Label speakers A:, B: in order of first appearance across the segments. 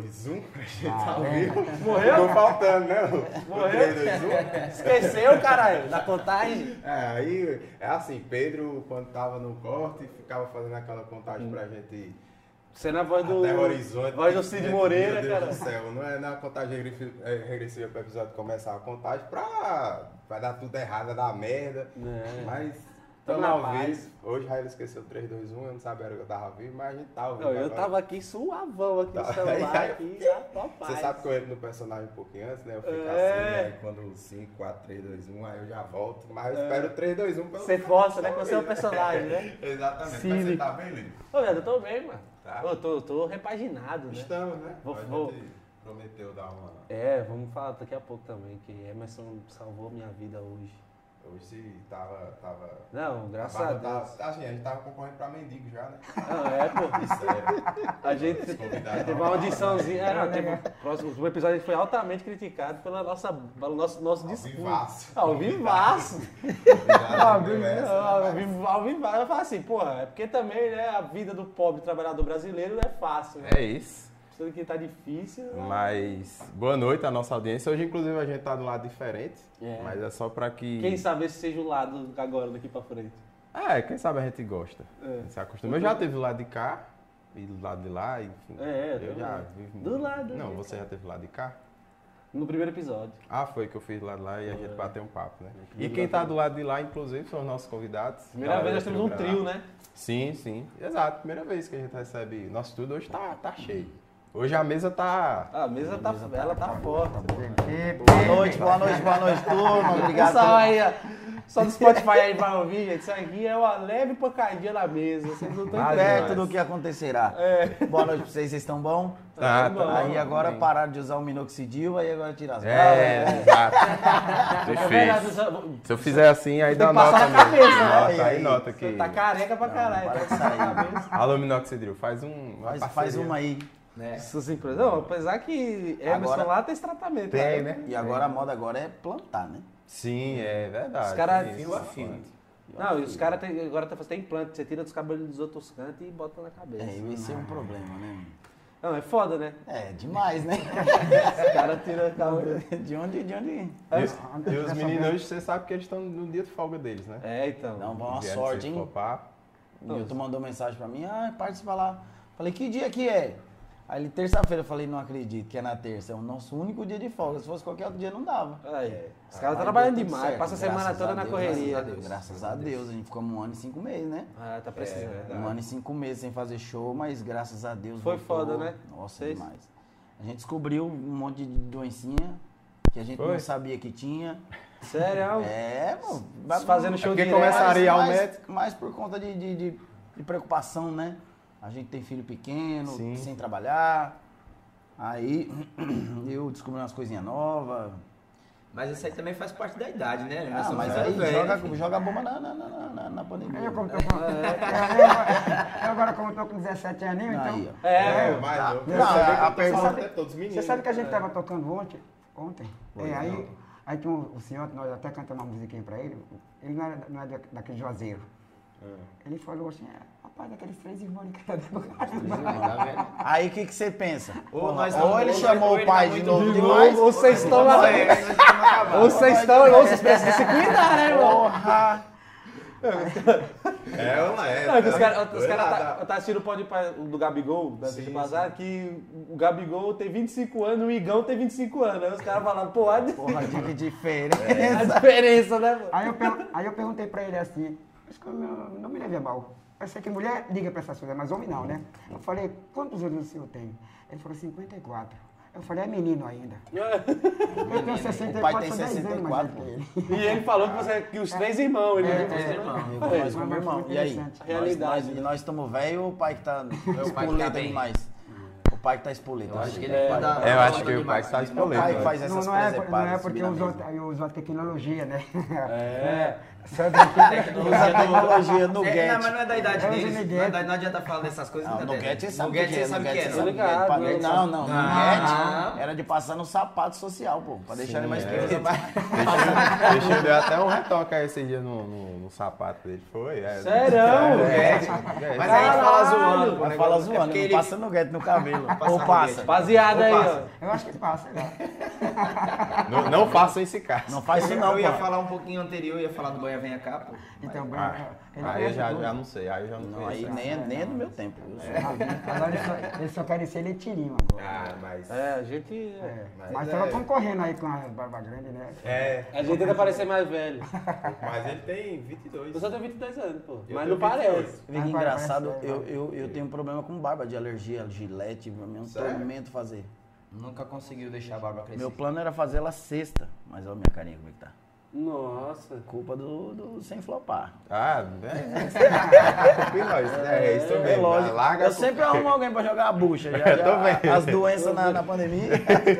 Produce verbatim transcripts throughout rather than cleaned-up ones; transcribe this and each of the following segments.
A: dois, um, a gente
B: Ah,
A: tá ao
B: é.
A: vivo.
C: Morreu?
A: Ficou faltando, né? O
C: Morreu?
A: três, dois, um.
C: Esqueceu, caralho, da contagem?
A: É, aí, é assim, Pedro, quando tava no corte, ficava fazendo aquela contagem pra gente
C: Você na voz do.
A: até o horizonte.
C: Voz do Cid Moreira,
A: Meu Deus
C: cara.
A: do céu, não é na contagem regressi- é, regressiva pro episódio começar a contagem pra vai dar tudo errado, vai dar merda.
C: É.
A: Mas
C: Tamo
A: estamos
C: na
A: ao
C: paz.
A: vivo. Hoje Raíla esqueceu três, dois, um, eu não sabia que eu tava vivo, mas a gente tá ao vivo.
C: Não, eu
A: agora.
C: tava aqui suavão aqui no
A: Tá.
C: celular,
A: Aí,
C: aqui, já tô
A: Você
C: paz.
A: sabe que eu entro no personagem um pouquinho antes, né? Eu fico
C: É.
A: assim, aí quando cinco, quatro, três, dois, um, aí eu já volto. Mas eu espero três, dois, um pelo
C: Você força, né? Que você é o personagem, né?
A: Exatamente.
C: Sim.
A: Mas você tá bem, Lili?
C: Ô, Leandro, eu tô bem, mano.
A: Tá.
C: Eu tô, tô repaginado, né?
A: Estamos, né?
C: Vou-
A: a gente
C: vou-
A: prometeu dar uma...
C: É, vamos falar daqui a pouco também, que Emerson salvou minha vida hoje.
A: Hoje tava... tava...
C: Não, graças a
A: tava-
C: Deus.
A: tava- assim, a gente tava concorrendo pra mendigo já, né?
C: Não, é, pô.
A: Sério.
C: A gente
A: Os convidados
C: teve
A: não
C: uma
A: falam,
C: audiçãozinha. É, não,
B: né?
C: teve, o próximo o episódio a gente foi altamente criticado pela nossa, pelo nosso, nosso
A: Ao
C: discurso.
A: vivaço.
C: Ao vivaço.
A: Obrigado,
C: Ao
A: meu
C: vivo,
A: mestre,
C: ao
A: mas-
C: vivo, ao vivaço. Eu falo assim, porra, é porque também, né, a vida do pobre trabalhador brasileiro não é fácil, né?
D: É isso.
C: Tudo que tá difícil. né?
D: Mas boa noite à nossa audiência. Hoje, inclusive, a gente tá do lado diferente.
C: É.
D: Mas é só pra que.
C: Quem sabe esse seja o lado agora, daqui pra frente.
D: É, quem sabe a gente gosta.
C: É.
D: Se acostuma. Eu já teve do lado de cá e do lado de lá, enfim.
C: É,
D: eu
C: do
D: já
C: lado.
D: vivo.
C: Do lado
D: Não,
C: de
D: você
C: cá.
D: já teve do lado de cá?
C: No primeiro episódio.
D: Ah, foi que eu fiz do lado de lá e a gente
C: É.
D: bateu um papo, né? E
C: primeiro
D: quem tá
C: lado.
D: do lado de lá, inclusive, são os nossos convidados.
C: Primeira
D: Galera
C: vez nós
D: do
C: temos um
D: Granal.
C: trio, né?
D: Sim, sim. Exato. Primeira vez que a gente recebe. Nosso estúdio hoje tá, tá cheio. Hoje a mesa tá.
C: A mesa tá, ela tá forte.
B: Boa noite, boa noite, boa noite, turma. Obrigado.
C: Pessoal aí, ó, só do Spotify aí vai ouvir, gente. Isso aqui é uma leve pancadinha na mesa. Vocês não estão
D: Ah,
C: entendendo.
B: Perto
D: demais.
B: do que acontecerá. Boa noite pra vocês, vocês estão bom?
D: Tá,
C: bom.
D: tá.
B: Aí agora
D: bem.
B: pararam de usar o minoxidil, aí agora tira as
D: É,
B: balas.
D: exato.
C: É verdade,
D: Perfeito.
C: você-
D: Se eu fizer assim, aí
C: Tem
D: dá
C: que passar
D: nota
C: na
D: mesmo.
C: cabeça, né?
D: Nota,
B: Aí,
D: aí
B: aí.
D: nota que.
C: Você tá careca pra caralho.
B: para
C: tá
B: de sair.
C: na cabeça.
D: Alô, Minoxidil, faz um. uma
B: Faz, faz
D: parceria.
B: uma aí.
C: Essas empresas. Não, apesar que Emerson
B: Agora-
C: lá tem esse tratamento.
D: Tem, né?
B: E agora a moda agora é plantar, né?
D: Sim, é verdade.
C: Os cara-
D: Tem
C: fio
D: isso,
C: a fio.
D: mano.
C: Não, e os caras tem- agora tá fazendo implante. Você tira dos cabelos dos outros cantos e bota na cabeça.
B: É, esse é um problema, né?
C: Não, é foda, né?
B: É, demais, né?
C: Os caras tiram a cabeça.
B: De onde, de onde?
D: E os, e os meninos hoje, você sabe que eles estão no dia de folga deles, né?
C: É, então.
B: Não, vai uma
D: Vieram
B: sorte,
D: se
B: hein?
D: flopar.
B: O Nilton mandou mensagem pra mim, ah, participa lá. Falei, que dia que é? Aí ele, terça-feira, eu falei, não acredito que é na terça, é o nosso único dia de folga. Se fosse qualquer outro dia, não dava.
C: Aí, os caras
B: Mas
C: estão trabalhando
B: deu tudo
C: demais,
B: certo,
C: passa a semana
B: graças
C: toda
B: a
C: na
B: Deus,
C: correria.
B: Graças a Deus, graças a Deus. A gente ficou um ano e cinco meses, né?
C: Ah, tá precisando.
A: É,
B: Um ano e cinco meses sem fazer show, mas graças a Deus
C: Foi
B: voltou.
C: foda, né?
B: Nossa,
C: Vocês?
B: demais. A gente descobriu um monte de doencinha que a gente
D: Foi?
B: não sabia que tinha.
C: Sério?
B: É, pô.
C: Fazendo show
D: porque
C: direto.
D: começaram a ir ao
B: mais,
D: médico.
B: mais por conta de, de, de- de preocupação, né? A gente tem filho pequeno,
D: Sim.
B: sem trabalhar. Aí eu descobri umas coisinhas novas.
E: Mas isso aí também faz parte da idade, né? Nós
B: Ah,
E: somos
B: mas
E: velho,
B: aí
E: velho,
B: joga,
E: filho.
B: joga a bomba na, na, na, na, na pandemia.
F: Eu, como tô com... É, eu agora, como eu tô com dezessete aninhos, então...
B: Aí, ó.
C: É,
A: É, mas eu
B: Não,
A: você vê que
B: a
A: eu tô
B: pergunta-
A: falando até todos os meninos.
F: Você sabe que a gente
A: né?
F: estava tocando ontem? Ontem.
A: Foi,
F: É, aí,
A: não.
F: aí tinha um, o senhor, nós até cantamos uma musiquinha pra ele, ele não é, não é da- daquele Juazeiro. Ele falou assim, é, rapaz, daqueles três irmãos de cada
E: Tá vendo?
B: Aí o que, que você pensa?
E: Ou
B: Porra,
E: nós
B: ou
E: estamos-
B: ele
E: ou
B: chamou
E: ele
B: o pai
E: tá
B: de
E: muito
B: novo
E: de
B: demais.
C: Ou vocês estão lá.
E: É, nós estamos acabando.
C: Ou vocês estão, ou vocês precisam se cuidar, né, irmão?
B: Porra!
A: É, ela é.
C: Não, que os
A: tá?
C: caras os
A: Dois
C: cara
A: lá,
C: tá,
A: dá-
C: tá assistindo o pode do Gabigol, da
A: Sim,
C: Tente Bazar, que o Gabigol tem vinte e cinco anos e o Igão tem vinte e cinco anos. Aí os caras falam, pô, a,
B: Porra, que diferença.
C: a diferença, né, mano?
F: Aí eu, per- aí eu perguntei pra ele assim, acho que eu não, não me leve a mal. Eu sei que mulher liga pra essas coisas, mas homem não, né? Eu falei, quantos anos o senhor tem? Ele falou, cinquenta e quatro. Eu falei, é menino ainda. Eu tenho sessenta
B: O
F: e
B: pai
F: quatro,
B: tem
F: sou dez
B: sessenta e
F: anos mais
B: quatro,
F: velho que ele.
C: E ele falou que, você, que os três irmãos, ele
F: É,
C: viu?
F: é,
E: irmão.
B: Eu
F: É,
B: nós como
F: mas
B: irmão.
F: foi
B: E aí?
F: interessante.
B: Nós-
C: Realidade,
B: nós-
C: né?
B: E nós estamos velho ou o pai que tá
E: pai que tá
B: espoleta
E: bem.
B: demais? O pai que tá espoleta.
E: Eu acho que ele
C: É,
E: pode dar-
D: É, eu acho
E: dar
D: que o
E: demais.
D: pai está
B: O
D: espoleta.
B: pai
D: né?
B: faz
F: Não,
B: essas
F: não, é, por-
B: presepadas.
F: não é porque
B: subir
F: eu
B: na
F: uso,
B: mesa.
F: eu uso a tecnologia, né?
C: É.
F: Sabe aqui,
B: Usa a tecnologia no
E: É,
B: get.
E: não, mas não é da idade
F: É o
E: deles.
F: Nuggets.
E: Não, é da- não adianta falar dessas coisas.
B: Não,
E: né,
B: no
E: Débora?
B: get você sabe
E: No
B: o
E: get
B: que
E: você
B: é.
E: sabe
B: No
E: o que
B: get
E: é,
B: você
E: né?
B: sabe o que é.
C: Ligado,
B: Pa-
C: né?
B: Não, não. No
E: Não.
B: get era de passar no sapato social, pô. Pra deixar ele mais
D: é.
B: preso.
D: Deixa deu até um retoque aí esse dia no, no, no sapato dele. Foi? É,
C: Sério?
D: É, é,
E: Mas aí a gente fala
C: Caralho.
E: zoando. pô,
B: Mas
E: o
B: fala
E: negócio- é
B: zoando,
E: porque
B: não
E: ele-
B: passa no get no cabelo. Ou passa?
C: Rapaziada aí, ó.
F: Eu acho que passa, né?
D: Não, não façam esse caso.
B: Não faz isso não,
E: Eu ia
B: pô.
E: falar um pouquinho anterior, eu ia falar do Banha Venha Cá, pô.
F: Então, bem,
D: Ah,
F: ele
D: aí eu
F: conhece
D: já,
F: tudo.
D: já não sei, aí eu já não,
B: Não, aí
D: conheço.
B: nem, é- nem é do meu tempo. Eu sou-
F: Agora eles só, eles só querem ser letirinho agora.
A: Ah, mas.
C: É, a gente.
F: É,
A: Mas
F: mas
A: é-
F: estava concorrendo aí com a Barba Grande, né?
A: É,
C: A gente tenta parecer mais velho.
A: mas ele tem vinte e dois.
C: Eu só tenho vinte e dois anos, pô.
A: Eu
C: Mas
A: tenho
C: não
A: vinte e dois.
C: parece.
B: Vê que
F: Ah,
B: engraçado,
F: parece,
B: eu,
F: é,
B: eu, eu tenho um problema com barba de alergia, gilete, pra mim é um
A: Sério?
B: tormento fazer.
E: Nunca conseguiu deixar a barba crescer.
B: Meu plano era fazer ela sexta, mas olha a minha carinha como é que tá.
C: Nossa.
B: Culpa do, do sem flopar.
D: Ah, é. Copia nós. É isso
B: É
D: mesmo.
B: lógico.
D: Larga
B: Eu
D: a
B: sempre arrumo alguém pra jogar a bucha. Já,
D: Eu tô
B: já-
D: vendo.
B: As doenças na, na pandemia.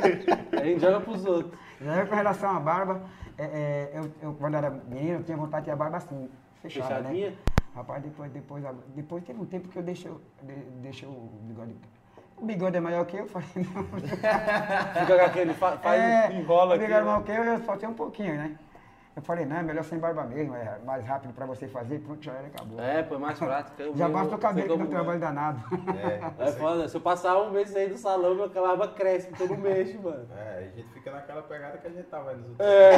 C: A gente joga pros outros.
F: Já eu, com relação à barba, é, é, eu, eu, quando era menino, eu tinha vontade de ter a barba assim, fechada,
C: Fechadinha?
F: né? Rapaz, depois, depois, depois teve um tempo que eu deixei, o- de, deixei o bigode. O bigode é maior que eu, eu falei, não.
C: Fica com aquele, fa- faz,
F: é,
C: enrola
F: o
C: aqui.
F: bigode
C: ó.
F: maior que eu, eu só tinha um pouquinho, né? Eu falei, não, é melhor sem barba mesmo, é mais rápido pra você fazer, pronto, já era, acabou.
C: É, pô, é mais prático. Eu
F: Já
C: mesmo
F: basta o cabelo
C: sei
F: que não
C: como
F: trabalho danado.
C: É foda, se eu passar um mês aí do salão, minha barba cresce, porque eu não mexo, mano.
A: É, a gente fica naquela pegada que a gente tava aí nos últimos
C: É.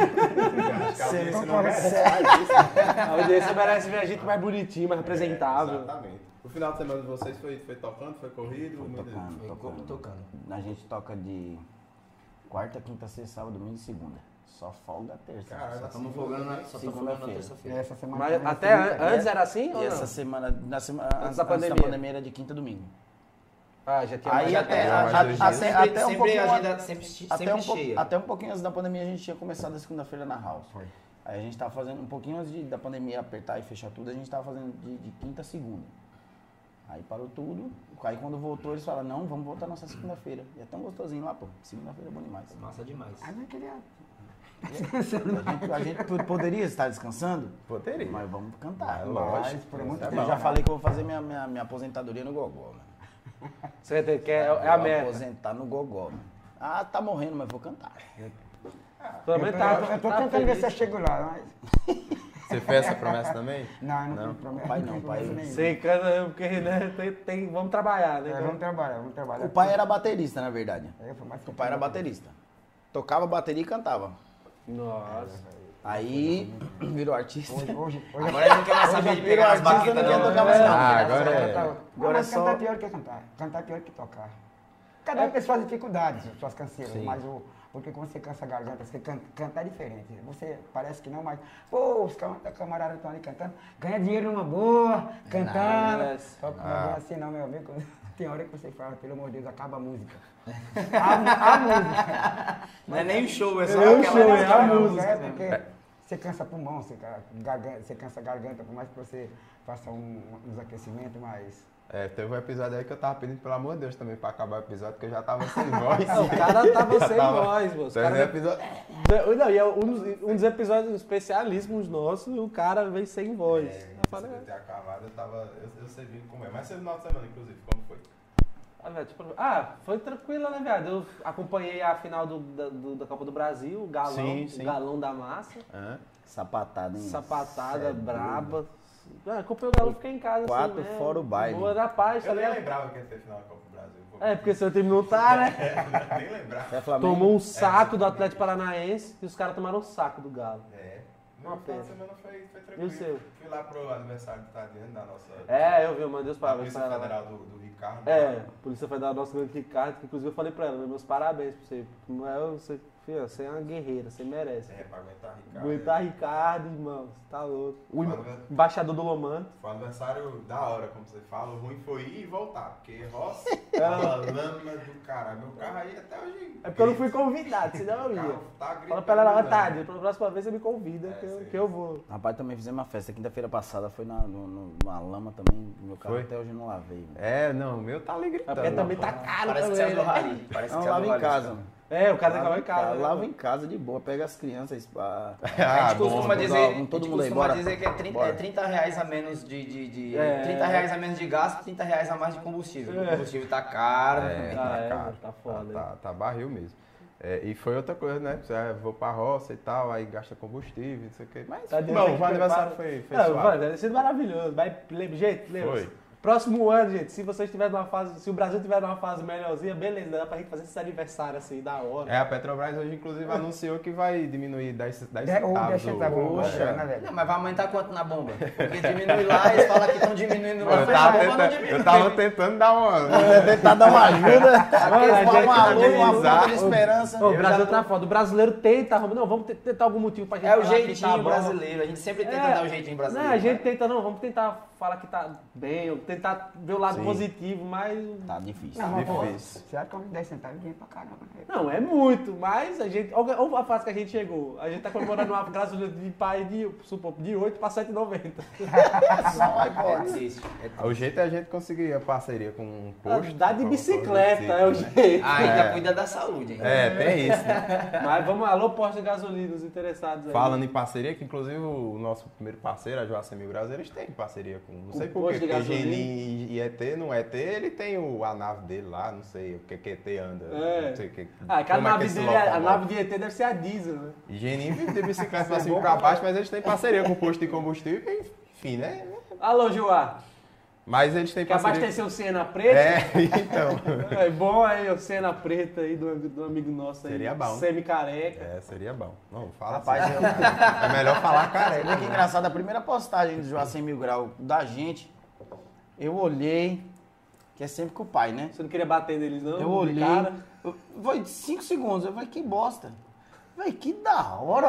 A: Acho que a audiência não merece mais isso.
C: A audiência merece ver a gente mais bonitinho, mais representável.
A: É, exatamente. O final de semana de vocês foi, foi tocando, foi corrido? Muito-
B: Tocando,
E: Foi
B: tocando.
E: tocando.
B: A gente toca de quarta, quinta, sexta, sábado, domingo e segunda. Só folga terça.
A: Caralho,
E: Só estamos folgando na, só tamo folgando na
B: Segunda-feira.
F: E
E: terça-feira.
F: essa semana
C: Mas
F: também
C: até
F: foi muita-
C: an- antes era assim ou
B: E
C: não?
B: essa semana, na semana
C: Antes
B: antes,
C: da
B: antes da
C: pandemia.
B: pandemia era de quinta a domingo.
C: Ah, já tinha
B: Aí
C: mais
B: até,
D: tem,
B: a-
D: mais
B: a-
D: dois
B: até,
D: dias.
B: até,
E: Sempre,
B: um
E: sempre
B: pouquinho
E: a agenda sempre,
B: até,
E: sempre
B: um pouco,
E: cheia.
B: até um pouquinho antes da pandemia a gente tinha começado a segunda-feira na house.
F: Foi.
B: Aí a gente tava fazendo, um pouquinho antes de, da pandemia apertar e fechar tudo, a gente tava fazendo de, de quinta a segunda. Aí parou tudo, aí quando voltou eles falaram, não, vamos voltar nossa segunda-feira. E é tão gostosinho lá, pô. Segunda-feira é bom demais.
E: Massa demais.
F: Aí eu queria.
B: A gente, a gente po- poderia estar descansando,
D: Poderia.
B: mas vamos cantar.
F: Mas, por muito
B: Eu
F: tempo.
B: já falei que eu vou fazer minha, minha, minha aposentadoria no Gogó, mano.
C: Você vai ter que é, é
B: Eu
C: a
B: vou
C: meta.
B: aposentar no Gogó, mano. Ah, tá morrendo, mas vou cantar.
C: Pelo
F: Eu
C: menos
F: tô,
C: tá,
F: eu tô- eu tô
C: tá
F: tentando ver
C: feliz.
F: se eu chego lá, mas.
D: Você fez essa promessa também?
F: Não, eu não,
D: Não?
F: tenho promessa.
B: Pai
F: não
B: não,
F: tenho
B: pai-
F: promessa nenhuma.
C: Sei, cara, porque né, tem, tem- vamos trabalhar, né?
F: É, vamos trabalhar, vamos trabalhar.
B: O pai era baterista, na verdade.
F: É, foi mais
B: O pai era baterista. Tocava bateria e cantava.
C: Nossa.
B: Aí virou artista.
F: Hoje, hoje, hoje
E: Agora ele não quer mais saber de
B: Virou
E: pegar as
B: artista,
E: baquetas,
B: não quer
E: não.
B: tocar mais não.
D: Ah, agora é.
F: Agora
B: Agora é
F: é
B: só-
F: cantar pior que cantar. Cantar pior que tocar. Cada um tem suas dificuldades, suas canções, mas o, porque quando você cansa a garganta, você canta, canta é diferente. Você parece que não, mas, pô, os cam- camaradas estão ali cantando, ganha dinheiro numa boa, cantando.
C: Nada.
F: Só que não é assim não, meu amigo. Tem hora que você fala, pelo amor de Deus, acaba a música. A, a música.
E: Não é nem o show, é só
C: É o
E: aquela
C: show, é a
E: aquela
C: música.
F: É porque você cansa pulmão, você, ca- garganta, você cansa a garganta, por mais que você faça um, uns aquecimentos, mas...
D: É, teve um episódio aí que eu tava pedindo, pelo amor de Deus, também pra acabar o episódio, porque eu já tava sem voz.
C: Não, o cara tava
D: Já
C: sem
D: tava-
C: voz, moço.
D: Teve um
C: Cara,
D: episódio...
C: não, e é um dos, um dos episódios especialíssimos nossos, o cara veio sem voz.
A: É,
C: Eu
A: antes
C: falei,
A: de ter acabado, eu tava. Eu, eu sei bem como é. Mas foi no final de semana, inclusive, como foi?
C: ah, velho, tipo, ah, foi tranquilo, né, viado? Eu acompanhei a final do, da, do- da Copa do Brasil, o galão,
D: Sim, sim.
C: o galão da massa,
D: Hã?
B: Sapatada, hein?
C: sapatada,
B: Cê é
C: braba. Ah, acompanhei o galão, fiquei em casa.
B: Quatro
C: assim, né,
B: fora o baile.
C: Boa da paz, tá
A: Eu nem
C: ligado?
A: lembrava que ia ter final da Copa do Brasil.
C: É, porque seu time não tá, né?
A: Nem lembrava.
B: É Flamengo.
C: Tomou um saco do Atlético Paranaense e os caras tomaram um saco do Galo.
A: É.
C: Uma
A: No final
C: pena.
A: de semana foi, foi
C: E
A: tranquilo.
C: o seu?
A: Fui lá pro aniversário de Tadiane, da nossa.
C: É, eu vi, eu mandei os
A: da
C: parabéns
A: Polícia
C: pra ela.
A: Federal do, do Ricardo.
C: É, Polícia Federal do nosso grande Ricardo, que inclusive eu falei pra ela, né, meus parabéns pra você. Não é você, filho, você é uma guerreira, você merece.
A: É, pra aguentar Ricardo.
C: Aguentar Ricardo, irmão, você tá louco. O
A: Fala,
C: embaixador do Lomano.
A: Foi um aniversário da hora, como você fala. O ruim foi ir e voltar. Porque roça, aquela lama do cara. Meu carro aí até hoje.
C: É porque eu não fui convidado, senão eu
A: O
C: ia.
A: carro tá gritando.
C: Fala pra ela, ó,
A: né?
C: tarde, pra próxima vez você me convida,
A: É,
C: que, eu,
A: sei.
C: que eu vou.
B: Rapaz, também fizemos uma festa. Quinta-feira passada foi na, no, no- numa lama também. Meu carro
D: Foi?
B: até hoje eu não lavei. velho.
D: É, não, o meu tá ali
C: É
D: gritando.
C: porque também tá
D: rapaz.
C: caro
E: Parece que
C: também,
E: saiu do
C: né?
E: Rari. Parece
B: Não,
E: que saiu
B: lava
E: do
B: em
E: Rari.
B: casa. mano.
C: É, o cara
B: Lava
C: acabou em
B: em
C: casa.
B: casa,
C: né,
B: lava
C: pô?
B: em casa de boa, pega as crianças. Ah,
E: A
D: Ah,
E: gente costuma
B: bom,
E: dizer,
B: vamos
E: a
B: todo
E: gente
B: mundo aí,
E: costuma
B: bora.
E: dizer que é trinta,
B: Bora.
E: é trinta reais a menos de, de, de
C: É.
E: trinta reais a menos de gasto, trinta reais a mais de combustível. O combustível tá caro.
D: É,
C: Ah,
D: tá
C: é,
D: caro.
C: tá foda,
D: Tá, tá, tá barril mesmo. É, e foi outra coisa, né? Você ah, vou pra roça e tal, aí gasta combustível, não sei o quê. Mas,
C: Tá
D: bom,
C: dizendo que
D: o aniversário
C: prepara-
D: foi, foi
C: Não,
D: suave.
C: vai, deve ser maravilhoso. Vai, lembra, gente, lembra?
D: Foi.
C: Próximo ano, gente, se vocês tiverem numa fase, se o Brasil tiver numa fase melhorzinha, beleza, dá pra gente fazer esse aniversário assim, da hora.
D: É, a Petrobras hoje, inclusive, anunciou que vai diminuir dez, dez
F: De- ou
D: centavos.
F: dez centavos,
D: o-
F: poxa,
D: é.
F: né, velho?
E: Não, mas vai aumentar quanto na bomba? Porque diminui lá, eles falam que estão diminuindo lá,
D: Eu
E: mas a
D: tava,
E: bomba não
D: tentando,
E: diminui.
D: eu tava tentando dar uma...
B: Tentar dar uma ajuda.
C: Mano, a
B: Aqueles
C: gente
B: uma
C: tá
B: alô, uma
D: amenizar.
B: ponta de esperança.
C: Ô, o Brasil tá foda, o brasileiro tenta, não, vamos te- tentar algum motivo pra gente
E: É o
C: falar que
E: jeitinho
C: tá bom.
E: brasileiro, a gente sempre tenta
C: É,
E: dar o jeitinho brasileiro.
C: Não, a gente
E: né?
C: tenta, não, vamos tentar falar que tá bem, ou tentar ver o lado
D: Sim.
C: positivo, mas...
B: Tá difícil.
F: Não, mas, pô,
D: Difícil.
F: você acha que dez centavos é dinheiro pra caramba, né?
C: Não, é muito, mas a gente. Olha olha a fase que a gente chegou. A gente tá comemorando uma gasolina de pai de, supor, de oito para sete e noventa.
E: Não vai embora. É triste. É triste.
D: O jeito é a gente conseguir a parceria com um posto.
C: Andar de
D: com-
C: bicicleta
D: com-
C: é o jeito.
E: Ah, ainda cuida da saúde, hein?
D: É, tem isso, né?
C: Mas vamos, alô, posto de gasolina, os interessados aí.
D: Falando em parceria, que inclusive o nosso primeiro parceiro, a Joacim Mil Graus, eles têm parceria com... Não sei
C: Com
D: por quê,
C: posto de
D: porque
C: gasolina?
D: Genin e E T, no E T, ele tem o, a nave dele lá, não sei o que que E T anda.
C: É.
D: Não sei o que,
C: Ah, cada
D: como é que
C: nave
D: esse
C: dele,
D: local
C: a
D: move.
C: nave de E T deve ser a diesel, né?
D: E Genin vive de bicicleta pra cima e pra baixo, mas eles têm parceria com o posto de combustível, enfim, né?
C: Alô, Joá.
D: Mas eles têm
C: Quer
D: parceria...
C: abastecer o Siena Preta?
D: É, então...
C: É bom aí o Siena Preta aí do, do amigo nosso aí.
D: Seria bom.
C: Semi-careca.
D: É, seria bom. Não, fala
B: Rapaz,
D: assim.
B: eu-
D: É melhor falar
B: Você
D: careca.
B: vê que engraçado, a primeira postagem do Joacim Mil Grau da gente, eu olhei, que é sempre com o pai, né?
C: Você não queria bater neles, não?
B: Eu
C: de
B: olhei,
C: cara?
B: eu- foi cinco segundos, eu falei, que bosta. Véi, que da hora,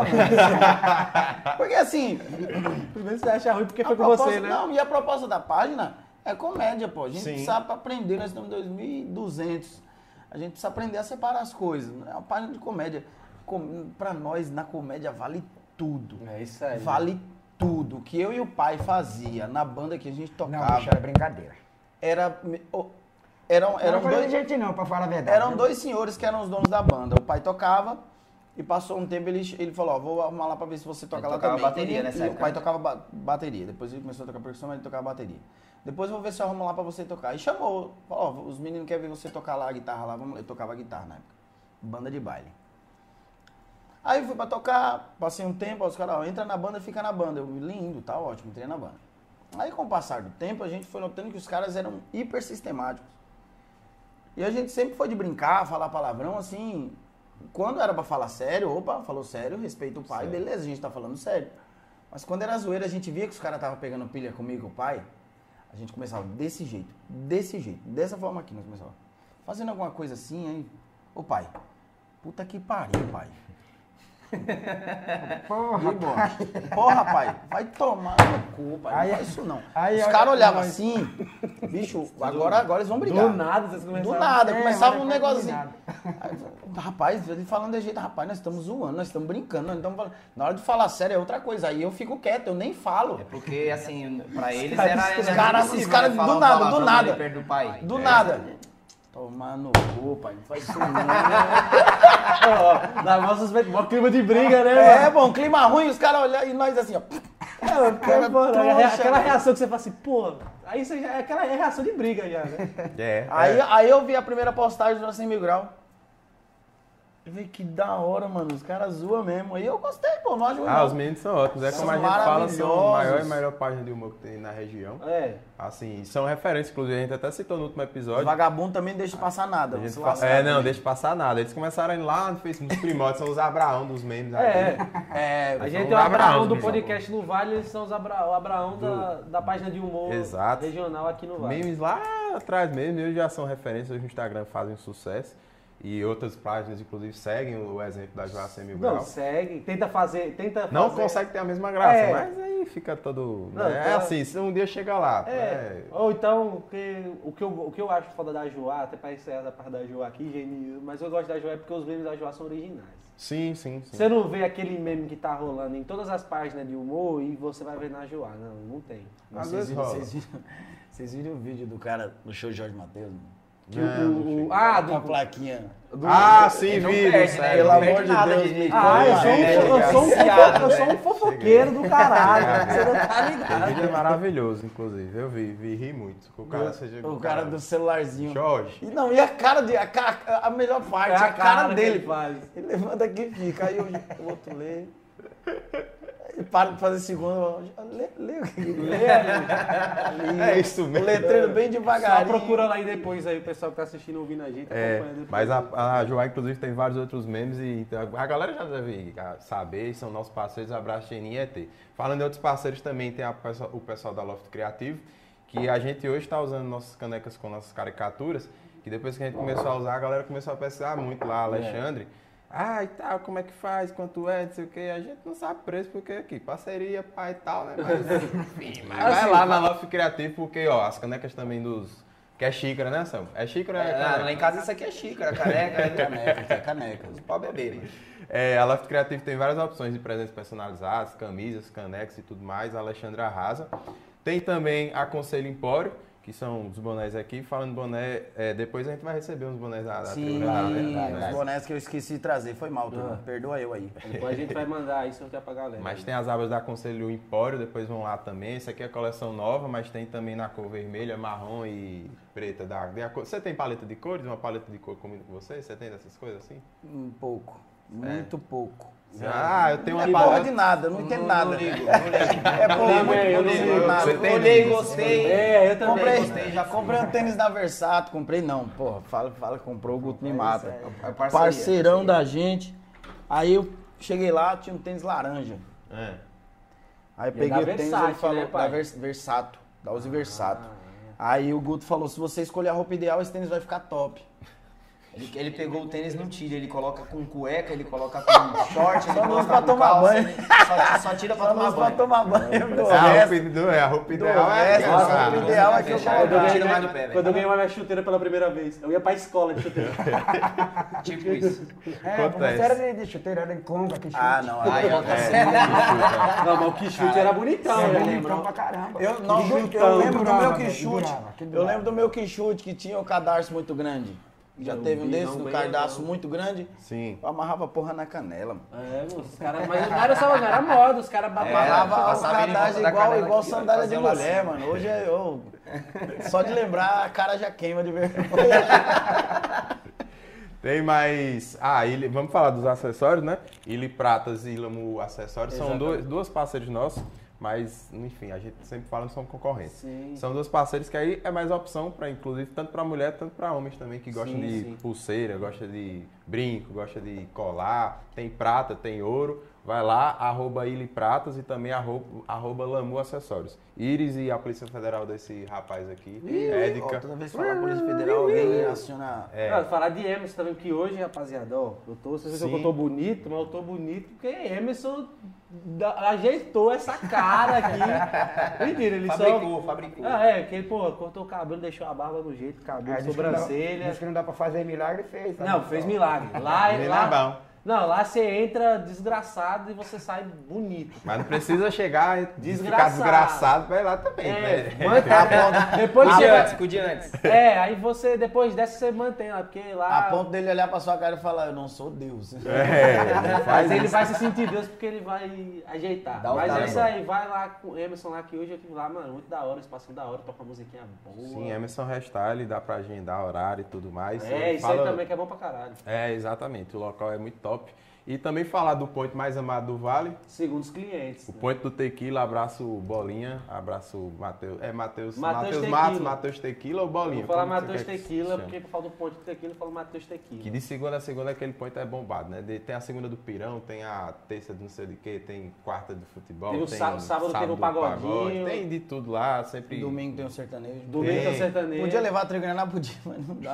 B: mano. Porque assim,
C: Primeiro você acha ruim porque
B: a
C: foi com
B: proposta,
C: você, né?
B: não, e a proposta da página é comédia, pô. A gente
D: Sim.
B: precisa aprender, nós estamos em dois mil e duzentos. A gente precisa aprender a separar as coisas. É uma página de comédia. Com, pra nós, na comédia, vale tudo.
C: É isso aí.
B: Vale tudo. O que eu e o pai fazia na banda que a gente
F: Não,
B: tocava
F: bicho, era brincadeira.
B: era. oh, eram,
F: Não
B: eram,
F: foi de
B: dois,
F: gente não, pra falar a verdade.
B: eram dois senhores que eram os donos da banda. O pai tocava e passou um tempo, ele, ele falou, ó, vou arrumar lá pra ver se você toca
E: Ele
B: lá
E: tocava
B: também.
E: bateria
B: Ele-
E: nessa
B: e o
E: época,
B: pai
E: né?
B: tocava ba- bateria. Depois ele começou a tocar percussão, mas ele tocava bateria. Depois eu vou ver se eu arrumo lá pra você tocar. E chamou, falou, ó, os meninos querem ver você tocar lá a guitarra lá. Vamos lá. Eu tocava guitarra na época. Banda de baile. Aí eu fui pra tocar, passei um tempo, os caras, ó, entra na banda, fica na banda. Eu, lindo, tá ótimo, entrei na banda. Aí com o passar do tempo, a gente foi notando que os caras eram hiper sistemáticos. E a gente sempre foi de brincar, falar palavrão, assim, quando era pra falar sério, opa, falou sério, respeita o pai,
D: Sério.
B: beleza, a gente tá falando sério. Mas quando era zoeira, a gente via que os caras estavam pegando pilha comigo, o pai, a gente começava desse jeito, desse jeito, dessa forma aqui, nós começávamos. Fazendo alguma coisa assim, aí, ô pai, puta que pariu, pai.
F: Porra,
B: E, bom, porra, pai, vai tomar no cu, pai,
F: Aí-
B: não faz isso não.
F: aí
B: Os
F: olha-
B: caras olhavam
F: mas-
B: assim, bicho, agora, agora eles vão brigar.
C: Do nada vocês começaram.
B: Do nada,
F: É,
B: começava
F: mas
B: um
F: foi
B: negócio assim.
F: combinado.
B: Aí, rapaz, ele falando de jeito, rapaz, nós estamos zoando, nós estamos brincando, nós estamos falando. Na hora de falar sério é outra coisa. Aí eu fico quieto, eu nem falo.
E: É porque, assim, pra eles
C: caras-
E: era...
C: os
E: era
B: caras-
E: impossível,
B: os caras
E: né,
B: do
E: falar um
B: nada, do
E: palavrão
B: nada.
E: ali perto do pai.
B: Do
E: É.
B: nada. Tomar no cu, pai, não faz isso não.
C: Ó, dá mó suspeito, mó clima de briga, né,
B: É,
C: mano?
B: bom, clima ruim, os caras olham e nós assim, ó.
C: É,
B: cara
C: pô,
B: trouxa,
C: é aquela
B: né?
C: reação que você fala assim, pô, aí você já, é aquela reação de briga já, né?
D: É,
B: Aí,
D: é.
B: aí eu vi a primeira postagem do cem mil grau. Eu falei, que da hora, mano, os caras zoam mesmo. Aí eu gostei, pô, não ajuda
D: Ah,
B: não.
D: os meninos são ótimos. É
B: São
D: como a gente fala, são a
B: maravilhosos.
D: maior e melhor página de humor que tem na região.
C: É.
D: Assim, são referências, inclusive a gente até citou no último
B: Os
D: episódio.
B: vagabundo também não deixa passar nada.
D: A gente
B: se
D: fa-
B: lascar,
D: é, não,
B: né?
D: deixa passar nada. Eles começaram a ir lá no Facebook, nos primórdios, são os Abraão dos memes.
C: É,
B: É,
C: a gente
D: são
C: tem o
D: os
C: Abraão
D: Abraãos
C: do
D: do
C: podcast no Vale, eles são os Abra... o Abraão da, da página de humor
D: Exato.
C: regional aqui no Vale.
D: Memes lá atrás mesmo, eles já são referências, hoje no Instagram fazem sucesso. E outras páginas, inclusive, seguem o exemplo da Joacim Mil
C: Não,
D: Grau.
C: segue, tenta fazer, tenta
D: Não
C: fazer...
D: consegue ter a mesma graça,
C: É.
D: mas aí fica todo...
C: Não,
D: é
C: tá-
D: assim, se um dia chega lá.
C: É,
D: é,
C: ou então, que, o, que eu, o que eu acho foda da Joá, até pra encerrar da parte da Joá aqui, gente, mas eu gosto da Joá é porque os memes da Joá são originais.
D: Sim, sim, sim.
C: Você não vê aquele meme que tá rolando em todas as páginas de humor e você vai ver na Joá, não, não tem.
B: Mas
D: Às
B: vocês,
D: vezes
B: viram,
D: rola.
B: vocês, viram, vocês viram o vídeo do cara do show Jorge Matheus? mano?
C: Que o-
D: Não,
C: o,
D: não
C: o-
D: chega.
C: ah,
B: Com a
C: do,
B: plaquinha.
D: Ah, sim,
E: Ele não
D: vi,
E: perde, né?
D: sério.
B: Pelo
E: Não
B: amor
E: perde
B: de
E: nada
B: Deus,
E: de-
B: me
C: ah, eu sou um,
E: É,
C: eu sou um,
E: é,
C: fofo-
E: viciado,
C: eu sou um
E: né?
C: fofoqueiro do caralho, você não tá
D: O
C: ligado.
D: vídeo é maravilhoso, inclusive. Eu vi, vi, ri muito. O cara, seja,
B: O cara do celularzinho.
D: Jorge.
B: E não, e a cara de a, cara, a melhor parte,
C: É
B: a, cara,
C: que
B: dele.
C: ele faz.
B: Ele levanta aqui e fica. Aí o, o outro lê. Para de fazer segunda. Lê, lê o que lê.
D: É isso mesmo.
B: O letreiro bem
C: Só
B: devagarinho.
C: procura lá aí depois aí, o pessoal que tá assistindo ouvindo a gente.
D: É,
C: acompanha depois.
D: mas a, a Joá, inclusive, tem vários outros memes e então, a galera já deve saber, são nossos parceiros, Abraço, Geninho e E T. Falando em outros parceiros também, tem a, o pessoal da Loft Criativo, que a gente hoje está usando nossas canecas com nossas caricaturas, que depois que a gente começou a usar, a galera começou a pesquisar muito lá, Alexandre. Ah, e tal, como é que faz, quanto é, não sei o que, a gente não sabe preço, porque aqui, parceria, pai e tal, né? Mas, enfim, mas vai lá na Loft Criativo, porque, ó, as canecas também dos... Que é xícara, né, Sam? É xícara ou é
E: É,
D: caneca?
E: lá em casa isso aqui é xícara, caneca,
B: Caneca, que é caneca.
E: pode beber, mano.
D: É, a Loft Creative tem várias opções de presentes personalizados, camisas, canecas e tudo mais. A Alexandra arrasa. Tem também a Conselho Empório, que são os bonés aqui. Falando boné, é, depois a gente vai receber uns bonés da, da
B: Sim,
D: tribo lá, né?
B: os bonés que eu esqueci de trazer. Foi mal, turma. Perdoa eu aí.
C: Depois a gente vai mandar aí sortear pra galera.
D: Mas tem as abas da Conselho Empório, depois vão lá também. Essa aqui é a coleção nova, mas tem também na cor vermelha, marrom e preta. Da, da cor. Você tem paleta de cores? Uma paleta de cor combina com você? Você tem dessas coisas assim?
B: Um pouco. Muito pouco.
D: Ah, eu tenho uma
B: Não porra
D: paleta.
B: de nada, eu não entendo nada.
E: Não ligo, não ligo.
B: É porra,
C: ligo,
B: muito
C: é, eu não
B: pouco,
C: ligo.
B: nada.
D: Você tem,
E: Olhei,
D: Luiz?
E: gostei.
C: É, eu também
B: Comprei,
E: gostei, já fui.
B: comprei um tênis da Versato, comprei não, porra, fala, fala, comprou, o Guto me mata.
E: É parceria,
B: Parceirão
E: parceria.
B: da gente. Aí eu cheguei lá, tinha um tênis laranja.
D: É.
B: Aí eu
C: E é
B: peguei
C: da
B: o tênis e
C: Versace,
B: ele falou,
C: né, pai?
B: da Vers- Versato, da Uzi Versato. Aí o Guto falou, se você escolher a roupa ideal, esse tênis vai ficar top.
E: Ele, ele pegou o tênis não tira, ele coloca com cueca, ele coloca com short, ele
B: Só não
E: coloca
B: usa pra
E: com
B: tomar
E: calça,
B: banho.
E: ele Só, só tira pra
B: Só
E: tomar
B: não pra
E: banho.
B: tomar banho. Do
D: É a
B: resto,
D: roupa, do- é a roupa
B: do
D: ideal. é
B: resto,
D: aquela.
B: a roupa ideal é que eu
E: Fechado.
C: Quando eu
B: coloco.
E: Tira
C: ganhei,
E: mais do pé, velho.
C: quando eu ganhei uma minha chuteira pela primeira vez. Eu ia pra escola de chuteira.
E: Tipo isso.
F: É,
D: Acontece.
F: você era de, de chuteira, era de conga, que chute.
B: Ah, não, aí
E: Aí, ó,
B: eu
E: tá
D: É,
E: certo.
C: Não, mas o que chute era bonitão,
F: É,
C: eu
F: bonitão
C: lembro.
F: pra caramba.
B: Eu, não,
F: Que
B: eu
F: chutão,
B: lembro do
F: durava,
B: meu
F: velho,
B: que chute.
F: durava, que
B: Eu
F: durava.
B: lembro do meu que chute que tinha o cadarço muito grande. Já
C: Não
B: teve um
C: vi,
B: desses,
C: não
B: do
C: bem,
B: cardaço
C: não.
B: muito grande.
D: Sim.
B: Eu amarrava a porra na canela, mano.
C: É, moço, os caras. Mas não era só, não era moda, os caras
B: Amarrava
E: É,
B: o
E: passava ele em
B: cadastro
E: volta da
B: igual,
E: canela
B: igual
E: aqui, ó,
B: sandália de
E: fazia um
B: mulher,
E: lacinho.
B: mano. Hoje é eu. Só de lembrar, a cara já queima de vergonha.
D: Tem mais. Ah, Ili... vamos falar dos acessórios, né? Ili Pratas e Ilamu Acessórios são
C: Exatamente.
D: dois, duas parceiros nossos, mas, enfim, a gente sempre fala que são concorrentes.
C: Sim.
D: São duas parceiros que aí é mais opção para, inclusive, tanto para mulher, tanto para homens também, que gostam
C: Sim,
D: de
C: sim.
D: pulseira, gostam de brinco, gostam de colar, tem prata, tem ouro. Vai lá, arroba Ili Pratas e também arroba, arroba Lamu Acessórios. Iris e a Polícia Federal desse rapaz aqui,
B: Ó,
D: Édica.
B: toda vez que falar Polícia Federal, alguém aciona.
D: É.
C: Não, falar de Emerson também, que hoje, rapaziada, ó, eu tô, vocês viram que eu tô bonito, mas eu tô bonito porque Emerson da- ajeitou essa cara aqui. Mentira, ele
E: Fabricou,
C: só...
E: fabricou.
C: Ah, é, que ele, pô, cortou o cabelo, deixou a barba no jeito, cabelo,
F: É, disse que não dá-
C: sobrancelha.
F: disse que não dá pra fazer milagre, fez. sabe?
C: Não, fez milagre. Lá,
D: Menino
C: lá,
D: é bom.
C: Não, lá você entra desgraçado e você sai bonito.
D: Mas não precisa chegar e ficar
C: Desgraçado.
D: desgraçado, vai lá também.
C: É,
D: né?
C: mantém a ponta. Depois
E: Com o
C: você
E: dia
C: vai-
E: antes, com o dia antes.
C: É, aí você, depois dessa, você mantém lá, porque lá...
B: A ponto dele olhar pra sua cara e falar, eu não sou Deus.
D: É, não faz
C: Mas ele
D: isso.
C: vai se sentir Deus porque ele vai ajeitar.
E: Dá o
C: Mas é
E: time.
C: isso aí, vai lá com o Emerson lá que hoje eu tive lá, mano, muito da hora, espacinho da hora, toca uma musiquinha boa.
D: Sim, Emerson Restyle, dá pra agendar horário e tudo mais.
C: É,
D: Ele
C: isso
D: fala-
C: aí também que é bom pra caralho.
D: É, exatamente, o local é muito top. E também falar do ponto mais amado do Vale,
C: Segundo os clientes.
D: o
C: né?
D: ponto do Tequila, abraço Bolinha, abraço Matheus, é Matheus,
C: Matheus
D: Matheus
C: Tequila.
D: Matos, Matheus Tequila ou Bolinha?
C: Vou falar
D: Como você
C: Matheus
D: quer que se
C: Tequila,
D: chame?
C: porque por falta do ponto de tequila, eu falo Matheus Tequila.
D: Que de segunda a segunda aquele ponto é bombado, né? De- tem a segunda do Pirão, tem a terça do não sei de quê, tem quarta do futebol,
C: Tem o
D: tem
C: sá- sábado teve um
D: do
C: pagodinho.
D: pagode, tem de tudo lá, sempre...
B: Domingo tem um sertanejo.
C: Domingo tem
D: Tem.
C: o sertanejo.
B: Podia levar a Trigranal? Podia, mas não dá.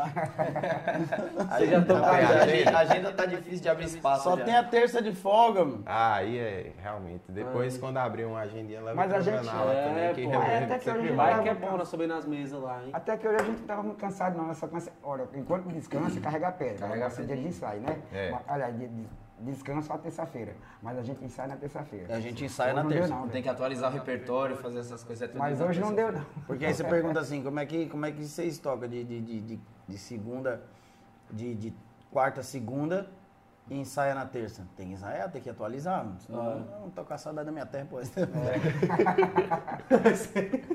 C: Aí já tô
D: Não
E: A
D: tem
C: cagado.
E: agenda, a agenda tá difícil de abrir espaço.
B: Só
E: já.
B: tem a terça de folga, mano.
D: Ah, aí é, realmente. Depois,
C: Ai.
D: quando abrir uma agendinha, leva
F: Mas
D: pro
F: a gente-
D: canal lá
C: é,
D: também, que
C: pô,
D: realmente
F: é, até que
D: sempre
F: hoje
D: vai.
C: Vai que é bom nós subir nas mesas lá, hein?
F: Até que hoje a gente não tava muito cansado, não. Só cansa... Olha, enquanto descansa, carrega a pedra.
E: Carrega
F: Carrega
E: a
F: a dia de ensaio, né?
D: É.
F: Mas, Aliás, de, de, descansa só terça-feira. Mas a gente ensaia na terça-feira.
B: A gente ensaia
F: Hoje
B: na
F: não deu,
B: terça.
F: não,
E: Tem que atualizar o repertório, fazer essas coisas. É tudo
F: Mas
E: na
F: hoje não deu, não.
B: Porque aí você pergunta assim, como é que, como é que vocês tocam de, de, de, de, de segunda, de, de quarta a segunda e ensaia na terça? Tem que ensaiar, tem que atualizar, mano. Senão
C: Ah.
B: eu não tô com a saudade da minha terra, pô.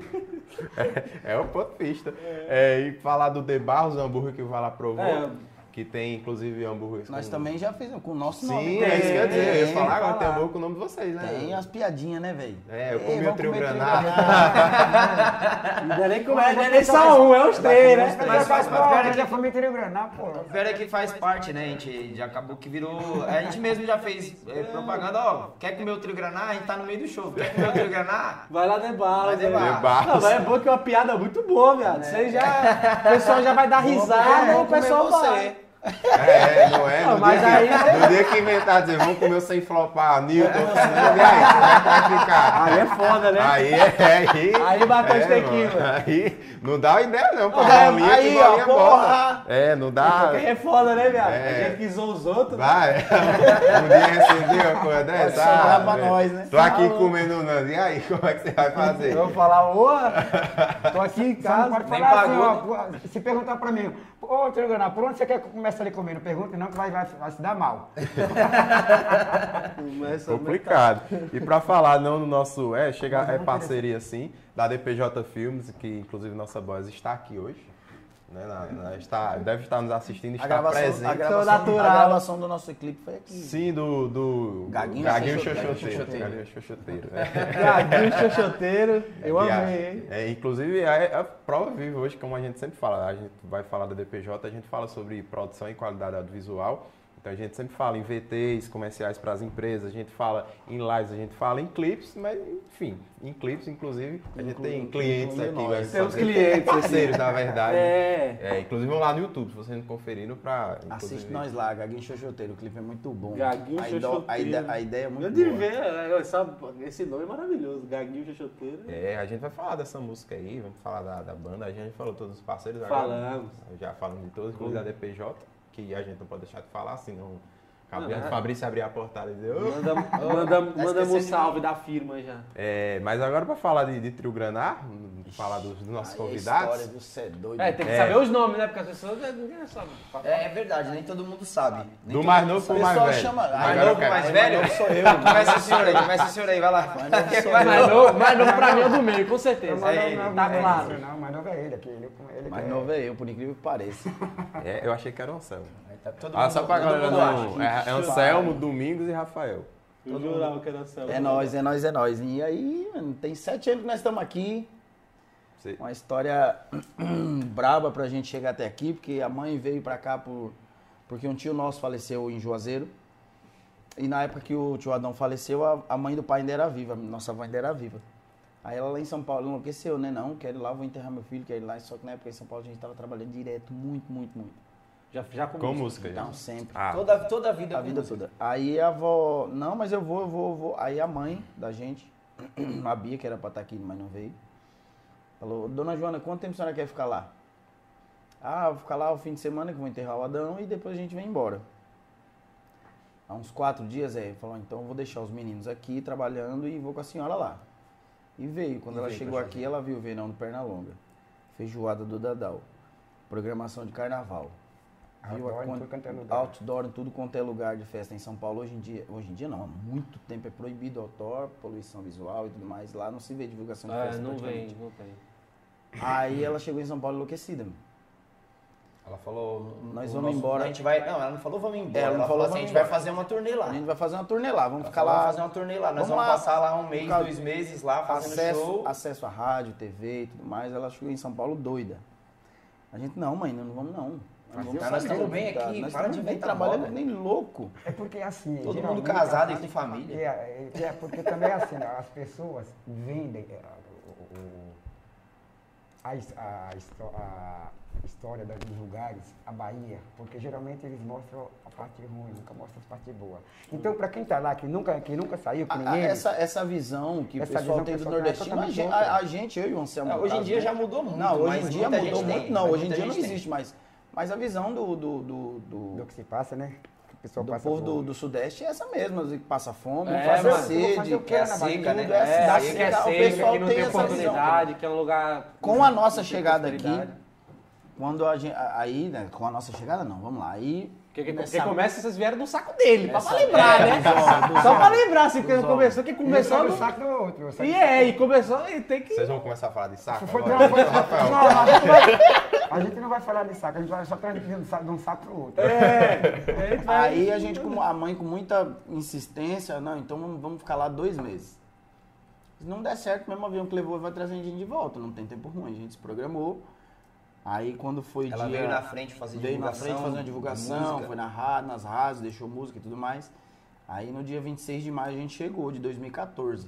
D: É o ponto de vista. É, e falar do De Barros, hambúrguer que o Vala provou.
C: É,
D: que tem inclusive hambúrguer.
B: Nós
D: com...
B: também já fizemos com o nosso nome.
D: Sim,
B: Tem,
D: é isso que eu ia dizer. Eu ia
B: tem,
D: falar agora,
B: tem
D: tem
B: lá.
D: hambúrguer com o nome de vocês, né?
B: Tem as piadinhas, né, velho?
D: É, eu
B: Ei,
D: comi o
B: vamos
D: trio
B: comer
D: granada.
C: Não é nem, como é, não é nem só um, é os três, né?
F: Mas faz
E: mas
F: parte,
E: pera
F: que a família teria granar, pô.
E: O pior é que faz parte, né? A gente já acabou que virou. A gente mesmo já fez é, propaganda, ó. Quer comer o trio graná? A gente tá no meio do show. Quer comer o trio graná?
C: Vai lá de bala,
E: Vai de
C: velho.
E: bala.
D: De bala.
C: Não, mas é bom que é uma piada muito boa, viado. Você já. O pessoal já vai dar risada, o pessoal vai.
D: É, não é?
C: Não,
D: No,
C: mas
D: dia
C: aí-
D: que, no dia que inventar, dizer, vamos comer sem flopar, Newton, e aí, como é que vai ficar?
C: Aí é foda, né?
D: Aí é, aí...
C: Aí bateu os
D: é,
C: tequila.
D: mano, Aí não dá ideia não, pô.
B: Aí,
D: Bolinha que
B: aí, ó,
D: bolinha
B: porra.
D: bota. É, não dá...
C: Aí é foda, né, viado?
D: É.
C: A gente que zoou os outros. né?
D: Vai, um dia recebeu uma coisa dessa,
B: sobrar
D: ah,
B: pra
D: velho,
B: nós, né?
D: Tô aqui comendo nada, e aí, como é que você vai fazer?
C: Eu vou falar, ô, tô aqui em
F: Você não
C: casa.
F: pode
E: nem
F: falar assim,
E: pagou,
F: ó, se perguntar pra mim, ô, trio graná, por onde você quer começar ali comendo? Pergunta não, que vai, vai, vai se dar mal.
C: Começa
D: Complicado. E pra falar não no nosso, é, chega, é parceria sim, da D P J Filmes, que inclusive nossa voz está aqui hoje, né, na- na- está, deve estar nos assistindo,
B: A
D: está
B: gravação,
D: presente.
B: a, gravação,
C: natural.
B: a gravação do nosso clipe foi aqui.
D: Sim, do, do
B: Gaguinho
D: Gaguinho
B: Xoxoteiro.
D: Xoxoteiro. Gaguinho Xoxoteiro.
C: Gaguinho xoxoteiro. Eu
D: É,
C: amei, hein?
D: é, inclusive, é a prova viva hoje, como a gente sempre fala, a gente vai falar da D P J, a gente fala sobre produção e qualidade audiovisual. Então a gente sempre fala em V Ts, comerciais para as empresas, a gente fala em lives, a gente fala em clipes, mas enfim, em clipes, inclusive, a gente
B: Inclui-
D: tem clientes
B: inclui
D: aqui.
B: nós.
D: vai
C: Tem os
D: fazer-
C: clientes,
D: parceiros, na verdade.
C: É.
D: É, inclusive vão lá no YouTube, se vocês não conferiram, para.
B: Assiste nós lá, Gaguinho Xoxoteiro, o clipe é muito bom.
C: Gaguinho
B: a, ido-
C: Xoxoteiro.
B: a, ide- a ideia é muito
C: Eu de
B: boa.
C: ver, é, essa- esse nome é maravilhoso. Gaguinho xoxoteiro.
D: É, a gente vai falar dessa música aí, vamos falar da, da banda, a gente falou todos os parceiros agora.
C: Falamos.
D: Já falamos de todos, inclusive da D P J, que a gente não pode deixar de falar, senão
C: Não,
D: cabe
C: é.
D: a Fabrício abrir a portada e dizer. "Ô".
C: Manda, manda, manda um
E: esquecendo de
C: salve da firma já.
D: É, mas agora para falar de, de Trio Graná, falar dos, dos nossos
B: Aí a
D: convidados.
B: história do cê é doido.
C: É, tem que
D: É.
C: saber os nomes, né? Porque as pessoas ninguém sabe.
E: É, é verdade, nem todo mundo sabe. Nem
D: Do
E: todo
D: mais
E: mundo
D: novo
E: sabe.
D: pro mais
B: pessoal
D: velho.
B: chama-
D: Agora
E: Mais
D: eu
E: novo,
D: quero-
E: mais velho?
B: sou eu.
E: Começa o senhor aí, começa o senhor aí, vai lá.
C: Mais novo, mais novo pra mim é o do meio, com certeza.
F: Mas
C: É,
F: não, não,
C: tá
F: não é
C: claro.
F: isso, não, mas não é ele aqui. Ele, ele
B: Mais
F: é-
B: novo é eu, por incrível que pareça.
D: É, eu achei que era o Anselmo.
E: Todo
D: Ah,
E: mundo,
D: só pra
E: todo
D: galera
E: mundo
D: não.
E: acha.
D: É, é Anselmo, Domingos e Rafael.
C: Eu jurava que era o céu.
B: É nóis, é nóis, é nóis. E aí, mano, tem sete anos que nós estamos aqui.
D: Você-
B: Uma história braba pra gente chegar até aqui, porque a mãe veio pra cá por, porque um tio nosso faleceu em Juazeiro. E na época que o tio Adão faleceu, a, a mãe do pai ainda era viva, nossa avó ainda era viva. Aí ela lá em São Paulo enlouqueceu, né? Não, quero ir lá, vou enterrar meu filho, quero ir lá. Só que na época em São Paulo a gente tava trabalhando direto, muito, muito, muito.
C: Já, já
D: Com
C: começou.
D: música, já.
B: Então, sempre.
D: Ah,
E: Toda, toda a vida.
B: A
E: com
B: vida
E: música.
B: toda. Aí a avó, não, mas eu vou, eu vou, eu vou. Aí a mãe da gente, a Bia, que era pra estar aqui, mas não veio, falou, dona Joana, quanto tempo a senhora quer ficar lá? Ah, vou ficar lá o fim de semana que eu vou enterrar o Adão e depois a gente vem embora. Há uns quatro dias, é, falou, então eu vou deixar os meninos aqui trabalhando e vou com a senhora lá. E veio. Quando
E: E
B: ela
E: veio
B: chegou
E: pra
B: aqui, ela viu o Verão do Pernalonga, feijoada do Dadal, programação de carnaval. Viu a
F: Outdoor em
B: quan-
F: tudo quanto é lugar.
B: outdoor em tudo quanto é lugar de festa em São Paulo. Hoje em dia, hoje em dia não, há muito tempo é proibido outdoor, poluição visual e tudo mais. Lá não se vê divulgação de
C: Ah,
B: festa
C: não
B: praticamente.
C: vem, não tem.
B: Aí ela chegou em São Paulo enlouquecida. Meu.
E: Ela falou.
B: Nós
E: o
B: vamos
E: nosso-
B: embora.
E: A gente vai. Não, ela não falou vamos embora.
B: Ela
E: Ela,
B: não
E: falou
B: falou,
E: assim: a
B: vamos
E: gente vai
B: embora.
E: fazer uma turnê lá.
B: A gente vai fazer uma turnê lá, vamos
E: Ela
B: ficar
E: falou,
B: lá.
E: Vamos fazer uma turnê lá. Nós
B: Vamos
E: vamos,
B: lá.
E: passar lá um mês,
B: Por causa-
E: dois meses lá fazendo
B: acesso,
E: show.
B: acesso à rádio, T V e tudo mais. Ela chegou em São Paulo doida. A gente, não, mãe, não vamos não. Nós vamos
E: Cara, nós
B: sair,
E: estamos bem
B: tá?
E: aqui,
B: Nós
E: para de
B: estamos bem
E: inventar
B: trabalhando
E: moda.
B: nem louco.
F: É porque assim.
E: Todo mundo
F: geralmente,
E: casado e
F: a-
E: com família.
F: É, é, é porque também é assim, as pessoas vendem é, o- o- a, his- a histó- a história da- dos lugares, a Bahia, porque geralmente eles mostram a parte ruim, nunca mostram as partes boas. Então, para quem está lá, que nunca, que nunca saiu, que
B: A-
F: nem
B: a-
F: ele,
B: essa, essa visão que
F: Essa
B: o pessoal
F: visão
B: tem
F: que
B: do
F: o pessoal tem é
B: nordestino, a
F: totalmente
B: gente,
F: outra.
B: a, a gente, eu e o Anselmo.
E: Ah,
B: no
E: hoje em
B: caso,
E: dia
B: né?
E: já mudou muito,
B: Não, hoje
E: mas
B: em dia
E: muita
B: mudou
E: gente
B: muito,
E: tem,
B: não.
E: mas
B: Hoje em
E: muita
B: dia não
E: gente tem.
B: existe mais. Mas a visão do, do, do, do-
F: do que se passa, né? Que o pessoal
B: do
F: passa
B: povo
F: por-
B: do, do Sudeste é essa mesma, que passa fome,
C: É,
B: passa
C: mano,
B: sede,
F: fazer o quê
B: quer
F: na
B: seca,
F: Bahia,
B: né?
F: né?
B: É,
C: É,
B: cidade
C: aqui que é
B: seca, o
C: seca,
B: pessoal
C: que não
B: tem
C: tem
B: essa visão.
C: oportunidade, que é um lugar...
B: Com a nossa
C: não tem
B: chegada aqui,
C: prosperidade.
B: quando a gente, aí, né, com a nossa chegada não, vamos lá, aí
C: Porque, porque
B: Nessa-
C: começa, vocês vieram do saco dele, só pra
B: Essa-
C: lembrar,
B: é,
C: né?
B: dos ovos, dos
C: Só pra
B: ovos.
C: lembrar, assim, porque
B: Dos
C: começou, que começou...
F: Começou no
C: no-
F: saco do outro. saco
C: E
F: do
C: é, e começou, e tem que...
D: Vocês vão começar a falar de saco
F: Foi-
D: agora?
F: não, foi-
D: Rafael.
F: não, a, gente vai, a gente não vai falar de saco, a gente vai só transmitir de um saco, de um saco pro outro.
C: É, a gente vai-
B: Aí a gente, com a mãe com muita insistência, não, então vamos, vamos ficar lá dois meses. Se não der certo, mesmo avião que levou vai trazer a gente de volta, não tem tempo ruim. A gente se programou. Aí quando foi
E: Ela
B: dia...
E: veio na frente fazer
B: Veio na
E: divulgação.
B: frente fazer uma
E: de
B: divulgação,
E: música.
B: foi na rádio, nas rádios, deixou música e tudo mais. Aí no dia vinte e seis de maio a gente chegou, de dois mil e quatorze.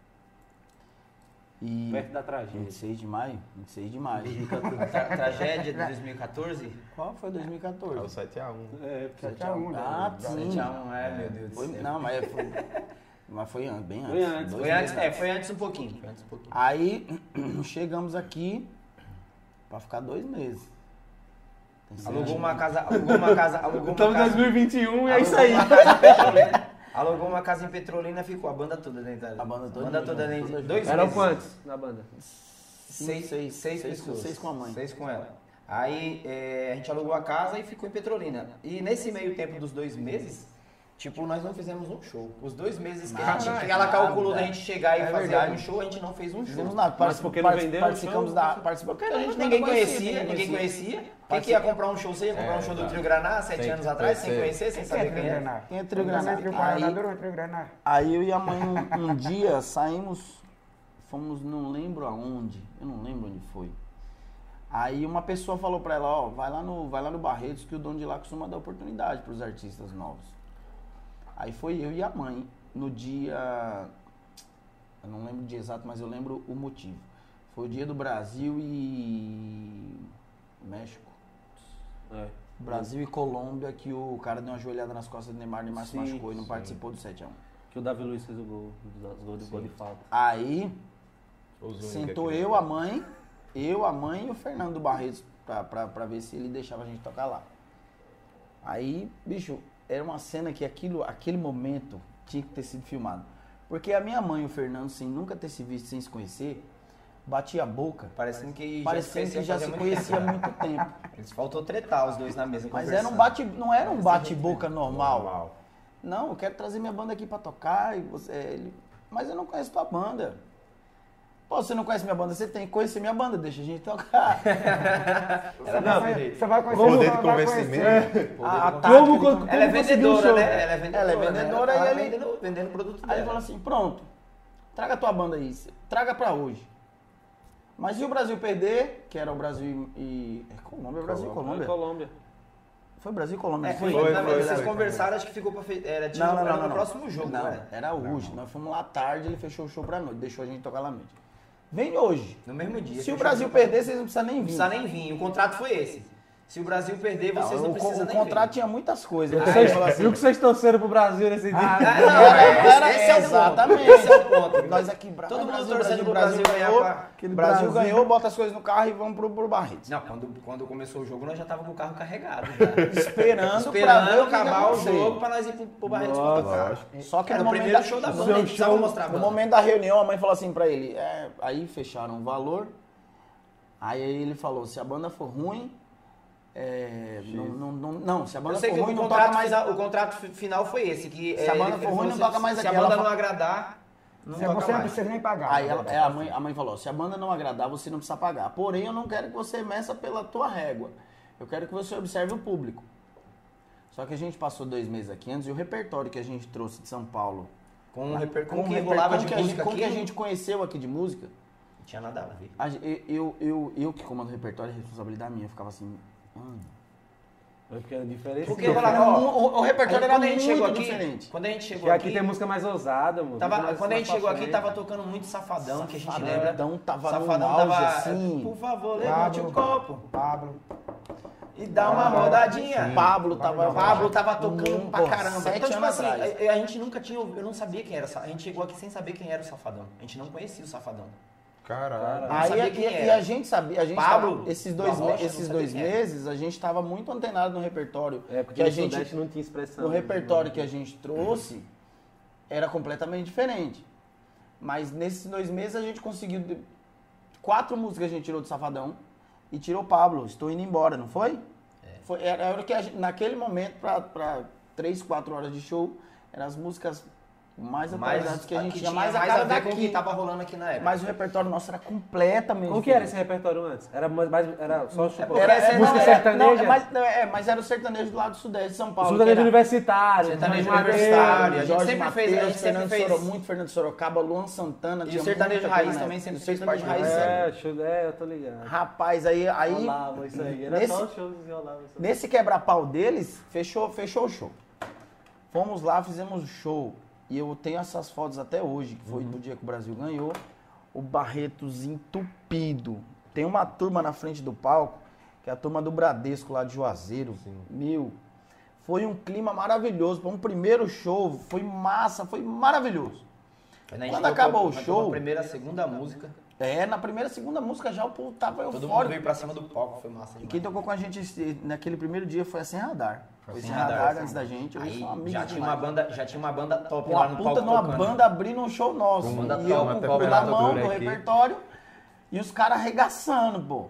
B: E...
C: Perto da tragédia.
B: vinte e seis de maio? vinte e seis de maio.
E: Tra- Tragédia de dois mil e quatorze?
B: Qual foi dois mil e
D: É o
B: quatorze?
D: sete a um.
C: É,
F: sete a um, né?
B: Ah, sim.
E: sete a um, é, meu Deus do
B: Foi,
E: céu.
B: não, mas foi, mas foi antes, bem antes.
C: Foi antes,
B: dois
E: Foi
B: meses
E: antes, é, foi antes um pouquinho. Foi antes um pouquinho.
B: Aí chegamos aqui pra ficar dois meses. Tem sete
E: Alugou uma
B: anos.
E: casa, alugou uma casa, alugou uma
C: Estamos em
E: casa.
C: dois mil e vinte e um e é
E: alugou
C: isso aí.
E: uma casa em Petrolina. Alugou uma casa em Petrolina, ficou a banda toda dentro.
B: A banda toda
E: A banda
B: junto,
E: toda dentro.
B: toda junto.
E: Dois
C: Eram
E: meses.
C: quantos na banda?
E: Seis,
B: Seis,
E: seis,
B: seis com-
E: pessoas.
B: seis com a mãe.
E: Seis com ela. Aí é, a gente alugou a casa e ficou em Petrolina. E nesse meio tempo dos dois meses, tipo, nós não fizemos um show. Os dois meses que, a
B: Nada,
E: gente, que ela calculou
B: nada.
E: da gente chegar e
B: É
E: fazer
B: verdade.
E: um show, a gente não fez um show.
B: Fizemos nada,
C: Mas
B: particip-
C: porque não
B: partic-
C: vendeu o
B: participamos
C: show?
B: da. Participamos porque
E: A gente, ninguém conhecia, ninguém conhecia. Quem que ia comprar um show? Você ia comprar
D: É,
E: um show do
D: tá.
E: Trio Graná sete
D: Tem
E: anos
D: que
E: atrás, sem
D: conhecer.
E: conhecer, sem saber quem era?
B: Quem é Trio Graná?
F: Trio
B: Aí-
F: Paraná, adorou Trio Graná.
B: Aí eu e a mãe um, um dia saímos, fomos, não lembro aonde, eu não lembro onde foi. Aí uma pessoa falou pra ela, ó, vai lá no, vai lá no Barretos que o dono de lá costuma dar oportunidade pros artistas novos. Aí foi eu e a mãe, no dia, eu não lembro o dia exato, mas eu lembro o motivo. Foi o dia do Brasil e México.
C: É.
B: Brasil e Colômbia, que o cara deu uma joelhada nas costas do Neymar, o Neymar se
C: Sim,
B: machucou e não
C: sim.
B: participou do sete a um.
C: Que o Davi Luiz fez o gol, os gols de gol de falta.
B: Aí
D: Os únicos
B: sentou
D: aqui, né?
B: eu, a mãe, eu, a mãe e o Fernando Barretos pra, pra, pra ver se ele deixava a gente tocar lá. Aí, bicho, era uma cena que aquilo, aquele momento tinha que ter sido filmado. Porque a minha mãe e o Fernando, sem nunca ter se visto, sem se conhecer, batia a boca,
E: Parecendo que
B: parecendo que já se conhecia há muito tempo.
E: Eles faltou tretar os dois na mesa.
B: Mas era um
E: conversando.
B: bate, não era um bate-boca normal.
D: Normal.
B: Não, eu quero trazer minha banda aqui pra tocar. E você, ele, mas eu não conheço tua banda. Pô, você não conhece minha banda? Você tem que conhecer minha banda, deixa a gente tocar.
F: Você
E: Não,
F: vai, você vai conhecer.
D: Poder de
F: vai conhecer.
D: convencimento.
B: A- a
C: Como,
B: tática de
C: como,
B: con-
C: como
E: Ela é
C: conseguiu o
E: vendedora,
C: show?
E: né? Ela é vendedora.
B: Ela é vendedora
E: né? Ela
B: e
E: tá
B: ele-
E: vendendo, vendendo o produto
B: Aí
E: dela.
B: ele falou assim, pronto, traga tua banda aí, traga pra hoje. Mas se o Brasil perder, que era o Brasil e... É Colômbia, Brasil e Colômbia.
C: Colômbia.
B: Foi Brasil e Colômbia,
E: É,
B: não
E: foi,
B: foi?
E: na-
D: foi,
E: vocês
D: foi,
E: conversaram, acho que ficou pra fe... era, tinha,
B: Não, não,
E: era
B: não,
E: no
B: não, não.
E: próximo jogo,
B: Não,
E: né?
B: era hoje. Nós fomos lá tarde, ele fechou o show pra noite, deixou a gente tocar lá à noite. Vem hoje.
E: No mesmo dia.
B: Se o
E: fechou
B: Brasil
E: pra-
B: perder, vocês não precisam nem
E: Não
B: vir.
E: precisa nem vir. O contrato foi esse. Se o Brasil perder, vocês não,
B: o,
E: precisam
B: o
E: nem
B: contrato
E: vir.
B: tinha muitas coisas.
C: Viu
B: Aí ele falou assim,
C: que vocês torceram pro Brasil nesse dia?
E: Ah, não,
B: Era-
E: é,
B: era-
E: esse é o
B: exatamente.
E: ponto. Esse é o ponto.
B: Nós aqui, Bra-
E: Todo mundo
B: Brasil,
E: torcendo
B: Brasil,
E: pro Brasil ganhar
B: ganhou,
E: pra-
B: Brasil, Brasil ganhou, bota as coisas no carro e vamos pro, pro Barretos.
E: Não, quando, quando começou o jogo, nós já tava com o carro carregado. já.
B: Esperando, pra ver
E: Esperando
B: o que que ia
E: acabar o
B: acontecer.
E: jogo pra nós ir pro, pro Barretos pra tocar.
B: Só que
E: Era
B: no
E: o
B: momento
E: primeiro
B: da-
E: show da
B: no
E: banda, a gente precisava mostrar a
B: No
E: banda.
B: momento da reunião, a mãe falou assim pra ele, é, aí fecharam o valor, aí ele falou, se a banda for ruim, é, não, não, não, não, se a
E: Eu
B: banda
E: sei
B: for
E: que
B: ruim,
E: o
B: não
E: contrato,
B: toca mais...
E: mais, o contrato fi- final foi esse. Que,
B: Se a
E: é,
B: banda
E: ele-
B: for
E: ele
B: ruim,
E: falou
B: não
E: assim,
B: toca mais
E: Se
B: aqui.
E: a banda
B: Ela
E: não
B: fa-
E: agradar, não
F: Você,
E: toca
F: você não
E: mais.
F: precisa nem pagar.
B: Aí ela, é, a, mãe, a mãe falou, se a banda não agradar, você não precisa pagar. Porém, eu não quero que você meça pela tua régua. Eu quero que você observe o público. Só que a gente passou dois meses aqui antes e o repertório que a gente trouxe de São Paulo,
E: Com o reper... com
B: com
E: o
B: o
E: que
B: reper-
E: rolava
B: com
E: de
B: que a gente-
E: música
B: com
E: aqui,
B: que a gente conheceu aqui de música,
E: não tinha nada a ver.
B: a ge- eu, eu, eu que comando o repertório, é responsabilidade minha. Eu ficava assim, mano...
C: Porque era diferente.
E: Porque,
B: Porque
E: rolava,
B: era
E: ó,
B: mu- o, o repertório
E: aí,
B: era
E: quando a gente
B: muito
E: chegou aqui,
B: diferente.
E: Quando a gente chegou
C: Porque aqui
E: aqui,
C: tem música mais ousada, mano.
E: tava,
C: mais-
E: quando a
C: mais
E: gente chegou
C: pra
E: aqui,
C: frente.
E: tava tocando muito Safadão, que a gente
B: Safadão
E: lembra.
B: tava no
E: Safadão
B: auge,
E: tava,
B: assim.
E: por favor, levante o copo
F: Pablo.
E: e dá uma rodadinha.
B: Pablo tava...
E: Pablo tava tocando
B: Hum,
E: pra
B: porra,
E: caramba.
B: sete
E: Então, tipo
B: anos
E: assim,
B: atrás.
E: a, a gente nunca tinha, ouvido- eu não sabia quem era, o Sa- a gente chegou aqui sem saber quem era o Safadão. A gente não conhecia o Safadão.
D: Caralho.
E: não
B: Aí,
E: sabia
B: e,
E: quem
B: e
E: era.
B: a gente sabia, a gente
E: Pablo,
B: tava- esses
E: da
B: dois, me-
E: Rocha, não
B: esses
E: sabia
B: dois
E: quem era.
B: meses, a gente tava muito antenado no repertório.
C: É, porque
B: que a
C: no
B: gente,
C: Sudeste não tinha expressão.
B: no
C: né?
B: repertório que a gente trouxe, era completamente diferente. Mas nesses dois meses a gente conseguiu, de- quatro músicas a gente tirou do Safadão e tirou Pablo, Estou Indo Embora, não foi? Foi, era, era o que a gente, naquele momento, para três, quatro horas de show, eram as músicas mais atualizadas que a gente tinha, mais a
E: mais
B: cara
E: a ver com o
B: daqui.
E: que tava rolando aqui na época.
B: Mas o repertório nosso era completamente
C: Como que era esse
B: diferente.
C: repertório antes? Era, mais, mais- era só tipo,
B: Era, é,
C: música
B: não, é,
C: sertaneja?
B: não, mas, não, é, mas era o sertanejo do lado do sudeste de São Paulo.
C: sertanejo
B: que era
C: universitário.
E: Sertanejo
C: Jorge
E: universitário.
C: Mateus.
E: A gente
B: Jorge
E: sempre fez, a
B: Mateus,
E: gente sempre
B: Fernando
E: fez.
B: Soro- muito Fernando Sorocaba, Luan Santana.
E: E
B: tinha
E: o sertanejo
B: muita
E: raiz
B: coisa,
E: também
B: né?
E: sempre
B: O
E: fez
B: sertanejo
E: parte
B: raiz
E: do-
C: É,
B: sempre.
C: show, é, eu tô ligado.
B: Rapaz, aí, aí
C: Rolava isso aí. Era
B: nesse-
C: só os shows que rolavam isso aí.
B: nesse quebra-pau deles, fechou, fechou o show. Fomos lá, fizemos o show. E eu tenho essas fotos até hoje, que foi do dia que o Brasil ganhou. O Barretos entupido. Tem uma turma na frente do palco, que é a turma do Bradesco lá de Juazeiro. Meu, foi um clima maravilhoso. Para um primeiro show, foi massa, foi maravilhoso.
E: Quando, a gente
B: Quando
E: tocou-
B: acabou o
E: nós tocamos
B: show-
E: A primeira, a segunda música.
B: É, na primeira, segunda música já o povo tava
E: Todo mundo
B: eufórico.
E: veio pra cima do palco, foi massa
B: E
E: demais.
B: quem tocou com a gente esse- naquele primeiro dia foi a Sem Radar. Foi
E: Sem
B: Sem Radar,
E: Radar,
B: antes da gente. Hoje
E: Aí
B: são amigos
E: já tinha,
B: demais.
E: uma banda, já tinha uma banda top
B: Com
E: lá
B: a
E: no
B: puta
E: palco
B: numa
E: tocando.
B: banda abrindo um show nosso.
E: Com banda
B: e
E: top,
B: eu
E: uma
B: com o copo na
D: temperatura
B: mão do
D: aqui.
B: repertório e os caras arregaçando, pô.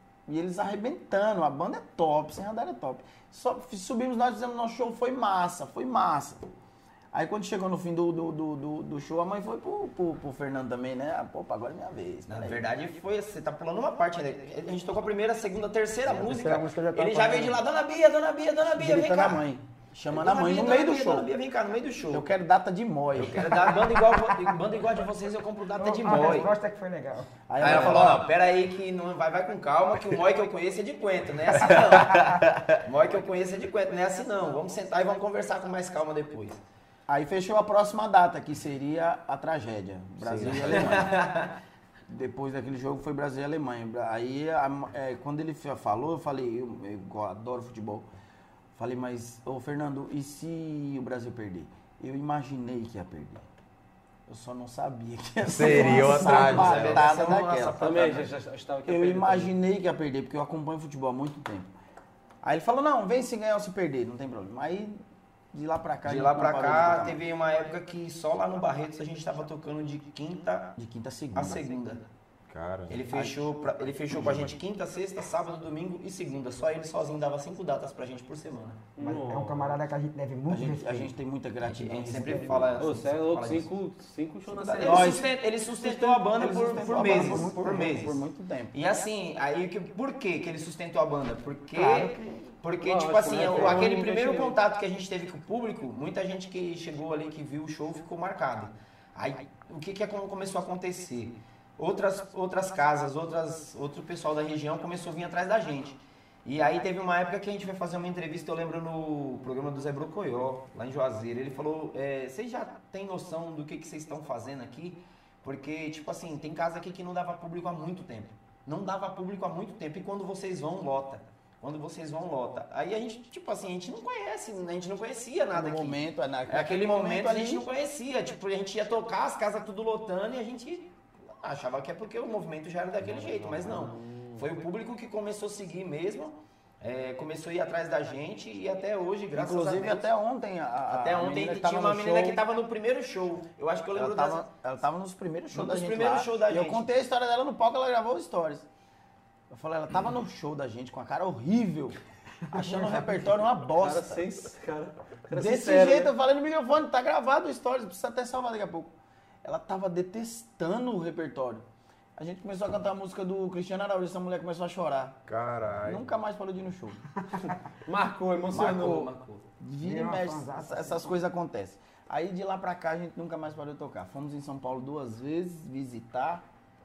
B: E eles arrebentando. A banda é top, Sem Radar é top. Só subimos, nós fizemos nosso show, foi massa, foi massa. Aí quando chegou no fim do, do, do, do- do show, a mãe foi pro, pro, pro Fernando também, né? Ah, pô, agora é minha vez.
E: Na
B: peraí.
E: verdade, foi, você tá pulando uma parte ainda. A gente tocou a primeira, a segunda, a terceira música.
F: terceira música já tava
E: Ele já veio de lá, Dona Bia, Dona Bia, Dona Bia, vem
B: Gritando
E: cá.
B: a mãe. Chamando a
E: Dona
B: mãe
E: Bia,
B: no
E: Dona
B: meio do
E: Bia,
B: show.
E: Dona Bia, vem cá, no meio do show.
B: Eu quero data de mói.
E: Quero dar banda igual, banda igual de vocês, eu compro data de
F: A
E: mói.
F: resposta é que foi legal.
B: Aí,
E: Aí
B: a
E: ela
B: mãe
E: falou, ó, pera aí que não, vai, vai com calma, que o mói que eu conheço é de Coentro, não é assim não. O mói que eu conheço é de Coentro, não é assim não. Vamos sentar e vamos conversar com mais calma depois.
B: Aí fechou a próxima data, que seria a tragédia. Brasil e Alemanha. Depois daquele jogo foi Brasil e Alemanha. Aí, a- é, quando ele fa- falou, eu falei, eu, eu adoro futebol. Falei, mas, ô Fernando, e se o Brasil perder? Eu imaginei que ia perder. Eu só não sabia que ia ser
D: Seria uma tragédia.
B: patada
E: Uma
B: daquela.
C: Também, já, já, já estava aqui.
B: Eu imaginei que ia perder, porque eu acompanho futebol há muito tempo. Aí ele falou, não, vem se ganhar ou se perder, não tem problema. Aí, de lá pra cá... a
E: De
B: gente
E: lá
B: não
E: pra
B: parou de
E: cá,
B: tocar
E: teve uma época que só lá no Barretos a gente tava tocando de quinta
B: mais. De quinta a segunda.
E: a segunda.
D: Cara,
E: Ele fechou, pra- ele fechou com a gente quinta, sexta, sábado, domingo e segunda. Só ele sozinho dava cinco datas pra gente por semana.
F: Mas é um camarada que a gente deve
B: A
F: muito
B: gente, a
F: respeito.
B: gente tem muita
E: A
B: gratidão.
E: gente sempre
B: respeito.
E: fala.
C: Ô, você é louco,
E: fala disso.
C: cinco, cinco shows na
E: Ele,
C: semana.
B: Nós-
E: sustenta- ele sustentou a banda
B: Ele
E: por,
B: sustentou
E: por
B: a banda
E: meses.
B: por muito
E: Por
B: tempo,
E: meses.
B: por muito tempo.
E: E assim, aí que, por que que ele sustentou a banda? Porque,
F: Claro que-
E: porque
C: Lógico,
E: tipo assim,
C: né?
E: o-
C: Foi um
E: aquele primeiro
C: investimento.
E: contato que a gente teve com o público, muita gente que chegou ali, que viu o show, ficou marcado. Aí, o que que acon- começou a acontecer? Outras, outras casas, outras, outro pessoal da região começou a vir atrás da gente. E aí teve uma época que a gente foi fazer uma entrevista, eu lembro no programa do Zé Brocoió, lá em Juazeiro. Ele falou, é, vocês já têm noção do que, que vocês estão fazendo aqui? Porque, tipo assim, tem casa aqui que não dava público há muito tempo. Não dava público há muito tempo. E quando vocês vão, lota. Quando vocês vão, lota. Aí a gente, tipo assim, a gente não conhece, a gente não conhecia nada
B: No
E: aqui.
B: momento, na,
E: Naquele momento a gente não conhecia. Tipo, a gente ia tocar, as casas tudo lotando e a gente achava que é porque o movimento já era daquele jeito, mas não. Foi o público que começou a seguir mesmo, é, começou a ir atrás da gente e até hoje, graças
B: Inclusive,
E: a Deus.
B: até ontem, a, a
E: até
B: a
E: ontem
B: menina que
E: tinha
B: tava
E: uma
B: no
E: menina
B: show,
E: que estava no primeiro show. Eu acho que eu lembro
B: ela
E: das-
B: tava, ela tava nos primeiros shows
E: Um
B: da
E: dos
B: gente
E: primeiros
B: lá,
E: shows da
B: e eu
E: gente.
B: contei a história dela no palco, ela gravou stories. Eu falei, ela tava no show da gente com a cara horrível, achando o repertório uma
C: Cara,
B: bosta.
C: sem, cara, cara
B: Desse
C: sincero,
B: jeito,
C: né?
B: eu falei no microfone, tá gravado o stories, precisa até salvar daqui a pouco. Ela tava detestando o repertório. A gente começou a cantar a música do Cristiano Araújo, essa mulher começou a chorar.
D: caralho.
B: Nunca mais parou de ir no show.
C: Marcou, emocionou.
B: Marcou. Vira e
F: Virou uma
B: mexe,
F: fanzaça,
B: essas- essas coisas acontecem. Aí de lá pra cá a gente nunca mais parou de tocar. Fomos em São Paulo duas vezes visitar.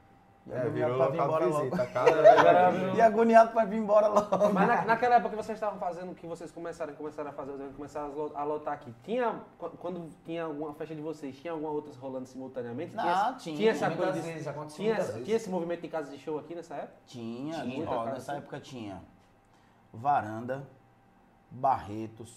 B: E
D: É,
B: agoniado
D: virou
B: pra vir
D: local
B: embora
D: de
B: logo.
D: visita, cara.
B: E agoniado pra vir embora logo.
C: Mas na- naquela época que vocês estavam fazendo, que vocês começaram, começaram a fazer os eventos, começaram a lo- a lotar aqui, tinha, qu- quando tinha alguma festa de vocês, tinha alguma outra rolando simultaneamente?
B: Não,
C: tinha,
B: tinha.
C: Tinha essa
E: Muitas
C: coisa de-
E: vezes, aconteceu
C: tinha,
E: muitas
C: essa-
E: vezes.
C: tinha esse movimento em casa de show aqui nessa época?
B: Tinha,
C: Tinha,
B: ó,
C: cara.
B: nessa época tinha Varanda, Barretos,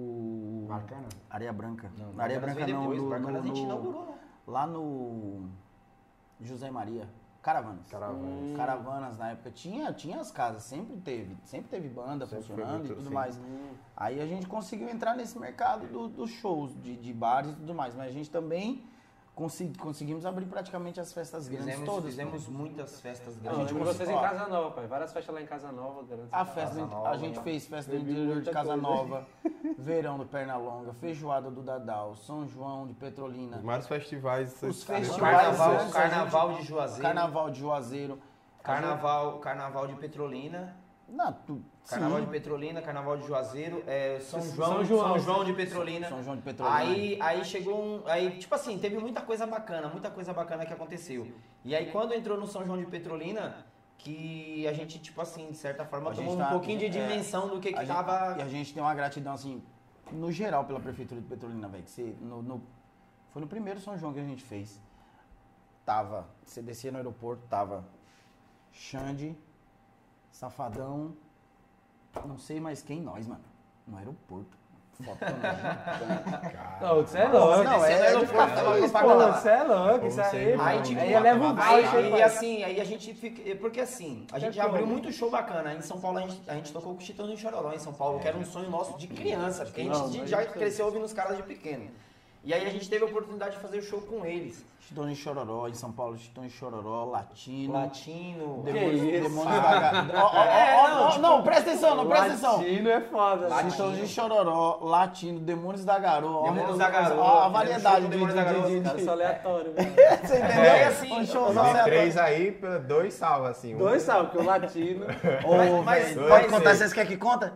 B: o
F: Bacana.
B: Areia Branca.
E: Não,
B: Na Areia
E: Barcanas
B: Branca
E: veio
B: não,
E: depois,
B: no-
E: Barcanas
B: no-
E: a gente
B: no-
E: inaugurou, né?
B: lá no José Maria, Caravanas.
D: Caravanas.
B: Caravanas na época tinha, tinha as casas, sempre teve, sempre teve banda
D: Sempre foi
B: funcionando
D: muito
B: e tudo
D: assim.
B: mais. Aí a gente conseguiu entrar nesse mercado do- dos shows, de, de bares e tudo mais, mas a gente também consegui- conseguimos abrir praticamente as festas grandes
E: Fizemos,
B: todas.
E: fizemos muitas festas
C: Não,
E: grandes.
C: eu lembro
B: conseguiu-
C: vocês em
B: ó.
C: Casa Nova, pai. Várias festas lá em Casa Nova. grandes.
B: A festa,
E: Casa
B: a
E: Nova,
B: gente
E: né?
B: fez festa do
C: Bebi
B: interior de
C: muita
B: Casa
C: coisa.
B: Nova, Verão do Pernalonga, Feijoada do Dadal, São João de Petrolina,
D: Os vários festivais.
B: Os
D: vocês-
B: festivais
E: Carnaval,
B: antes, a
E: Carnaval
B: gente-
E: de Juazeiro.
B: Carnaval de Juazeiro.
E: Carnaval, Carnaval de Petrolina.
B: Não, tu,
E: Carnaval
B: sim.
E: de Petrolina, Carnaval de Juazeiro, é, São,
C: São
E: João, São
C: João.
E: João, de Petrolina.
B: São João de Petrolina.
E: Aí, aí chegou um. Aí, tipo assim, teve muita coisa bacana, muita coisa bacana que aconteceu. E aí quando entrou no São João de Petrolina, que a gente, tipo assim, de certa forma,
B: A
E: tomou
B: gente
E: um
B: tá-
E: pouquinho de
B: é,
E: dimensão do que, que
B: a gente-
E: tava.
B: E a gente tem uma gratidão, assim, no geral, pela Prefeitura de Petrolina, velho. que você- no- no- Foi no primeiro São João que a gente fez. Tava, você descia no aeroporto, tava Xande, Safadão, não sei mais quem, nós, mano. No aeroporto. Fotando gigante.
C: Não, você é louco.
B: Não,
E: Você
B: é,
E: desceu no
B: é de ficar
E: aeroporto, tava
B: feliz,
E: com
C: Pô,
E: propaganda lá.
C: você é louco, isso
D: Você
C: aí,
D: é
C: mano.
E: Aí, tipo,
C: Aí eleva um
E: Aí,
C: baixo,
E: aí, assim, aí a gente fica. Porque assim, a gente já
C: como?
E: abriu muito show bacana. Em São Paulo a gente, a gente tocou com o Chitão e Chororó em São Paulo, que era um sonho nosso de criança, porque a gente,
C: Não,
E: a gente
C: mas
E: já
C: isso aí.
E: cresceu ouvindo os caras de pequeno. E aí a gente teve a oportunidade de fazer o show com eles.
B: Chitão e Chororó, em São Paulo, Chitão e Chororó, Latino.
E: Latino.
B: Demônios,
C: Que isso?
B: Demônios da Garoa. Ó, ó,
E: É,
B: ó,
E: não,
B: ó,
E: tipo,
B: não, presta atenção, não, presta atenção.
C: Latino é foda.
E: Latino.
B: Chitãozinho e Chororó, Latino, Demônios da Garoa. ó,
E: Demônios
B: ó,
E: da Garoa,
B: ó, A
E: fizemos
B: variedade
E: show com
B: de,
E: Demônios da
B: de,
E: Garoa,
B: de,
C: Os caras
B: de,
C: são aleatórios, velho.
B: Você entendeu?
E: É, assim,
B: um showzão
D: De
B: aleatório.
D: três aí, pra dois salva, assim. um-
C: Dois salve, porque o latino.
B: Ô,
E: Mas-
B: velho,
E: mas-
B: pode
E: mas-
B: contar, vocês querem que conta?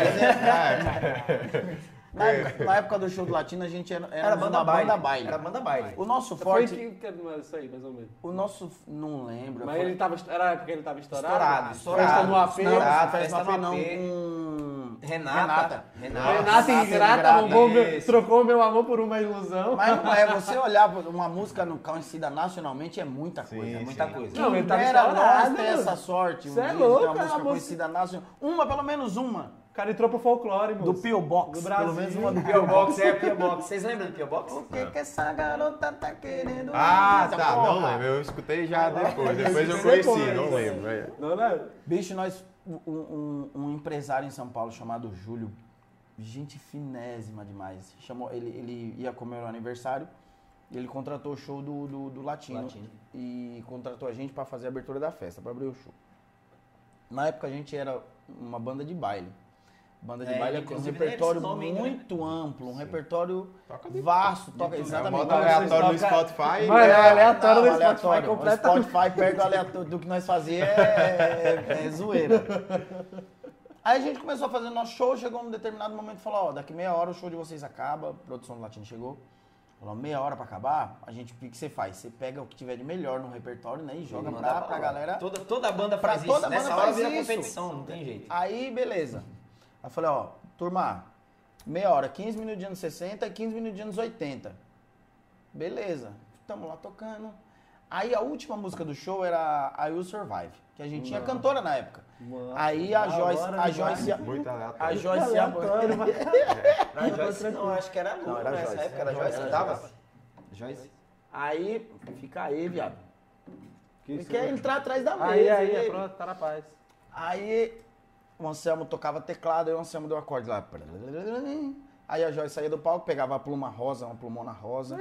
D: É,
B: Na, época, na época do show do Latino, a gente era,
E: Era
B: era
E: banda
B: uma
E: baile.
B: banda baile.
E: Era banda baile.
B: O nosso
C: Foi
B: forte,
C: que, que era isso aí, mais ou menos.
B: o nosso, não lembro.
C: Mas
B: foi-
C: ele tava, era porque ele tava estourado?
E: Estourado, estourado.
C: Festa no A P.
B: Não,
E: Estourado,
B: festa
E: festa
B: no A P
E: no
B: não,
E: A P.
B: com
E: Renata.
B: Renata.
E: Renata.
C: Renata Ingrata,
B: Ingrata,
C: roubou meu-
E: isso.
C: trocou meu amor por uma ilusão.
B: Mas não é, você olhar pra uma música no conhecida nacionalmente é muita coisa.
E: É muita coisa.
C: Não, ele tava
B: Quem dera
C: estourado,
B: nós ter
C: mano.
B: essa sorte, um
C: Cê é
B: dia de
C: louco,
B: ter
C: é
B: uma
C: uma
B: música
C: música-
B: conhecida nacional. Uma, pelo menos uma.
C: O cara entrou pro folclore, moço.
B: Do P O Box.
C: Do Brasil.
B: Pelo menos uma do P
E: P O
B: O
E: Box,
B: Box.
E: é P O Box. Vocês lembram do P O Box?
B: O que que essa garota tá querendo?
D: Ah,
B: Essa
D: tá,
B: porra?
D: não lembro. Eu escutei já depois. Depois eu
C: escutei
D: conheci,
C: depois.
D: não lembro. é.
C: Não, não.
B: Bicho, nós, um, um- um empresário em São Paulo chamado Júlio, gente finésima demais. Chamou, ele, ele ia comer o aniversário, ele contratou o show do, do, do Latino,
E: Latino.
B: e contratou a gente pra fazer a abertura da festa, pra abrir o show. Na época a gente era uma banda de baile. Banda de
E: É,
B: baile com um
E: inclusive,
B: repertório
E: tem esse nome ainda, né?
B: muito amplo, um repertório
D: Toca de
B: vasto, toca
D: É um
B: exatamente.
D: modo aleatório no Spotify.
C: Mano, é aleatório
B: Não,
C: no Spotify
B: aleatório.
C: completamente.
B: O Spotify perto do aleatório do que nós fazíamos é, é, é zoeira. Aí a gente começou a fazer nosso show, chegou num determinado momento e falou, ó, daqui meia hora o show de vocês acaba, a produção do Latino chegou. Falou, meia hora pra acabar, a gente, o que que você faz? Você pega o que tiver de melhor no repertório, né, e joga
E: Manda
B: pra,
E: pra
B: pra
E: lá.
B: galera.
E: Toda, toda banda
B: Pra
E: faz
B: toda
E: isso.
B: banda
E: Nessa hora
B: faz
E: vira
B: isso.
E: competição, não tem jeito.
B: Aí, beleza. Aí eu falei, ó, turma, meia hora, quinze minutos de anos sessenta e quinze minutos de anos oitenta. Beleza, tamo lá tocando. Aí a última música do show era I Will Survive, que a gente tinha cantora na época.
C: Mano,
B: Aí a
C: da
B: Joyce,
C: hora
B: a
C: demais.
B: Joyce,
D: Muito
B: a
D: aleatório.
B: Joyce,
C: Aleatório, mas-
E: Pra Joyce, não, acho que era
B: Não,
E: Lu,
B: era
E: nessa
B: Joyce.
E: época era
B: Era
E: Joyce,
B: Joyce.
E: tava? Joyce.
B: aí fica aí, viado.
C: Que
B: Ele
C: isso,
B: quer
C: né?
B: entrar atrás da mesa.
C: Aí, aí,
B: ele.
C: é pronto, tá na paz.
B: Aí o Anselmo tocava teclado, aí o Anselmo deu um acorde lá. Aí a Joyce saía do palco, pegava a pluma rosa, uma plumona rosa.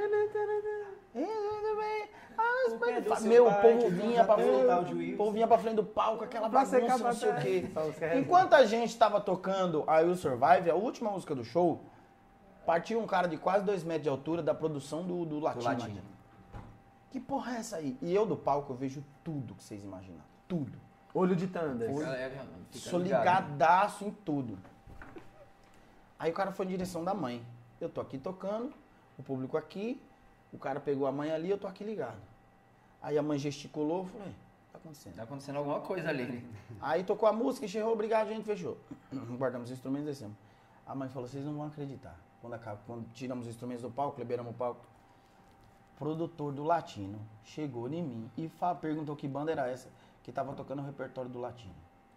E: Porque do seu
B: Meu, o
E: pai,
B: povo
E: te
B: vinha pra
E: perguntar o
B: frente,
E: juiz.
B: o povo vinha pra frente do palco, aquela
C: Pra ser
B: bagunça, não
C: capaz
B: sei o
C: de-
B: quê.
C: Só os caras-
B: Enquanto a gente tava tocando I Will Survive, a última música do show, partiu um cara de quase dois metros de altura da produção do, do Latino.
E: Latino.
B: Que porra é essa aí? E eu do palco, eu vejo tudo que vocês imaginam. Tudo.
C: Olho de Thunder.
B: Sou ligadaço em tudo. Aí o cara foi em direção da mãe. Eu tô aqui tocando, o público aqui, o cara pegou a mãe ali, eu tô aqui ligado. Aí a mãe gesticulou, eu falei, tá acontecendo.
E: Tá acontecendo alguma coisa ali.
B: Aí tocou a música, encerrou, obrigado, a gente fechou. Guardamos os instrumentos e descemos. A mãe falou, vocês não vão acreditar. Quando, acaba, quando tiramos os instrumentos do palco, liberamos o palco, o produtor do Latino chegou em mim e fa- perguntou que banda era essa que tava tocando o repertório do Latino.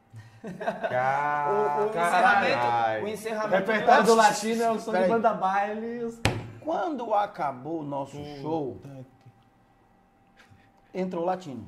E: O, o
D: Caralho.
E: encerramento, o
C: O
E: encerramento
C: repertório do Latino é o som de
B: Peraí.
C: banda baile. os-
B: Quando acabou o nosso show, entrou o Latino.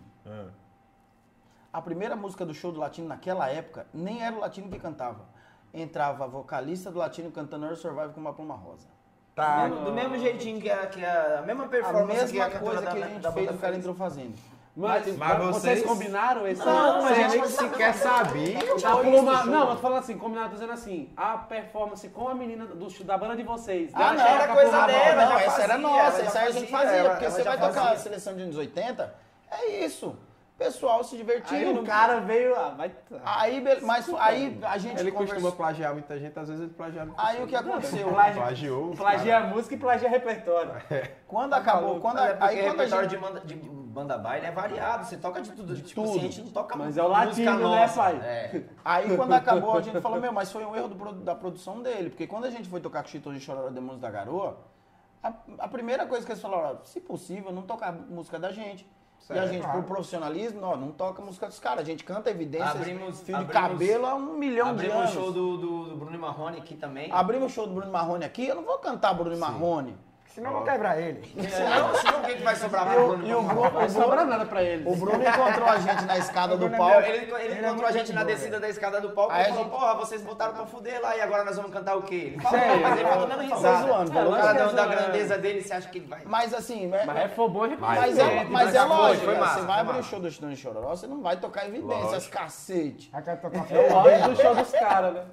B: A primeira música do show do Latino naquela época, nem era o Latino que cantava. Entrava a vocalista do Latino cantando Earth Survive com uma pluma rosa.
D: Tá.
E: Do mesmo- do mesmo jeitinho que a, que a, a mesma
B: A
E: performance que
B: mesma
E: a cantora
B: coisa
E: da,
B: que a gente
E: da
B: fez,
E: banda
B: o cara
E: fez.
B: entrou fazendo.
C: Mas,
D: Mas
C: mas vocês,
D: vocês-
C: combinaram esse...
D: Não, a
C: Vocês-
D: gente sequer sabia.
C: Tá, pluma- não, mas tô falando assim, combinado, tô dizendo assim, a performance com a menina do, da banda de vocês.
B: Ah,
C: dela
B: não,
C: chegar
E: era
C: com a
E: coisa
C: pluma-
E: dela,
B: não,
E: já
B: essa era
E: fazia,
B: nossa,
E: ela
B: essa
E: já
B: aí a gente
E: fazia,
B: fazia,
E: ela-
B: porque
E: ela
B: você
E: já
B: vai tocar
E: fazia.
B: a seleção de anos oitenta, é isso. Pessoal se divertindo.
C: Aí o cara veio, ah, vai...
B: Aí, be- mas aí a gente
D: Ele
B: conversou.
D: costuma plagiar muita gente, às vezes ele plagia muita
B: Aí o que aconteceu?
C: Plagia-
D: Plagiou.
C: Plagia a música e plagia repertório.
B: Quando acabou, quando
E: Mas é
B: a,
E: porque
B: aí quando a
E: repertório
B: gente
E: de banda, de banda baile é variado, você toca de tudo. tipo,
B: tudo.
E: assim, a gente não toca
C: Mas é o
E: música
C: latino, né,
E: nossa.
C: pai?
E: É.
B: Aí quando acabou, a gente falou, meu, mas foi um erro do produ- da produção dele. Porque quando a gente foi tocar com o Chitão de Chororó Demônios da Garoa, a, a primeira coisa que eles falaram, ó, se possível, não tocar música da gente. E a
A: Certo.
B: gente, por profissionalismo, ó, não toca música dos caras. A gente canta evidências,
E: Abrimos-
B: fio de
E: abrimos-
B: cabelo há um milhão de
E: Abrimos o
B: anos.
E: show do, do, do Bruno e Marrone aqui também.
B: Abrimos o show do Bruno Marrone aqui, eu não vou cantar Bruno Marrone.
F: Senão eu vou quebrar ele.
E: Senão, senão quem que vai sobrar
B: E
E: pro
B: o,
E: Bruno?
B: e o, Bruno,
C: Não vai
B: o,
C: sobrar
B: Bruno,
C: nada pra ele.
B: o Bruno encontrou a gente na escada do
F: Bruno é
B: palco.
E: Ele, ele
F: Ele é
E: encontrou
F: muito
E: a gente na
F: boa,
E: descida
F: velho.
E: da escada do palco
B: Aí
E: e
B: a
E: falou,
B: gente-
E: porra, vocês botaram pra fuder lá e agora nós vamos cantar o quê? Ele falou,
C: Sério?
E: mas ele falou dando
B: Tá
E: risada.
B: zoando,
C: É,
B: falou
E: O
C: lógico
E: cara
C: que é
E: da, da
C: zoando.
E: grandeza dele, você acha que ele vai...
B: Mas assim, é-
C: Mas é for bom,
B: Mas
C: reconhecer.
B: é, mas é
E: foi,
B: lógico,
E: foi
B: né?
E: massa,
B: Você
E: foi
B: vai abrir o
E: massa.
B: show do Chitão de Chororó, você não vai tocar evidências,
D: Lógico.
B: cacete.
F: Aí quero tocar
C: É o áudio do show dos caras, né?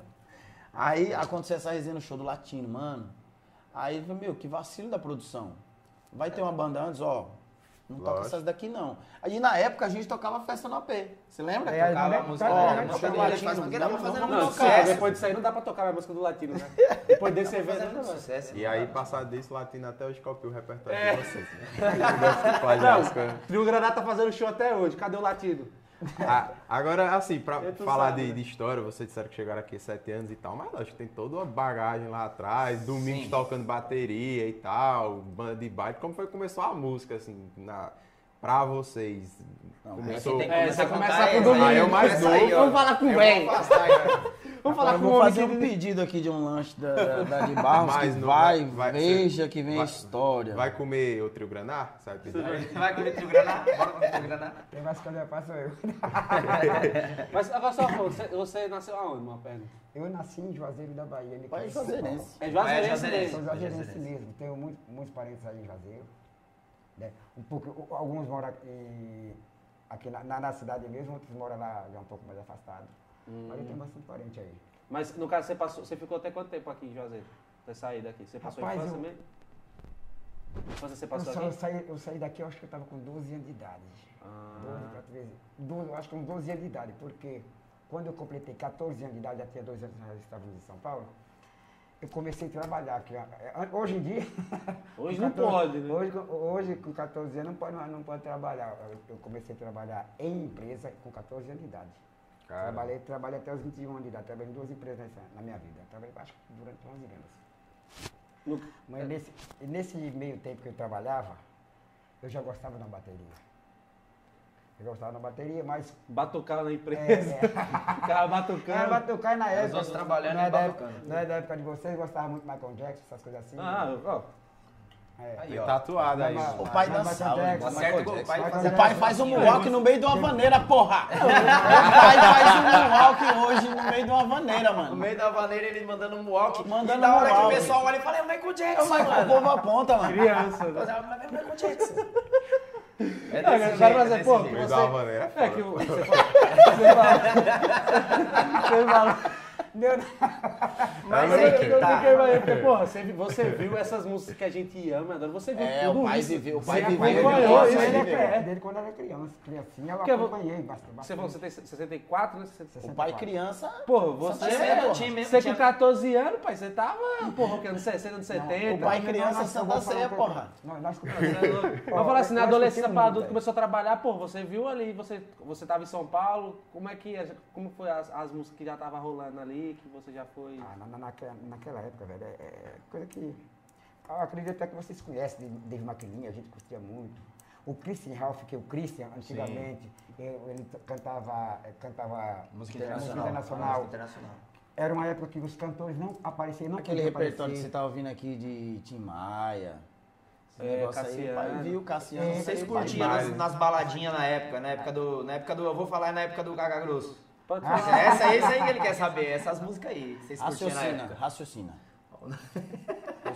B: Aí aconteceu essa resenha no show do Latino, mano. Aí ele falou, meu, que vacilo da produção. Vai ter uma banda antes, ó. Não toca
D: Lógico.
B: essas daqui não. Aí na época a gente tocava festa no A P. Você lembra?
F: É,
E: Tocava
F: né?
E: a música,
F: Ó,
E: ó, a
F: né?
E: música
B: Tocava
E: dele,
B: latino,
E: faz porque tava
B: não,
E: fazendo
B: não,
E: muito
C: Não,
B: cara,
C: cara,
E: sucesso.
C: depois disso aí não dá pra tocar a música do latino, né? Depois desse
E: Tava
C: evento,
E: fazendo
C: não.
E: muito sucesso.
D: E aí, passado disso, Latino até hoje copiou o repertório
C: É.
D: de vocês. Né? Plagiar as coisas.
C: Não, Trio Granada tá fazendo show até hoje. Cadê o latino?
D: Ah, agora, assim, pra
C: E tu
D: falar
C: sabe,
D: de,
C: né?
D: de história, vocês disseram que chegaram aqui há sete anos e tal, mas lógico, tem toda uma bagagem lá atrás, domingos
E: Sim.
D: tocando bateria e tal, banda de baile. Como foi que começou a música, assim, na, pra vocês? Começou...
E: Tem que
C: É,
E: começar
C: você
E: a
C: começa
E: contar
C: com
E: essa
C: domingo.
E: aí,
D: Aí é o mais
E: começa aí,
D: novo.
E: ó.
C: Vamos falar com o
E: Eu
C: velho.
E: vou passar aí, ó.
C: Vamos falar
B: Eu
C: com o
B: vou
C: homem
B: fazer
C: que...
B: um pedido aqui de um lanche da, da, da de Barros,
D: Mais
B: que
D: novo,
B: vai,
D: vai- vai-
B: veja que vem a
D: vai-
B: história.
D: Vai comer o trio graná? Sabe pedir?
E: Vai comer trio graná? Bora comer trio graná?
F: Quem vai escolher a sou eu.
C: Mas agora só, você, você nasceu aonde, uma perna?
F: Eu nasci em Juazeiro da Bahia. ele
B: Vai
F: cresceu em São
B: Juazeirense.
C: É Juazeirense
E: Juazeirense.
F: Sou
C: mesmo.
F: juazeirense mesmo. Tenho muito, muitos parentes aí em Juazeiro. Né? Um pouco, alguns moram aqui, aqui na, na, na cidade mesmo, outros moram lá já um pouco mais afastados. Mas eu tenho bastante parente aí.
C: Mas no caso, você, passou, você ficou até quanto tempo aqui em Juazeiro? Você saiu daqui? Você passou
F: Rapaz,
C: a infância
F: eu-
C: mesmo? Infância você
F: Eu,
C: passou
F: sa- eu,
C: aqui?
F: saí, eu saí daqui, eu acho que eu estava com doze anos de idade. doze,
C: Ah,
F: quatorze, doze, eu acho que uns doze anos de idade, porque quando eu completei quatorze anos de idade, já tinha dois anos que nós estávamos em São Paulo, eu comecei a trabalhar aqui. Eh, Hoje em dia.
C: Hoje
F: com
C: não
F: quatorze
C: pode, né?
F: Hoje, com- hoje, com quatorze anos, não pode, não pode trabalhar. Eu, eu comecei a trabalhar em empresa com quatorze anos de idade.
D: Cara,
F: Trabalhei, trabalhei até os vinte e um anos de idade. Trabalhei em duas empresas nessa, na minha vida. Trabalhei, acho que durante onze anos.
C: No-
F: Mas nesse, nesse meio tempo que eu trabalhava, eu já gostava da bateria. Eu gostava da bateria, mas.
C: Batucar na
F: É,
C: empresa.
F: é.
C: Ficava batucando.
F: Era batucar na
E: Era os
F: época.
E: outros trabalhando
F: não é
E: e
F: da
E: batucando.
F: época- Não é da época de vocês, gostava muito de Michael Jackson, essas coisas assim.
C: Ah, ó.
F: É.
E: Aí,
D: tem
E: ó.
D: tatuado aí.
F: Mas-
B: O pai
F: mas
B: dançava,
F: Michael
B: né?
F: Jackson,
E: Tá certo,
B: Michael
E: o pai
F: Jackson.
E: fazia
B: O pai faz um
E: assim, ó.
B: walk no meio de uma vaneira, porra! O pai faz um walk hoje no meio de uma vaneira,
E: No
B: mano.
E: meio da vaneira, ele mandando um walk.
B: Mandando
E: e da hora
B: um
E: que o
B: walk.
E: pessoal olha e fala, é o Michael
B: É o
E: Jackson,
B: Michael, o
E: mano.
B: povo aponta, mano.
C: Criança, né?
E: Mas é o Michael Jackson. É
C: Não,
E: desse
C: cara,
E: jeito,
C: mas
E: é
C: é,
E: desse
C: pô,
E: jeito.
D: Meio
C: você-
D: da uma maneira.
C: É que você fala. Você fala. Você fala.
E: Mas
C: eu,
E: aí que
C: eu
E: tá.
C: fiquei imaginando, porque, porra, você, vi- você viu essas músicas que a gente ama, agora você viu
B: É,
C: tudo
B: o pai
C: isso.
B: viveu, o pai
C: Você
B: viveu,
C: acompanhou
B: ele viveu,
C: isso.
B: ele
F: Ele
B: viveu.
F: é dele quando era criança. Criancinha, eu
C: Porque eu vou-
F: acompanhei bastante.
C: Você falou que você tem sessenta e quatro, né? Você-
B: O pai criança.
C: Porra, você,
B: Santa Sé,
C: é,
B: porra.
E: Tinha mesmo,
C: você
E: tinha-
C: com quatorze anos, pai, você tava, porra, o que, anos sessenta, anos setenta.
B: O pai criança Santa Sé, porra.
F: Não, nós
C: Você é louco. Vamos falar assim, na adolescência para adulto começou a trabalhar, pô, você viu ali, você, você tava em São Paulo, como é que, é? Como foi as, as músicas que já tava rolando ali, que você já foi...
F: Ah, na, na, naquela, naquela época, velho, é, é coisa que. Eu acredito até que vocês conhecem, Dave- Dave Maquilinha, a gente curtia muito. O Christian Ralph, que é o Christian, antigamente, ele, ele t- cantava, eh, cantava
E: Música
F: música
E: internacional.
F: internacional.
E: Música internacional.
F: Era uma época que os cantores não apareciam, não
B: Aquele
F: podiam
B: repertório que você
F: aparecer.
B: tá ouvindo aqui de Tim Maia. Esse
C: É,
B: negócio aí, o pai
C: Cassiano.
B: viu, Cassiano.
F: É,
E: Vocês
B: aí, o pai
E: curtiam
B: vai.
E: nas, nas baladinhas na época, na época do. Na época do. Eu vou falar na época do Gaga Grosso.
C: Pode
F: Ah,
C: falar.
E: Essa é isso aí que ele quer saber, essas músicas aí. Vocês curtiam na
B: Raciocina,
E: época.
B: raciocina. Eu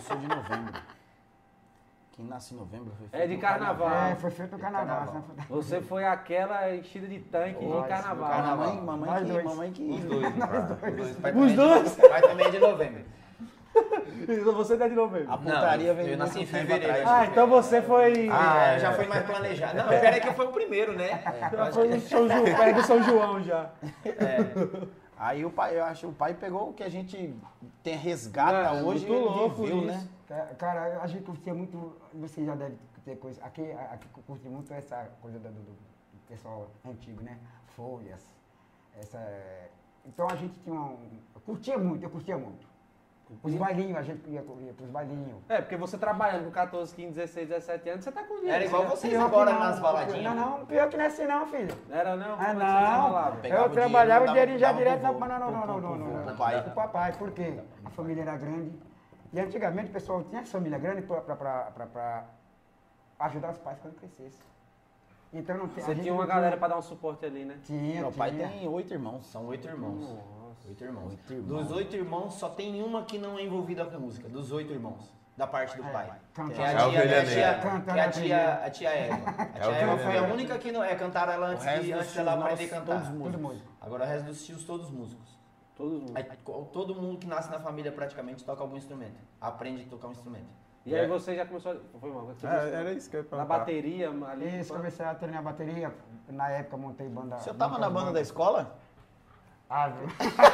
B: sou de novembro. Quem nasce em novembro foi feito
C: É de
B: no
C: carnaval.
F: É, foi feito no carnaval.
E: carnaval.
F: né?
C: Você foi aquela enchida de tanque
F: Nossa,
C: de carnaval.
E: carnaval.
B: Mamãe, mamãe
F: Nós
B: que,
F: dois.
B: mamãe que...
E: Os dois. Os dois. Pai
C: Os
E: também é de-
C: dois?
E: Pai também é de novembro.
C: Você tá de novembro.
B: A putaria
E: Não,
B: vem
E: eu nasci
B: muito
E: em
B: tempo
E: fevereiro.
B: atrás.
C: Ah, então você foi.
E: Ah, já foi mais planejado. Não, pera aí que foi o primeiro, né?
C: Já foi no São João, perto do São João já.
B: Aí o pai, eu acho, o pai pegou o que a gente tem resgata
C: Não,
B: hoje,
C: muito
B: ele
C: louco
B: viveu,
C: isso.
B: né?
F: Ca- Cara, a gente curtia muito, você já deve ter coisa, aqui, aqui curte muito essa coisa do, do- do pessoal antigo, né? Folhas, essa... Então a gente tinha um... Eu curtia muito, eu curtia muito. Os bailinhos, a gente ia, ia pros bailinhos.
C: É, porque você trabalhando com catorze, quinze, dezesseis, dezessete anos, você tá com dinheiro.
E: Era igual
C: né?
E: vocês
F: Pior que
E: agora
F: não,
E: nas baladinhas.
F: Não, não, pior que não é assim não, filho.
C: Era não?
F: Ah,
C: Como é que você desenrolava?
F: não.
B: Pegava
F: Eu
B: o
F: trabalhava o
B: dinheiro,
F: dinheirinho já
B: dava pro
F: direto na...
B: vô,
F: Não, não, não,
B: pro-
F: não,
B: pro
F: não,
B: vô,
F: não.
B: pro pai.
F: Pro papai, porque a família era grande. E antigamente o pessoal tinha família grande para ajudar os pais quando crescesse. Então não tem... a
C: Você
F: gente
C: tinha uma
F: não
C: galera pra dar um suporte ali, né?
F: Tinha,
B: Meu pai
F: tinha.
B: tem oito irmãos.
E: São oito irmãos. Oito irmãos.
B: Oito irmãos.
E: Dos oito irmãos, só tem uma que não é envolvida com música. Dos oito irmãos. Da parte do pai.
F: Cantando.
E: Que é a
D: É a
E: tia,
D: ovelha
E: que é a tia,
F: negra.
E: que é a tia, a tia Eva. A tia
D: ovelha
E: Eva foi a
F: negra.
E: única que não é cantaram ela
B: O
E: antes,
B: resto
E: de,
B: dos
E: antes dela
B: tios
E: aprender a
B: nossos,
E: cantar.
B: todos
F: Todo músico.
E: Agora o resto dos tios, todos músicos.
C: Todos mundo.
E: Aí, co- todo mundo que nasce na família praticamente toca algum instrumento. Aprende a tocar um instrumento.
C: E aí você já começou a... Foi mal. Você
D: É,
C: começou
D: era isso que eu ia
C: Na
D: perguntar.
C: bateria ali.
F: Isso, comecei a treinar bateria. Na época montei banda.
B: O senhor tava na
F: montei
B: banda da escola?
F: Ah, viu?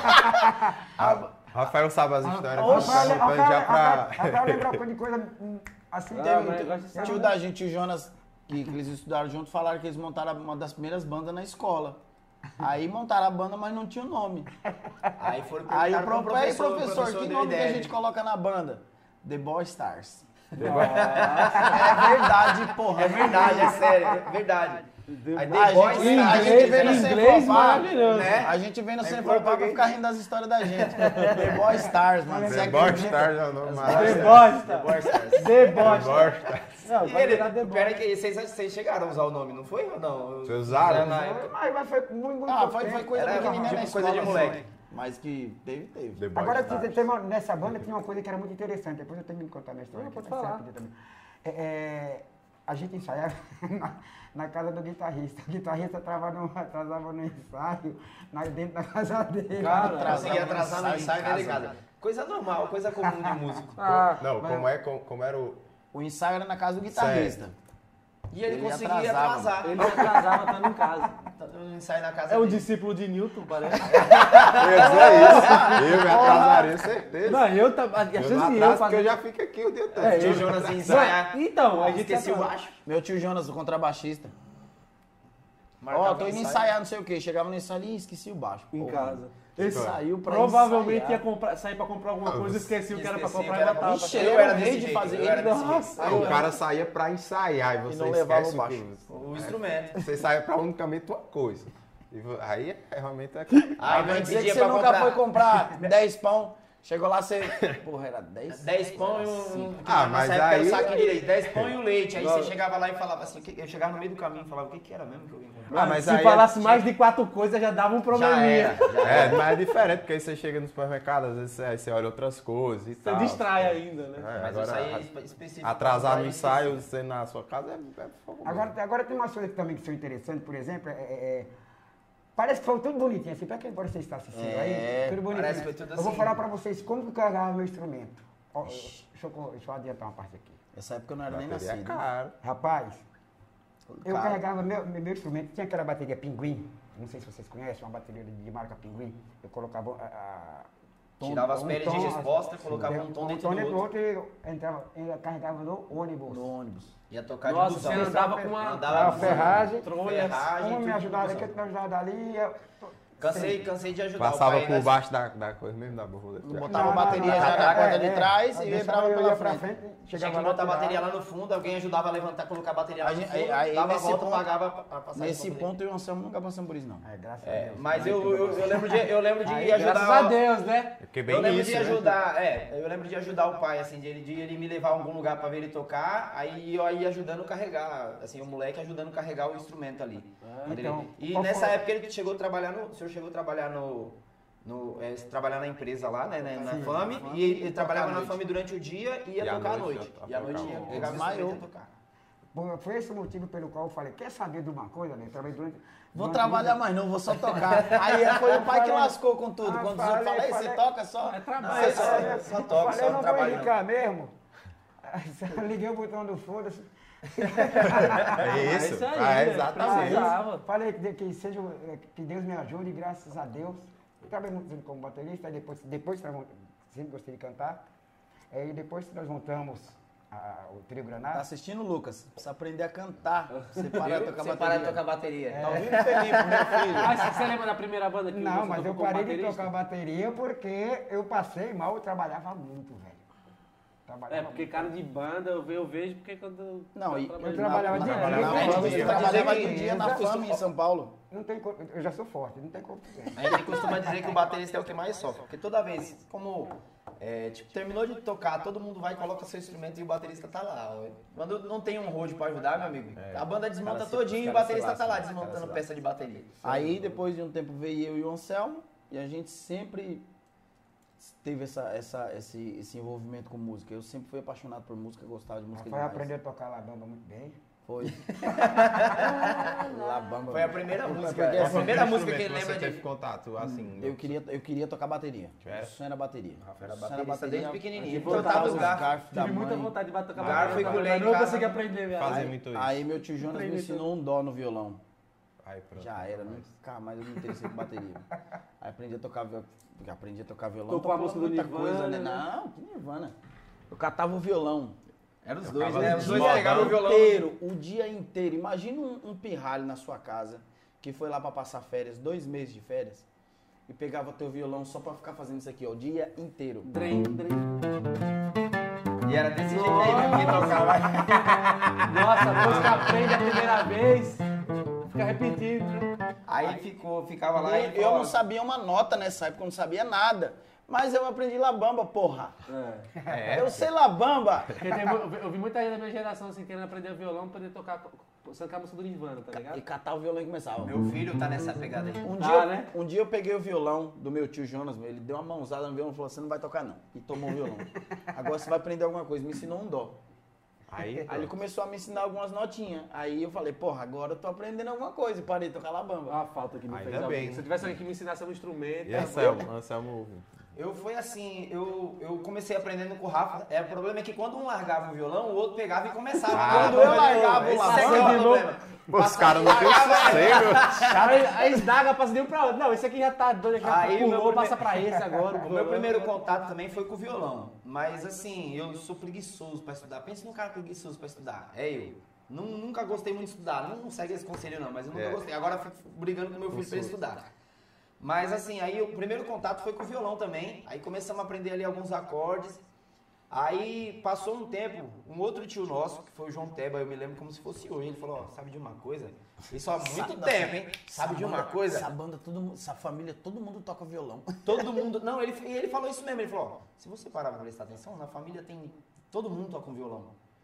D: Rafael sabe as histórias.
F: Ô,
D: tá
F: Rafael,
D: perguntando já pra...
F: Rafael lembra de coisa hum, assim.
C: Ah,
F: teve-
C: mas eu gosto de
F: teve-
B: Tio da gente, o Jonas, que, que eles estudaram junto, falaram que eles montaram uma das primeiras bandas na escola. Aí montaram a banda, mas não tinha o nome.
E: Aí foram
B: Aí o
E: perguntar pro
B: pro- aí,
E: professor,
B: professor, que
E: deu
B: nome que a
E: ideia.
B: gente coloca na banda? The Boy Stars. É verdade, porra.
E: É verdade, é sério, é verdade. Aí
B: A
E: The Boy
B: gente, a
E: Stars,
B: gente vê no
C: inglês
B: Cenfopá,
C: maravilhoso.
B: né? A gente vê no
E: Aí
B: Cenfopá pra
E: português.
B: ficar rindo das histórias da gente. The Boy Stars, mano. Você
D: The Boy
B: acredita?
D: Stars é o nome
C: The
D: maravilhoso.
C: Bosta.
E: The Boy Stars.
C: The
D: The
C: Bosta.
D: Boy Stars.
C: Não,
E: E
C: vai
E: ele,
C: virar The
E: pera
C: Bosta.
E: que vocês, vocês chegaram a usar o nome, não foi ou não?
D: Vocês usaram?
E: Na época.
F: Mas, mas foi muito, muito
B: Ah,
F: pouco
B: foi, foi
F: tempo.
B: coisa
E: Era
B: pequenininha
E: tipo
B: na
E: coisa de
B: escola,
E: moleque.
B: assim. Mas que teve, teve.
D: The Boy
F: Agora,
D: Stars.
F: tem- tem uma- nessa banda tinha uma coisa que era muito interessante. Depois eu tenho que me contar minha história.
C: Não, pode
F: que eu
C: falar.
F: rapidinho também. É, é, a gente ensaiava na, na casa do guitarrista. O guitarrista trava no, atrasava no ensaio, na, dentro da casa dele.
C: Cara,
E: Consegui atrasar no
B: Sai em
E: ensaio
B: casa,
E: dentro de casa. Coisa normal, coisa comum de músico.
C: Ah,
D: Não,
F: Mas-
D: como é, como, como era o...
B: O ensaio era na casa do guitarrista.
E: E ele,
B: Ele
E: conseguia
B: atrasava.
E: atrasar.
C: ele atrasava estando em casa.
E: O ensaio na casa
C: É um
E: dele.
C: discípulo de Newton, parece.
D: Eu ia dizer isso. Eu me atrasaria, certeza.
C: Não, eu tá, às
D: Eu
C: vezes
D: não
C: eu
D: atraso porque
C: fazendo.
D: eu já fico aqui o dia todo.
C: É,
E: Tio
C: eu-
E: Jonas ia ensaiar.
C: Então, a gente
E: Esqueci o
C: atrasa.
E: baixo.
B: Meu tio Jonas, o contrabaixista. Ó,
E: Marcava
B: tô
E: o
B: indo
E: ensaio.
B: ensaiar, não sei o quê. Chegava no ensaio e esqueci o baixo.
C: Em
B: Pô,
C: casa.
B: Ele
C: Esse
B: saiu pra
C: provavelmente
B: ensaiar.
C: ia comprar, sair pra comprar alguma coisa, esqueci o que era pra
E: Esqueci o
C: comprar
E: que
C: e
E: era
C: botava.
B: Ixi,
C: pra
B: ele
E: Eu
B: era
E: era
B: o
E: desse
B: rei de
E: jeito,
B: fazer.
E: eu era
B: Ele,
E: desse
B: nossa,
D: Não, o cara saía pra ensaiar e você
B: não levava
D: esquece
B: o
D: o que...
E: O instrumento.
D: Você saia pra unicamente uma coisa. E vo- aí é, realmente é...
E: Aí
B: Vai
E: vai
B: dizer que
E: pedir
B: você
E: pra
B: nunca
E: comprar
B: foi comprar dez pão. Chegou lá, você... Porra, era dez?
E: dez pão e um...
D: Ah,
E: nessa
D: mas
E: época
D: aí-
E: era o saco direito. dez pão e o leite. Aí você chegava lá e falava assim... que- Eu chegava no meio do caminho e falava o que que era mesmo que eu vim comprar.
D: Ah, mas
C: Se
D: aí
C: falasse
D: é-
C: mais de quatro coisas, já dava um
E: Já
C: probleminha.
E: era, já
D: É,
E: era.
D: mas é diferente, porque aí você chega no supermercado, às vezes você, aí você olha outras coisas e
C: Você
D: tal.
C: distrai ainda, né?
D: É,
E: Mas eu
D: agora,
E: saí
D: a-
E: espe- específico.
D: atrasar no
E: Aí,
D: ensaio, você na sua casa é, é fogo.
F: Agora, agora tem umas coisas também que são interessantes, por exemplo, é, é- é- parece que foi tudo bonitinho, assim, pra quem você está assistindo
B: É,
F: aí, tudo bonitinho.
E: parece
F: né?
E: que foi tudo
F: Eu vou
E: assim.
F: falar pra vocês como que eu carregava meu instrumento. Ó, deixa, eu, deixa eu adiantar uma parte aqui.
B: Essa época eu não era nem
D: Bateria é
B: nascido.
D: caro.
F: Rapaz, eu
B: Cara.
F: carregava meu, meu, meu instrumento, tinha aquela bateria Pinguim, não sei se vocês conhecem, uma bateria de marca Pinguim. Eu colocava a, a,
E: Tirava as
F: um
E: peles
F: tom,
E: de resposta,
F: assim,
E: colocava um tom dentro do outro.
F: e eu entrava, eu carregava no ônibus.
B: No ônibus.
E: Ia tocar de
C: Nossa,
E: busão.
C: você andava com uma...
E: Andava
F: Uma
E: com
F: ferragem,
C: trolhas,
E: ferragem,
F: um me
E: tudo
F: ajudava
E: de
F: aqui,
E: busão.
F: outro me ajudava ali. Eu,
E: Cansei, cansei de ajudar
D: Passava
E: o pai.
D: por
E: né?
D: baixo da, da coisa mesmo, da borboleta.
B: Botava a bateria já na porta de trás e entrava pela frente.
E: Tinha
F: Chegava
E: que
F: lá,
E: botar a bateria
F: tirava.
E: lá no fundo, alguém ajudava a levantar, colocar a bateria lá
B: A
E: no
B: gente-
E: fundo,
B: aí- aí
E: dava a
B: nesse
E: volta,
B: ponto-
E: pagava a passagem.
B: Nesse
E: pra poder-
B: ponto eu e o Anselmo nunca passamos por isso, não.
F: É, graças a
E: É,
F: Deus.
E: mas eu, eu, eu lembro de, eu lembro de
F: Aí,
E: ajudar...
C: Graças a Deus, né?
D: Porque bem
E: Eu lembro
D: isso,
E: de
D: né?
E: ajudar, é, eu lembro de ajudar o pai, assim, de ele, de ele me levar a algum lugar pra ver ele tocar, aí eu ia ajudando a carregar, assim, o moleque ajudando a carregar o instrumento ali. Quando ele-
F: então,
E: e
F: qual
E: nessa
F: foi-
E: época ele chegou a trabalhar no, o senhor chegou a trabalhar no, no é, trabalhar na empresa lá, né, na, na FAME, e ele, ele trabalhava na FAME durante o dia e ia
D: E à
E: tocar à
D: noite,
E: noite.
D: ia
E: E à noite
D: tocar
E: ia
D: o-
E: pegava o
B: Desmaiou.
E: instrumento e ia tocar.
F: Bom, foi esse o motivo pelo qual eu falei, quer saber de uma coisa, né? Eu trabalhei durante...
B: Vou
F: durante
B: trabalhar
F: muito-
B: mais não, vou só tocar. Aí foi o pai que lascou com tudo.
F: Ah,
B: Quando
F: falei,
B: eu falei, você
F: falei.
B: toca só.
C: É trabalho.
E: Não, só,
F: Falei,
E: só toca,
F: falei,
E: só
F: não vou
E: trabalha.
F: enricar mesmo. Aí, liguei o botão do foda-se.
D: É isso,
C: isso aí,
D: ah,
C: né?
D: exatamente.
C: Precisava.
F: Falei que, que, seja, que Deus me ajude, graças a Deus. Eu trabalhei muito tempo como baterista, aí depois, depois nós vamos- sempre gostei de cantar. Aí depois que nós montamos a- o Trio
B: Tá
F: Granada,
B: assistindo, Lucas? Precisa aprender a cantar. Você parar de tocar
E: Você
B: bateria.
E: parar de tocar bateria.
B: Tá ouvindo, Felipe, meu filho?
C: Ah, você você lembra da primeira banda que
F: não,
C: você
F: mas eu
C: tocou como
F: parei de
C: baterista?
F: tocar bateria porque eu passei mal, eu trabalhava muito, velho. Trabalhava
C: É, porque
F: muito.
C: cara de banda eu ve- eu vejo porque quando.
B: Não, e
C: trabalho-
F: eu trabalhava
B: na,
F: de
B: na,
F: dia,
B: na,
F: eu
B: na,
F: trabalhava
B: você
F: de
B: trabalhava
F: dia.
B: de dia na FAME em São Paulo.
F: Não tem, co- eu já sou forte, não tem corpo dentro.
E: A gente costuma dizer que o baterista é o que mais sofre, porque toda vez, como é, tipo, terminou de tocar, todo mundo vai e coloca seu instrumento e o baterista tá lá. ó. Quando não tem um road pra ajudar, meu amigo, a banda desmonta
B: cara se-
E: todinho
B: os
E: e o
B: caras se
E: baterista tá lá
B: lascam, os caras
E: desmontando
B: se
E: peça de bateria.
B: Aí, depois de um tempo, veio eu e o Anselmo. E a gente sempre teve essa, essa, esse, esse envolvimento com música. Eu sempre fui apaixonado por música, gostava de música
F: Foi
B: demais.
F: aprender a tocar La Bamba muito bem.
B: Foi. La Bamba.
E: Foi a primeira música,
B: porque
E: é a
B: assim,
E: primeira
D: Qual
E: música que
D: instrumento
E: ele
D: você
E: lembra
D: teve
E: de...
D: contato, assim,
B: Eu queria, eu queria tocar bateria.
D: Era?
B: O sonho era bateria.
E: Era
B: O sonho
E: baterista desde pequenininho.
B: Eu
E: Botava
B: botava
E: os
B: os
E: garfos.
B: garfos da
C: Tive muita
B: mãe.
C: vontade de bater tocar
E: Garfo
C: bateria,
E: e colher
C: mas
E: em
C: não
E: casa.
C: consegui aprender, velho.
D: Fazer
B: Aí,
D: muito isso.
B: aí meu tio Jonas me
C: Aprendi
B: ensinou um dó no violão.
D: Aí pronto.
B: Já era, nunca mais eu me interessei por bateria. Aí aprendi a tocar, vi- aprendi a tocar violão.
C: Tocou a
B: tocou
C: música do
B: muita
C: Nirvana,
B: coisa, né?
C: né?
B: Não, que Nirvana. Eu catava o violão.
E: Era os
D: Eu
E: dois,
D: tava
E: né?
D: os
E: Os dois
D: modão.
E: pegaram o violão.
B: inteiro, o dia inteiro. Imagina um, um pirralho na sua casa que foi lá pra passar férias, dois meses de férias, e pegava teu violão só pra ficar fazendo isso aqui, ó, o dia inteiro.
C: Trem, trem.
E: E era desse jeito aí mesmo que tocava.
C: Nossa, depois que aprende a primeira vez, fica repetindo.
E: Aí ficou, ficava lá e
B: eu, eu não sabia uma nota nessa época, eu não sabia nada. Mas eu aprendi La Bamba, porra.
C: É.
D: É,
B: Eu sei La Bamba.
C: Porque tem mu- eu vi- eu vi muita gente da minha geração assim, querendo aprender violão pra poder tocar, tocar a música do Nirvana, tá ligado?
B: E catar o violão e começava.
E: Meu filho tá nessa pegada aí.
B: Um dia,
C: Ah,
B: eu-
C: né?
B: um dia eu peguei o violão do meu tio Jonas, ele deu uma mãozada no violão e falou, você não vai tocar não. E tomou o violão. Agora você vai aprender alguma coisa, me ensinou um dó.
D: Aí,
B: Aí ele começou a me ensinar algumas notinhas. Aí eu falei, porra, agora eu tô aprendendo alguma coisa. E parei de tocar La Bamba.
C: Olha a falta que me
D: Ainda
C: fez alguém.
D: bem.
C: Se eu tivesse alguém que me ensinasse um instrumento...
D: E Anselmo, Anselmo,
E: Eu fui assim, eu, eu comecei aprendendo com o Rafa. É, o problema é que quando um largava o violão, o outro pegava e começava.
D: Ah,
E: quando
B: eu largava o
E: esse
B: La
E: é que é
C: Bamba,
E: o problema.
D: Pô, os caras não têm sossego.
C: Cara, a esdaga passa de um pra outro. Não, esse aqui já tá doido, já
E: Aí,
C: pulou,
E: meu prime-
C: passa pra esse agora.
E: O meu primeiro contato também foi com o violão. Mas assim, eu sou preguiçoso pra estudar. Pensa num cara preguiçoso pra estudar. É eu. Nun- Nunca gostei muito de estudar. Não, não segue esse conselho não, mas eu nunca
D: É.
E: gostei. Agora eu fico brigando com meu filho pra ele estudar. Mas assim, aí o primeiro contato foi com o violão também. Aí começamos a aprender ali alguns acordes. Aí passou um tempo, um outro tio nosso, que foi o João Teba, eu me lembro como se fosse hoje. Ele falou, ó, sabe de uma coisa? Isso há muito
B: Sabe-
E: tempo, hein? Sabe de uma
B: banda-
E: coisa?
B: Essa banda, todo, mundo- essa família, todo mundo toca violão.
E: Todo mundo. Não, ele, e ele falou isso mesmo. Ele falou: ó, se você parar pra prestar atenção, na família tem. Todo mundo toca um violão.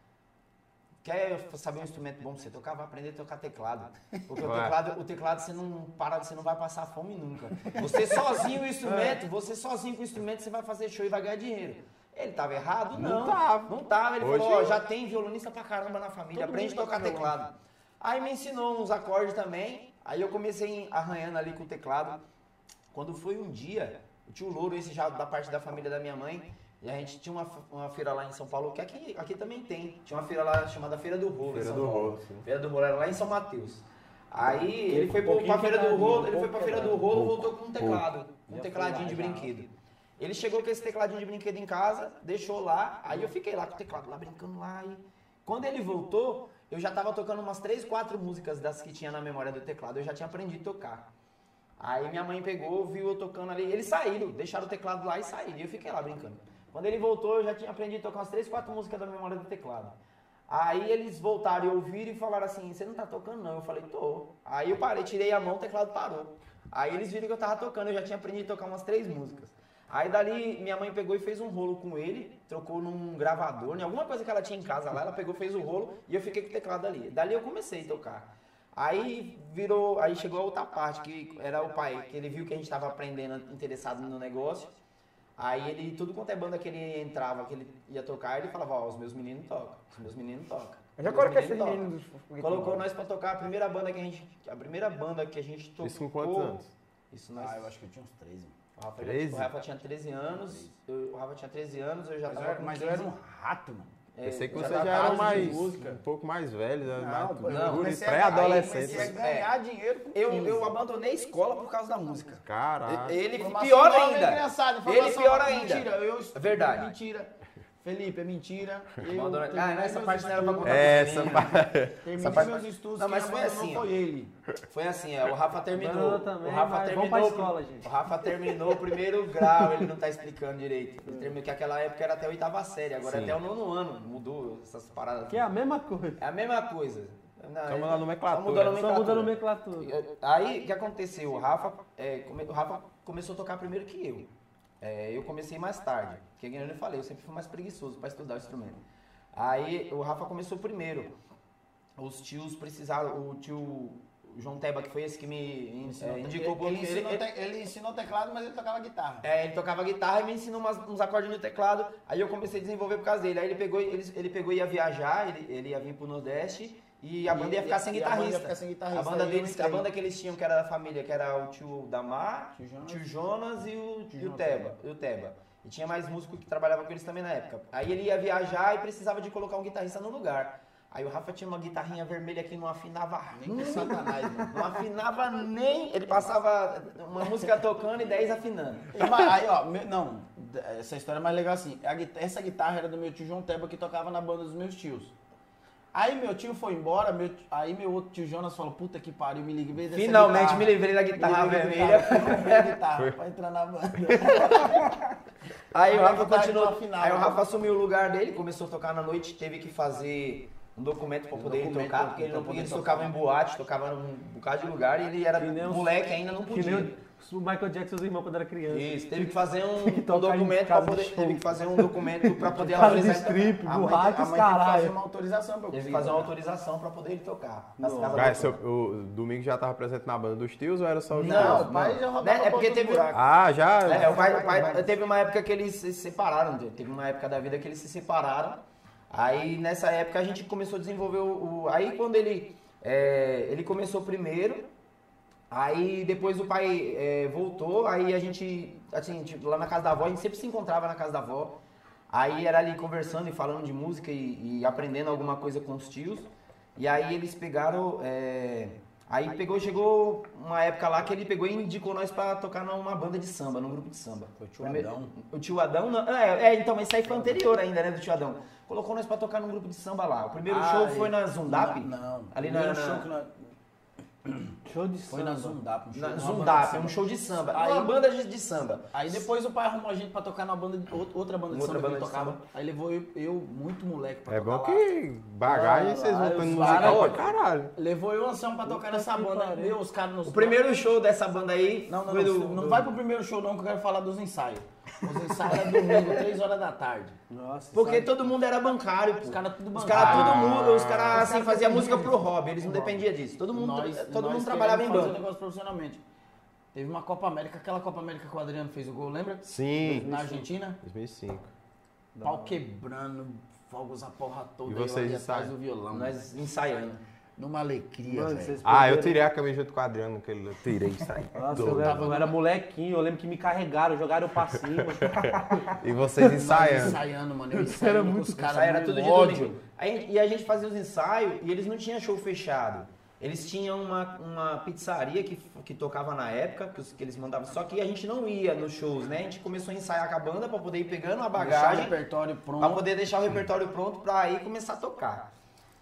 E: Quer saber um instrumento bom pra você tocar? Vai aprender a tocar teclado. Porque o
D: Ué.
E: teclado, o teclado você não para, você não vai passar fome nunca. Você sozinho o instrumento, você sozinho com o instrumento, você vai fazer show e vai ganhar dinheiro. Ele tava errado? Não.
D: Não tava.
E: Não tava. Ele
D: Hoje-
E: falou: ó, já tem violonista pra caramba na família,
B: Todo
E: aprende a
B: mundo
E: tocar
B: toca violão.
E: teclado. Aí me ensinou uns acordes também. Aí eu comecei arranhando ali com o teclado. Quando foi um dia, o tio Louro, esse já da parte da família da minha mãe, e a gente tinha uma, uma feira lá em São Paulo, que aqui, aqui também tem. Tinha uma feira lá chamada Feira do Rolo. em
D: Feira
E: São
D: do
E: Paulo.
D: Rolo, sim.
E: Feira do Rolo era lá em São Mateus. Aí ele foi
C: um
E: pro-
C: pouquinho
E: pra Feira do
C: quebradinho,
E: Rolo,
C: um
E: ele foi
C: pouco
E: pra Feira do
C: quebrado.
E: Rolo, voltou com um teclado, um
C: Já
E: tecladinho de
C: foi lá, já.
E: brinquedo. Ele chegou com esse tecladinho de brinquedo em casa, deixou lá, aí eu fiquei lá com o teclado, lá brincando lá. E quando ele voltou, eu já tava tocando umas três, quatro músicas das que tinha na memória do teclado, eu já tinha aprendido a tocar. Aí minha mãe pegou, viu eu tocando ali, eles saíram, deixaram o teclado lá e saíram, e eu fiquei lá brincando. Quando ele voltou, eu já tinha aprendido a tocar umas três, quatro músicas da memória do teclado. Aí eles voltaram e ouviram e falaram assim, você não tá tocando não? Eu falei, tô. Aí eu parei, tirei a mão, o teclado parou. Aí eles viram que eu tava tocando, eu já tinha aprendido a tocar umas três músicas. Aí dali minha mãe pegou e fez um rolo com ele, trocou num gravador, em alguma coisa que ela tinha em casa lá, ela pegou, fez o rolo e eu fiquei com o teclado ali. Dali eu comecei a tocar. Aí virou, aí chegou a outra parte, que era o pai, que ele viu que a gente estava aprendendo, interessado no negócio. Aí ele, tudo quanto é banda que ele entrava, que ele ia tocar, ele falava, ó, os meus meninos tocam, os meus meninos tocam.
F: Eu já
E: Os meus
F: coloquei esse
E: meninos
F: menino
E: tocam.
F: dos...
E: Colocou nós pra tocar a primeira banda que a gente, a primeira banda que a gente tocou.
D: Isso com quantos anos?
E: Isso nós...
B: Ah, eu acho que eu tinha uns treze.
E: O Rafa,
D: treze?
E: o Rafa tinha treze anos, eu- o Rafa tinha treze anos, eu já
B: Mas,
E: tava
B: eu, era-
E: com
B: mas eu
E: quinze.
B: era um rato, mano.
E: É,
D: Pensei que
E: eu
D: você
E: tava
D: já
E: com
D: era
E: quinze
D: mais,
E: de música.
D: um pouco mais velho, né?
B: Não,
D: mais
B: pô, eu
E: não,
B: comecei a-
D: pré-adolescente.
B: aí comecei a ganhar dinheiro com
E: Eu,
B: quinze.
E: eu abandonei a escola por causa da música.
D: Caraca.
E: Ele
B: Informação
E: pior
B: nova, hein,
E: ainda.
B: criançada?
E: Ele
B: Informação
E: pior
B: nova,
E: ainda.
B: Mentira, eu
E: É verdade.
B: Mentira. Felipe, é mentira. Eu
E: Abandonei-
B: terminei
E: Ah, essa
B: meus
E: parte não era pra
B: estudos.
E: contar.
D: É, essa
B: Terminei
E: essa parte-
B: meus estudos,
E: Não, mas
B: quem
E: foi
B: abandonou
E: assim, ó.
B: foi ele.
E: Foi assim, é, o Rafa terminou.
C: Abandonou também,
E: o Rafa
C: mas
E: terminou.
C: vamos pra escola, gente.
E: O Rafa terminou o primeiro grau, ele não tá explicando direito. Ele terminou que aquela época era até a oitava série, agora é
D: Sim.
E: até o nono ano. Mudou essas paradas.
C: Que é a mesma coisa.
E: É a mesma coisa. Não,
D: Só
E: é-
D: mudou a nomenclatura.
E: Só mudou a
C: Só muda a
E: nomenclatura.
C: nomenclatura.
E: Aí, o que aconteceu? O Rafa, é, come- o Rafa começou a tocar primeiro que eu. É, eu comecei mais tarde, porque como eu falei, eu sempre fui mais preguiçoso para estudar o instrumento. Aí, o Rafa começou primeiro. Os tios precisaram, o tio João Teba, que foi esse que me é, indicou
B: ele, ele,
E: porque
B: ensinou
E: ele-
B: te- ele ensinou teclado, mas ele tocava guitarra.
E: é, ele tocava guitarra e me ensinou umas- uns acordes no teclado. Aí eu comecei a desenvolver por causa dele. Aí ele pegou, ele, ele pegou e ia viajar, ele, ele ia vir pro Nordeste e a banda ia ficar sem
B: e a banda ia
E: guitarrista.
B: ficar sem guitarrista.
E: A banda
B: Aí eu
E: deles, a
B: entrei.
E: banda que eles tinham, que era da família, que era o tio Damar,
B: Tio Jonas.
E: o tio Jonas e o, e o
B: Jonas
E: Teba, e o Teba. E tinha mais músico que trabalhava com eles também na época. Aí ele ia viajar e precisava de colocar um guitarrista no lugar. Aí o Rafa tinha uma guitarrinha vermelha que não afinava
B: Nem com satanás, mano.
E: não afinava nem. Ele passava uma música tocando e dez afinando.
B: E, mas, aí, ó, meu- não, essa história é mais legal assim. A guitarra- essa guitarra era do meu tio João Teba, que tocava na banda dos meus tios. Aí meu tio foi embora, meu, ti- aí meu outro tio Jonas falou, puta que pariu, me livrei dessa
E: Finalmente
B: guitarra.
E: me livrei da guitarra
B: Me livrei da
E: vermelha.
B: guitarra, comprei a guitarra pra entrar na banda.
E: Aí o
B: Aí
E: Rafa
B: a guitarra
E: continuou.
B: no final,
E: Aí o
B: né?
E: Rafa assumiu o lugar dele, começou a tocar na noite, teve que fazer um documento pra
B: Um
E: poder
B: documento
E: tocar,
B: pra-
E: porque ele
B: pra
E: não
B: poder
E: eles
B: tocar.
E: tocavam em boate, tocavam num bocado de lugar e ele era
C: Que nem os-
E: moleque ainda, não
C: Que
E: podia.
C: nem o o Michael Jackson, seu irmão, quando era criança.
E: Isso, teve que fazer um,
C: que
E: um
C: tocar em
E: documento pra
C: casa de
E: poder.
C: show.
E: Teve que fazer um documento pra poder
C: Casa de
E: autorizar.
C: strip,
B: A mãe,
C: borracha,
B: a
C: os
B: mãe tem que fazer
C: caralho.
B: uma autorização pra eu
E: Teve que
B: conseguir
E: fazer uma
B: tocar.
E: autorização pra poder ele tocar. nas
C: Não.
E: casas
D: Cara,
E: do
D: seu-
E: povo.
D: o Domingo já tava presente na banda dos tios ou era só os
B: Não,
D: tios?
B: o pai já rodava
E: Né? É porque
B: por
E: teve.
B: todo buraco.
D: Ah, já?
E: É, o pai, o pai- teve uma época que eles se separaram, teve uma época da vida que eles se separaram. Aí nessa época a gente começou a desenvolver o. o- aí quando ele. é, ele começou primeiro, aí depois o pai é, voltou, aí a gente, assim, tipo, lá na casa da avó, a gente sempre se encontrava na casa da avó. Aí era ali conversando e falando de música e, e aprendendo alguma coisa com os tios. E aí eles pegaram. é, Aí pegou, chegou uma época lá que ele pegou e indicou nós pra tocar numa banda de samba, num grupo de samba.
B: Foi o tio
E: Primeiro-
B: Adão.
E: O tio Adão, não, é, é, então, mas isso aí foi anterior ainda, né, do tio Adão. Colocou nós pra tocar num grupo de samba lá. O primeiro
B: Ah,
E: show
B: e-
E: foi na Zundap.
B: Não,
E: Ali
B: primeiro
E: na-
B: show que nós-
C: Show de
B: foi
C: samba.
B: na Zundap. Um show,
E: Na
B: uma banda de
E: Zundap, é
B: samba.
E: um show de samba.
B: Aí-
E: uma banda de, de samba.
B: Aí depois o pai arrumou a gente pra tocar numa banda, de, out- outra banda de
E: Outra
B: samba
E: banda
B: que
E: de
B: ele tocava.
E: samba.
B: Aí levou eu, eu, muito moleque, pra
D: É
B: tocar
D: bom
B: lá.
D: que bagagem
B: Ah,
D: vocês vão
B: lá,
D: tendo
B: os
D: musical
B: caras-
D: pra caralho.
B: Levou eu, Anselmo, pra tocar nessa banda. Meu, os caras nos...
E: O primeiro show dessa banda aí
B: Não, não,
E: foi
B: não,
E: do,
B: não
E: do-
B: vai pro primeiro show não, que eu quero falar dos ensaios. Os ensaios é domingo, três horas da tarde.
C: Nossa,
E: Porque
C: sabe?
E: todo mundo era bancário, pô.
B: Os caras tudo
E: Os
B: bancário.
E: caras todo mundo, os
B: Os
E: caras assim
B: caras
E: faziam
B: dependiam
E: música pro
B: disso.
E: hobby, eles não dependiam disso. Todo mundo,
B: Nós-
E: todo
B: nós
E: mundo trabalhava em
B: queremos fazer o
E: banco.
B: negócio profissionalmente. Teve uma Copa América, aquela Copa América que o Adriano fez o gol, lembra?
D: Sim.
B: Na Argentina.
D: dois mil e cinco.
B: Pau quebrando, fogos a porra toda.
D: E
B: eu
D: vocês
B: ali atrás
D: ensaiam?
B: do violão.
E: Nós ensaiando.
B: Numa alegria,
C: Mano,
B: velho.
C: vocês
D: Ah, eu
C: perderam.
D: tirei a camisa junto com o Adriano, que ele eu tirei isso aí.
C: Nossa,
D: Todo.
C: eu era, eu era molequinho, eu lembro que me carregaram, jogaram eu pra cima.
D: E vocês
B: Nós
D: ensaiando.
B: ensaiando, mano. Eu
C: Era
B: ensaiando com
C: muito-
B: os caras.
E: Ensaio era
B: no
E: tudo de
B: ódio.
E: domingo. Aí, e a gente fazia os ensaios e eles não tinham show fechado. Eles tinham uma, uma pizzaria que, que tocava na época, que, os- que eles mandavam. Só que a gente não ia nos shows, né? A gente começou a ensaiar com a banda pra poder ir pegando a
B: Deixar o
E: bagagem,
B: repertório pronto.
E: pra poder deixar o repertório pronto pra aí começar a tocar.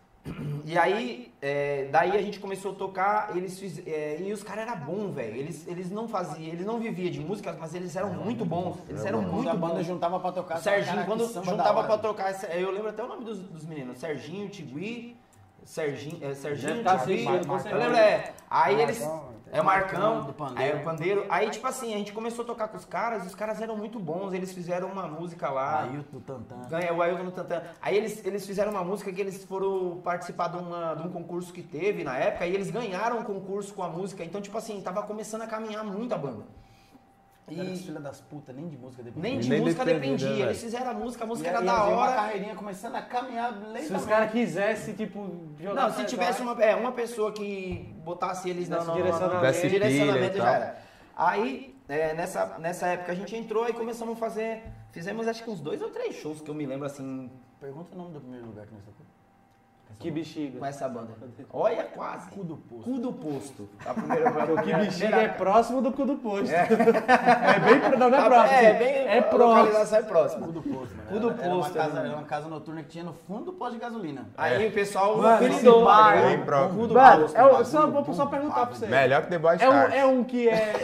E: E aí, é, daí a gente começou a tocar, eles fiz, é, e os caras eram bons, velho. Eles, eles não faziam, eles não viviam de música, mas eles eram muito bons. Eles eram
B: Quando
E: muito
B: a banda
E: bons.
B: juntava pra tocar.
E: O Serginho,
B: cara,
E: quando
B: que samba da
E: juntava
B: hora.
E: pra tocar, esse- eu lembro até o nome dos, dos meninos, Serginho, Tigui, Serginho, é, Serginho,
C: Deve tá
E: Tigui,
C: assistindo, com
E: eu
C: certeza.
E: lembro, é. Aí eles,
F: Marcão.
E: É o Marcão,
B: do pandeiro.
E: aí o pandeiro. Aí, tipo assim, a gente começou a tocar com os caras e os caras eram muito bons. Eles fizeram uma música lá.
B: Ailton do Tantan.
E: Ganha o Ailton no Tantan. Aí eles, eles fizeram uma música que eles foram participar de, uma, de um concurso que teve na época e eles ganharam um concurso com a música. Então, tipo assim, tava começando a caminhar muito a banda.
B: E
E: E
B: filha das putas, nem de música dependia.
E: nem de
D: Nem
E: música
D: dependia,
E: dependia.
D: né,
E: Eles fizeram a música, a música
B: E
E: era
B: aí
E: da
B: havia uma
E: hora.
B: carreirinha começando a caminhar lentamente.
C: Se os caras quisessem, tipo, jogar...
E: Não, se tivesse uma, é, uma pessoa que botasse eles na,
C: Desse
E: na,
C: direcionamento.
E: na,
D: Desse pilha
E: direcionamento
D: e
E: já
D: tal.
E: era. Aí, é, nessa, nessa época a gente entrou e começamos a fazer, fizemos acho que uns dois ou três shows que eu me lembro assim,
B: Pergunta o nome do primeiro lugar que nós tocamos.
C: Que bexiga.
E: com essa banda. Olha, quase.
B: Cu do poço.
E: Cu do posto. A primeira,
C: O que bexiga
E: primeira-
C: é próximo do cu do posto. É, bem... pro- Não, não é próximo.
E: É, bem,
C: é
E: a
C: próximo.
E: localização é próxima.
B: Cu do poço, mano.
E: Cu do
B: Era- era uma
E: posto,
B: casa-
E: né?
B: Era uma casa noturna que tinha no fundo do posto de gasolina.
E: Aí o pessoal
C: Mano,
E: apelidou,
C: esse bar,
E: tá ligado?
D: bem próximo.
E: Cu do
C: Mano,
E: posto.
C: é o- só, vou só perguntar pra você.
D: Melhor que The Boy
C: É um,
D: Scouts.
C: é um que é...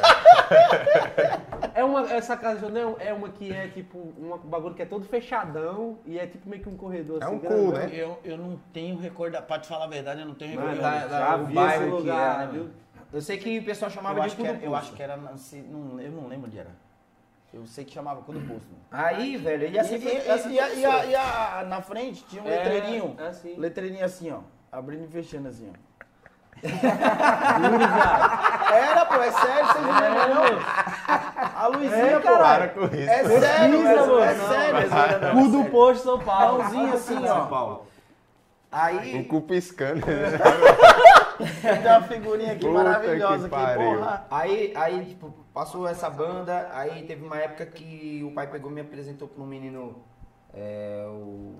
C: É uma, essa casa não é uma que é tipo um bagulho que é todo fechadão e é tipo meio que um corredor
D: É
C: assim.
D: um cu,
C: grandão.
D: né?
B: Eu, eu não tenho recorda, pra te falar a verdade, eu não tenho
C: Mano,
B: recorda.
E: da- da-
C: já
E: o
C: vi
E: bairro
C: esse
E: que
C: lugar,
E: era,
C: viu?
E: Eu sei que o pessoal chamava
B: Eu
E: de
B: acho,
E: cu
B: que
E: do
B: era, eu
E: posto.
B: acho que era, não, se- não, eu não lembro onde era. Eu sei que chamava cu do poço. Mano.
E: Aí, velho, ele
B: E,
E: assim
B: e,
E: foi-
B: e,
E: assim
B: e, a-
E: foi-
B: e a- e a- na frente tinha um
C: É,
B: letreirinho.
C: é assim.
B: Letreirinho assim, ó. Abrindo e fechando assim, ó.
C: Juro, viado.
B: Era, pô, é sério, vocês não lembram, não? A Luizinha,
C: É,
B: pô.
C: caralho.
D: Para com isso.
B: É sério,
C: Pesquisa,
B: velho, é
C: mano.
B: sério.
C: Cu do posto São Paulo.
B: Pãozinho assim,
E: São
B: ó.
E: Paulo.
D: O
E: Aí,
D: cu piscando.
B: Tem uma figurinha aqui
D: Puta
B: maravilhosa
D: que
B: aqui,
D: pariu.
B: porra.
E: aí, aí, tipo, passou essa banda, aí teve uma época que o pai pegou e me apresentou pra um menino, é, o...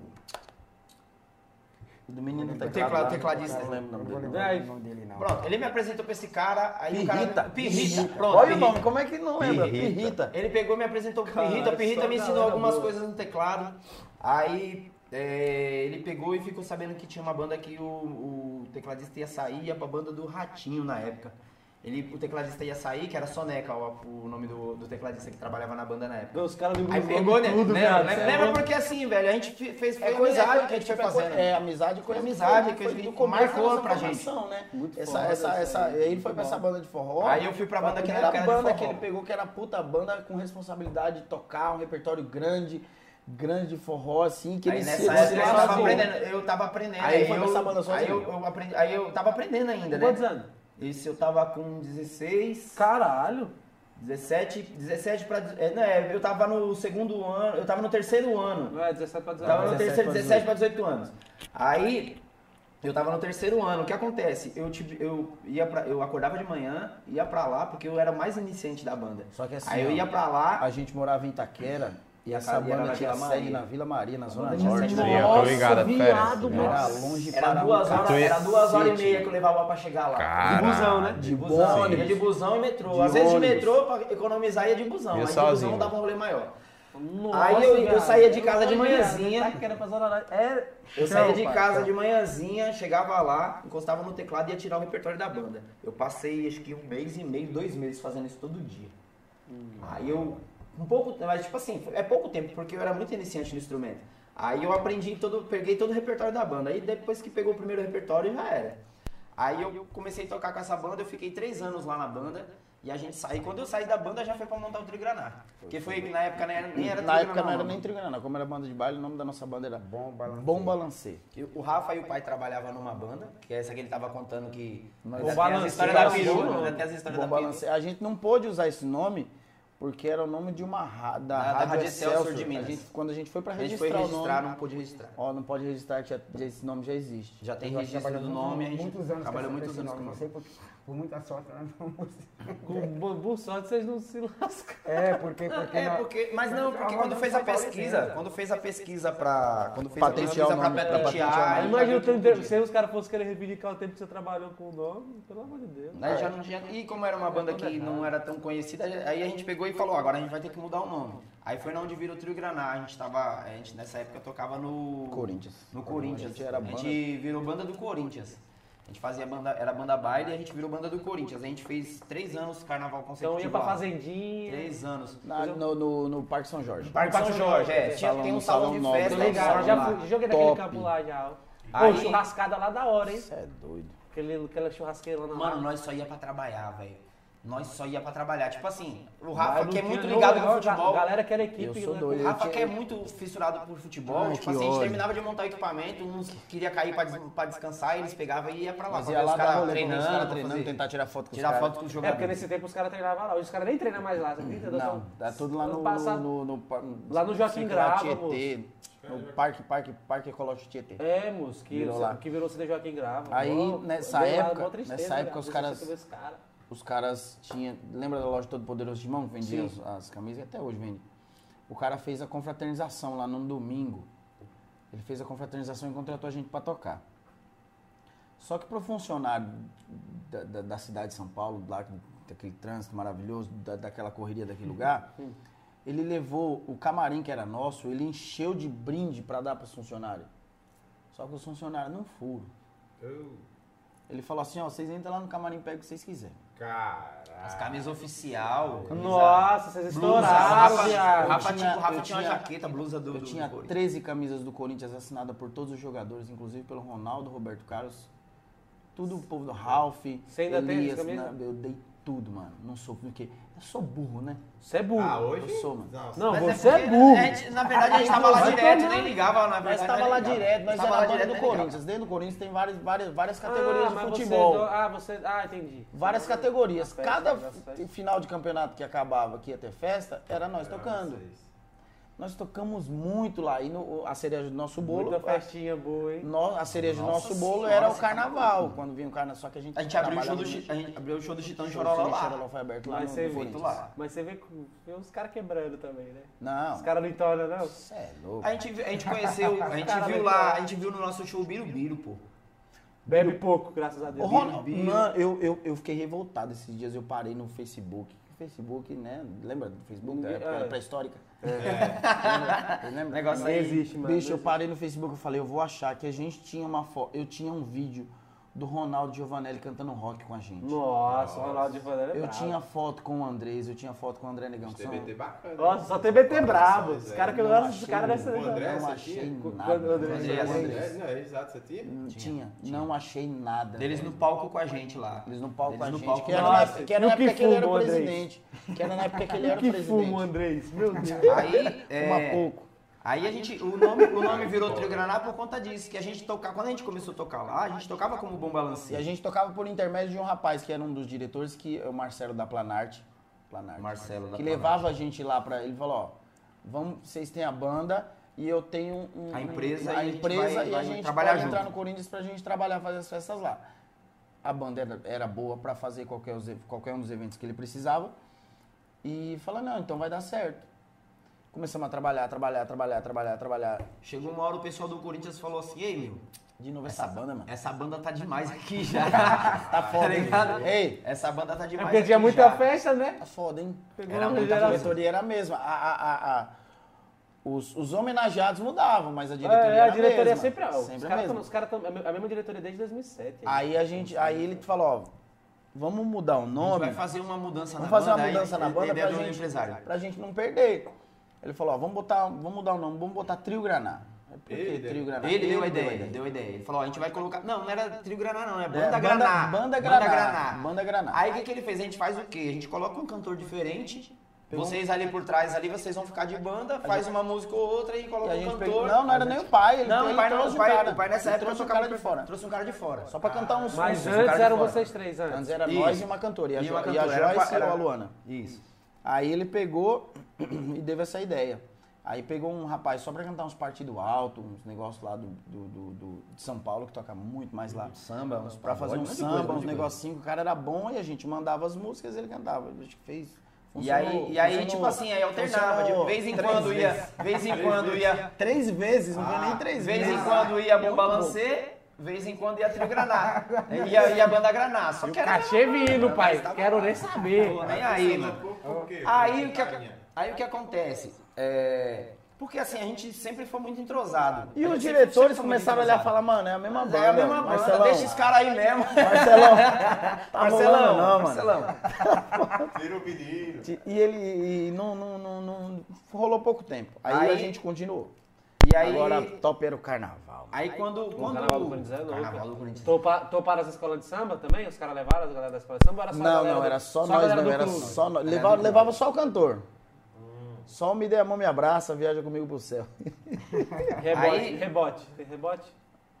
B: Do menino
E: O
B: teclado,
E: teclado-
B: lá.
E: tecladista.
B: Não lembro o
F: Não
B: nome
F: vou
B: dele.
F: lembrar
C: Vai.
F: o nome dele, não.
E: Pronto, ele me apresentou pra esse cara, aí o
B: Pirrita.
E: cara... Pirrita. Pronto,
B: Olha o
E: Pirrita.
B: nome, como é que não lembra?
D: Pirrita.
B: Pirrita.
E: Ele pegou e me apresentou pro
C: Cara,
E: Pirrita, o Pirrita
C: só
E: me ensinou
C: galera
E: algumas
C: boa.
E: coisas no teclado. Aí é, ele pegou e ficou sabendo que tinha uma banda que o, o tecladista ia sair, ia pra banda do Ratinho na época. Ele, o tecladista ia sair, que era Soneca, o, o nome do, do tecladista que trabalhava na banda na época.
C: Os caras lembram
E: Aí
C: os
E: pegou,
C: nomes
E: né?
C: tudo,
E: lembra,
C: viado.
E: lembra,
C: Cê é
E: lembra
C: louco.
E: porque assim, velho, a gente fe- fez foi
B: É coisa,
E: amizade
B: é,
E: que a gente foi
B: tipo, é
E: fazendo.
B: co- É amizade, coisa
E: Foi amizade,
B: foi-
E: que
B: foi
E: a gente
B: do começo
E: marcou
B: da nossa
E: pra gente.
B: formação, né?
C: Muito
B: essa,
C: foda,
B: essa,
C: isso
B: essa,
C: aí.
B: ele foi pra essa banda de forró.
E: Aí eu fui pra banda
B: a
E: que na
B: primeira
E: época era de
B: banda
E: forró.
B: que ele pegou, que era puta banda com responsabilidade de tocar, um repertório grande, grande de forró, assim, que
E: Aí
B: ele
E: nessa
B: se
E: época eu
B: se
E: tava
B: lascou.
E: aprendendo, eu tava aprendendo.
B: Aí ele foi
E: eu,
B: pra essa banda
E: aí
B: sozinho?
E: eu, eu aprendi, aí eu tava aprendendo ainda, né?
C: Quantos anos?
E: Esse eu tava com dezesseis,
C: Caralho.
E: dezessete, dezessete pra... É, não, é, eu tava no segundo ano, eu tava no terceiro ano.
C: Não é dezessete pra
E: Eu tava no
C: dezenove.
E: terceiro, dezessete pra dezoito anos. Aí, eu tava no terceiro ano. O que acontece? Eu, tive, eu, ia pra, eu acordava de manhã, ia pra lá, porque eu era mais iniciante da banda.
B: Só que assim,
E: Aí eu
B: ó,
E: ia pra lá...
B: a gente morava em Itaquera e essa
E: casa era
B: banda
E: na
B: tinha
E: Vila
B: sede
E: Maria.
B: na Vila Maria, na Zona
E: banda tinha
B: Norte.
E: sede na
D: Sim, eu tô ligado a diferença.
C: viado,
D: né?
B: Era
C: nossa.
B: longe
E: Era
B: para
E: duas
B: um
E: horas,
D: Tu ia-
E: era duas horas e
B: cacete.
E: meia que eu levava pra chegar lá.
D: Caralho.
C: De busão, né?
E: De busão,
B: ônibus.
E: ia de busão e metrô.
B: De
E: Às vezes de
B: ônibus.
E: metrô, pra economizar, ia de busão.
D: Ia
E: Aí de
D: sozinho.
E: busão dava um rolê maior.
C: Nossa,
E: Aí eu- eu
C: viado.
E: saía de casa de
C: Não,
E: manhãzinha.
C: viado, tá querendo pra Zona Norte. É...
E: Eu saía de
C: Não,
E: casa
C: pai,
E: de manhãzinha, chegava lá, encostava no teclado e ia tirar o repertório da banda. Eu passei acho que um mês e meio, dois meses fazendo isso todo dia. Aí eu, um pouco, mas tipo assim, é pouco tempo, porque eu era muito iniciante no instrumento. Aí eu aprendi todo, peguei todo o repertório da banda. Aí depois que pegou o primeiro repertório já era. Aí eu comecei a tocar com essa banda, eu fiquei três anos lá na banda. E a gente saiu. Quando eu saí da banda já foi pra montar o Trigraná. Porque foi que na época nem era, nem era
B: Na época não era
E: não.
B: nem Trigrana, como era banda de baile, o nome da nossa banda era
F: Bom balanço.
B: Bom Balancê.
E: Que O Rafa e o pai trabalhavam numa banda, que é essa que ele tava contando que...
B: Nós-
E: ainda
C: Bom
E: tem as
C: Balancê,
E: histórias da
C: é o
E: perua,
C: nome.
E: ainda tem as histórias
B: Bom
E: da perua.
B: Balancê. A gente não pôde usar esse nome porque era o nome de uma ra- da,
E: Da- da
B: Rádio
E: Rádio
B: Excelsior
E: Excelsior de Minas.
B: A gente, quando a gente foi pra
E: A gente
B: registrar,
E: foi registrar,
B: o nome,
E: não pôde registrar.
B: ó, não pode registrar, que já- esse nome já existe.
E: Já tem
F: Nós
E: registro
F: trabalhamos
E: do nome, a gente
F: muitos anos
E: trabalhou
F: com
E: muitos
F: esse
E: anos
F: nome,
E: com o
F: não
E: nome.
F: sei por, por muita sorte nós vamos.
C: Com por, por sorte vocês não se lascam.
F: É, porque. porque
E: É,
F: nós-
E: porque, mas não, porque
F: A
E: quando
F: banda
E: fez a
F: São Paulo
E: pesquisa,
F: inteira.
E: quando fez a pesquisa pra, quando fez
B: Patentear
E: a
B: o
E: pesquisa pra
B: nome, pra patentear o
E: patentear,
B: nome.
E: aí
C: Imagina
E: já
C: o
E: viu
C: tempo
E: que
C: de- se os caras fossem querer reivindicar o tempo que você trabalhou com o nome, pelo amor de Deus.
E: Aí já não tinha, e como era uma banda que não era tão conhecida, aí a gente pegou e falou, agora a gente vai ter que mudar o nome. Aí foi na onde virou Trio Graná, a gente tava, a gente nessa época tocava no
B: Corinthians.
E: No Corinthians.
B: A gente era
E: A gente virou banda do Corinthians. A gente fazia banda, era banda baile e a gente virou banda do Corinthians. A gente fez três anos carnaval consecutivo.
C: Então ia pra
E: lá.
C: fazendinha.
E: Três anos.
B: Na- no, no, no Parque São Jorge.
E: Parque São Jorge, é. Tinha,
B: Salão-
E: tem um salão,
B: salão
E: de
B: nobre,
E: festa.
C: Tô
B: né?
C: ligado,
E: salão
C: já
E: lá.
C: fui, joguei naquele
B: Top.
C: campo lá já. Pô,
E: Aí-
C: churrascada lá da hora, hein?
B: Você é doido.
C: aquele, aquela churrasqueira lá na
E: Mano, nós só ia pra trabalhar, velho. Nós só ia pra trabalhar. Tipo assim, o Rafa,
C: Mas não
E: que é
C: tinha
E: muito
C: jogo,
E: ligado
C: não,
E: com futebol.
C: A galera que era equipe.
B: Eu sou
C: né?
B: doido.
E: O Rafa,
B: Eu
E: que é
B: tinha-
E: muito fissurado por futebol,
B: Ai,
E: tipo
B: que
E: assim, a gente
B: ódio.
E: terminava de montar o equipamento, uns queria cair pra, des- pra descansar, eles pegavam e ia pra lá.
B: Mas
E: pra
B: ia
E: ver
B: lá
E: os
B: dar
E: caras
B: rolê, treinando,
E: treinando,
B: os caras
E: pra
B: treinando,
E: fazer-
B: tentar tirar foto com
E: tirar
B: os caras.
E: foto com os
C: É,
E: jogadores.
C: porque nesse tempo os caras treinavam lá. Hoje os caras nem treinam mais lá, você acredita?
B: Não, tá tudo lá no,
C: Ano passado-
B: no, no, no-
C: Lá no Joaquim
B: sei lá,
C: Grava,
B: Tietê, no Parque, Parque, Parque Ecológico Tietê.
C: É, moço, que
B: Virou
C: virou,
B: lá.
C: que virou C D Joaquim Grava.
B: Aí,
C: Mó-
B: nessa
C: deu lá,
B: época-
C: mó tristeza,
B: nessa época,
C: cara,
B: os
C: você
B: caras-
C: vê esse cara.
B: Os caras tinham. Lembra da loja Todo Poderoso Timão que vendia
C: Sim.
B: as, as camisas? Até hoje vende. O cara fez a confraternização lá no domingo. Ele fez a confraternização e contratou a gente pra tocar. Só que pro funcionário da, da, da cidade de São Paulo, lá, daquele trânsito maravilhoso, da, daquela correria daquele lugar, ele levou o camarim que era nosso, ele encheu de brinde pra dar pros funcionários. Só que os funcionários não foram. Ele falou assim, ó, vocês entram lá no camarim e pegam o que vocês quiserem.
E: As camisas oficial.
C: Nossa, vocês
E: Blusa, o
C: estouraram,
E: Rafa,
C: viado.
E: o Rafa,
B: Eu
E: tinha, o Rafa
B: eu
E: tinha uma
B: tinha-
E: jaqueta, blusa do,
B: Eu
E: do
B: tinha
E: Corinthians.
B: treze camisas do Corinthians assinadas por todos os jogadores, inclusive pelo Ronaldo, Roberto Carlos, tudo o povo do Ralph,
C: Você ainda tem
B: Elias,
C: essa camisa?
B: na- eu dei tudo, mano. Não sou porque eu sou burro, né?
C: Você é burro.
A: Ah, hoje?
B: Eu sou, mano.
C: Não,
E: Mas
C: você é,
E: porque
C: burro.
E: a gente- na verdade, a gente tava lá
C: Vai
E: direto,
C: tomar.
E: nem ligava, na
B: Nós
E: verdade.
B: estava
E: nem
B: lá
E: ligava.
B: direto, nós
E: Tava
B: era
E: lá
B: a banda
E: direto,
B: do
E: nem ligava.
B: Corinthians. Dentro do Corinthians tem várias, várias, várias categorias
C: Ah,
B: de
C: mas
B: futebol.
C: Você, do- ah, você... Ah, entendi.
B: Várias categorias.
C: Na festa,
B: Cada
C: na festa.
B: final de campeonato que acabava, que ia ter festa, era nós tocando. Nós tocamos muito lá. E no- a cereja do nosso bolo.
C: Muita festinha boa, hein?
B: No- a cereja do
E: Nossa
B: nosso bolo
E: Senhora,
B: era o
E: você tá
B: carnaval, quando vinha o carnaval, só que a gente
E: A gente abriu o show do
B: trabalhava
E: Chi- a gente abriu o show do Chitão de
B: no-
E: Chororó
B: Sim,
E: lá.
B: Chororó foi aberto lá
C: Mas
B: no,
C: você
B: no
C: vê,
B: Corinthians.
E: lá.
C: mas você vê, vê uns caras quebrando também, né?
B: Não,
C: Os caras não entornam, não?
B: você é louco.
E: A gente, vi- a gente conheceu, a gente
C: Cara,
E: viu
C: vai
E: lá,
C: falar.
E: a gente viu no nosso show o Birubiru, pô.
C: Bebe pouco, graças a
B: Ô,
C: Deus.
B: Ronaldo,
E: Birubiru.
B: mano, eu, eu, eu fiquei revoltado esses dias, eu parei no Facebook. O Facebook, né? Lembra do Facebook? Da época
C: É.
B: era pré-histórica. É. Lembra?
E: Negócio
C: Não
E: aí.
C: existe, mano.
B: Bicho, eu parei no Facebook, eu falei, eu vou achar que a gente tinha uma foto. Eu tinha um vídeo do Ronaldo Giovanelli cantando rock com a gente.
C: Nossa, o Ronaldo de Vanessa é
B: Eu
C: brabo.
B: tinha foto com o Andrés, eu tinha foto com o André Negão. que são-
A: T B T bacana.
C: Nossa, só tem B T brabo. Os
A: é.
C: caras que eu
B: Não
C: gosto dos
B: achei
C: caras dessa...
A: o André,
B: Não
A: você
B: achei
A: tinha?
B: nada.
C: Quando o André-
E: André-
A: O
E: André-
A: André, não, é exato, você tinha?
B: Não tinha, não achei nada.
E: Deles
B: velho.
E: no palco com a gente lá.
B: Eles no palco
E: Eles
B: com a
E: no
B: gente,
E: palco
B: que
E: com
B: era
E: a
B: na
E: gente.
B: época que, era
C: E
B: na
C: o que
B: época que ele era
C: fuma, Andrés?
B: presidente. Que era na época que ele era
C: Que
B: presidente.
C: fumo, Andrés. Meu Deus.
E: Aí, é,
B: Fuma pouco.
E: aí a gente, o nome, o nome virou Trio Graná por conta disso, que a gente tocava, quando a gente começou a tocar lá, a gente tocava como Bom
B: E a
E: Balancia.
B: gente tocava por intermédio de um rapaz que era um dos diretores, que é o Marcelo da Planarte. Planarte.
E: Marcelo da
B: Que
E: Planarte.
B: levava a gente lá pra. Ele falou: ó, vamos, vocês têm a banda e eu tenho um,
E: A empresa
B: a
E: e a gente
B: empresa
E: vai-
B: e a
E: vai
B: gente
E: trabalhar
B: pode entrar
E: junto.
B: no Corinthians pra gente trabalhar, fazer as festas lá. A banda era, era boa pra fazer qualquer, os- qualquer um dos eventos que ele precisava. E falou: não, então vai dar certo. Começamos a trabalhar, trabalhar, trabalhar, trabalhar, trabalhar.
E: Chegou uma hora o pessoal do Corinthians falou assim, ei meu,
B: De novo essa, banda, mano.
E: essa banda tá demais aqui já.
B: Tá foda, hein?
E: ligado?
B: Ei,
E: Essa banda tá
C: É
E: demais
C: porque tinha
E: aqui
C: muita
E: já.
C: festa, né?
B: tá foda, hein?
C: Pegou
E: Era
C: uma
E: muita
B: A
C: geração.
B: diretoria era a mesma. A, a, a, a- os, os homenageados mudavam, mas a diretoria
C: É,
B: era
C: a diretoria
B: mesma.
C: sempre, ó, os
B: sempre a
C: caras
B: mesma.
C: tão- os caras tão- a mesma diretoria desde dois mil e sete.
B: Aí a gente, aí ele falou, ó, vamos mudar o
E: A gente
B: nome,
E: vai fazer uma mudança
B: vamos
E: na
B: fazer
E: banda.
B: uma mudança
E: aí,
B: na banda
E: ideia
B: pra
E: do
B: gente,
E: empresário.
B: pra gente não perder. Ele falou, ó, vamos botar, vamos mudar o nome, vamos botar Trio Graná. Por que
A: Ele
B: Trio Graná?
E: Ele deu a ideia, ele deu a ideia. Ele falou, ó, a gente vai colocar... Não, não era Trio Graná não, é
B: É,
E: Banda Graná.
B: Banda Graná.
E: Graná.
B: Banda Graná.
E: Aí o que, que ele fez? A gente faz o quê? A gente coloca um cantor diferente, vocês ali por trás, ali vocês vão ficar de banda, faz uma música ou outra e
B: E
E: coloca
B: a
E: um
B: gente
E: cantor.
B: pegou, não, não era nem o pai, ele,
E: Não,
B: ele
E: o pai não,
B: trouxe
E: o pai,
B: um cara.
E: o pai nessa
B: Ele
E: época
B: trouxe um
E: tocava
B: cara de fora.
E: Trouxe um cara de fora.
B: Só pra cantar uns
C: Mas
B: uns-
E: um cara
C: antes
E: de
C: eram
E: fora.
C: vocês três, antes.
B: Antes era
E: Isso.
B: nós e uma cantora, e a,
E: E
B: Jo-
E: uma
B: e a
E: cantora, era
B: Joyce
E: pra-
B: e
E: era-
B: a Luana.
E: Isso.
B: Aí ele pegou e teve essa ideia. Aí pegou um rapaz só pra cantar uns partidos altos, uns negócios lá do, do, do- do- de São Paulo, que toca muito mais lá.
E: Samba, uns
B: Pra fazer um
E: pagode, um monte de coisa, um
B: samba,
E: monte
B: uns
E: de coisa.
B: negocinhos, que o cara era bom e a gente mandava as músicas e ele cantava. A gente fez.
E: E aí, e aí
B: funcionou-
E: tipo assim, aí alternava, de
B: funcionou
E: vez em
B: três
E: quando ia,
B: vezes.
E: vez em quando ia,
B: Três vezes, não foi nem três
E: de vez
B: vezes.
E: em quando ia
B: E é
E: Bom
B: muito
E: Balancê, vez em quando ia Trio Graná, ia, ia Banda Graná, só que era...
C: Cachê vindo, pai. Quero nem saber.
E: Pô, nem aí, mano.
A: Por, por quê?
E: Aí o que,
A: Carinha.
E: aí o que acontece? É... Porque assim, a gente sempre foi muito entrosado.
B: E
E: A
B: os
E: gente sempre-
B: diretores
E: sempre foi muito
B: começaram a olhar e
E: entrosado.
B: falar, mano, é a mesma banda.
E: É a mesma banda,
B: Marcelão,
E: deixa esse cara aí mesmo.
B: Marcelão, tá
E: Marcelão,
B: rolando não, mano.
E: Marcelão.
A: Tira o menino.
B: E ele e não, não, não, não- rolou pouco tempo. Aí,
E: Aí-
B: a gente continuou.
E: E aí,
B: Agora, top era o carnaval.
E: aí quando...
C: O
E: quando
C: Carnaval do Corinthians é louco.
E: Carnaval do Corinthians.
C: Topa- Toparam as escolas de samba também? Os caras levaram as galera da escola de samba? Ou era só a
B: Não,
C: galera
B: não,
C: do-
B: era só
C: a
B: nós,
C: galera
B: não,
C: do
B: era
C: clube?
B: só nós. Levava, levava só o cantor. Só me dê a mão, me abraça, viaja comigo pro céu.
C: Rebote,
E: Aí-
C: rebote. Tem rebote?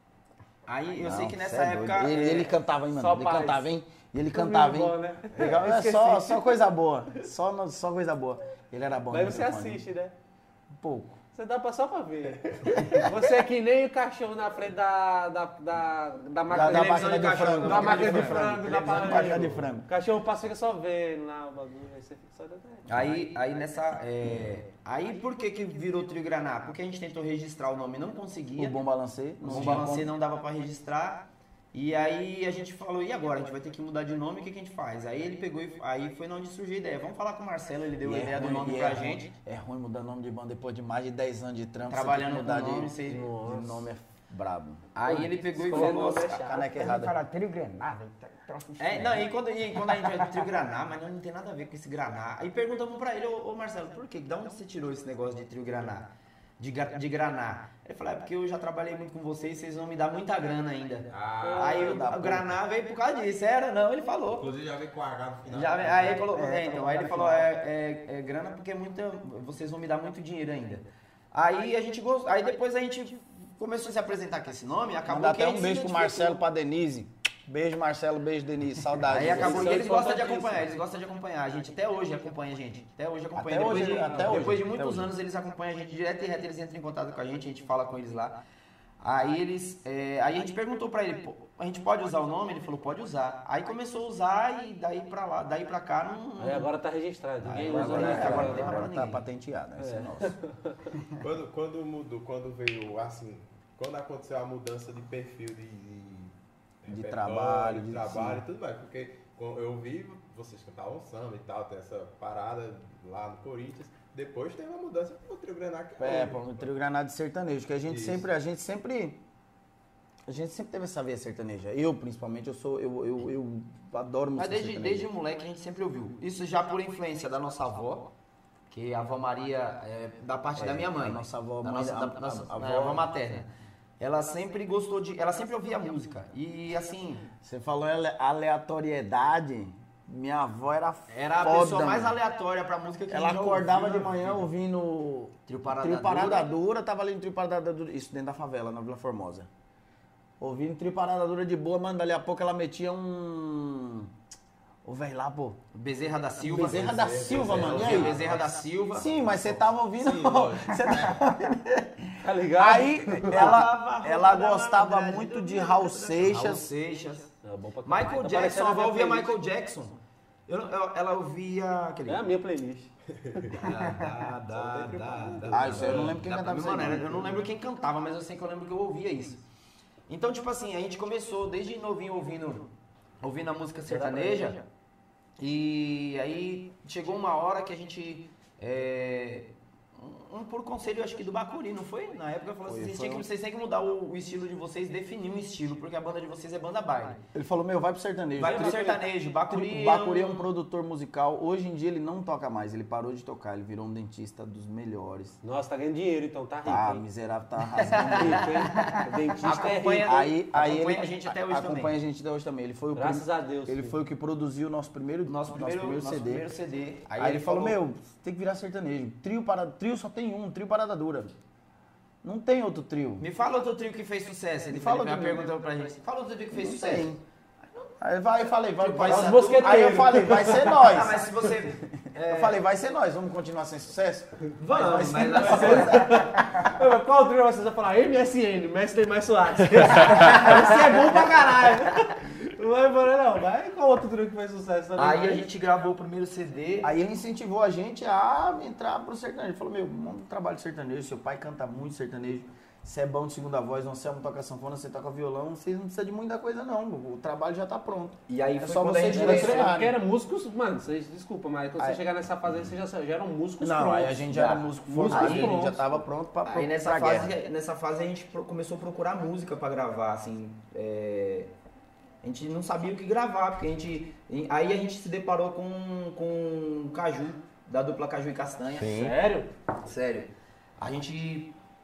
E: Aí eu sei que
B: Não,
E: nessa
B: cê é
E: época...
B: doido. Ele,
E: é,
B: ele cantava, hein,
C: só
B: mano? Ele
C: paz.
B: cantava, hein? E ele cantava, hein?
C: Bom, né?
B: Legal, é
C: Esqueci.
B: só, só coisa boa. Só, no- só coisa boa. Ele era bom.
C: Mas
B: no
C: você
B: microfone.
C: assiste, né?
B: Um pouco.
C: Você dá pra só pra ver. Você é que nem o cachorro na frente da, da, da, da máquina
B: Da, da
C: de
B: máquina de
E: cachorro,
B: frango.
C: da máquina de
B: de
C: frango, da
B: Televisão de
C: padaria.
B: máquina de frango.
C: O cachorro passa e fica só vendo lá o bagulho. Aí você fica só dando.
E: Aí, aí nessa... é, aí por que que virou Trio Graná? Porque a gente tentou registrar o nome e não conseguia.
B: O bom balancê.
E: O
B: Não
E: Bom
B: tinha
E: Balancê
B: como.
E: não dava pra registrar. E aí a gente falou, e agora? A gente vai ter que mudar de nome, o que, que a gente faz? Aí ele pegou e aí foi onde surgiu a ideia. Vamos falar com o Marcelo, ele deu
B: E
E: a
B: é
E: ideia do
B: ruim,
E: nome
B: e
E: pra
B: é ruim.
E: gente.
B: É ruim mudar nome de banda depois de mais de dez anos de trampo.
E: Trabalhando
B: você tem que mudar
E: com nome,
B: de,
E: você-
B: de nome é brabo.
E: Aí ele pegou e
C: Escolher
E: falou...
C: nome é chato.
B: Caneca
F: Ele
B: errada.
F: fala trio granada, troço de
E: É,
F: chinelo.
E: não, e quando, e quando a gente vai trio graná, mas não, não tem nada a ver com esse graná. Aí perguntamos pra ele, ô, ô Marcelo, por quê? De onde você tirou esse negócio de trio graná? De, gra- de graná? Ele falou, é porque eu já trabalhei muito com vocês, vocês vão me dar muita grana ainda.
A: Ah,
E: Aí o, o graná veio por causa disso, era? Não, ele falou.
A: inclusive já veio com H no final.
E: Já, aí ele falou,
F: É,
E: é, então, aí ele falou, é, é, é grana porque é muita, vocês vão me dar muito dinheiro ainda. Aí a gente gostou, aí depois a gente começou a se apresentar com esse nome, acabou
B: Manda
E: que a
B: até
E: gente
B: um
E: se
B: beijo pro
E: identificou.
B: Marcelo, pra Denise. Beijo, Marcelo, beijo, Denise. Saudade.
E: Aí acabou, e
C: Isso é
E: eles gostam de
C: importantíssimo.
E: acompanhar, eles gostam de acompanhar a gente, até hoje acompanha a gente, até hoje acompanha,
B: Até
E: depois,
B: hoje,
E: de,
B: até hoje,
E: depois de
B: até
E: muitos
B: hoje.
E: anos eles acompanham a gente direto e reto, eles entram em contato com a gente, a gente fala com eles lá. Aí eles, é, aí a gente perguntou pra ele, pô, a gente pode usar o nome? Ele falou, pode usar. Aí começou a usar e daí pra lá, daí pra cá não...
C: Aí agora tá registrado. Ninguém
B: Agora,
C: usa
B: agora,
C: mais.
B: agora,
E: não tem pra
B: agora tá
E: ninguém.
B: patenteado, esse é nosso.
A: Quando, quando mudou, quando veio assim, quando aconteceu a mudança de perfil de, de,
B: De
A: repertório,
B: trabalho,
A: de
B: de-
A: trabalho
B: sim.
A: tudo mais, porque com- eu vi vocês cantavam samba e tal, tem essa parada lá no Corinthians. Depois teve uma mudança pro Trio Graná que
B: É, pô, o trio granada de sertanejo, que a gente
A: Isso.
B: sempre, a gente sempre, a gente sempre teve essa veia sertaneja. Eu, principalmente, eu sou, eu, eu, eu adoro música
E: Mas desde,
B: sertaneja.
E: desde moleque a gente sempre ouviu. Isso já por influência da nossa avó, que a avó Maria é da parte da minha mãe.
B: a nossa avó,
E: da
B: mãe
E: nossa,
B: da-
E: da,
B: a-
E: nossa-
B: a
E: né,
B: avó-
E: avó materna. Ela sempre gostou de. Ela sempre ouvia música. E assim,
B: Você falou ale- aleatoriedade, minha avó era
E: era a
B: foda,
E: pessoa mais
B: mano.
E: aleatória pra música que
B: Ela
E: a gente já
B: acordava
E: ouviu
B: de
E: na
B: manhã
E: vida.
B: ouvindo
E: Trio Parada
B: Trio Parada
E: Dura.
B: Dura, tava ali no Trio Parada Dura, isso dentro da favela, na Vila Formosa. Ouvindo Trio Parada Dura de boa, mano, dali a pouco ela metia um... O velho lá, pô.
E: Bezerra da Silva.
B: Bezerra da Silva, mano, e aí?
E: Bezerra da Silva.
B: Sim, mas você tava ouvindo... Você tava ouvindo...
C: Tá ligado?
B: Aí, ela, ela gostava muito de Raul
E: Raul
B: Seixas.
E: Seixas.
C: É bom pra caralho.
E: Michael
C: Tá
E: Jackson,
C: parecendo
E: a avó
C: minha
E: ouvia
C: playlist.
E: Michael Jackson. Eu, eu- ela ouvia aquele.
C: É a minha playlist.
E: Dá, dá, dá, dá.
B: Ah, isso aí eu não lembro quem
E: Dá pra
B: cantava
E: mim,
B: isso aí,
E: mano,
B: não.
E: era- Eu não lembro quem cantava, mas eu sei que eu lembro que eu ouvia isso. Então, tipo assim, a gente começou desde novinho ouvindo, ouvindo a música sertaneja. E aí chegou uma hora que a gente. é, um, um por conselho, acho que do Bacuri, não foi? Na época falou assim,
B: Foi,
E: vocês,
B: foi
E: têm que,
B: um-
E: vocês têm que mudar o, o estilo de vocês, definir um estilo, porque a banda de vocês é banda baile.
B: Ele falou, meu, vai pro sertanejo.
E: Vai pro
B: Tri-
E: sertanejo, Bacuri.
B: Tri- Bacuri é um produtor musical. Hoje em dia ele não toca mais, ele parou de tocar, ele virou um dentista dos melhores.
C: Nossa, tá ganhando dinheiro então, tá rico,
B: Tá,
C: hein?
B: miserável, tá arrasando.
C: Rico, hein? Dentista é
E: Acompanha-
C: rico.
B: Aí, aí
E: Acompanha
B: ele
E: a gente até hoje
B: acompanha
E: também.
B: a gente até hoje também. Ele foi o
C: Graças
B: prim-
C: a Deus,
B: Ele
C: filho.
B: foi o que produziu o nosso primeiro,
E: Nosso primeiro,
B: primeiro
E: nosso
B: C D.
E: primeiro C D.
B: Aí, ele falou, meu, tem que virar sertanejo. Trio, para... trio só tem um, trio Parada Dura. Não tem outro trio.
E: Me fala outro trio que fez sucesso. Ele
B: Me fala
E: fala
B: outro
E: me
B: trio.
E: perguntou pra gente. Fala outro trio que fez
B: Não
E: sucesso.
B: tem. Aí vai, eu falei, vai, vai,
E: Os
B: ser-
C: mosqueteiros.
B: Aí eu falei, vai ser nós.
E: Ah, mas se você. é,
B: Eu falei, vai ser nós, vamos continuar sem sucesso?
E: Vamos, mas
C: Ô, Qual trio vocês vão falar? M S N, Mestre Mais Soares. Você é bom pra caralho. Não vai embora não, vai qual outro trio que fez sucesso também?
E: Aí a gente gravou o primeiro C D.
B: Aí ele incentivou a gente a entrar pro sertanejo. Ele falou, meu, monta um trabalho de sertanejo, seu pai canta muito sertanejo, você é bom de segunda voz, não Anselmo toca sanfona, você toca violão, vocês não precisam de muita coisa não, o trabalho já tá pronto.
E: E aí
B: É
E: foi
B: só
E: quando
B: você
E: a gente
B: direto-
E: começou-
C: Porque era músicos, mano, vocês, desculpa, mas quando você
B: Aí-
C: chegar nessa fase aí, vocês já, já eram músicos
B: Não,
C: prontos.
B: aí a gente já era músico formado,
C: Músicos
B: a gente já
C: prontos.
B: tava pronto pra,
E: Aí
B: pra
E: nessa
B: guerra.
E: fase, nessa fase a gente pro- começou a procurar música pra gravar, assim. é, A gente não sabia o que gravar, porque a gente. Aí a gente se deparou com, com o Caju, da dupla Caju e Castanha.
D: Sim.
C: Sério?
E: Sério. A gente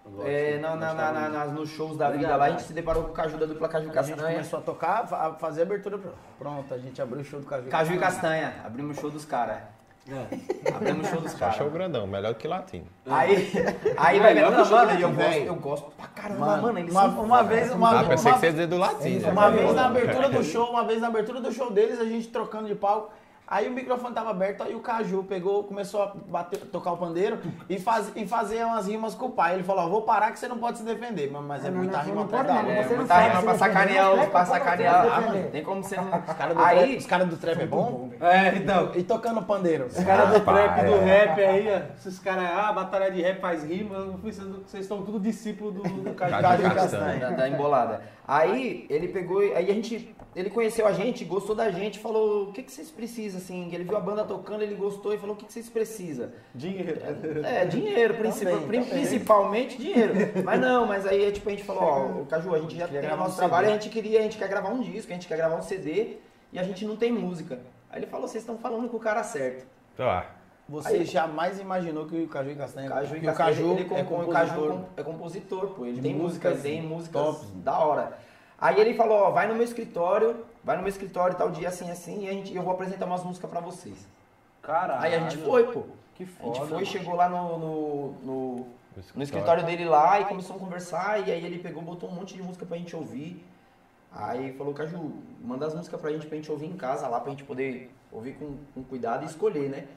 E: é, na, na, na, na, nas- nos shows da vida
C: Obrigado.
E: lá, a gente se deparou com o Caju da dupla Caju e
B: A gente
E: Castanha.
B: começou a tocar, a fazer a abertura. Pronto, a gente abriu o show do Caju.
E: Caju e Castanha, abrimos o show dos caras. Abrimos o show dos
D: Só
E: caras.
D: show grandão, melhor que latino.
E: Aí, aí vai
C: Melhor
E: vendo,
C: que
E: mano,
C: show
E: e eu
C: de
E: gosto,
B: velho.
E: eu gosto pra caramba,
B: Mano,
E: mano. Eles
B: uma,
E: são
B: uma
E: foda.
B: vez, uma,
D: Ah, pensei
B: uma,
D: que você ia dizer do latino.
B: uma
D: né?
B: vez na abertura do show, uma vez na abertura do show deles, a gente trocando de palco. Aí o microfone tava aberto, aí o Caju pegou, começou a bater, tocar o pandeiro e, faz, e fazer umas rimas com o pai. Ele falou, ó, vou parar que você não pode se defender. Mas- Mas é
F: Não,
B: muita
F: não,
B: rima
F: não
B: atrás
F: pode
B: da
F: não,
B: outra.
E: É,
F: você não
E: muita
F: sabe
E: rima
F: se
E: pra
F: defender,
E: sacanear,
F: não,
E: os- pra
F: como você vai
E: sacanear.
F: se
E: Ah,
F: defender?
E: mano, tem como você não...
B: Os caras do,
E: Aí,
B: trap, os cara do trap é bom?
C: É, então.
B: E tocando pandeiro.
C: Os caras do
D: Rapaz,
C: trap, do
D: é.
C: rap aí, ó. Esses caras, ah, batalha de rap faz rima. Eu fui pensando que vocês estão tudo discípulo do, do Caju.
D: Caju
B: e
D: Castanha.
E: da, da embolada. Aí ele pegou, aí a gente, ele conheceu a gente, gostou da gente, falou, o que, que vocês precisam, assim? Ele viu a banda tocando, ele gostou e falou, o que, que vocês precisam?
C: Dinheiro.
E: É, dinheiro, princip-
B: Também,
E: pri-
B: também.
E: principalmente dinheiro. Mas não, mas aí tipo, a gente falou, ó, o Caju, a gente já
B: Queria
E: tem o
B: gravar
E: nosso
B: um C D.
E: trabalho, a gente queria, a gente quer gravar um disco, a gente quer gravar um C D e a gente não tem música. Aí ele falou, vocês estão falando com o cara certo.
D: Tá.
B: Você
E: Aí-
B: jamais imaginou que o Caju e Castanha...
E: Caju e
B: que o
E: Castanha,
B: Caju
E: ele, ele
B: é
E: compõe, o Caju
B: compositor.
E: com- é compositor, pô. Ele
B: de
E: tem músicas,
B: músicas
E: tem músicas
B: tops.
E: da hora. Aí ele falou, ó, vai no meu escritório, vai no meu escritório tal dia assim, assim, e a gente, eu vou apresentar umas músicas pra vocês.
C: Caralho.
E: Aí a gente foi, pô.
C: Que
E: A
C: foda.
E: gente foi, chegou lá no, no, no, no
D: escritório.
E: escritório dele lá e começamos a conversar, e aí ele pegou, botou um monte de música pra gente ouvir. Aí falou, Caju, manda as músicas pra gente, pra gente ouvir em casa lá, pra gente poder ouvir com, com cuidado e escolher, né?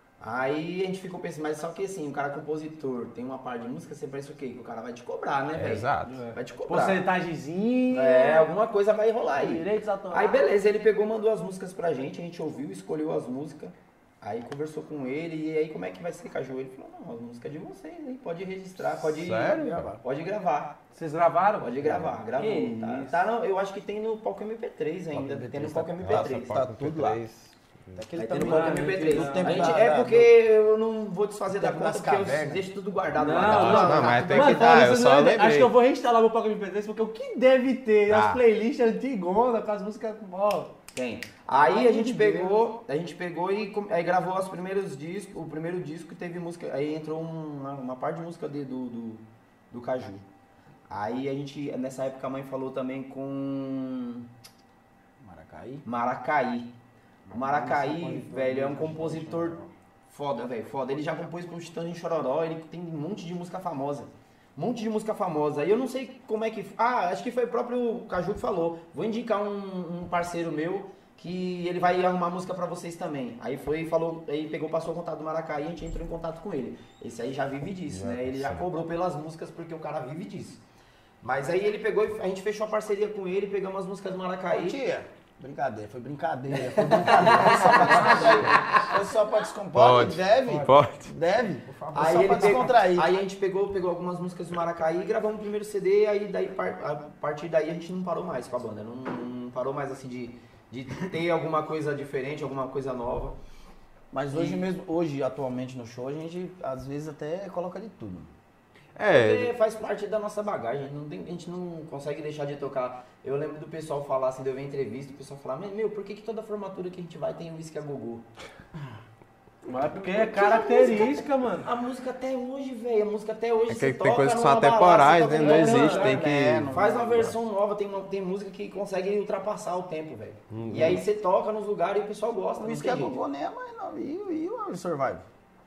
E: Aí a gente ficou pensando, mas só que assim, um cara compositor tem uma parte de música, você pensa o quê? Que o cara vai te cobrar, né,
D: É,
E: velho?
D: exato.
E: Vai te cobrar.
C: Porcentagemzinha.
E: É, alguma coisa vai rolar aí.
C: Direitos autorais.
E: Aí beleza, ele pegou, mandou as músicas pra gente, a gente ouviu, escolheu as músicas. Aí conversou com ele, e aí como é que vai ser, Caju? Ele falou, não, as músicas é de vocês, hein? Pode registrar, pode
D: Sério?
E: gravar. Pode gravar.
C: Vocês gravaram?
E: Pode gravar, gravou.
C: Que
E: Tá,
C: isso.
E: tá no- eu acho que tem no palco M P três ainda.
B: M P três
E: Tem no
B: tá-
E: palco M P três.
B: tá tudo lá. Aquele
E: Aí tem no
B: também,
E: palco
C: Ah,
E: M P três.
C: no
E: A
B: tempo
E: gente-
B: da-
E: é
B: da-
E: porque eu não vou desfazer da
B: tempo
E: conta,
B: das
E: porque eu
B: cavernas.
E: deixo tudo guardado
C: Não,
E: lá. Tá tudo
C: não,
E: lá.
D: não, mas tem
C: Mano,
D: que tá,
C: falando
D: eu
C: isso,
D: só
C: né,
D: lembrei.
C: acho que eu vou reinstalar meu Pocket M P três, porque o que deve ter
D: Ah.
C: as playlists antigonas com as músicas. Ó,
E: Tem. Aí
C: Ai,
E: a gente
C: meu
E: pegou, a gente pegou e com- aí gravou os primeiros discos, o primeiro disco que teve música, aí entrou uma, uma parte de música de- do, do, do Caju. Aí a gente, nessa época a mãe falou também com
B: Maracaí.
E: Maracaí. O Maracaí, velho, é um compositor foda, velho, foda. Ele já compôs com o Chitãozinho em Chororó, ele tem um monte de música famosa. Um monte de música famosa. E eu não sei como é que... Ah, acho que foi o próprio Caju que falou. Vou indicar um, um parceiro meu que ele vai arrumar música pra vocês também. Aí foi e falou... Aí pegou, passou o contato do Maracaí e a gente entrou em contato com ele. Esse aí já vive disso, né? Ele já cobrou pelas músicas porque o cara vive disso. Mas aí ele pegou e a gente fechou a parceria com ele, pegamos as músicas do
B: Ô,
E: Maracaí.
B: tia, brincadeira, foi brincadeira, foi brincadeira. Foi só pra descontrair. Foi só pra descontrair. Pode,
D: Pode.
B: deve?
D: Pode.
B: Deve?
E: Aí,
B: só
E: ele
B: pra
E: pegou,
B: descontrair.
E: aí a gente pegou, pegou algumas músicas do Maracaí e gravamos o primeiro C D, aí daí, par- a partir daí a gente não parou mais com a banda, não, não parou mais assim de, de ter alguma coisa diferente, alguma coisa nova.
B: Mas hoje mesmo, hoje, atualmente no show, a gente às vezes até coloca de tudo.
D: É,
E: Porque faz parte da nossa bagagem, não tem- a gente não consegue deixar de tocar. Eu lembro do pessoal falar assim, de eu ver entrevista, o pessoal falar, mas meu, por que, que toda formatura que a gente vai tem o uísque a gogô?
C: mas é porque é característica, mano.
E: A música até hoje, velho, a música até hoje
D: É que
E: você
D: tem
E: toca
D: coisas que
E: numa
D: são
E: balada,
D: atemporais,
E: você
D: né?
E: toca
D: Não
E: em
D: existe,
E: qualquer
D: tem
E: lugar,
D: que-
E: né? Faz uma versão nova, tem, uma- tem música que consegue ultrapassar o tempo, velho. E aí você toca nos lugares e o pessoal gosta,
B: Por
E: não
B: isso
E: tem
B: que é
E: jeito.
B: gogô, né? Mas não, e, e o Survive?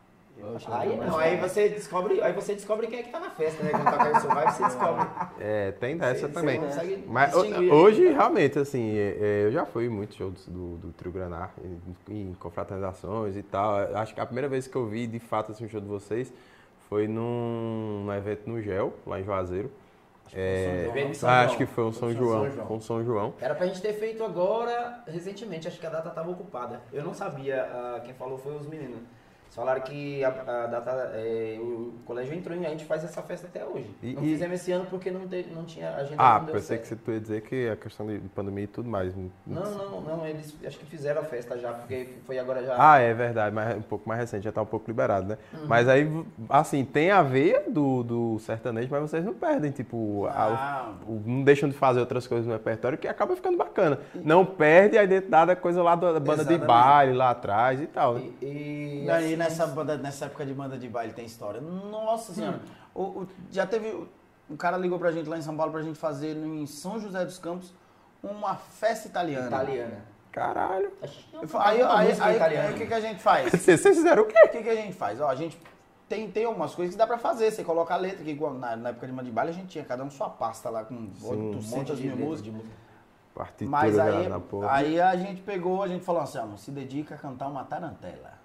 E: Aí não, aí você descobre, aí você descobre quem é que tá na festa, né? Quando toca no Survive, você descobre.
D: é, tem dessa
E: Você-
D: também.
E: você consegue
D: Mas o-
E: distinguir.
D: hoje, realmente, assim, é, é, eu já fui em muitos shows do, do Trio Granar, em, em confraternizações e tal. Eu acho que a primeira vez que eu vi, de fato, assim, um show de vocês foi num, num evento no Gel, lá em Juazeiro. É,
E: Evento de São
D: ah,
E: João.
D: acho que foi um São
E: Foi um
D: João,
E: São João.
D: foi um São João.
E: Era pra gente ter feito agora, recentemente, acho que a data tava ocupada. Eu não sabia, ah, quem falou foi os meninos. Eles falaram que a, a data, é, o colégio entrou e a gente faz essa festa até hoje.
D: E-
E: não
D: e-
E: fizemos esse ano porque não, teve, não tinha agenda.
D: Ah,
E: não deu
D: pensei
E: certo.
D: que você tu ia dizer que a questão de pandemia e tudo mais.
E: Não, não, não, eles acho que fizeram a festa já, porque foi agora já.
D: Ah, é verdade, mas um pouco mais recente, já tá um pouco liberado, né? Mas aí, assim, tem a veia do, do sertanejo, mas vocês não perdem, tipo, a- o- o- não deixam de fazer outras coisas no repertório que acaba ficando bacana. Não perde a identidade da coisa lá da banda de
B: Exatamente.
D: baile lá atrás e tal, né?
E: E, e
B: Não, e nessa, banda, nessa época de banda de baile tem história. Nossa senhora. O, o, já teve... Um cara ligou pra gente lá em São Paulo pra gente fazer em São José dos Campos uma festa italiana.
E: Italiana.
D: Caralho.
B: Eu fa- Aí, aí, aí, aí, aí o que, que a gente faz?
D: Vocês vocês fizeram o quê?
B: O que, que a gente faz? Ó, a gente tem, tem algumas coisas que dá pra fazer. Você coloca a letra, que igual na, na época de banda de baile a gente tinha cada um sua pasta lá com oitocentas mil músicas.
D: Partitura
B: Mas aí,
D: da porra.
B: aí a gente pegou, a gente falou assim, ó, se dedica a cantar uma tarantela.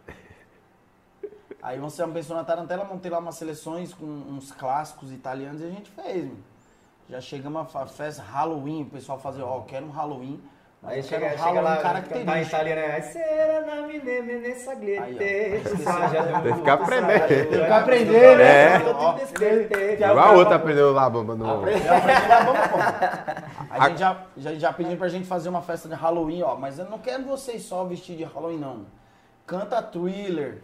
B: Aí você pensou na tarantela, montei lá umas seleções com uns clássicos italianos e a gente fez, mano. Já chegamos a festa Halloween, o pessoal fazia, ó, eu quero um Halloween. Mas
E: Aí
B: eu
E: chega,
B: quero um
E: chega
B: Halloween
E: lá,
B: característico.
E: cantar em italiano, é Sera na mine nessa
B: Aí, ó,
E: gliete.
B: esqueci.
D: Tem que ficar aprendendo.
C: Tem que aprender, né?
D: É. Igual a outra aprendeu lá, bamba no...
B: Eu aprendi lá, vamos, vamos. A gente já, já, já pediu pra gente fazer uma festa de Halloween, ó, mas eu não quero vocês só vestir de Halloween, não. Canta Thriller.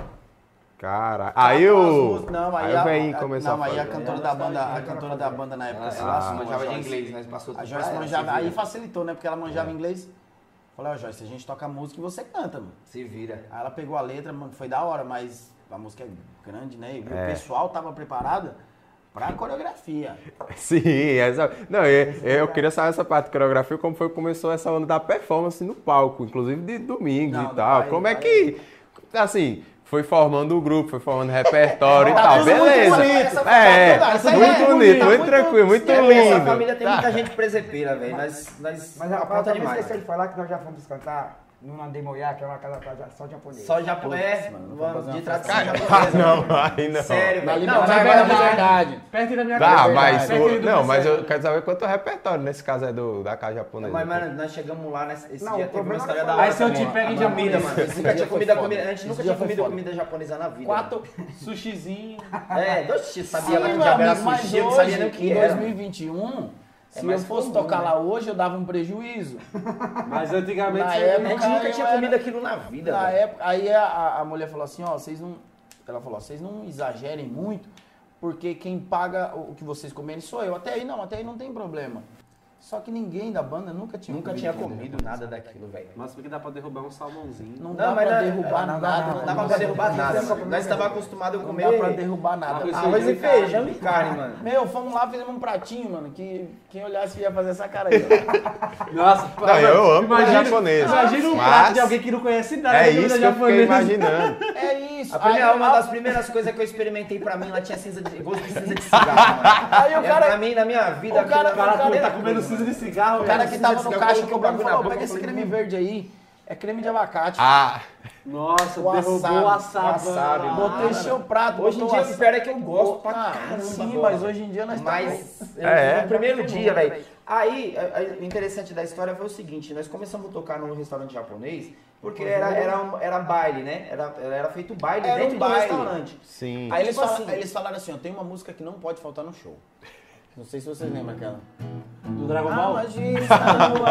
D: Cara, aí o...
B: Não, aí,
D: aí
B: a,
D: o velhinho
B: a,
D: começou
B: não,
D: a
B: aí
D: fazer.
B: a cantora da banda, a cantora da banda na época, sei lá,
E: Ah,
B: se
E: manjava de
B: Joyce.
E: inglês, nós passou
B: A
E: tudo
B: Joyce
E: pra ela,
B: manjava,
E: se
B: aí
E: vira.
B: facilitou, né? Porque ela manjava inglês. Falei, ó, Joyce, a gente toca música e você canta, mano.
E: Se vira.
B: Aí ela pegou a letra, mano, foi da hora, mas a música é grande, né? E
D: É.
B: o pessoal tava preparado pra coreografia.
D: Sim, essa... Não, eu, eu queria saber essa parte de coreografia, como foi que começou essa onda da performance no palco, inclusive de domingos
B: Não,
D: e tal.
B: vai,
D: como é
B: vai.
D: que, assim, foi formando o grupo, foi formando repertório
B: Tá
D: e tal,
B: tudo muito
D: beleza.
B: bonito,
D: é,
B: tá tudo-
D: muito
B: essa é
D: bonito,
B: bonita,
D: muito
B: muito-
D: tranquilo, muito
E: É,
D: lindo.
E: essa família tem
D: Tá.
E: muita gente presepeira, velho. Nós, nós
F: Mas rapaz,
E: aponta
F: também
E: demais.
F: esqueci de falar que nós já fomos cantar no Nandemoyá, que é uma casa pra- só japonês.
E: Só japonês,
B: mano, vamos fazer
E: de
B: uma
E: tradição
D: Ah,
E: japonesa.
D: não, aí não.
E: Sério,
B: Na
E: velho.
B: liberdade,
E: Não,
B: na
E: mas agora
B: liberdade.
C: Perto da minha
D: Tá,
C: casa.
D: mas,
C: Perto
D: o-
C: do
D: não, mas eu
C: Marcelo.
D: quero saber quanto é o repertório, nesse caso é do, da casa japonesa.
E: Mas, mano, nós chegamos lá, nesse, esse
F: Não,
E: dia
F: o
E: teve uma
F: problema
E: história
F: não
E: da
F: foi-
E: hora.
C: Aí se eu te
E: também.
C: pego em
E: A comida,
C: japonês.
E: mano. A gente
B: Esse
E: nunca
B: dia
E: tinha
B: foi
E: comida,
B: foda.
E: comida, a gente
B: Esse
E: nunca
B: dia
E: tinha
B: foi
E: comido
B: foda.
E: comida japonesa na vida.
B: Quatro.
C: Sushizinho.
E: É, doce, sabia
B: Sim,
E: lá que
B: meu
E: diabo era
B: amigo, mas
E: sushi, eu não sabia nem o
B: hoje,
E: que
B: em
E: era.
B: dois mil e vinte e um, se eu
E: mais
B: fosse
E: comum,
B: tocar
E: né?
B: lá hoje, eu dava um prejuízo.
C: Mas antigamente
B: Na
C: você-
B: época,
E: A gente nunca
B: eu
E: tinha
B: era-
E: comido aquilo na vida,
B: Na
E: velho.
B: época, aí a, a mulher falou assim, ó, vocês não... Ela falou, ó, vocês não exagerem muito, porque quem paga o que vocês comerem sou eu. Até aí não, até aí não tem problema. Só que ninguém da banda nunca tinha
E: Nunca
B: comido
E: tinha
B: comida
E: comido
B: japonesa.
E: nada daquilo, velho.
C: Mas porque dá pra derrubar um salmãozinho.
B: Não,
E: Não,
B: dá
E: mas
B: pra
E: não-
B: derrubar
F: não, não,
B: nada.
F: não,
E: Não
F: não
E: dava pra derrubar nada, mano. Nós estávamos acostumados a
B: Não
E: comer
B: dá pra derrubar nada.
C: Arroz
B: Ah,
E: arroz e
C: feijão e
E: feijão e carne, mano.
B: Meu, fomos lá, fizemos um pratinho, mano, que quem olhasse ia fazer essa cara aí. ó.
C: Nossa,
D: Não, eu amo comida
C: imagina,
D: japonesa.
C: imagina um
D: Mas
C: prato de alguém que não conhece nada
D: É
C: de comida
D: isso que eu fiquei
C: japonesa.
D: imaginando.
B: É isso.
E: A primeira,
B: Aí,
E: uma
B: a-
E: das primeiras coisas que eu experimentei pra mim, lá tinha cinza de, gosto de cinza de cigarro, mano.
B: Aí o
E: É,
B: cara-
E: pra mim, na minha vida,
B: o cara-
E: aquilo-
C: O cara,
B: O cara
C: tá comendo cinza de cigarro,
B: O cara
C: velho.
B: que tava no
E: eu
B: caixa
E: coloquei o
B: cobrando
E: bagulho na
B: falou,
E: boca,
B: pega
E: eu
B: esse
E: falei,
B: creme verde aí, é creme de abacate.
D: Ah,
C: Nossa,
B: O
C: derrubou
B: wasabi,
C: o wasabi.
E: wasabi,
B: Botei seu prato,
E: Hoje em
B: botou
E: dia, o
B: wasabi.
E: pior é que eu gosto pra
B: Ah,
E: caramba.
B: sim,
E: agora.
B: mas hoje em dia nós
E: Mas,
B: estamos...
E: eu-
D: É.
E: no primeiro dia, velho. Aí, a- a- o interessante da história foi o seguinte, nós começamos a tocar num restaurante japonês, porque era, era, um- era baile, né? Era, era feito baile
B: Era um
E: dentro do
B: baile.
E: restaurante.
D: sim.
B: Aí eles,
E: Tipo
B: falam-
E: assim.
B: aí eles falaram assim, ó, tem uma música que não pode faltar no show. Não sei se vocês lembram aquela.
C: Do Dragon
B: A
C: Ball?
B: magia está no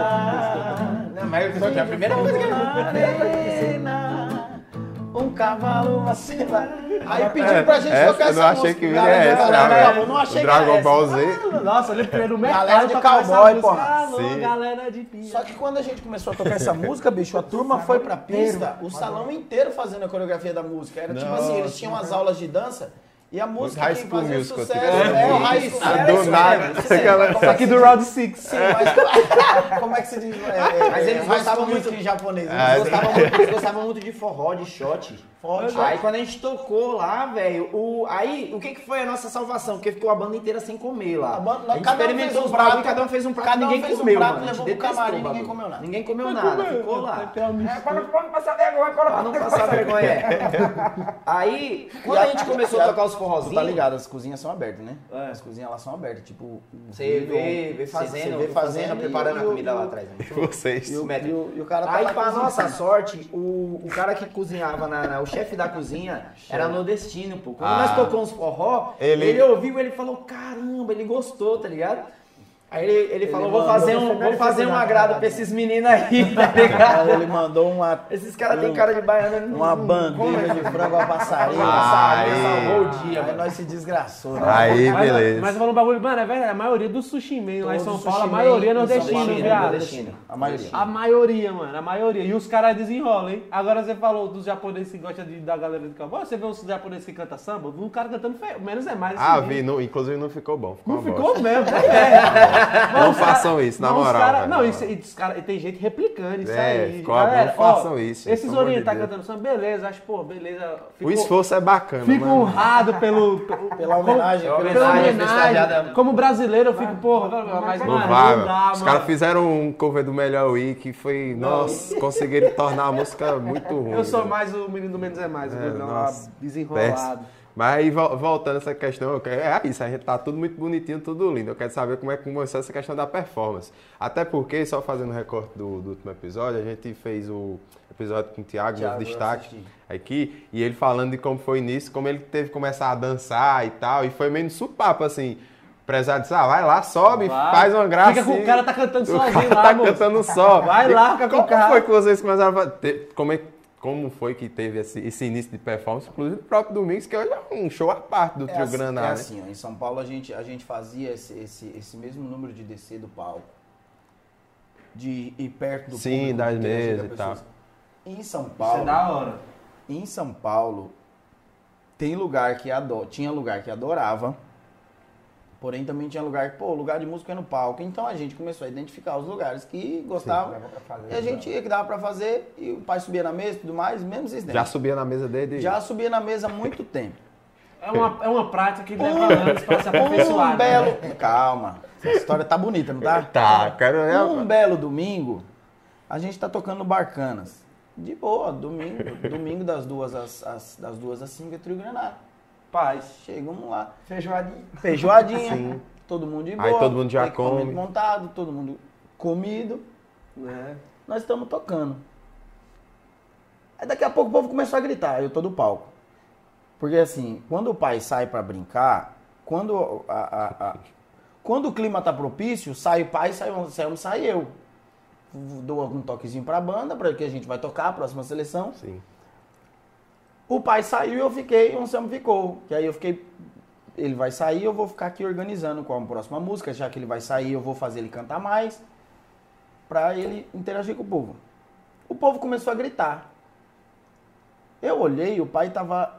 B: ar.
E: Não, mas eu- é a primeira coisa que eu...
B: Arena, um cavalo vacila. Aí pediram pra gente
D: Essa,
B: tocar
D: eu
B: essa
D: não achei
B: música.
D: que vinha
B: Galera,
D: essa,
B: galera,
D: velho.
B: eu não achei
D: O
B: que era
D: Dragon
B: essa.
D: Ball Z.
C: Nossa, ele foi no mercado.
B: Galera de
C: tocava essa
B: cowboy,
C: música.
B: porra.
C: Alô,
D: Sim.
C: galera de pia.
B: Só que quando a gente começou a tocar essa música, bicho, a turma foi pra pista, o salão inteiro fazendo a coreografia da música. Era tipo assim, eles tinham as aulas de dança e a música
D: High
B: que
D: School
B: fazia
D: Musical,
B: sucesso.
D: tipo,
B: É, o
D: isso.
B: High School.
D: Ah,
B: Era
D: do
B: isso
D: nada,
B: mesmo, isso mesmo.
D: aquela-
B: Como
C: Só
B: é
C: que
B: que
C: do
B: se
C: Round Six.
B: Sim, mas como, como é que se diz? É, é,
E: Mas eles
B: High
E: gostavam
B: School
E: muito-
B: Music em japonês.
D: Ah,
E: Eles gostavam, muito, eles gostavam muito de forró, de shot.
B: Forró, de
E: Aí quando a gente tocou lá, velho, o, aí o que, que foi a nossa salvação? Porque ficou a banda inteira sem comer lá.
B: A banda-
E: A gente
B: cada um
E: experimentou
B: fez um
E: os pratos,
B: prato,
E: cada um fez um prato,
B: cada um
E: ninguém
B: fez um
E: comeu,
B: prato,
E: mano. A gente
B: levou pro
E: detestou
B: camarim,
E: o bagulho.
B: ninguém comeu nada.
E: Ninguém comeu nada, ficou lá.
F: É, para não para não passar vergonha, para
E: Pra não passar vergonha. é. Aí, quando a gente começou a tocar os
B: Tu
E: forrozinhos,
B: tá ligado, as cozinhas são abertas, né?
C: É.
B: As cozinhas lá são abertas, tipo...
E: você
B: vidro,
E: vê, vê
B: você-
E: fazendo,
B: você vê fazendo,
E: fazendo, preparando
B: e
E: a
B: o-
E: comida
B: e o-
E: lá atrás. né?
D: Vocês.
B: E o,
E: Metro.
B: e o, e o cara tá
E: Aí,
B: lá
E: pra
B: cozinhando.
E: nossa sorte, o, o cara que cozinhava, na, na- o chefe da cozinha, era nordestino, pô. Quando
D: Ah.
E: nós tocamos forró,
D: Ele-
E: ele... ouviu, ele falou, caramba, ele gostou, tá ligado? Aí ele, ele falou, vou
B: mandou-
E: fazer, um, vou fazer um agrado pra esses meninos aí, tá ligado?
B: Aí ele mandou uma,
E: Esses caras têm
B: um-
E: cara de baiano.
B: uma
E: não-
B: bandeja de frango a passarinho.
D: Aí.
E: salvou o dia,
B: Aí
E: mano.
B: nós se desgraçou, né?
D: Aí,
C: Mas,
D: beleza.
C: mas falando um bagulho, mano, é verdade, a maioria do sushi man lá em São
B: Todos
C: Paulo, a
B: sushi
C: maioria é
B: man em São
C: nordestino,
B: Paulo,
C: viado.
E: nordestino.
B: A maioria.
C: A maioria, mano, a maioria. E os caras desenrolam, hein? Agora você falou dos japoneses que gostam de, da galera do cowboy. Você vê uns japoneses que cantam samba, um cara cantando feio. Menos é mais.
D: Ah,
C: assim,
D: vi, não- inclusive não ficou bom. Ficou
C: Não
D: uma
C: ficou
D: bosta.
C: mesmo, é.
D: Não
C: Mas os
D: façam
C: cara-
D: isso, na
C: mas os
D: moral,
C: cara-
D: velho,
C: não,
D: na
C: isso,
D: moral.
C: e os cara- e tem gente replicando isso
D: É,
C: aí.
D: ficou-
C: Galera,
D: não façam
C: ó,
D: isso,
C: Esses
D: pelo amor de
C: orientais
D: Deus.
C: cantando samba, beleza, acho, pô, beleza.
D: O esforço é bacana,
C: Fico
D: mano.
C: honrado pelo, pelo-
B: Pela homenagem,
C: como-
B: pela
C: pela
E: homenagem
C: homenagem.
E: festejada.
C: Como brasileiro, eu fico, porra, mas,
D: Não
C: mano,
D: vai,
C: não dá,
D: mano. Os caras
C: mano.
D: fizeram um cover do Melhor Week que foi, nossa, conseguiram tornar a música muito ruim.
C: Eu sou
D: velho.
C: mais o menino do Menos é Mais, eu
D: É,
C: vou dar
D: nossa,
C: uma desenrolado.
D: péssimo. Mas aí, vol- voltando a essa questão, eu quero- é isso, a gente tá tudo muito bonitinho, tudo lindo. Eu quero saber como é que começou essa questão da performance. Até porque, só fazendo um recorte do, do último episódio, a gente fez o episódio com o Thiago,
B: Thiago,
D: nos
B: eu
D: destaques
B: assisti.
D: aqui, e ele falando de como foi início, como ele teve que começar a dançar e tal, e foi meio no supapo, assim. O empresário disse, ah, vai lá, sobe,
C: Vai.
D: faz uma graça.
C: Fica com- o cara tá cantando
D: O
C: sozinho
D: cara
C: lá,
D: tá
C: moço.
D: cantando só.
C: Vai
D: E
C: lá, fica com o
D: como
C: cara.
D: foi que vocês começaram a fazer? Te- Como, é, como foi que teve esse, esse início de performance? Inclusive o próprio Domingos, que hoje é um show à parte do
B: É
D: Trio
B: assim,
D: Granada.
B: é
D: né?
B: assim, ó, em São Paulo a gente, a gente fazia esse, esse, esse mesmo número de descer do palco, de ir perto do
D: Sim,
B: público,
D: das
B: de interagir
D: mesas
B: com
D: e
B: as
D: tal.
B: pessoas. Em São
C: Isso é
B: Paulo,
C: da hora.
B: em São Paulo, tem lugar que ado... tinha lugar que adorava, porém também tinha lugar que, pô, lugar de música é no palco. Então a gente começou a identificar os lugares que gostavam.
F: Dava pra fazer,
B: E a gente ia que dava pra fazer, e o pai subia na mesa e tudo mais, mesmo esses
D: Já subia na mesa dele?
B: Já subia na mesa há muito tempo.
C: É uma, é uma prática que leva anos pra se aperfeiçoar.
B: Um
C: né?
B: belo... Calma, essa história tá bonita, não tá?
D: Tá, quero ver.
B: Um belo domingo, a gente tá tocando no Barcanas. De boa, domingo, domingo das duas às, às- das duas às cinco é Trio Granada. Paz, chegamos lá.
F: Feijoadinha.
B: Feijoadinha,
D: Sim.
B: todo mundo de
D: Aí
B: boa.
D: todo mundo já
B: equipamento
D: come.
B: montado, todo mundo comido.
C: É.
B: Nós estamos tocando. Aí daqui a pouco o povo começou a gritar, eu tô do palco. Porque assim, quando o pai sai pra brincar, quando, a, a- a- quando o clima tá propício, sai o pai, sai, o- sai, sai eu. Dou algum toquezinho pra banda, para que a gente vai tocar a próxima seleção.
D: Sim.
B: O pai saiu e eu fiquei, o Anselmo ficou. Que aí eu fiquei, ele vai sair, eu vou ficar aqui organizando qual a próxima música, já que ele vai sair, eu vou fazer ele cantar mais, pra ele interagir com o povo. O povo começou a gritar. Eu olhei, o pai tava...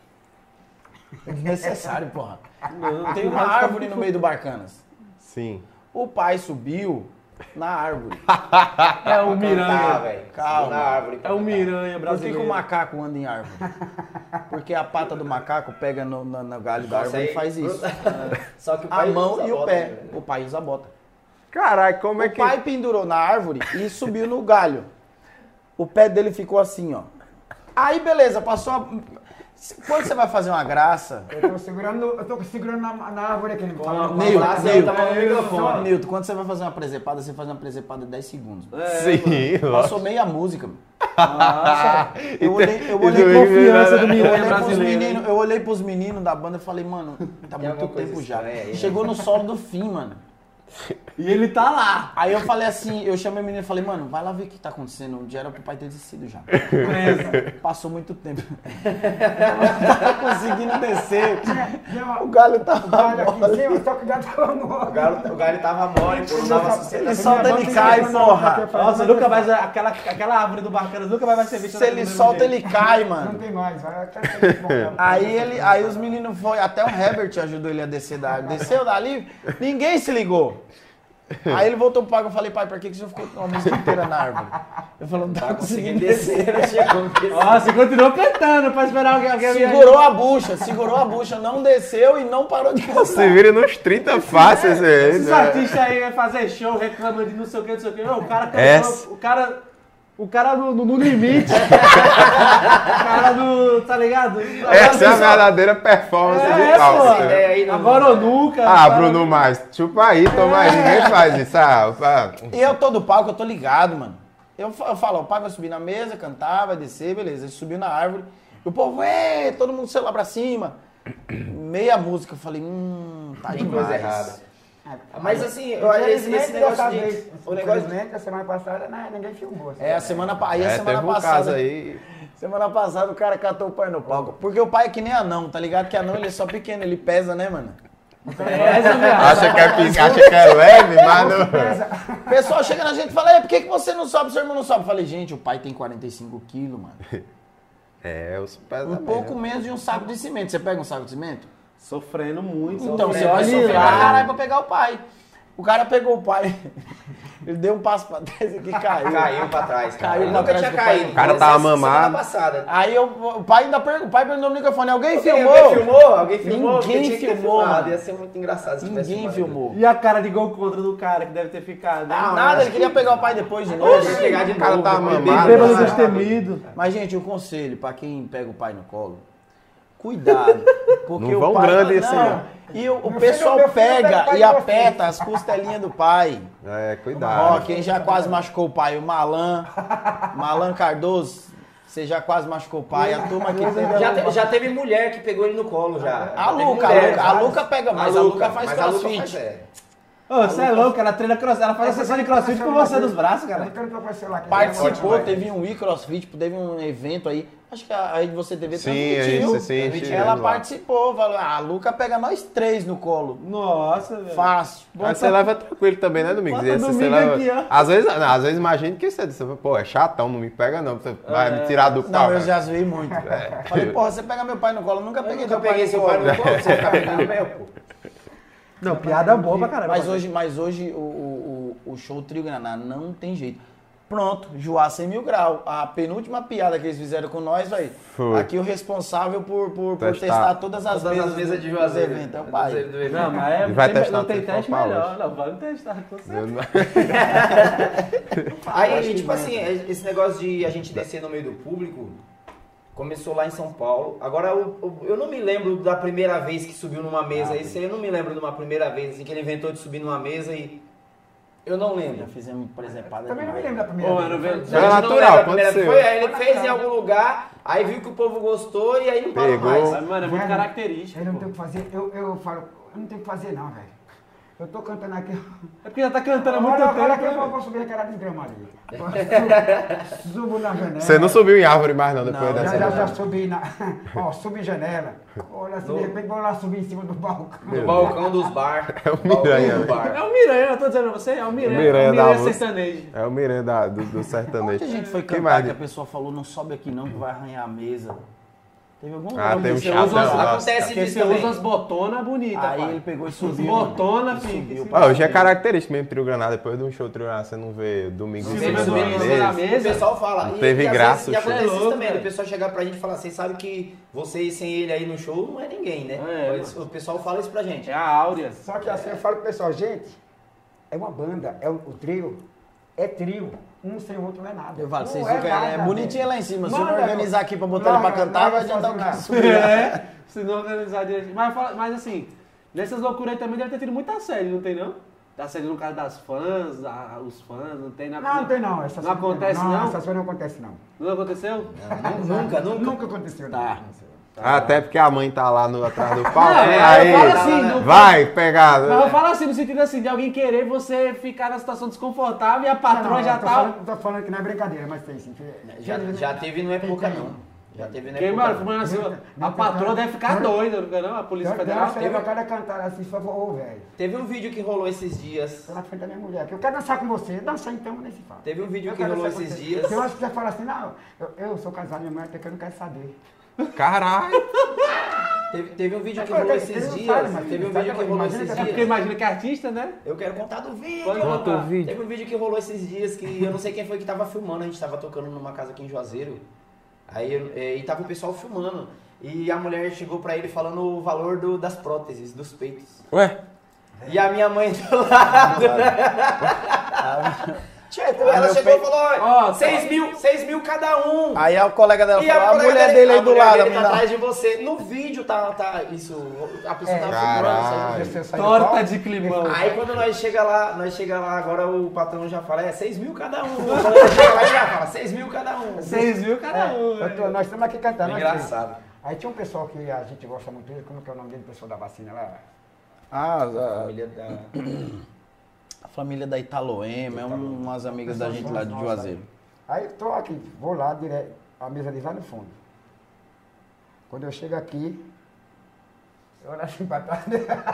B: Desnecessário, porra. Tem uma árvore no meio do Barcanas.
D: Sim.
B: O pai subiu na árvore.
C: É o
E: Tá,
C: Miranha.
E: velho.
B: Calma.
E: Na árvore.
C: É o Miranha
B: Por que, que
C: brasileiro.
B: o macaco anda em árvore? Porque a pata do macaco pega no, no- no galho da
E: Nossa,
B: árvore
E: aí-
B: e faz isso.
E: Só que o
B: A
E: pai
B: mão
E: usa
B: e o
E: bota,
B: pé.
E: né?
B: O pai usa bota.
D: Caralho, como é
B: O
D: que...
B: pai pendurou na árvore e subiu no galho. O pé dele ficou assim, ó. Aí, beleza, passou a... Quando você vai fazer uma graça...
F: Eu tô segurando, no- eu tô segurando na, na árvore aqui. Não fala no
B: Nilton,
E: lá, você
B: Nilton,
E: tá falando no microfone.
B: Nilton, quando você vai fazer uma presepada, você faz uma presepada de dez segundos.
D: Sim,
B: Passou meia música. mano. Nossa, eu olhei, eu olhei,
D: Isso aí,
C: Confiança do
B: eu
C: Miranha
B: olhei pros
C: brasileiro.
B: meninos, eu olhei pros meninos da banda e falei, mano, tá
E: Tem
B: muito
E: alguma coisa
B: tempo já.
E: estranha aí, né?
B: Chegou no solo do fim, mano.
C: E ele tá lá.
B: Aí eu falei assim, eu chamei o menino e falei, mano, vai lá ver o que tá acontecendo. Um dia era pro pai ter descido já. Passou muito tempo. Não tava conseguindo descer. O galho tava
F: Olha aqui em
B: mole.
F: cima, só que o gato tava morto.
E: O galho, o galho tava mole, pô, não dava
B: Se ele
E: sossego.
B: solta, ele cai, porra.
C: Nossa, nunca mais. Aquela, aquela árvore do Barcanas nunca mais vai ser vista
B: Se ele solta, ele cai,
F: Não
B: mano.
F: tem mais, vai até ter
B: Aí ele, aí os meninos foi, até o Herbert ajudou ele a descer da árvore. Desceu dali, ninguém se ligou. Aí ele voltou pro pai, eu falei, pai, pra que que você ficou uma música inteira na árvore? Eu falei, não tá
E: Tá
B: conseguindo
E: conseguindo
B: descer.
E: descer, não chegou. descer.
C: Nossa, continuou cantando pra esperar alguém. alguém
B: Segurou a bucha, segurou a bucha, não desceu e não parou de
D: Se
B: cantar.
D: vira nos trinta fáceis aí,
C: Esses
D: né?
C: artistas aí vai fazer show, reclamando de não sei o que, não sei o que. Não, o cara cantou,
D: Essa.
C: o cara. O cara no, no- no limite. O cara no. Tá ligado?
D: Essa é a verdadeira performance
C: É,
D: de palco.
C: pô.
D: né?
E: ideia aí, não.
C: Agora ou nunca.
D: Ah,
C: Agora-
D: Bruno Mais, chupa aí, toma aí, ninguém faz isso. Ah, ah.
B: E eu tô do palco, eu tô ligado, mano. Eu, fa- eu falo, o pai vai subir na mesa, cantar, vai descer, beleza. Ele subiu na árvore. E o povo, ê, todo mundo celular pra cima. Meia música, eu falei, hum, tá
E: Tem
B: demais.
E: coisa errada. Mas assim, eu- esse, esse
F: Infelizmente,
E: negócio
F: dessa
E: de...
F: vez,
E: O negócio de...
F: infelizmente, a semana passada, não, ninguém filmou. assim.
B: É, a semana, pa- aí a
D: É,
B: semana
D: teve um
B: passada.
D: caso aí.
B: Semana passada o cara catou o pai no palco. Porque o pai é que nem anão, tá ligado? Que anão ele é só pequeno, ele pesa, né, mano?
D: Acha que é, pi- acha que é leve, mas não.
B: O pessoal chega na gente e fala, "É, por que, que você não sobe, seu irmão não sobe?" Eu falei, gente, o pai tem quarenta e cinco quilos, mano.
D: É, os pés
B: Um pouco menos de um saco de cimento. Você pega um saco de cimento?
C: Sofrendo muito.
B: Então, você
C: sofrendo.
B: vai sofrer pra
C: lá.
B: caralho pra pegar o pai. O cara pegou o pai, ele deu um passo pra trás aqui e caiu.
E: Caiu pra trás.
B: Caiu
E: Ele
B: pra
E: nunca
B: trás
E: tinha
B: do pai.
E: caído.
D: O cara
E: Mas
D: tava
E: essa
D: mamado.
E: Semana passada.
B: Aí eu, o pai ainda perguntou, o pai perguntou no microfone, alguém filmou?
E: Alguém filmou? Alguém filmou?
B: Ninguém
E: Porque tinha que ter
B: filmou,
E: filmado.
B: mano.
E: Ia ser muito engraçado se tivesse
B: Ninguém
E: filmado.
B: filmou.
C: E a cara de gol contra do cara que deve ter ficado.
B: Ah,
C: hein?
B: nada, ele queria pegar o pai depois de novo.
E: Ia pegar de
D: O cara
E: novo,
D: tava
E: depois
D: mamado,
E: bêbado,
C: Bêbado
E: né?
C: destemido.
B: Mas, gente, um conselho pra quem pega o pai no colo, cuidado. Porque
D: Não
B: o
D: vão
B: pai,
D: grande assim,
B: não.
D: não.
B: E o, o
F: Meu
B: pessoal
F: filho- meu filho pega
B: pega
F: o pai
B: e
F: de
B: aperta as costelinhas do pai.
D: É,
B: Ó,
D: cuidado.
B: quem já quase machucou o pai, o Malan, Malan Cardoso, você já quase machucou o pai. A turma aqui pega.
E: Já, te- já teve mulher que pegou ele no colo já.
B: A
E: Já teve
B: Luca, a
E: mulher,
B: Luca, a
E: várias.
B: Luca pega mais, a Luca faz
E: mas a Luca
B: crossfit.
E: faz, é.
C: Ô, você é louco, ela treina crossfit, ela faz a sessão de crossfit com você nos braços, cara.
F: Então, que apareceu lá, que
B: Participou,
F: ele é
B: teve um e-crossfit, teve um evento aí. Acho que a Rede Você T V
D: Sim,
B: transmitiu.
D: a gente- sim, a gente
B: Ela
D: viu lá.
B: participou, falou, ah, a Luca pega nós três no colo.
C: Nossa, velho.
B: Fácil.
D: Mas você leva tranquilo também, né, Domingos?
C: Bota
D: Esse você
C: domingo
D: leva...
C: aqui, ó.
D: Às vezes, não, às vezes imagina que você, você pô, é chatão, não me pega não, você vai me tirar do
B: Não,
D: pau.
B: eu
D: cara.
B: já zoei muito. Falei, porra, você pega meu pai no colo. Eu nunca
E: Eu
B: peguei
E: nunca
B: teu pai
E: peguei
B: no
E: seu
B: colo.
E: pai no colo, você fica pegando o meu, pô.
C: Não, piada boa pra caramba.
B: Mas hoje, mas hoje o, o, o o show Trio Graná não tem jeito. Pronto, Joá cem mil grau. A penúltima piada que eles fizeram com nós, velho.
D: Foi.
B: Aqui o responsável por, por, por
D: Testar.
B: testar todas as
E: Todas
B: mesas,
E: as mesas de
B: do-
E: Juazeiro.
B: dos eventos. É o pai.
E: Do- do evento.
C: Não, mas é,
D: E vai
C: tem-
D: testar
C: não tem
D: até
C: teste
D: São Paulo
C: melhor.
D: hoje.
C: Não, vamos testar, com certeza.
D: Eu não-
E: Aí, tipo assim, esse negócio de a gente descer no meio do público começou lá em São Paulo. Agora, eu, eu- eu não me lembro da primeira vez que subiu numa mesa. Esse aí eu não me lembro de uma primeira vez assim, que ele inventou de subir numa mesa e. Eu não
B: Já
E: lembro.
B: fizemos presepada
F: Também não me
B: demais.
F: lembro da primeira
C: Ô,
F: vez.
C: mano, velho,
E: A gente não
D: natural,
E: lembra a primeira
D: aconteceu.
E: vez. Foi, aí ele fez em algum lugar, aí viu que o povo gostou e aí não parou
D: Pegou.
E: mais.
C: Mas, mano, é muito
F: Velho,
C: característico.
F: Eu não
C: pô.
F: tenho o que fazer, eu, eu falo, eu não tenho o que fazer não, velho. Eu tô cantando aqui.
C: É porque já tá cantando há muito
F: Olha,
C: tempo.
F: olha aqui, eu
C: né,
F: vou
C: velho?
F: subir aquela desgrama ali. Subo, subo na janela.
D: Você não subiu em árvore mais não, depois
B: Não,
D: dessa.
F: Já, já, já
D: vez.
F: subi na. Ó, subi em janela. Olha assim, de repente vou lá subir em cima do balcão.
E: No balcão dos bar.
D: É o
E: balcão
D: Miranha,
E: do bar.
C: É o Miranha, eu tô dizendo pra você, é o Miranha.
D: Miranha
C: é o
D: da
C: Miranha
D: música.
C: sertanejo.
D: É o Miranha da- do, do sertanejo.
B: Onde a gente foi
D: Quem
B: cantar
D: mais?
B: que a pessoa falou, não sobe aqui não, que vai arranhar a mesa. Teve algum
D: Ah,
B: lugar
D: tem um
B: que você
D: chatão.
B: usa-
D: Nossa,
E: Acontece
C: Porque
E: disso
C: você
E: também.
C: usa as botonas bonitas,
B: Aí
C: pai.
B: ele pegou e subiu.
C: Botona,
B: e
C: filho.
B: subiu.
D: Ah, hoje é característico mesmo Trio Granada. Depois de um show Trio Granada, você não vê domingo
C: Sim,
D: em
E: Vem
C: mas
D: cima de
C: subindo
D: uma
C: em cima da
D: mesa.
C: mesa.
E: O pessoal fala.
D: Não
E: e-
D: teve
E: e às
D: graça
E: vezes- E
D: o show.
E: acontece
C: É
E: isso
C: louco,
E: também,
C: velho.
E: o pessoal chegar pra gente e falar, vocês sabem que vocês sem ele aí no show não é ninguém, né?
C: É,
E: Mas o pessoal fala isso pra gente.
C: É a Áurea.
F: Só que assim eu falo pro pessoal, gente, é uma banda, é o, o trio, é trio. Um sem o outro não é nada.
B: Eu falo,
F: Não
B: vocês
F: é
B: ficam
F: nada,
B: é bonitinho
F: velho.
B: lá em cima. Se eu
F: Manda,
B: não organizar aqui pra botar ele pra
F: larga-
B: cantar,
F: larga
B: vai adiantar o
F: sozinho
B: que
F: lá.
B: subir.
C: É, se não organizar direitinho. Mas, fala- mas assim, nessas loucuras aí também deve ter tido muita assédio, não tem não? Assédio no caso das fãs, a- os fãs, não tem nada.
F: Não, não tem não. Essas
C: Não
F: coisas
C: acontece, não?
F: Essas coisas não acontecem não.
C: Não aconteceu?
E: Nunca, nunca.
F: Nunca aconteceu. não.
B: Tá.
D: Até porque a mãe tá lá no, atrás do palco.
C: Não,
D: né?
C: eu
D: Aí,
C: falo assim, não-
D: vai pegar.
C: Mas eu falo assim, no sentido assim, de alguém querer você ficar na situação desconfortável e a patroa
F: Não, não,
C: já
F: tô
C: tá.
F: falando, tô falando que não é brincadeira, mas tem sim.
E: Já, já teve, não é pouca não. Já teve, não é
C: Quem,
E: pouca
C: mano,
E: não.
C: falando assim,
F: Não,
C: a
F: não,
C: patroa
F: não,
C: deve ficar
F: não.
C: doida, não fica não? A Polícia
F: Eu
C: Federal.
F: quero
E: teve-
F: o cara cantar assim, por favor, ô, velho.
E: Teve um vídeo que rolou esses dias.
F: Tô na frente da minha mulher, que eu quero dançar com você. Dançar então, nem se fala.
E: Teve um vídeo
F: Eu
E: que
F: quero
E: rolou
F: dançar com
E: esses
F: você.
E: dias.
F: Eu acho que você fala assim, não, eu, eu sou casado, minha mulher até que eu não quero saber.
D: Caralho.
E: Teve, teve um vídeo que
F: Mas,
E: rolou
F: ele
E: esses
F: não
E: dias.
F: sabe, mas
E: Teve um
F: ele sabe,
E: vídeo que rolou
F: imagina
E: esses
F: que
C: É porque
E: dias.
C: imagina que é artista, né?
E: Eu quero contar do vídeo.
C: Pode
D: Conta
C: contar.
D: o vídeo.
E: Teve um vídeo que rolou esses dias que eu não sei quem foi que tava filmando. A gente tava tocando numa casa aqui em Juazeiro. Aí eu- é, e tava o pessoal filmando. E a mulher chegou pra ele falando o valor do- das próteses, dos peitos.
D: Ué?
E: E a minha mãe do lado. Tipo, ela
B: meu
E: chegou e
B: peito-
E: falou:
C: Ó,
E: seis mil, seis mil cada um.
B: Aí a colega dela
E: E
B: falou, a,
E: colega
B: mulher dele aí
E: a
B: do
E: mulher
B: lado, a
E: dele tá
B: menina.
E: atrás de você. No vídeo tá, tá isso. A pessoa
F: É,
E: tava
D: caralho.
E: filmando. isso aí.
C: Torta de climão.
E: Aí quando nós chega lá, nós chega lá, agora o patrão já fala, é seis mil cada um. Quando nós chega lá, ele já fala, seis mil cada um.
C: Seis mil cada um.
F: Eu tô-
C: velho.
F: nós estamos aqui cantando. nós
E: Engraçado.
F: três. Aí tinha um pessoal que a gente gosta muito dele, como que é o nome dele, o pessoal da vacina lá?
B: Ah,
E: A
B: a,
E: família da...
B: a família da Italoema, é um- umas amigas da gente lá de Juazeiro.
F: Aí tô aqui, vou lá direto, a mesa deles lá no fundo. Quando eu chego aqui, eu olho assim pra trás.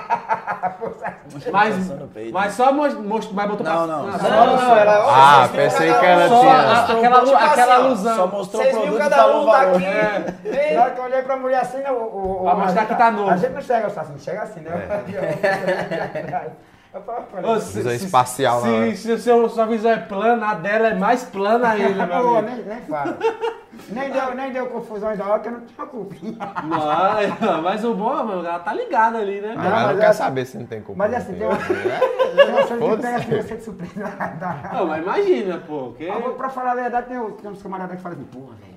C: Mas,
B: Coração no peito.
C: mas só mostrou, mas botou
B: Não,
C: pra...
B: não,
C: Ah,
B: só-
E: Não, não, ela...
D: Ah,
E: vocês viram
D: pensei
E: cada
D: que
E: um-
D: ela
C: Só
D: tinha-
C: a- aquela,
E: Tipo
C: aquela
E: assim, ó,
C: alusão.
B: Só mostrou o
E: Vocês viram
B: produto e
E: cada
B: falou
E: um
B: o
E: tá
B: valor.
E: aqui.
C: É.
E: Ei,
F: Na hora que eu olhei pra mulher assim, né, o, o, o-
C: Pra mostrar
F: a gente
C: que tá novo.
F: A gente não chega assim, chega assim, né? Eu falei,
C: Ô,
F: se-
D: Visão espacial,
C: se,
D: né?
C: se, se o seu, sua visão é plana, a dela é mais plana ainda, meu
F: Pô,
C: amigo.
F: nem, nem fala. Nem deu, nem deu confusão ainda hora que eu não tinha culpa.
C: Mas, mas o bom, mano, ela tá ligada ali, né?
D: Mas
F: Não,
D: não
F: mas
D: quer
F: é-
D: saber se não tem culpa.
F: Mas
D: não
F: assim,
D: tem.
F: tem uma,
D: É,
F: tem uma coisa que
D: foda-se.
F: pega assim, você de surpresa. da-
C: Não, mas imagina, pô. Que...
F: Ah, vou- Pra falar a verdade, tem, uns- tem uns camaradas que falam assim, porra, velho,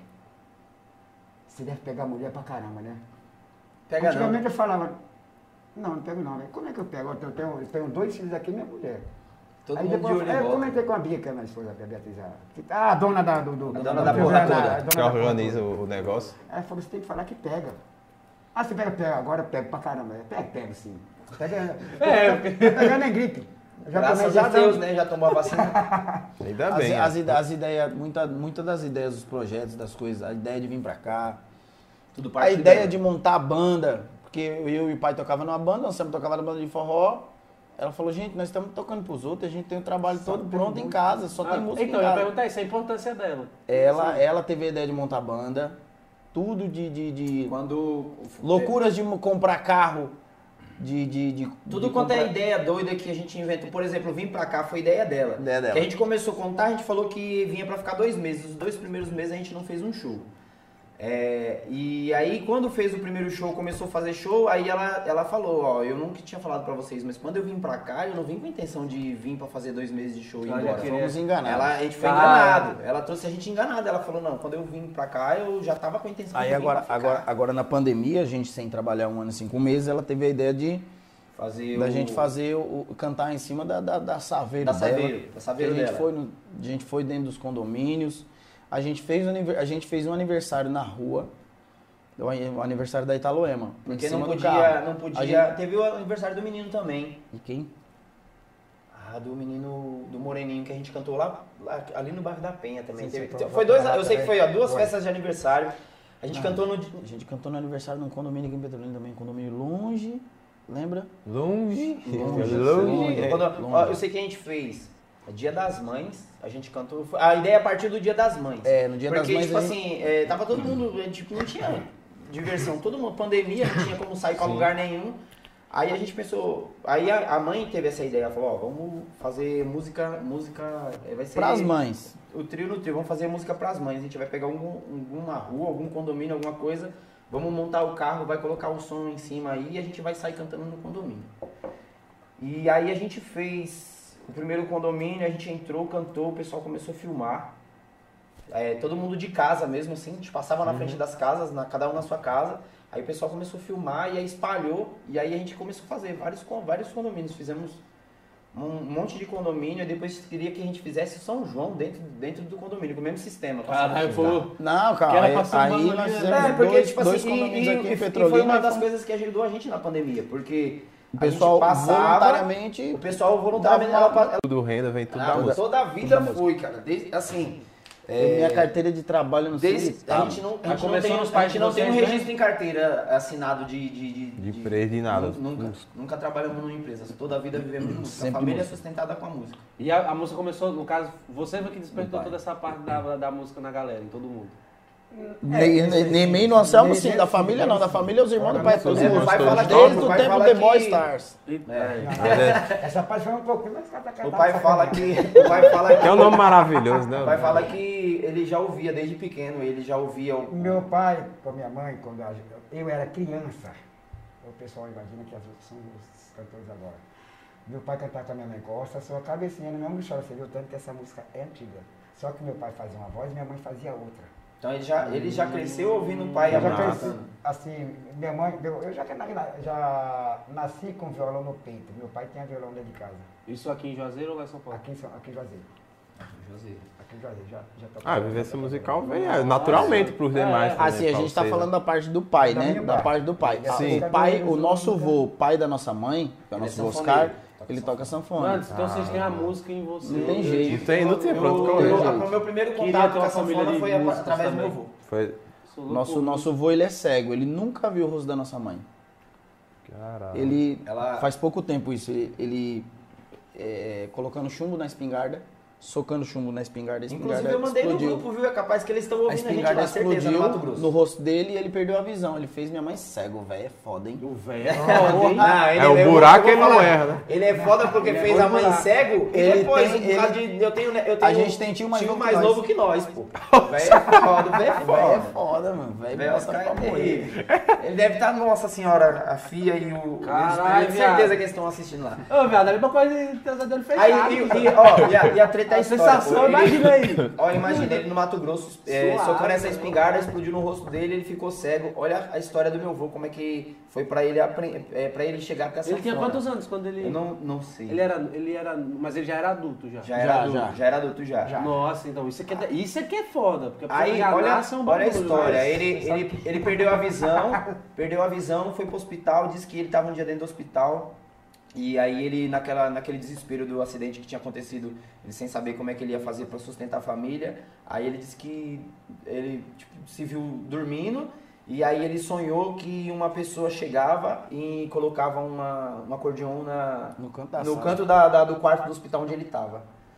F: você deve pegar mulher pra caramba, né?
E: Pega não.
F: Antigamente eu falava, não, não pego não, velho. Como é que eu pego? Eu tenho, eu tenho dois filhos aqui e minha mulher.
E: Todo
F: Aí
E: mundo
F: depois
E: de olho
F: eu,
E: em
F: eu
E: volta.
F: comentei com a Bia, que é minha esposa, a Beatriz, a, que- ah, a dona da, do, do,
E: A dona da porra
F: a
E: toda.
F: dona
D: Que
F: da porra
D: organiza
F: toda.
D: o o negócio.
F: Ela falou, você tem que falar que pega. Ah, você pega, pega, agora eu pego pra caramba. Pega, pego sim. Pega,
C: É,
F: tô pegando em gripe. Eu já tomei
E: Graças
F: já
E: a Deus,
F: dando-
E: né? Já tomou a vacina.
D: Ainda
B: As,
D: bem.
B: as,
D: é.
B: ide- as ideias, muita, muitas das ideias dos projetos, das coisas, a ideia de vir pra cá,
E: Tudo
B: a
E: parte
B: ideia
E: dela.
B: de montar a banda, porque eu e o pai tocava numa banda, nós sempre tocava na banda de forró. Ela falou, gente, nós estamos tocando pros outros, a gente tem o trabalho todo pronto em casa, só tem
C: Ah,
B: música
C: então,
B: em
C: eu ia
B: casa.
C: perguntar isso, a importância dela.
B: Ela, ela teve a ideia de montar a banda, tudo de, de, de
E: Quando...
B: loucuras de mo- comprar carro, de... de, de
E: Tudo
B: de
E: quanto é
B: comprar-
E: ideia doida que a gente inventou. Por exemplo, vir pra cá foi ideia dela.
B: Ideia dela.
E: Que a gente começou a contar, a gente falou que vinha pra ficar dois meses. Os dois primeiros meses a gente não fez um show. É, e aí quando fez o primeiro show, começou a fazer show, aí ela, ela falou, ó, eu nunca tinha falado pra vocês, mas quando eu vim pra cá, eu não vim com a intenção de vir pra fazer dois meses de show e ir
C: Olha,
E: embora.
C: queria-
B: Fomos enganados.
E: Ela, a gente foi
C: Ah.
E: enganado. Ela trouxe a gente enganado. Ela falou, não, quando eu vim pra cá, eu já tava com a intenção de
B: Aí
E: vir
B: agora,
E: pra ficar.
B: agora, agora na pandemia, a gente sem trabalhar um ano e cinco meses, ela teve a ideia de
E: fazer
B: da
E: o...
B: gente fazer o, o- cantar em cima da, da, da saveira
E: Da
B: dela.
E: saveiro, da saveiro
B: a gente
E: dela.
B: foi no- a gente foi dentro dos condomínios, a gente fez um aniver- a gente fez um aniversário na rua, o an- o aniversário da Italoema,
E: Porque
B: em
E: não
B: cima do
E: podia,
B: carro.
E: não
B: A
E: podia...
B: gente-
E: Teve o aniversário do menino também.
B: E quem?
E: Ah, do menino, do Moreninho que a gente cantou lá, lá- ali no bairro da Penha também.
F: Sim,
E: Teve-
F: sim,
E: foi dois,
F: lá
E: eu sei que foi ó, duas
F: foi.
E: festas de aniversário. A gente
B: Ah.
E: cantou no...
B: A gente cantou no aniversário num condomínio aqui em Petrolina também, condomínio longe, lembra?
D: Longe.
B: Longe.
D: Longe.
B: É,
E: Quando- ó,
B: longe.
E: eu sei que a gente fez Dia das Mães, a gente cantou... foi- A ideia é a partir do Dia das Mães.
B: É, no Dia das
E: Porque,
B: Mães
E: tipo
B: a gente-
E: assim, é, tava todo mundo, é, tipo, não tinha diversão, todo mundo, pandemia, não tinha como sair pra lugar nenhum. Aí a gente pensou, aí a, a mãe teve essa ideia, ela falou, ó, vamos fazer música, música, é, vai ser...
B: Pras mães.
E: O trio no trio, vamos fazer música pras mães, a gente vai pegar algum, alguma rua, algum condomínio, alguma coisa, vamos montar o carro, vai colocar o som em cima aí e a gente vai sair cantando no condomínio. E aí a gente fez o primeiro condomínio, a gente entrou, cantou, o pessoal começou a filmar. É, todo mundo de casa mesmo, assim, a gente passava na frente das casas, na, cada um na sua casa. Aí o pessoal começou a filmar e aí espalhou. E aí a gente começou a fazer vários, con- vários condomínios. Fizemos um monte de condomínio e depois queria que a gente fizesse São João dentro, dentro do condomínio, com o mesmo sistema.
C: Caralho, falou.
B: Não,
C: Que
B: cara,
C: era
B: aí,
C: pra ser um
B: aí
C: bagulho,
B: nós
C: né?
B: fizemos
E: É, porque,
B: dois,
E: tipo
B: dois
E: assim,
B: condomínios
E: e,
B: aqui
E: e-
B: em
E: e foi
B: Petrolina.
E: uma
B: e
E: das
B: fomos-
E: coisas que ajudou a gente na pandemia, porque
B: O
E: a
B: pessoal
E: gente passava,
B: voluntariamente...
E: o pessoal voluntariamente,
B: dava
E: ela, ela,
D: Tudo renda, vem tudo da
E: Ah,
D: música.
E: toda a vida foi, cara, desde, assim...
B: Eu, minha carteira de trabalho no
E: Desde,
B: Cine,
E: a
B: tá?
E: gente não, a
C: Mas
E: gente não
C: começou
E: tem,
C: nos
E: a
C: pais
E: gente
C: de
E: não tem um
C: vocês, né?
E: registro em carteira assinado de... De, de,
D: De empresa, de nada.
E: nu- Nunca, nunca trabalhamos numa empresa, toda a vida vivemos de música.
B: Sempre
E: A família
B: música.
E: é sustentada com a música.
C: E a, a música começou, no caso, você foi que despertou
B: Meu pai.
C: toda essa parte da, da, da música na galera, em todo mundo.
B: Nem,
F: É,
B: nem,
F: sim,
B: nem meio
F: sim,
B: no Anselmo,
F: nem-
B: sim.
F: nem-
B: Da família não. Da família os irmãos do pai, todos
E: É, o
B: músicos.
E: pai fala que-
B: Desde
E: o
B: o
E: pai
B: tempo
E: fala
B: do The
E: que-
B: Boy Stars.
E: É.
F: Essa parte foi um pouquinho mais cata
E: O pai fala que... O pai fala
D: Que é um
E: que...
D: nome maravilhoso, né?
E: O pai fala que ele já ouvia desde pequeno, ele já ouvia o...
F: Meu pai, com a minha mãe, quando a- eu era criança, o pessoal imagina que as outras são os cantores agora. Meu pai cantava com a minha mãe Costa, sua cabecinha no mesmo choro, você viu tanto que essa música é antiga. Só que meu pai fazia uma voz e minha mãe fazia outra.
E: Então ele já, ele já cresceu ouvindo o pai e a
F: Eu já
E: mãe
F: cresci,
E: cantando.
F: assim, minha mãe, eu eu já, já nasci com violão no peito, meu pai tinha violão dentro de casa,
C: Isso aqui em Juazeiro ou lá em São Paulo?
F: aqui em, São- aqui em Juazeiro.
E: Juazeiro.
F: Aqui em Juazeiro, já, já tá.
D: Ah, a vivência musical vem é, naturalmente pros demais.
B: É,
D: também,
B: assim, a
D: pra
B: gente tá
D: vocês,
B: falando
D: né?
B: da parte do pai,
F: Da
B: né?
F: minha
B: Da
F: parte.
B: parte do pai. Ah,
F: Sim.
B: O pai, o nosso vô, pai da nossa mãe, que é o
E: Ele é
B: nosso
E: sanfoneiro,
B: Oscar,
E: toca
B: ele toca sanfona.
C: Mano, então vocês têm a música em você.
B: Não tem jeito.
D: Não tem, não tem pra onde
E: Eu-
D: correr.
E: eu- O meu primeiro
C: Queria
E: contato
C: ter
E: com a
C: uma família
E: sanfona
C: de
E: foi a-
C: músicos
E: através do meu
C: também.
E: avô.
D: Foi.
B: Nosso, nosso vô, ele é cego, ele nunca viu o rosto da nossa mãe.
D: Caralho.
B: Ele,
E: Ela-
B: faz pouco tempo isso, ele, ele é, colocando chumbo na espingarda, socando chumbo na espingarda, a espingarda
E: Inclusive eu mandei
B: explodiu.
E: no grupo, viu? É capaz que eles estão
B: A
E: ouvindo a, gente
B: espingarda
E: lá, certeza, no Mato
B: explodiu
E: Grosso.
B: no rosto dele e ele perdeu a visão. Ele fez minha mãe cego, velho, é foda, hein?
C: O velho é foda, hein?
E: Ah,
D: É, o
E: eu
D: buraco
E: vou
D: ele não
E: falar,
D: erra, né?
E: Ele é foda porque
C: Ele é
E: fez
C: bom
E: a mãe
C: buraco.
E: cego e
B: Ele
E: depois,
B: tem-
E: por causa
B: ele-
E: de, eu tenho, né, eu tenho
B: A gente tem tio mais novo que
E: mais
B: nós.
E: novo que nós, pô. O velho é foda, o velho é
B: Velho é
E: foda.
B: foda, mano. Velho
E: Velho,
B: bota
E: Oscar
B: pra
E: é
B: morrer.
E: terrível. Ele deve estar, nossa senhora, a Fia e o...
C: Caralho,
E: eu tenho certeza
C: viado.
E: que eles estão assistindo lá.
C: Ô, viado, a mesma coisa de ter os dedos fechados.
E: Aí, e, e, ó, e a, e a treta é a
C: A
E: história.
C: sensação,
E: pô. Ele-
C: imagina aí.
E: Ó, imagina ele no Mato Grosso, é,
C: Suave,
E: socando essa
C: né?
E: espingarda, explodiu no rosto dele, ele ficou cego. Olha a história do meu avô, como é que foi pra ele, apre- é, pra ele chegar até essa
C: Ele tinha
E: fora.
C: quantos anos quando ele...
E: Eu não, não sei.
C: Ele era, ele era... Mas ele já era adulto, já.
E: Já era
B: Já,
E: adulto,
B: já.
E: já. era adulto já.
C: Nossa, então isso aqui é, isso aqui é foda. Porque a
E: Aí,
C: pessoa já
E: olha,
C: nasce é um
E: olha a
C: bagulho,
E: história.
C: mas-
E: Ele, ele, ele perdeu a visão, perdeu a visão, foi pro hospital, disse que ele tava um dia dentro do hospital. E aí ele, naquela, naquele desespero do acidente que tinha acontecido, ele sem saber como é que ele ia fazer para sustentar a família, aí ele disse que ele tipo, se viu dormindo, e aí ele sonhou que uma pessoa chegava e colocava uma, um acordeon na,
B: No canto da
E: no
B: sala.
E: canto da, da- do quarto do hospital onde ele estava.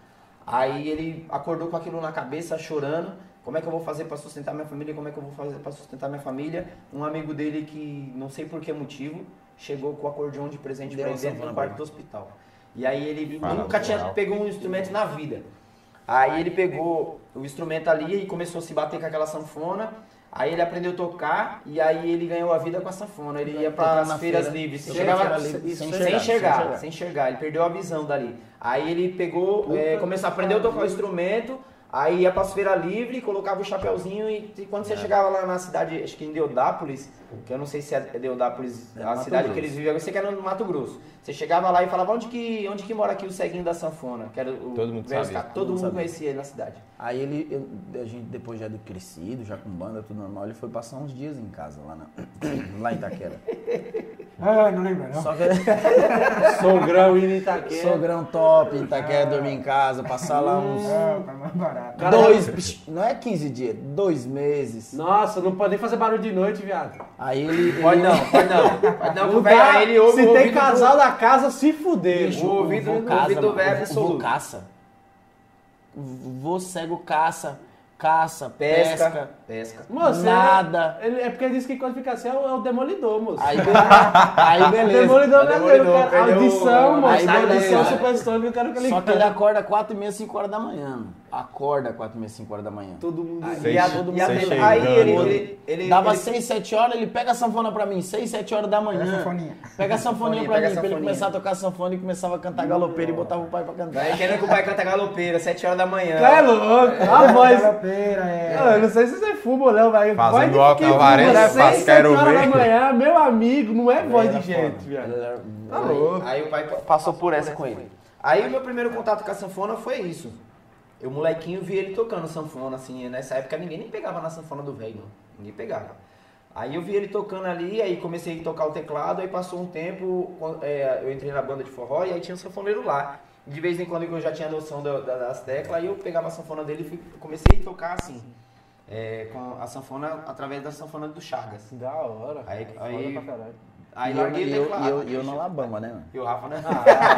E: Aí ele acordou com aquilo na cabeça, chorando. Como é que eu vou fazer para sustentar minha família? Como é que eu vou fazer para sustentar minha família? Um amigo dele que, não sei por que motivo, chegou com o acordeon de presente
B: Deu
E: para
B: uma
E: ele dentro
B: sanfona
E: do
B: pra
E: quarto
B: ele.
E: do hospital. E aí ele
D: Fala,
E: nunca tinha
D: moral.
E: pegou um instrumento na vida. Aí ele pegou o instrumento ali e começou a se bater com aquela sanfona. Aí ele aprendeu a tocar e aí ele ganhou a vida com a sanfona. Ele ia para
B: Tocando
E: as
B: na
E: feiras
B: feira.
E: livres.
B: Sem
E: Chegava
B: feira
E: sem,
B: livre,
E: sem,
B: sem
E: enxergar,
B: enxergar,
E: sem,
B: sem
E: enxergar,
B: enxergar.
E: sem enxergar. Ele perdeu a visão dali. Aí ele pegou, é, começou a aprender a tocar o instrumento. Aí ia para as feiras livres, colocava o chapeuzinho e, e quando você chegava lá na cidade, acho que em Deodápolis, que eu não sei se é Deodápolis,
B: É
E: a
B: Mato
E: cidade que
B: Grosso.
E: eles vivem, eu sei que era no Mato Grosso. Você chegava lá e falava, onde que, onde que mora aqui o ceguinho da sanfona? Que era o,
D: Todo mundo
E: velho
D: sabia.
E: Oscar. Todo
B: Todo mundo
E: mundo
B: sabia.
E: conhecia ele na cidade.
B: Aí ele, eu- a gente depois já de crescido, já com banda, tudo normal, ele foi passar uns dias em casa lá, na, lá em Itaquera.
F: Ah, não lembro não.
B: Só que
C: Sogrão indo em Itaquera.
B: sogrão top, em Itaquera, dormir em casa, passar lá uns
F: Ah, tá mais barato.
C: Cara,
B: dois, psh, não é quinze dias, dois meses.
C: Nossa, não pode nem fazer barulho de noite, viado.
B: Aí ele,
E: Pode
B: ele-
E: não, pode não. Pode não,
C: Não
E: o velho,
C: dá.
E: aí ele ouve
C: Se
E: o
C: tem
E: ouvido
C: casal
E: do-
C: na casa, se fuder.
B: Bicho,
E: o ouvido-
B: vô
E: o
B: caça,
E: ouvido do
B: mano,
E: velho é
B: o vô-
E: absoluto.
B: o vô caça. O vô cego caça, caça,
E: Pesca.
B: pesca.
E: Pesca.
C: Moço,
B: Nada.
C: Ele, é porque ele disse que quando fica assim é o, é o demolidor, moço.
B: Aí, be- aí
C: O
B: beleza.
C: demolidor
E: É o
C: brasileiro,
E: demolidor,
C: cara.
E: perdeu
C: Audição,
E: o-
C: moço.
B: aí
C: Audição
B: beleza.
C: supersônica, eu quero que ele
B: Só que ele acorda quatro e meia, cinco horas da manhã. mano. Acorda quatro e meia, cinco horas da manhã.
C: Todo mundo...
E: E a,
D: Sem-
E: e a,
D: sem
E: aí
D: chegando.
E: ele, ele, ele,
B: Dava
E: ele-
B: seis, sete horas, ele pega a sanfona pra mim, seis, sete horas da manhã.
F: Pega a sanfoninha.
B: Pega a sanfoninha pra
E: Pega a
B: mim, pra ele
E: sanfoninha.
B: começar a tocar sanfona e começava a cantar galopeira e botava o pai pra cantar.
E: Vai querendo que o pai canta galopeira, sete horas da manhã.
C: É louco, a voz...
F: Galopeira, é.
C: Ah, eu não sei se você fuma ou não, vai.
D: Fazendo
C: Voz de
D: igual
C: quem
D: a Alvarez,
C: fuma
D: né?
C: seis,
D: Faz,
C: sete
D: quero
C: horas
D: ver.
C: da manhã, meu amigo, não é voz de
E: era
C: gente,
E: foda.
C: viado. Tá
E: Aí,
C: louco.
E: aí o pai passou por essa com ele. Aí o meu primeiro contato com a sanfona foi isso. Eu, molequinho, vi ele tocando sanfona, assim. Nessa época ninguém nem pegava na sanfona do velho, não. Ninguém pegava. Aí eu vi ele tocando ali, aí comecei a tocar o teclado, aí passou um tempo, quando- é, eu entrei na banda de forró e aí tinha um sanfoneiro lá. De vez em quando eu já tinha noção da- da- das teclas, aí eu pegava a sanfona dele e fui- comecei a tocar assim. É, com a sanfona, através da sanfona do Chagas.
C: Da hora.
E: Aí-
C: Foda
E: aí-
C: pra caralho.
E: Aí
B: e eu,
E: larguei
B: e
E: o
B: eu,
E: teclado.
B: e eu, e eu na Alabama, né, mano?
E: E o Rafa, né?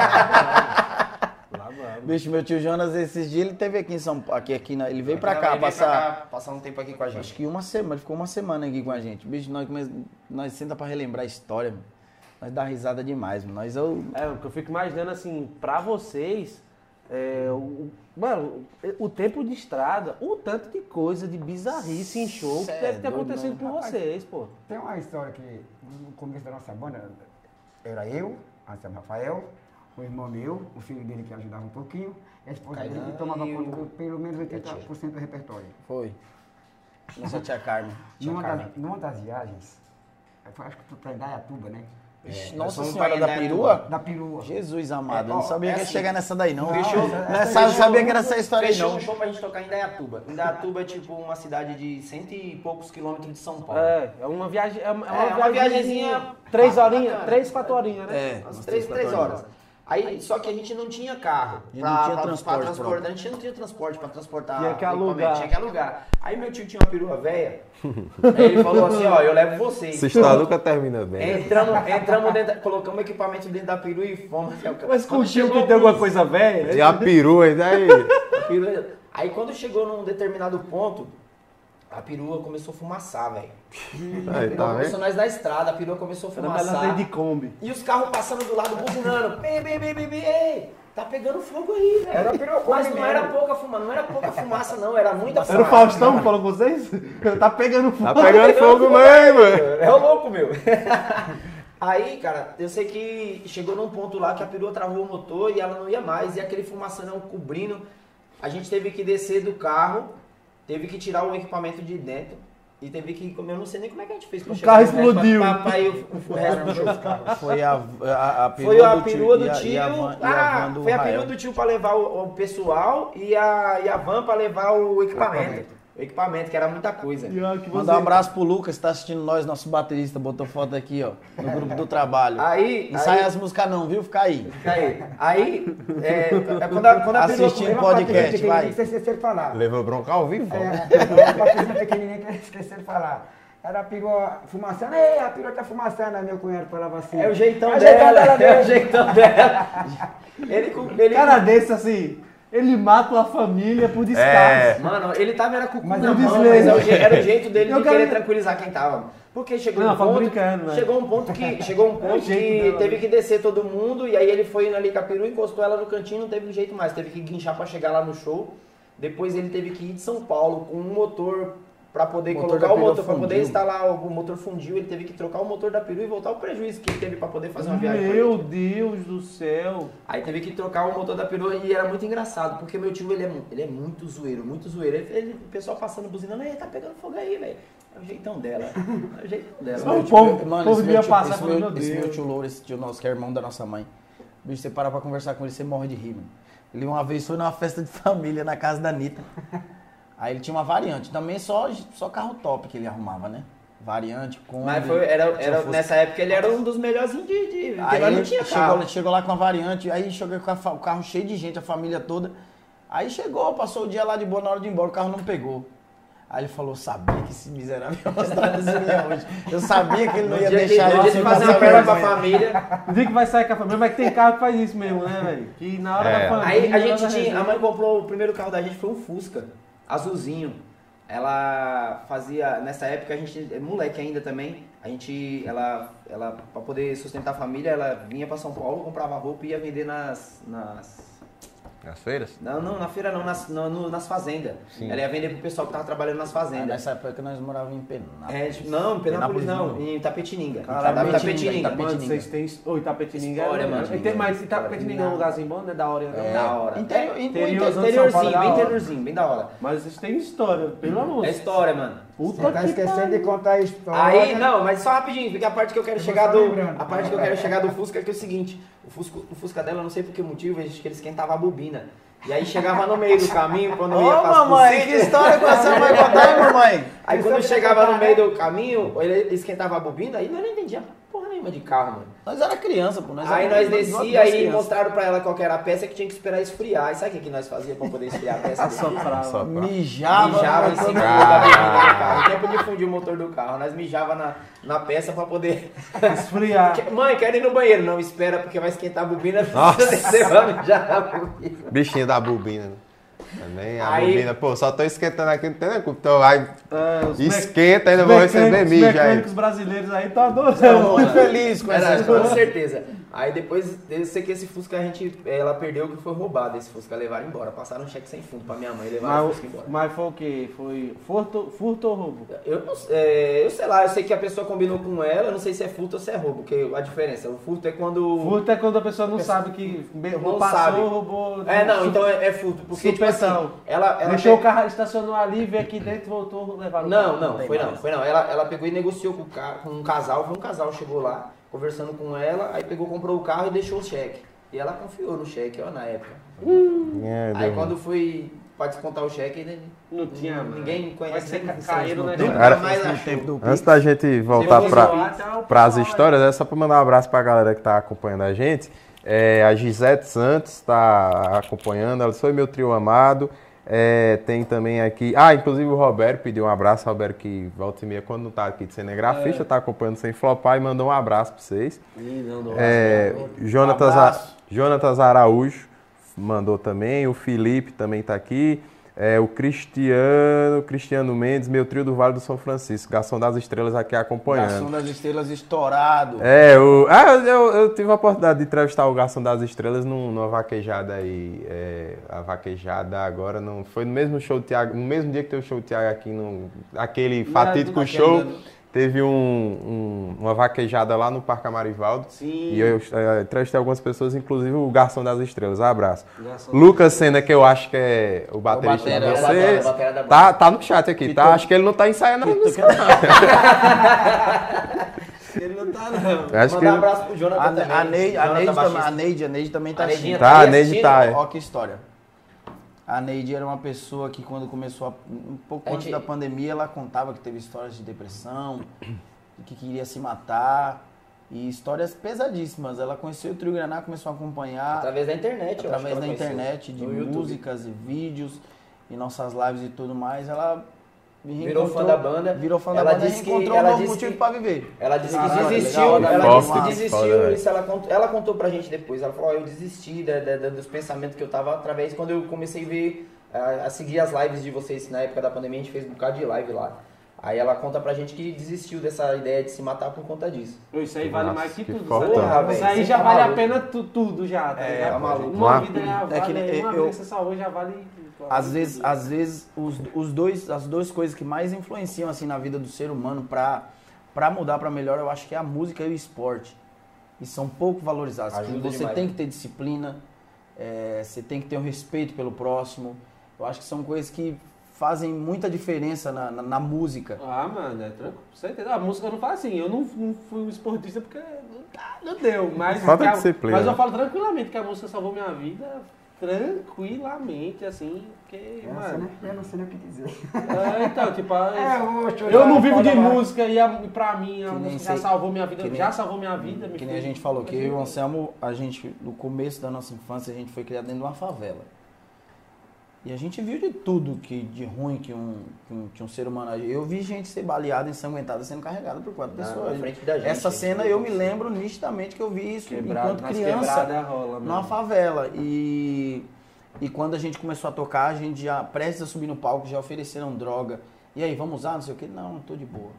C: Lá vamos.
B: Bicho, meu tio Jonas, esses dias ele teve aqui em São Paulo, aqui, aqui na, ele veio pra
E: Ele
B: cá
E: veio
B: passar,
E: cá, passar um tempo aqui com a gente.
B: acho que uma semana, ele ficou uma semana aqui com a gente. Bicho, nós, come- nós senta pra relembrar a história, mano. Nós dá risada demais, mano. Nós, eu,
C: É, o que eu fico imaginando assim, pra vocês, é, o, mano, o tempo de estrada, o tanto de coisa, de bizarrice em show que
B: Cê é
C: deve ter
B: doido,
C: acontecido
B: mano.
C: com vocês, pô.
F: Tem uma história que no começo da nossa banda, era eu, Anselmo Rafael, o irmão meu, o filho dele que ajudava um pouquinho, e a esposa dele que tomava
E: e
F: conta
E: o-
F: de pelo menos oitenta por cento do repertório.
B: foi. Nossa tia Carmen. Tia
F: Numa
B: Carmen.
F: das, numa das viagens, eu fui, acho que foi para Indaiatuba, né?
B: Ixi,
E: É,
B: Nossa
E: nós fomos
B: Senhora
E: pra
B: da
E: Indaiatuba.
B: Perua?
F: Da perua.
B: Jesus amado,
E: É,
B: eu não
E: ó,
B: sabia
E: é
B: que ia
E: assim,
B: chegar nessa daí, não.
E: Fechou,
B: Não sabia, sabia que era essa história aí,
E: Fechou
B: não.
E: um show pra gente tocar em Indaiatuba. Indaiatuba é tipo uma cidade de cento e poucos quilômetros de São Paulo.
C: É, é uma viagem. É uma, é
E: É, uma
C: uma
E: viagenzinha
C: Três
E: bacana.
C: horinhas, três, quatro horinhas, né?
B: É,
E: Umas
B: umas
E: três,
B: quatro
E: três horas. Aí, só que a gente não tinha carro.
B: A gente não tinha transporte
E: transportar.
B: próprio.
E: A gente não tinha transporte pra transportar.
C: Tinha que
E: equipamento,
C: alugar.
E: Tinha que alugar. Aí meu tio tinha uma perua velha. Aí ele falou assim, ó, eu levo vocês.
D: Essa história nunca termina bem.
E: Entramos, entramos dentro, colocamos equipamento dentro da perua e fomos.
C: Mas
E: Quando
C: contigo
E: chegou
C: que tem alguma
E: no-
C: coisa velha.
D: E a perua ainda aí.
E: a perua- Aí quando chegou num determinado ponto, a perua começou a fumaçar, velho. A
D: Aí,
E: perua
D: tá
E: começou
D: vendo?
E: nós na estrada, a perua começou a
C: Era melhor ter
E: fumaçar.
C: de Kombi.
E: E os carros passando do lado, buzinando. Bem, bem, bem, bem, bem, ei, tá pegando fogo aí, velho.
F: Era perua
E: Mas
F: Kombi
E: não era
F: mesmo.
E: pouca fumaça, não era pouca fumaça, não, era muita fumaça.
C: Era o Faustão que falou com vocês? Tá pegando fogo.
D: Tá pegando fogo mesmo.
E: É o louco, meu. Aí, cara, eu sei que chegou num ponto lá que a perua travou o motor e ela não ia mais, e aquele fumaçanão cobrindo. A gente teve que descer do carro, teve que tirar o equipamento de dentro e teve que. Eu não sei nem como é que a gente fez pra
C: O
E: chegar
C: carro
E: no resto,
C: explodiu.
E: Pra, pra, pra ir o, o resto do show.
B: Foi a, a, a perua
E: Foi a
B: do tio
E: perua do
B: e a-
E: tio.
B: e a van- e a
E: ah,
B: van do
E: foi a
B: Rael.
E: perua do tio pra levar o, o pessoal e a, e a van pra levar o equipamento. O equipamento, que era muita coisa.
C: E olha que
B: Mandar um
C: você-
B: abraço pro Lucas, que tá assistindo nós, nosso baterista, botou foto aqui, ó, no grupo do trabalho.
E: Aí.
B: Ensaia
E: aí-
B: as músicas não, viu? Fica aí.
E: Fica aí. Aí, é, é quando a, quando a perua
B: Assistindo
F: Tem uma
B: podcast,
F: patricinha
B: vai.
F: pequenininha que vocês esqueceram de falar.
D: Levou bronca ao vivo.
F: É, uma patricinha pequenininha que vocês esqueceram de falar. Era a perua fumaçando. Ei, a perua tá fumaçando. Aí meu cunhado falava assim.
E: É o jeitão
F: É o
E: dela,
F: jeitão dela
E: é o
F: mesmo.
E: jeitão dela. Ele, com- ele
C: Cara desse assim, ele mata uma família por descaso.
D: É.
E: Mano, ele tava era com o cu
F: Mas
E: na
F: eu
E: mão,
C: desleixo.
E: mas é o je- era o jeito dele
C: Eu
E: de
C: quero-
E: querer tranquilizar quem tava. Porque chegou
C: Não,
E: um
C: foi
E: ponto,
C: brincando, né?
E: chegou um ponto que chegou um ponto
C: jeito
E: que
C: dela,
E: teve
C: né?
E: que descer todo mundo e aí ele foi indo ali com a perua, encostou ela no cantinho, não teve jeito mais, teve que guinchar pra chegar lá no show. Depois ele teve que ir de São Paulo com um motor pra poder
B: O motor
E: colocar
B: da
E: o
B: perua
E: motor, pra poder
B: fundiu.
E: instalar o, o motor fundiu, ele teve que trocar o motor da perua e voltar o prejuízo que ele teve pra poder fazer uma viagem. com ele.
C: Meu Deus do céu.
E: Aí teve que trocar o motor da perua e era muito engraçado, porque meu tio ele é, mu- ele é muito zoeiro, muito zoeiro. Ele, ele- o pessoal passando buzinando, "Ei, tá pegando fogo aí, velho. É o jeitão dela. É o jeitão dela.
C: Só
B: Meu
C: o
B: tio-
C: povo-
B: mano,
C: o povo
B: esse
C: devia
B: meu tio-
C: passar
B: esse
C: falando,
B: meu,
C: meu
B: esse meu
C: Deus.
B: tio Louro, esse tio nosso, que é irmão da nossa mãe. Bicho, você para pra conversar com ele, você morre de rir, mano. Ele uma vez foi numa festa de família na casa da Anitta. Aí ele tinha uma variante, também só, só carro top que ele arrumava, né? Variante, com.
E: Mas foi, era, era, nessa época ele era um dos melhorzinhos de. de porque
B: Aí
E: nós não
B: ele
E: tinha
B: chegou,
E: carro.
B: ele chegou lá com a variante, aí chegou com a fa- o carro cheio de gente, a família toda. Aí chegou, passou o dia lá de boa, na hora de ir embora, o carro não pegou. Aí ele falou, sabia que esse miserável ia mostrar esse hoje. Eu sabia que ele não
E: No
B: ia
E: dia, que,
B: deixar
E: no dia
B: isso
E: de fazer
B: passar
E: uma perna pra
B: vergonha.
E: família.
C: O dia que vai sair com a família, mas tem carro que faz isso mesmo, né, velho? Que na hora
D: É.
C: da família.
E: Aí a
C: na hora
E: gente
C: da
E: tinha. A
C: resenha-
E: mãe comprou o primeiro carro da gente, foi um Fusca, azulzinho. Ela fazia, nessa época a gente, é moleque ainda também, a gente, ela, ela pra poder sustentar a família, ela vinha pra São Paulo, comprava roupa e ia vender nas, nas
D: Nas feiras?
E: não, não, na feira não, nas, no- no- nas fazendas.
D: Sim.
E: Ela ia vender pro pessoal que tava trabalhando nas
B: Ah,
E: fazendas.
B: nessa época nós morávamos em Penápolis.
E: É, tipo, não, em Penápolis
B: Penápolis
E: não,
B: não.
E: em Tapetininga.
B: Caralho,
E: Tava em
B: Tapetininga,
E: Tapetininga.
C: Mano,
B: Tapetininga.
C: vocês têm. Ô, Itapetininga.
E: História,
C: é-
E: mano.
C: E tem mais. Itapetininga é um lugarzinho bom, né? Da hora.
B: É,
C: né?
E: Da hora.
B: Interior,
E: É,
B: interior,
C: interiorzão
B: interior,
C: de São Paulo
E: Interiorzinho,
C: é da
E: bem
C: hora.
E: interiorzinho, bem da hora.
C: Mas vocês têm história, pelo amor.
E: É história, mano.
C: Puta
F: Você tá
C: que
F: esquecendo de contar a história.
E: Aí, não, mas só rapidinho, porque a parte que eu quero
F: Eu
E: chegar
F: vou só
E: do.
F: lembrando.
E: A parte que eu quero chegar do Fusca é que é o seguinte, o Fusca, o Fusca dela, eu não sei por que motivo, acho que ele esquentava a bobina. E aí chegava no meio do caminho, quando eu ia
B: Ô,
E: pras
B: mamãe, que
E: cozinhas.
B: história que você vai contar, hein, mamãe?
E: Aí quando eu chegava no meio do caminho, ele esquentava a bobina, aí nós não entendia porra nenhuma de carro, mano.
B: Nós era criança, pô. Nós
E: Aí
B: era-
E: nós
B: duas-
E: descia,
B: duas
E: aí
B: crianças.
E: mostraram pra ela qual que era a peça que tinha que esperar esfriar. E sabe o que, que nós fazíamos pra poder esfriar a peça?
C: Soprava.
D: Só pra-
B: Mijava,
E: Mijava em
B: na-
E: cima do
D: Ah.
E: motor do carro. Em tempo de fundir o motor do carro, nós mijava na, na peça pra poder.
C: Esfriar.
E: Que- Mãe, quero ir no banheiro. Não, espera, porque vai esquentar a bobina.
D: Nossa.
E: Você vai mijar na bobina.
D: Bichinho da bobina, né? Também a
E: Aí-
D: bobina, pô, só tô esquentando aqui, não tem nem culpa. Então, aí
C: É, os mec-
D: esquenta, ainda
C: os
D: vou receber
C: mecânicos-
D: mídia
C: Os
D: aí.
C: mecânicos brasileiros aí estão
B: Tô
C: adorando.
B: muito feliz com essa
E: Verdade, com
B: história.
E: certeza. Aí depois, eu sei que esse Fusca a gente, ela perdeu que foi roubado. Esse Fusca levaram embora. Passaram um cheque sem fundo pra minha mãe e levaram o
C: Mas,
E: Fusca embora.
C: mas foi o quê? Foi furto, furto ou roubo?
E: Eu, não, é, eu sei lá, eu sei que a pessoa combinou com ela, eu não sei se é furto ou se é roubo, porque a diferença, o furto é quando...
C: Furto é quando a pessoa não sabe que be-
E: Não
C: passou,
E: sabe.
C: roubou.
E: É, não, então é, é furto, porque tipo assim,
C: Supetão.
E: ela... ela
C: Deixou
E: pe-
C: o carro, estacionou ali, veio aqui dentro, voltou, levaram o
E: Não,
C: carro.
E: não,
B: tem
E: foi não,
B: mais.
E: foi não. Ela, ela pegou e negociou com, o ca- com um casal, foi um casal, chegou lá, conversando com ela, aí pegou, comprou o carro e deixou o cheque. E ela confiou no cheque, ó, na época.
D: É,
E: Aí
D: deu-
E: quando fui pra descontar o cheque, né,
C: Não tinha,
E: ninguém conhece.
C: Vai ser
E: nem-
C: caíram na
E: nunca
C: gente.
D: Cara,
E: mais
B: No
E: achou.
B: tempo do
D: Antes
B: Pix.
D: da gente voltar
E: Depois
D: pra,
E: eu-
C: Até o
D: para as
C: pessoal,
D: histórias, é só para mandar um abraço para a galera que está acompanhando a gente. É, a Gisete Santos está acompanhando, ela foi meu trio amado. É, tem também aqui. Ah, inclusive o Roberto pediu um abraço. Roberto, que volta e meia, quando não está aqui de cinegrafista, está acompanhando sem flopar e mandou um abraço para vocês.
C: Ih, não, não.
D: É, Jonatas,
B: Um
D: A-
B: abraço.
D: Jonatas Araújo mandou também. O Felipe também está aqui. É, o Cristiano, Cristiano Mendes, meu trio do Vale do São Francisco. Garçom das Estrelas aqui acompanhando.
B: Garçom das Estrelas estourado.
D: É, o, ah, eu, eu tive a oportunidade de entrevistar o Garçom das Estrelas num, numa vaquejada aí. É, a vaquejada agora não. Foi no mesmo show do Thiago, no mesmo dia que teve o show do Thiago aqui, no, aquele fatídico
B: naquele
D: show.
B: ano.
D: Teve um, um- uma vaquejada lá no Parque Amarivaldo.
C: Sim.
D: E eu é, entrevistei algumas pessoas, inclusive o Garçom das Estrelas. Abraço.
C: Garçom
D: Lucas Sena, que eu acho que é o baterista
B: batera,
D: de
B: é o
E: batera,
D: vocês.
E: batera da banda.
D: Tá, tá no chat aqui, tá?
B: tu-
D: Acho que ele não tá ensaiando a
B: Que tu
D: música.
C: Ele não tá, não.
D: Acho que
E: Mandar um
D: ele...
E: abraço pro Jonathan
B: A,
E: também.
B: a, Neide, a,
E: Jonathan
B: Neide também,
E: baixista.
B: a Neide, a Neide também tá
E: A Neidinha
B: assistindo.
D: Tá, a
E: aí
D: Neide
E: assistindo?
D: tá. é.
B: Ó que história. A Neide era uma pessoa que quando começou, a, um pouco
E: A
B: antes
E: gente-
B: da pandemia, ela contava que teve histórias de depressão, que queria se matar, e histórias pesadíssimas. Ela conheceu o Trio Graná, começou a acompanhar
E: Através da internet, eu acho
B: através
E: que
B: da
E: ela conheceu.
B: internet, de
E: No YouTube.
B: músicas e vídeos, e nossas lives e tudo mais. Ela me
E: Virou fã
B: reencontrou-
E: da banda.
B: Virou fã
E: Ela
B: da banda e
E: disse que-
B: reencontrou um
E: ela
B: novo
E: disse
B: motivo
E: que-
B: pra viver.
E: Ela disse que
B: Caralho,
E: desistiu,
B: legal,
E: ela
B: legal
E: disse que
B: demais.
E: desistiu,
D: Foda, velho.
E: isso ela contou, ela contou pra gente depois, ela falou, ó, eu desisti da- da- da- dos pensamentos que eu tava através, quando eu comecei a ver, a, a seguir as lives de vocês, na época da pandemia a gente fez um bocado de live lá, aí ela conta pra gente que desistiu dessa ideia de se matar por conta disso.
C: Pô, isso aí vale
D: Nossa,
C: mais que,
D: que
C: tudo,
D: forte.
C: sabe?
E: Porra,
C: Isso
E: velho,
C: aí
E: você
C: já
E: tá
C: vale a
E: maluco.
C: pena tu- tudo já, tá
B: É,
C: ligado?
E: tá maluco.
C: Uma
D: Uma-
C: vida já
B: É
C: vale,
B: que nem
C: uma
B: eu-
C: vida que você salvou já vale...
B: Às vezes, às vezes os, os dois, as duas coisas que mais influenciam assim na vida do ser humano pra, pra mudar pra melhor, eu acho que é a música e o esporte. E são pouco valorizados.
E: Ajuda
B: Porque você
E: demais,
B: tem
E: né?
B: que ter disciplina, é, você tem que ter um respeito pelo próximo. Eu acho que são coisas que fazem muita diferença na, na, na música.
C: Ah, mano, é tranquilo. Com certeza. A música eu não falo assim, eu não, não fui um esportista porque não, tá, não deu. Mas,
D: Falta
C: que a-
D: disciplina,
C: mas eu
D: né?
C: falo tranquilamente que a música salvou minha vida, tranquilamente, assim, porque,
F: Eu não sei
C: mano...
F: nem- eu não sei nem o que dizer.
C: É, então, tipo,
F: É, eu,
C: eu não vivo de música e, a, e pra mim a
B: Que nem
C: música já
B: sei-
C: salvou minha vida,
B: que nem-
C: já salvou minha vida. me
B: Que nem a
C: fez-
B: gente falou, que eu e o
C: me
B: Anselmo, a gente, no começo da nossa infância, a gente foi criado dentro de uma favela. E a gente viu de tudo que, de ruim que um, que um, que um ser humano... Eu vi gente ser baleada, ensanguentada, sendo carregada por quatro
E: Na-
B: pessoas.
E: na frente da gente,
B: Essa
E: gente.
B: cena eu me lembro nitidamente que eu vi isso
C: Quebrado,
B: enquanto
C: nas
B: criança
C: quebradas rola,
B: numa
C: mano.
B: favela. E, e quando a gente começou a tocar, a gente já, prestes a subir no palco, já ofereceram droga. E aí, vamos usar, não sei o quê? Não, tô de boa.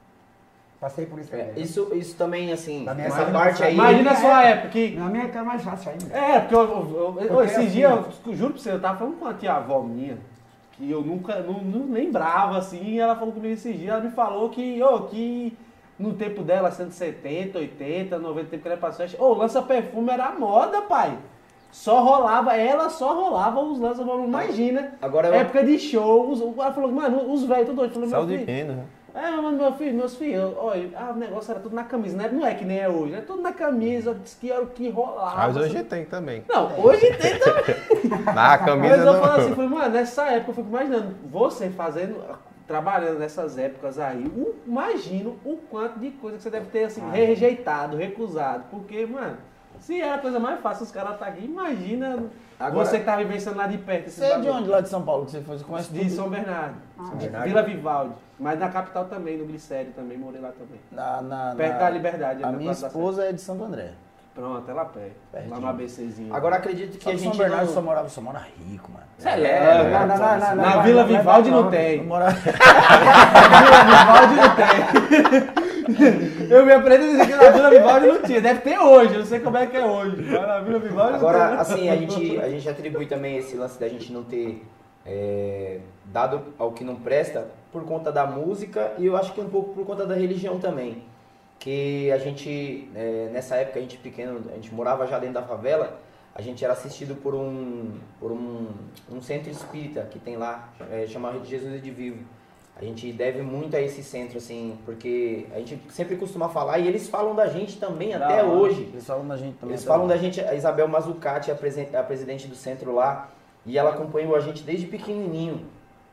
F: Passei por isso
E: É,
F: também.
E: isso, isso também, assim,
F: Da minha
E: essa
F: época,
E: parte aí...
C: Imagina a sua época que...
F: Na minha época é mais fácil ainda.
C: É, porque eu, eu, eu,
F: Porque
C: esses
F: assim-
C: dias, eu juro pra você, eu tava falando com uma tia-avó minha, que eu nunca, não, não lembrava, assim, e ela falou comigo esses dias, ela me falou que, ô, que no tempo dela, cento e setenta, oitenta, noventa, tempo que ela passou, ô, lança-perfume era moda, pai. Só rolava, ela só rolava os lança-perfume, imagina.
E: Agora eu-
C: Época de shows, ela falou, mano, os velhos, tudo doido. Eu falei, meu
D: Sal de
C: filho,
D: pena, né?
C: é, mano, meu filho, meus filhos, olha, ah, o negócio era tudo na camisa, né? Não é que nem é hoje, é tudo na camisa, disse que era o que rolava.
D: Mas hoje
C: sabe?
D: tem também.
C: Não, hoje tem também.
D: Na camisa
C: Mas eu
D: não.
C: falo assim, falei, mano, nessa época eu fico imaginando, você fazendo, trabalhando nessas épocas aí, o, imagino o quanto de coisa que você deve ter, assim, rejeitado, recusado, porque, mano, se era a coisa mais fácil, os caras tá aqui, imagina
E: Agora-
C: você que tá vivenciando lá de perto. esses
B: Você é de
C: bagulho.
B: onde lá de São Paulo que você foi? Você conhece
C: De
B: tudo?
C: São Bernardo,
E: Bernardo.
C: Vila Vivaldi, mas na capital também, no Glicério também, morei lá também.
B: Na, na,
C: Perto
B: na-
C: da Liberdade.
B: A
C: na
B: minha
C: Praça da
B: esposa é de Santo André.
C: Sé. Pronto, é lá perto.
B: Pertinho.
C: Lá no ABCzinho.
E: Agora acredito que
B: Só
E: a
B: que São
E: gente
B: Bernardo
E: não...
B: só morava, só mora rico, mano.
C: Você é
E: É,
C: louco.
F: não, não, não, não,
C: Na
F: não,
C: Vila
F: não, não,
C: Vivaldi não
F: não.
C: tem.
B: Não mora...
C: Na Vila Vivaldi não tem. Eu me aprendo a dizer que na Vila Vivaldi não tinha. Deve ter hoje, eu não sei como é que é hoje. Mas na Vila Vivaldi não
E: Agora,
C: tem.
E: assim, a gente, a gente atribui também esse lance da gente não ter é, dado ao que não presta por conta da música e eu acho que um pouco por conta da religião também. Que a gente, é, nessa época, a gente pequeno, a gente morava já dentro da favela, a gente era assistido por um, por um, um centro espírita que tem lá, é, chamado Jesus de Vivo. A gente deve muito a esse centro, assim, porque a gente sempre costuma falar, e eles falam da gente também
B: Da
E: até
B: hora.
E: hoje.
B: Eles falam da gente também.
E: Eles
B: até
E: falam
B: hoje.
E: da gente, a Isabel Mazzucati, a, presen- a presidente do centro lá, e ela acompanhou a gente desde pequenininho.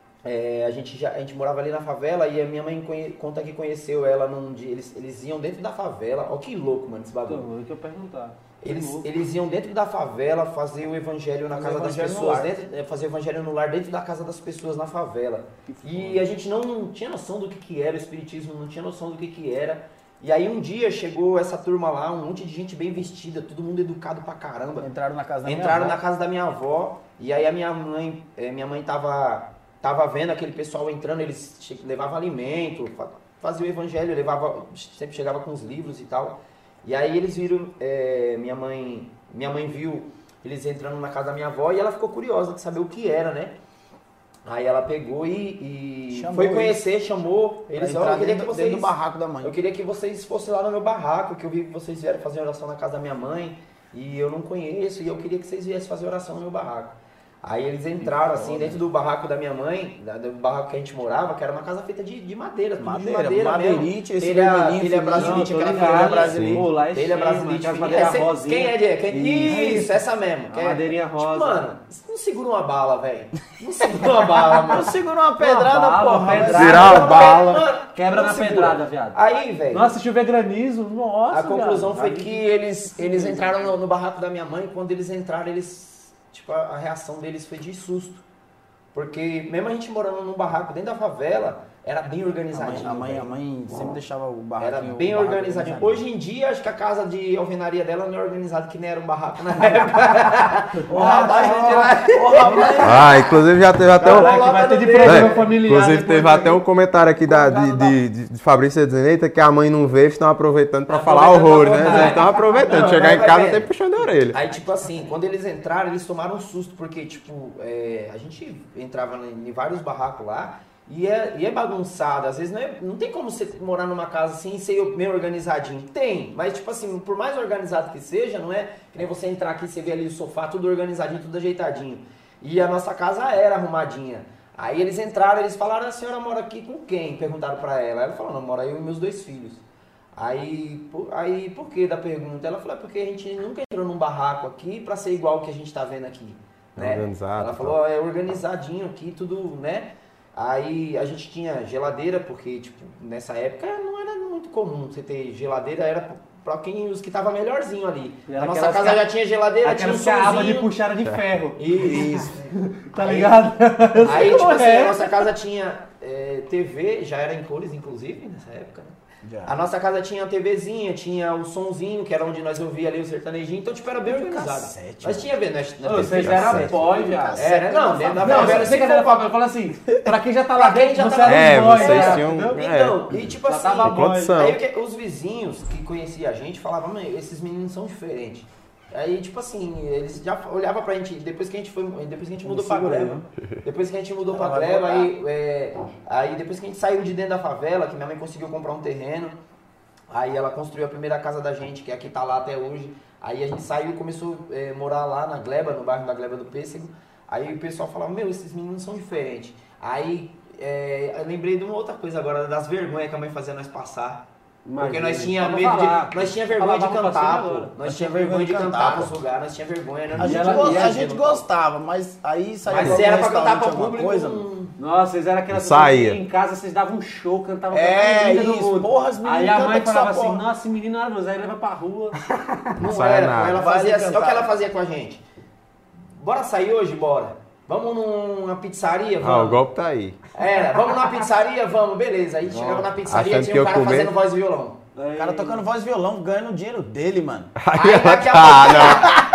E: É, a, gente já, a gente morava ali na favela e a minha mãe conhe- conta que conheceu ela num dia, eles, eles iam dentro da favela, ó que louco, mano, esse bagulho.
C: Então, é o que eu perguntar. Que
E: Eles,
C: louco.
E: eles iam dentro da favela fazer o evangelho na
B: Fazer
E: casa
B: o
E: das
B: evangelho no
E: pessoas,
B: lar.
E: dentro, é, fazer o evangelho no lar dentro da casa das pessoas na favela. E a gente não, não tinha noção do que, que era o espiritismo, não tinha noção do que, que era. E aí um dia chegou essa turma lá, um monte de gente bem vestida, todo mundo educado pra caramba.
B: Entraram na casa da minha
E: Entraram
B: avó.
E: na casa da minha avó e aí a minha mãe, eh, minha mãe tava, tava vendo aquele pessoal entrando, eles che- levavam alimento, fa- faziam o evangelho, levava, sempre chegava com os livros e tal. E aí eles viram, eh, minha mãe, minha mãe viu eles entrando na casa da minha avó e ela ficou curiosa de saber o que era, né? Aí ela pegou e, e
B: Chamou
E: foi
B: eles.
E: conhecer, chamou
B: Pra
E: eles.
B: entrar
E: Olha, eu queria que
B: dentro,
E: vocês
B: dentro do barraco da mãe.
E: eu queria que vocês fossem lá no meu barraco, que eu vi que vocês vieram fazer oração na casa da minha mãe e eu não conheço e eu queria que vocês viessem fazer oração no meu barraco. Aí eles entraram assim dentro do barraco da minha mãe, da- do barraco que a gente morava, que era uma casa feita de, de madeira, tudo
B: Madeira,
E: de madeira
B: madeirite,
E: mesmo.
B: esse
E: telha,
B: vermelhinho
E: telha
B: fininho.
E: brasilite,
C: Não, tô
E: aquela
C: ligado,
E: telha
C: sim.
E: brasilite.
C: Pô, lá é
E: Telha
C: cheio,
E: brasilite
C: mano, aquela
E: fininha.
C: madeira
E: Essa-
C: rosinha.
E: Quem é de? Quem...
B: Isso.
E: Isso, essa mesmo.
C: A
E: que é-
C: madeirinha
E: Tipo,
C: rosa.
E: mano, isso não segura uma bala, velho. Não segura uma bala, mano.
B: Eu seguro uma pedrada,
C: bala,
B: porra.
C: uma
B: mas-
C: pedrada.
D: Virar uma bala.
E: Mano,
C: Quebra
E: não
C: na
E: segura.
C: pedrada, viado.
E: Aí, velho.
C: Nossa, se chover granizo, nossa,
E: A conclusão
C: viado.
E: foi que eles, eles entraram no, no barraco da minha mãe e quando eles entraram, eles. Tipo, a, a reação deles foi de susto. Porque mesmo a gente morando num barraco dentro da favela, era bem
B: A mãe,
E: organizadinho.
B: a mãe,
E: velho.
B: a mãe sempre deixava o barraco.
E: Era bem organizadinho. Hoje em dia, acho que a casa de alvenaria dela não é organizada, que nem era um barraco na época.
B: O rapaz, o rapaz.
D: Ah, inclusive já teve até um.
C: Caraca, vai ter de
E: É,
C: problema familiar.
D: Inclusive
C: depois
D: teve
C: aí.
D: até um comentário aqui da, de, de, de, de Fabrício dizendo eita, que a mãe não vê, estão aproveitando pra falar
E: Aproveitando
D: horrores,
E: pra
D: né?
E: contar.
D: Eles estão aproveitando.
E: Não,
D: Chegar
E: vai-
D: em
E: vai
D: casa
E: vendo.
D: tem puxando a orelha.
E: Aí, tipo assim, quando eles entraram, eles tomaram um susto, porque, tipo, é, a gente entrava em, em vários barracos lá e é, e é bagunçado. Às vezes não, é, não tem como você morar numa casa assim e ser meio organizadinho. Tem, mas, tipo assim, por mais organizado que seja, não é que nem você entrar aqui e você vê ali o sofá tudo organizadinho, tudo ajeitadinho. E a nossa casa era arrumadinha. Aí eles entraram, eles falaram, a senhora mora aqui com quem? Perguntaram pra ela. Ela falou, não, mora eu e meus dois filhos. Aí, por, aí, por que da pergunta? Ela falou, é porque a gente nunca entrou num barraco aqui pra ser igual o que a gente tá vendo aqui. Né?
D: Organizado,
E: Ela
D: tá.
E: falou, é organizadinho aqui, tudo, né? Aí a gente tinha geladeira, porque, tipo, nessa época não era muito comum você ter geladeira, era pra quem, os que tava melhorzinho ali.
C: E
E: A
C: era
E: nossa
C: aquelas
E: casa
C: que-
E: já tinha geladeira, tinha um
C: Aquelas que a aba de
E: somzinho.
C: puxar de ferro.
E: Isso.
C: Tá
E: Aí-
C: ligado?
E: Aí, tipo assim,
C: É.
E: a nossa casa tinha é, T V, já era em cores, inclusive, nessa época, né? A nossa casa tinha a TVzinha, tinha o sonzinho, que era onde nós ouvia ali o sertanejinho, então, tipo, era bem organizado.
B: Cassete,
E: Nós tinha vendo, nós, nós
C: Ô,
E: teve
C: vocês
E: cassete.
C: eram boy, viado.
E: Era, não, dentro da
C: Não,
E: favela,
C: você que
E: se
C: era
E: for-
C: favela, fala assim, pra quem já tá lá
E: Pra quem
C: dentro,
E: já
C: você
E: tá
C: era
E: lá
D: É,
C: um boy,
D: vocês
C: né?
D: tinham-
C: Entendeu?
E: Então, e tipo
C: Já
E: assim,
C: tava bom,
D: condição.
E: aí o que- os vizinhos que conheciam a gente falavam, mãe, esses meninos são diferentes. Aí, tipo assim, eles já olhavam pra gente, depois que a gente foi, depois que a gente mudou pra
B: segurei,
E: Gleba, depois que a gente mudou pra
B: Ela vai
E: Gleba,
B: voltar.
E: aí, é, aí depois que a gente saiu de dentro da favela, que minha mãe conseguiu comprar um terreno, aí ela construiu a primeira casa da gente, que aqui tá lá até hoje. Aí a gente saiu e começou a é, morar lá na Gleba, no bairro da Gleba do Pêssego. Aí o pessoal falava, meu, esses meninos são diferentes. Aí é, eu lembrei de uma outra coisa agora, das vergonhas que a mãe fazia nós passar. Porque
C: Imagina.
E: nós tinha
C: Pode
E: medo
C: falar.
E: de. Nós tinha vergonha de
C: Falava pra
E: cantar,
C: cima
E: pô.
C: agora.
E: Nós tinha vergonha de cantar nos lugares, nós tinha vergonha, né?
B: A
E: Não
B: gente,
E: tinha-
B: go-
E: ia
B: a gente
E: no palco.
B: gostava, mas aí saía
E: Mas
B: pra
E: se
B: algum
E: era pra cantar
B: restaurante,
E: pra
B: alguma
E: público,
B: coisa,
E: não-
C: Nossa, vocês eram aquelas
D: Saía.
C: que em casa vocês davam um show, cantavam
B: É,
C: pra todo
B: isso,
C: mundo.
B: porra, as meninas
C: Aí a
B: cantam
C: mãe
B: que só
C: falava assim,
B: porra.
C: nossa, esse menino é maravilhoso, aí leva pra rua.
E: Não
D: sai
E: era,
D: nada.
E: ela
B: Vai
E: fazia
B: ali
E: assim, olha o que
B: cantar.
E: ela fazia com a gente. Bora sair hoje? Bora. Vamos numa pizzaria?
D: Ah, o
E: Vamos.
D: golpe tá aí.
E: É, vamos numa pizzaria? Vamos, beleza. Aí chegava na pizzaria,
D: Achando
E: tinha
D: que
E: um
D: eu
E: cara
D: comer?
E: fazendo voz e violão.
B: O cara tocando voz e violão, ganhando o dinheiro dele, mano.
E: Aí daqui a
D: Ah, não.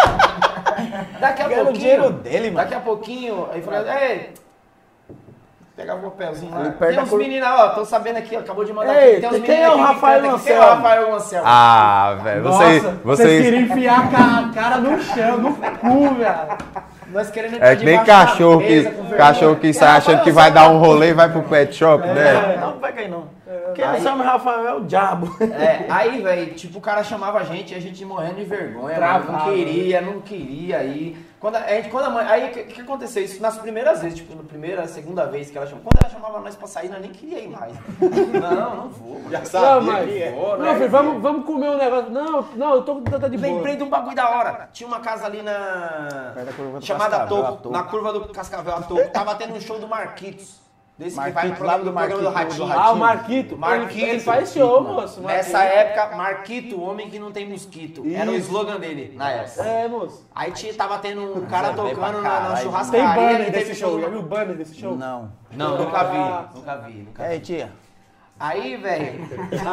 E: Daqui a
B: Ganhando o
E: pouquinho,
B: dinheiro dele, mano.
E: daqui a pouquinho, aí falei, ei, pegava o papelzinho lá.
B: Ali perto
E: Tem
B: da
E: uns
B: cor-
E: meninos, ó, tô sabendo aqui, ó, acabou de mandar
B: Ei,
E: aqui. Tem uns
B: quem
E: meninos
B: é o
E: aqui que
B: Rafael
E: cantam aqui. Quem é o
B: Anselmo?
E: Rafael Anselmo?
D: Ah, velho.
C: Nossa,
D: Vocês,
C: vocês
D: vocês.
C: queriam enfiar a ca- cara no chão, no cu, velho.
E: Nós querendo entrar
D: É que nem
E: debaixo da
D: cachorro que,
E: mesa, com vergonha.
D: cachorro que sai achando que vai dar um rolê e vai pro pet shop, né?
B: Não, não pega aí não. Quem não chama Rafael é o diabo.
E: É, aí, velho, tipo, o cara chamava a gente e a gente morrendo de vergonha,
C: Travado,
E: não queria, não queria aí. Quando a, a gente, quando a mãe, aí o que, que aconteceu? Isso nas primeiras vezes, tipo, na primeira, segunda vez que ela chamou. Quando ela chamava nós pra sair, nós nem queria ir mais. Não, não vou. Já
C: Não, mas,
E: vou,
C: não,
E: né?
C: filho, vamos, vamos comer um negócio. Não, não, eu tô com tanta de boa.
E: Lembrei de um bagulho da hora. Tinha uma casa ali na.
B: Perto da curva do
E: chamada
B: Cascavel,
E: Toco,
B: a Toco.
E: na curva do Cascavel, a Toco. Tava tendo um show do Marquitos. Desse que vai no
B: Marquitos,
E: programa
B: lá
E: do,
B: do
E: programa do
B: Marquitos,
E: Ratinho.
C: Ah, o Marquito.
E: Marquito.
C: Ele, ele faz show, moço.
E: Nessa
C: Marquito.
E: época, Marquito, o homem que não tem mosquito. Era o
C: Isso.
E: slogan dele na época.
C: É, moço.
E: Aí tinha, tava tendo um cara
B: Zé, vai pra
E: tocando na, na
B: caralho.
C: Tem
E: churrascaria.
C: banner
E: e teve
C: desse show. Já
E: do-
C: viu o banner desse show?
B: Não.
E: Não, nunca vi.
C: Ah.
E: Nunca vi, nunca
B: E
E: vi.
B: aí, tia?
E: Aí, velho.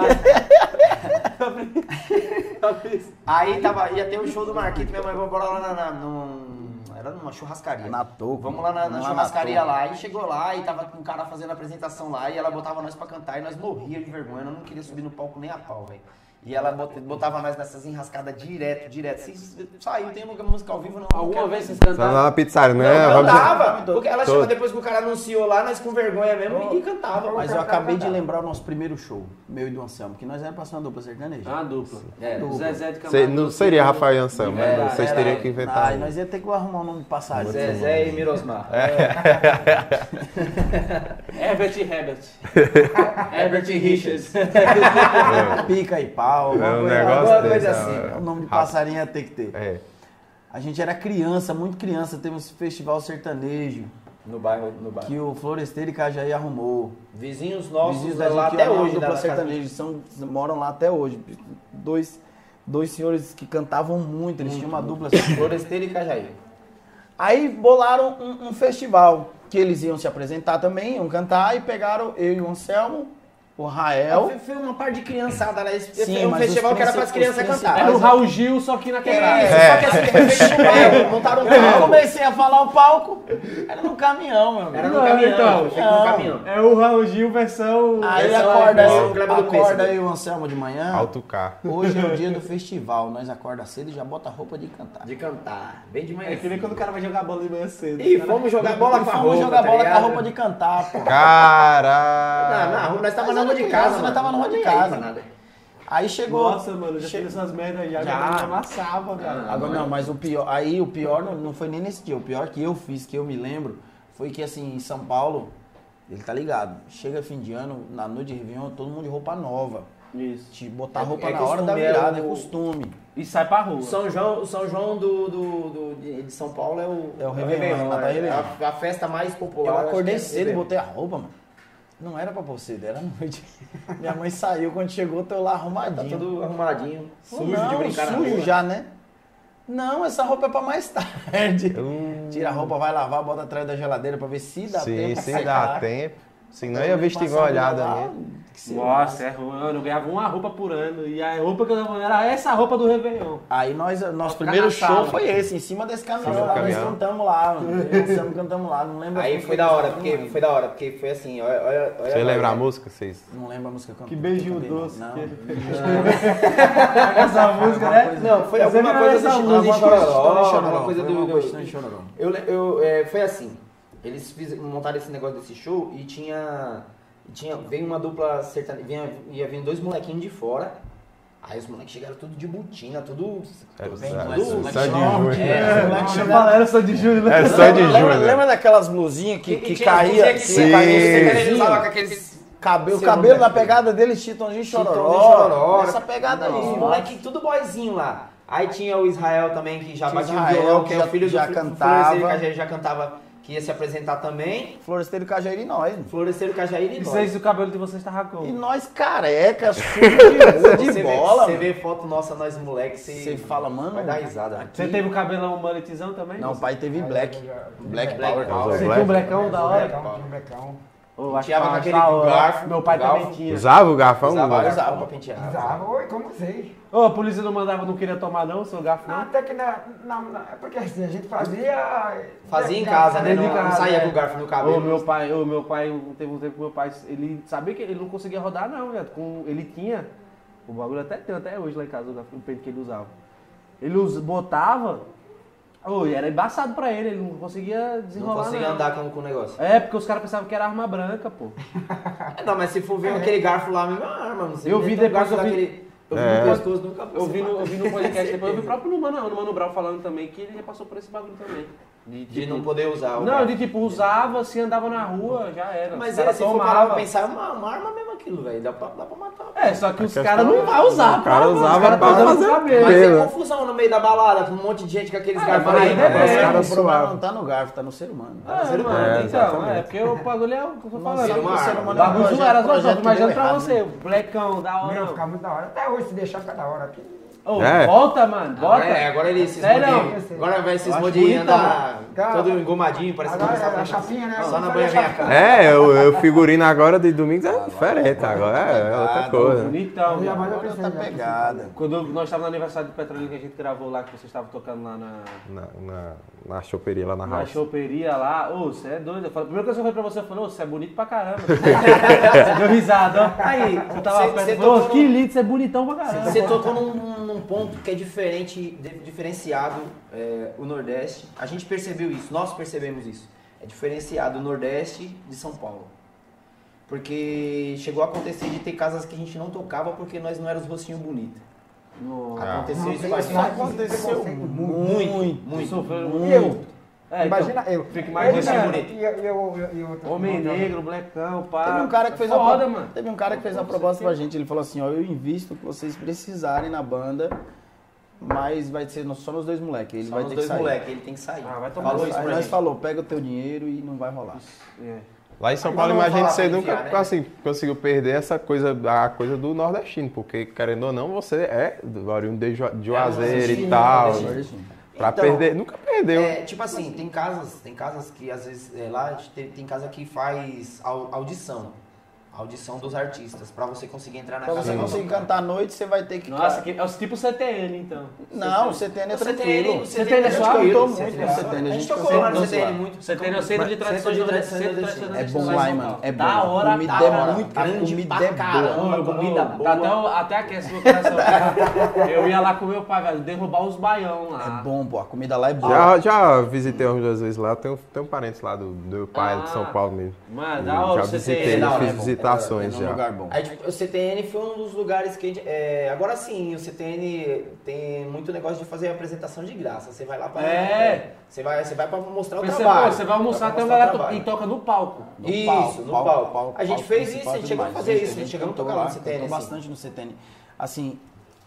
E: Aí tava, ia ter o show do Marquito, minha mãe foi bora lá na, na, num- era numa churrascaria.
B: Na Toco.
E: Vamos lá na, na
B: Vamos lá na
E: churrascaria
B: Toco.
E: lá, e chegou lá e tava com um cara fazendo a apresentação lá, e ela botava nós pra cantar e nós morríamos de vergonha, nós não queria subir no palco nem a pau, velho. E ela bot- botava nós nessas enrascadas direto, direto. Se saiu, tem uma música ao vivo, não. não
C: Alguma
E: quero
C: vez
E: mais.
C: vocês
D: Só
C: cantaram?
D: na pizzaria,
E: Não,
D: né? Vamos-
E: cantava. Porque ela chegou
D: Todo.
E: depois que o cara anunciou lá, nós com vergonha mesmo e cantava.
B: Mas eu acabei de lembrar o nosso primeiro show, meu e do Anselmo, que nós éramos pra ser uma dupla sertaneja.
C: Ah, dupla.
E: É,
C: O Zezé de Camargo.
D: Cê- não seria Rafael e Anselmo,
C: De
D: né?
C: verdade.
D: Vocês
E: Era-
D: teriam que inventar.
B: Ah, e
D: um.
B: nós ia ter que arrumar um nome de passagem.
E: Zezé e Mirosmar.
C: Herbert e Herbert. Herbert e Richards.
B: Pica e pau.
D: É um
B: alguma coisa-
D: negócio
E: alguma
D: desse.
E: coisa
D: é,
E: assim.
B: É o nome de
D: Rafa-
B: passarinho ia ter que ter.
D: É.
B: A gente era criança, muito criança, temos festival sertanejo
E: No bairro, no bairro.
B: que o Floresteiro e Cajaí arrumou.
E: Vizinhos nossos
B: Vizinhos da
E: lá
B: gente
E: até
B: que é uma
E: hoje,
B: dupla
E: da casa-
B: sertaneja, são, moram lá até hoje. Dois, dois senhores que cantavam muito, eles tinham uma dupla assim.
E: Floresteiro e Cajaí.
B: Aí bolaram um, um festival que eles iam se apresentar também, iam cantar e pegaram eu e o Anselmo, o Rael.
E: Foi, foi uma parte de criançada lá. Esse
B: Sim,
E: foi um
B: mas
E: festival
B: os
E: que era para as
B: principais-
E: crianças
B: os
E: cantarem.
C: Era o Raul Gil, só que na quebrada.
E: Isso,
B: É.
E: só que assim, foi feito no palco, montaram um
B: Eu
E: palco.
B: comecei a falar o palco, era no caminhão, meu amigo.
E: Era no
C: Não,
E: caminhão,
C: então,
E: foi feito no
B: não.
E: caminhão.
C: É o Raul Gil versão...
B: Aí
E: Essa
B: acorda,
E: é
B: aí,
E: o Kleber do
B: acorda
E: Pêssego.
B: aí o Anselmo de manhã.
D: Alto K.
B: Hoje é o dia do festival, nós acorda cedo e já bota a roupa de cantar.
E: De cantar, bem de manhã.
C: É que nem quando o cara vai jogar bola de manhã cedo.
E: E fomos jogar bola
B: E
E: com a
B: fomos
E: roupa,
B: jogar
E: tá
B: bola com a
E: ligado?
B: roupa de cantar, pô.
D: Caralho.
E: Não, na rua, nós tava
B: Mas
E: na rua
B: era
E: de
B: criança,
E: casa,
B: nós tava na rua de casa.
E: Nada.
B: Aí chegou.
C: Nossa, mano, já
B: che-
C: fiz essas merdas já,
B: Já.
C: já me amassava, cara.
B: Agora não, mas o pior, aí o pior não, não foi nem nesse dia, o pior que eu fiz, que eu me lembro, foi que assim, em São Paulo, ele tá ligado, chega fim de ano, na noite de Réveillon, todo mundo de roupa nova.
C: Isso.
B: Te botar
E: É-
B: roupa
E: é
B: na hora da
E: costume, é
B: virada, é
E: o-
B: costume.
C: E sai pra rua.
E: O São João, o São João do, do, do- de de São Paulo é o,
B: É o Réveillon, Natal
E: é
B: Réveillon.
E: a, a festa mais popular.
B: Eu
E: acho que
B: acordei
E: é
B: cedo,
E: Réveillon.
B: botei a roupa, mano. Não era pra pôr cedo, era noite. Minha mãe saiu, quando chegou, tô lá
E: Tá
B: arrumadinho.
E: tudo arrumadinho, sujo
B: não,
E: de brincar na
B: sujo
E: rua.
B: já, né? Não, essa roupa é pra mais tarde. Tira a roupa, vai lavar, bota atrás da geladeira pra ver se dá
D: Sim,
B: tempo.
D: se
B: de
D: dá
B: secar.
D: tempo. Senão ia vestir igual
B: Passando
D: olhada
B: lá,
D: ali.
B: que se
C: Nossa, é ruim. Eu ganhava uma roupa por ano. E a roupa que eu dava era essa roupa do Réveillon.
B: Aí nós, nosso
C: Ficar
B: primeiro
C: na
B: show
C: sala.
B: foi esse, em cima desse caminhão.
D: Cima do
B: Lá, nós
D: caminhão.
B: cantamos lá, mano. Nós cantamos lá, não lembro.
E: Aí
B: como
E: foi da hora,
B: não
E: porque
B: lembro.
E: foi da hora, porque foi assim, olha, olha, olha.
D: Você lembra a
E: né?
D: música? Vocês?
B: Não lembro a música que eu
C: Que
B: cantei,
C: beijinho
B: cantei, não.
C: doce
B: Não.
C: que ele fez. Essa música, né?
E: Não, foi
C: Você
E: alguma
C: viu
E: coisa
C: essa
E: do
C: música?
E: Chitão de
B: Chororó,
E: Chororó, alguma coisa
B: foi
E: do...
B: uma
E: do-
B: questão de Chororó.
E: Eu, eu, é, foi assim, eles fiz, montaram esse negócio desse show e tinha, e tinha veio uma dupla sertaneja, vinha, ia vir dois molequinhos de fora, aí os moleques chegaram tudo de botina, tudo...
D: Era
B: Bem,
D: só-
B: moleque,
D: só
B: moleque
D: de
B: jovem.
D: junho.
E: É,
B: moleque
C: Você
B: chegava-
C: fala, era só de julho, né?
D: É só de
B: lembra,
D: junho.
B: lembra daquelas blusinhas que,
E: E
B: que
E: tinha-
B: caía,
E: tinha que-
B: que
D: Sim.
B: caía
E: Os
B: o
E: sertanejos
B: pezinho?
E: usavam com aqueles...
B: Cabelo, o
E: Seu
B: cabelo
E: nome
B: na
E: é-
B: pegada dele, Chitãozinho Chororó.
E: Chitãozinho Chororó,
B: Essa pegada aí.
E: Os moleque tudo boyzinho lá. Aí tinha o Israel também, que já
B: Tinha
E: batia o
B: Israel,
E: violão,
B: que
E: que é
B: já-
E: o filho
B: já
E: do
B: cantava.
E: Floresceiro que já cantava, que ia se apresentar também.
B: Floresteiro Cajaíra e nós.
E: Floresceiro Cajaíra e
C: E
E: nós.
C: vocês, o cabelo de vocês tava
B: E
C: como?
B: nós careca, sujo de, de
E: Você
B: bola,
E: vê, você
B: mano.
E: vê foto nossa, nós moleque, você,
B: Você fala, mano,
E: vai dar risada.
B: aqui-
C: Você teve o cabelão mulletizão também?
B: Não, o pai teve black. Black,
E: Black
B: Power.
E: Power.
C: Você
D: Black.
C: tinha um blecão da hora?
F: Blecão, tinha um blecão.
C: Ô, acho
E: Tinha
C: que
E: com
C: acho
E: aquele
C: da hora.
E: garfo,
C: Meu pai
E: galfo.
C: também tinha.
D: Usava o garfão?
E: Usava,
D: Usava.
E: usava pra pentear.
F: Usava, oi, como sei.
C: Ô, a polícia não mandava, não queria tomar não, seu garfo não?
F: Até que na, na, na- é porque assim, a gente fazia...
E: Fazia em casa, né?
C: Dentro de
E: Não, não
C: casa,
E: saía
C: é.
E: com o garfo no cabelo.
C: Ô, meu pai, ô, meu pai, teve um tempo que meu pai, ele sabia que ele não conseguia rodar não, velho. Com, ele tinha, o bagulho até tem até hoje lá em casa, o garfo- o pente que ele usava. Ele us, botava, Oi, era embaçado pra ele, ele não conseguia desenrolar.
E: Não conseguia andar com, com o negócio.
C: É, porque os caras pensavam que era arma branca, pô.
E: É, não, mas se for ver aquele garfo lá, mesmo é uma arma. Não sei.
C: Eu vi
E: Tem um
C: depois,
E: garfo
C: eu vi-
E: daquele- Eu vi
D: É.
E: no pescoço, nunca
C: Eu vi no, eu vi no podcast depois, eu vi o próprio no Mano, no Mano Brown falando também que ele já passou por esse bagulho também. De,
E: De
C: tipo,
E: não poder usar o
C: Não,
E: garfo.
C: de tipo, usava, se andava na rua, já era.
E: Mas
C: Os
E: é,
C: caras
E: se for
C: tomavam.
E: parar pra pensar, é uma, uma arma mesmo aquilo, velho. Dá pra, dá pra matar.
C: É, só que os
D: questão
C: caras não
D: é-
C: vão usar.
D: o cara
C: pô,
D: usava
C: os caras
D: pra
C: tão usando
D: fazer
C: pro cabelo.
E: Mas
D: Pelo-
E: é confusão no meio da balada, com um monte de gente com aqueles
C: Ah,
E: garfos
C: mas
E: aí.
C: aí
E: né?
C: depende.
B: Mas,
C: É,
B: cara, o
C: suave.
B: problema não tá no garfo, tá no ser humano.
C: É,
B: ser
C: mano,
D: É,
C: então,
D: exatamente.
C: é porque o bagulho é o que eu tô
B: Não
C: falando.
B: sabe
E: uma
B: que o ser
E: arma.
B: humano
C: O
B: é um
C: bagulho
B: projeto-
C: zoeira,
B: projeto que
C: imagina
B: deu
C: pra
B: errado,
C: você,
B: né?
C: o Blackão, da hora.
F: Meu, ficar muito da hora. Até hoje, se deixar, fica da hora. Aqui.
C: Ô,
D: É.
C: volta, mano, bota.
E: Agora, é, agora ele se
C: Sério?
E: esmodinho. Agora vai se
C: Eu acho
E: esmodinho,
C: bonitão.
E: andar
F: Cara,
E: todo engomadinho, parecendo
F: Agora
E: que
F: é
E: tá
F: a chapinha, né?
E: Só na
F: Faz
E: banha
F: a
E: vem a
F: chapinha.
E: cara.
D: É, o, o figurino agora de domingos é diferente, agora é outra coisa.
C: Bonitão,
F: Já
C: viado.
F: mais eu
B: Outra
F: pensei, já
B: pegada.
C: Quando nós estávamos no aniversário do Petrolina que a gente gravou lá, que vocês estavam tocando lá na,
D: Na, na, na choperia lá na
C: na
D: house.
C: choperia lá, ô, você é doido. Eu falei, a primeira coisa que eu falei pra você, eu falei, ô, você é bonito pra caramba. Você deu risada, ó. Aí, você tava
E: Cê-
C: perto,
E: cê
C: eu falei, ô,
E: tocou
C: que
E: no-
C: lindo, você é bonitão pra caramba.
E: Você tocou num, num ponto que é diferente, de- diferenciado é, o Nordeste. A gente percebeu isso, nós percebemos isso. É diferenciado o Nordeste de São Paulo. Porque chegou a acontecer de ter casas que a gente não tocava porque nós não éramos rostinho bonito.
C: Nossa.
E: Aconteceu isso
F: tem
E: com a
F: esse
E: gente.
F: lado de
B: Aconteceu
F: preconceito
B: muito,
E: Muito, muito.
C: Sofreu
F: E eu?
C: É,
F: Imagina
C: então,
F: eu.
C: Fica
F: Ele,
C: imaginando.
F: né, E eu, e eu, e eu, e eu-
C: Homem negro, blackão, pá.
B: Teve um cara que fez a
C: Foda,
B: pro-
C: mano.
B: Teve um cara que fez a proposta pra gente, ele falou assim, ó, eu invisto o que vocês precisarem na banda, mas vai ser só nos dois moleques, ele
E: Só
B: vai
E: nos
B: ter
E: dois
B: que sair.
E: moleques, ele tem que sair.
C: Ah, vai tomar
E: Falou
C: no
E: isso
B: Aí
E: pra
B: nós
E: gente.
B: falou, pega o teu dinheiro e não vai rolar.
C: É.
D: Lá em São
E: Aí
D: Paulo,
E: nós vamos
D: imagina
E: falar
D: você
E: pra
D: nunca
E: enfiar, né?
D: assim, conseguiu perder essa coisa, a coisa do nordestino, porque querendo ou não, você é do oriundo de Ju- de Juazeiro e
E: nordestino,
D: tal.
E: nordestino.
D: Pra
E: Então,
D: perder, nunca perdeu.
E: É, tipo assim, tem casas, tem casas que às vezes é, lá a gente tem, tem casa que faz au- audição. Audição dos artistas, pra você conseguir entrar na
B: Pra
E: casa.
B: você
E: e
B: conseguir
E: tocar.
B: cantar à noite, você vai ter que...
C: Nossa, que, é os tipo C T N, então.
B: Não, o C T N é
E: O C T N,
B: tranquilo.
E: o
C: C T N é
B: A gente
C: suave?
B: cantou
E: C T N
B: muito
E: é
B: no C T
E: suave.
B: N,
E: A
B: a
E: gente
B: gente
E: tocou
B: cantou
E: lá no
B: muito
E: C T N
B: lá.
E: muito.
C: C T N é o Centro de Tradições
E: Centro de
C: Nordestinas.
E: Tradições
C: Centro de
E: Nordestinas.
B: É
C: Tradições
B: bom
C: Nordestinas.
B: lá, hein, mano. É bom.
C: Da hora,
B: comida
C: da
B: é
C: hora.
B: muito, a
E: Grande
B: comida
E: pra
B: é
E: caramba.
B: boa.
C: Ô,
E: comida
C: ô,
E: boa.
C: Dá até, o- até aquece meu coração. Eu ia lá com meu pai, velho, derrubar os baião lá.
B: É bom, pô, a comida lá é boa.
D: Já, já visitei umas duas vezes lá, tenho, tenho parentes lá do, do meu pai,
C: Ah.
D: de São Paulo mesmo.
C: Mano,
D: E
C: da hora
D: já
C: o
D: visitei,
C: C T N.
E: da
D: já
E: hora,
D: fiz
E: é bom.
D: visitações
B: É num
D: já.
B: lugar bom.
E: Aí, tipo, o C T N foi um dos lugares que a gente, é, agora sim, o C T N tem muito negócio de fazer apresentação de graça. Você vai lá pra.
C: É.
E: Você vai, você vai pra mostrar o
C: Você,
E: trabalho.
C: pô, você vai almoçar,
E: pra
C: tem uma
E: mostrar o
C: galera
E: trabalho.
C: e toca no palco.
B: No
E: Isso,
B: palco,
E: no
B: palco,
E: palco.
B: palco,
E: A gente
B: palco
E: fez
B: principal
E: isso, a gente
B: é
E: chegou a
B: demais.
E: fazer
B: Gente,
E: isso, a gente chegou a
B: cantou
E: tocar lá
B: lá,
E: no C T N,
B: cantou
E: assim.
B: bastante no C T N. Assim,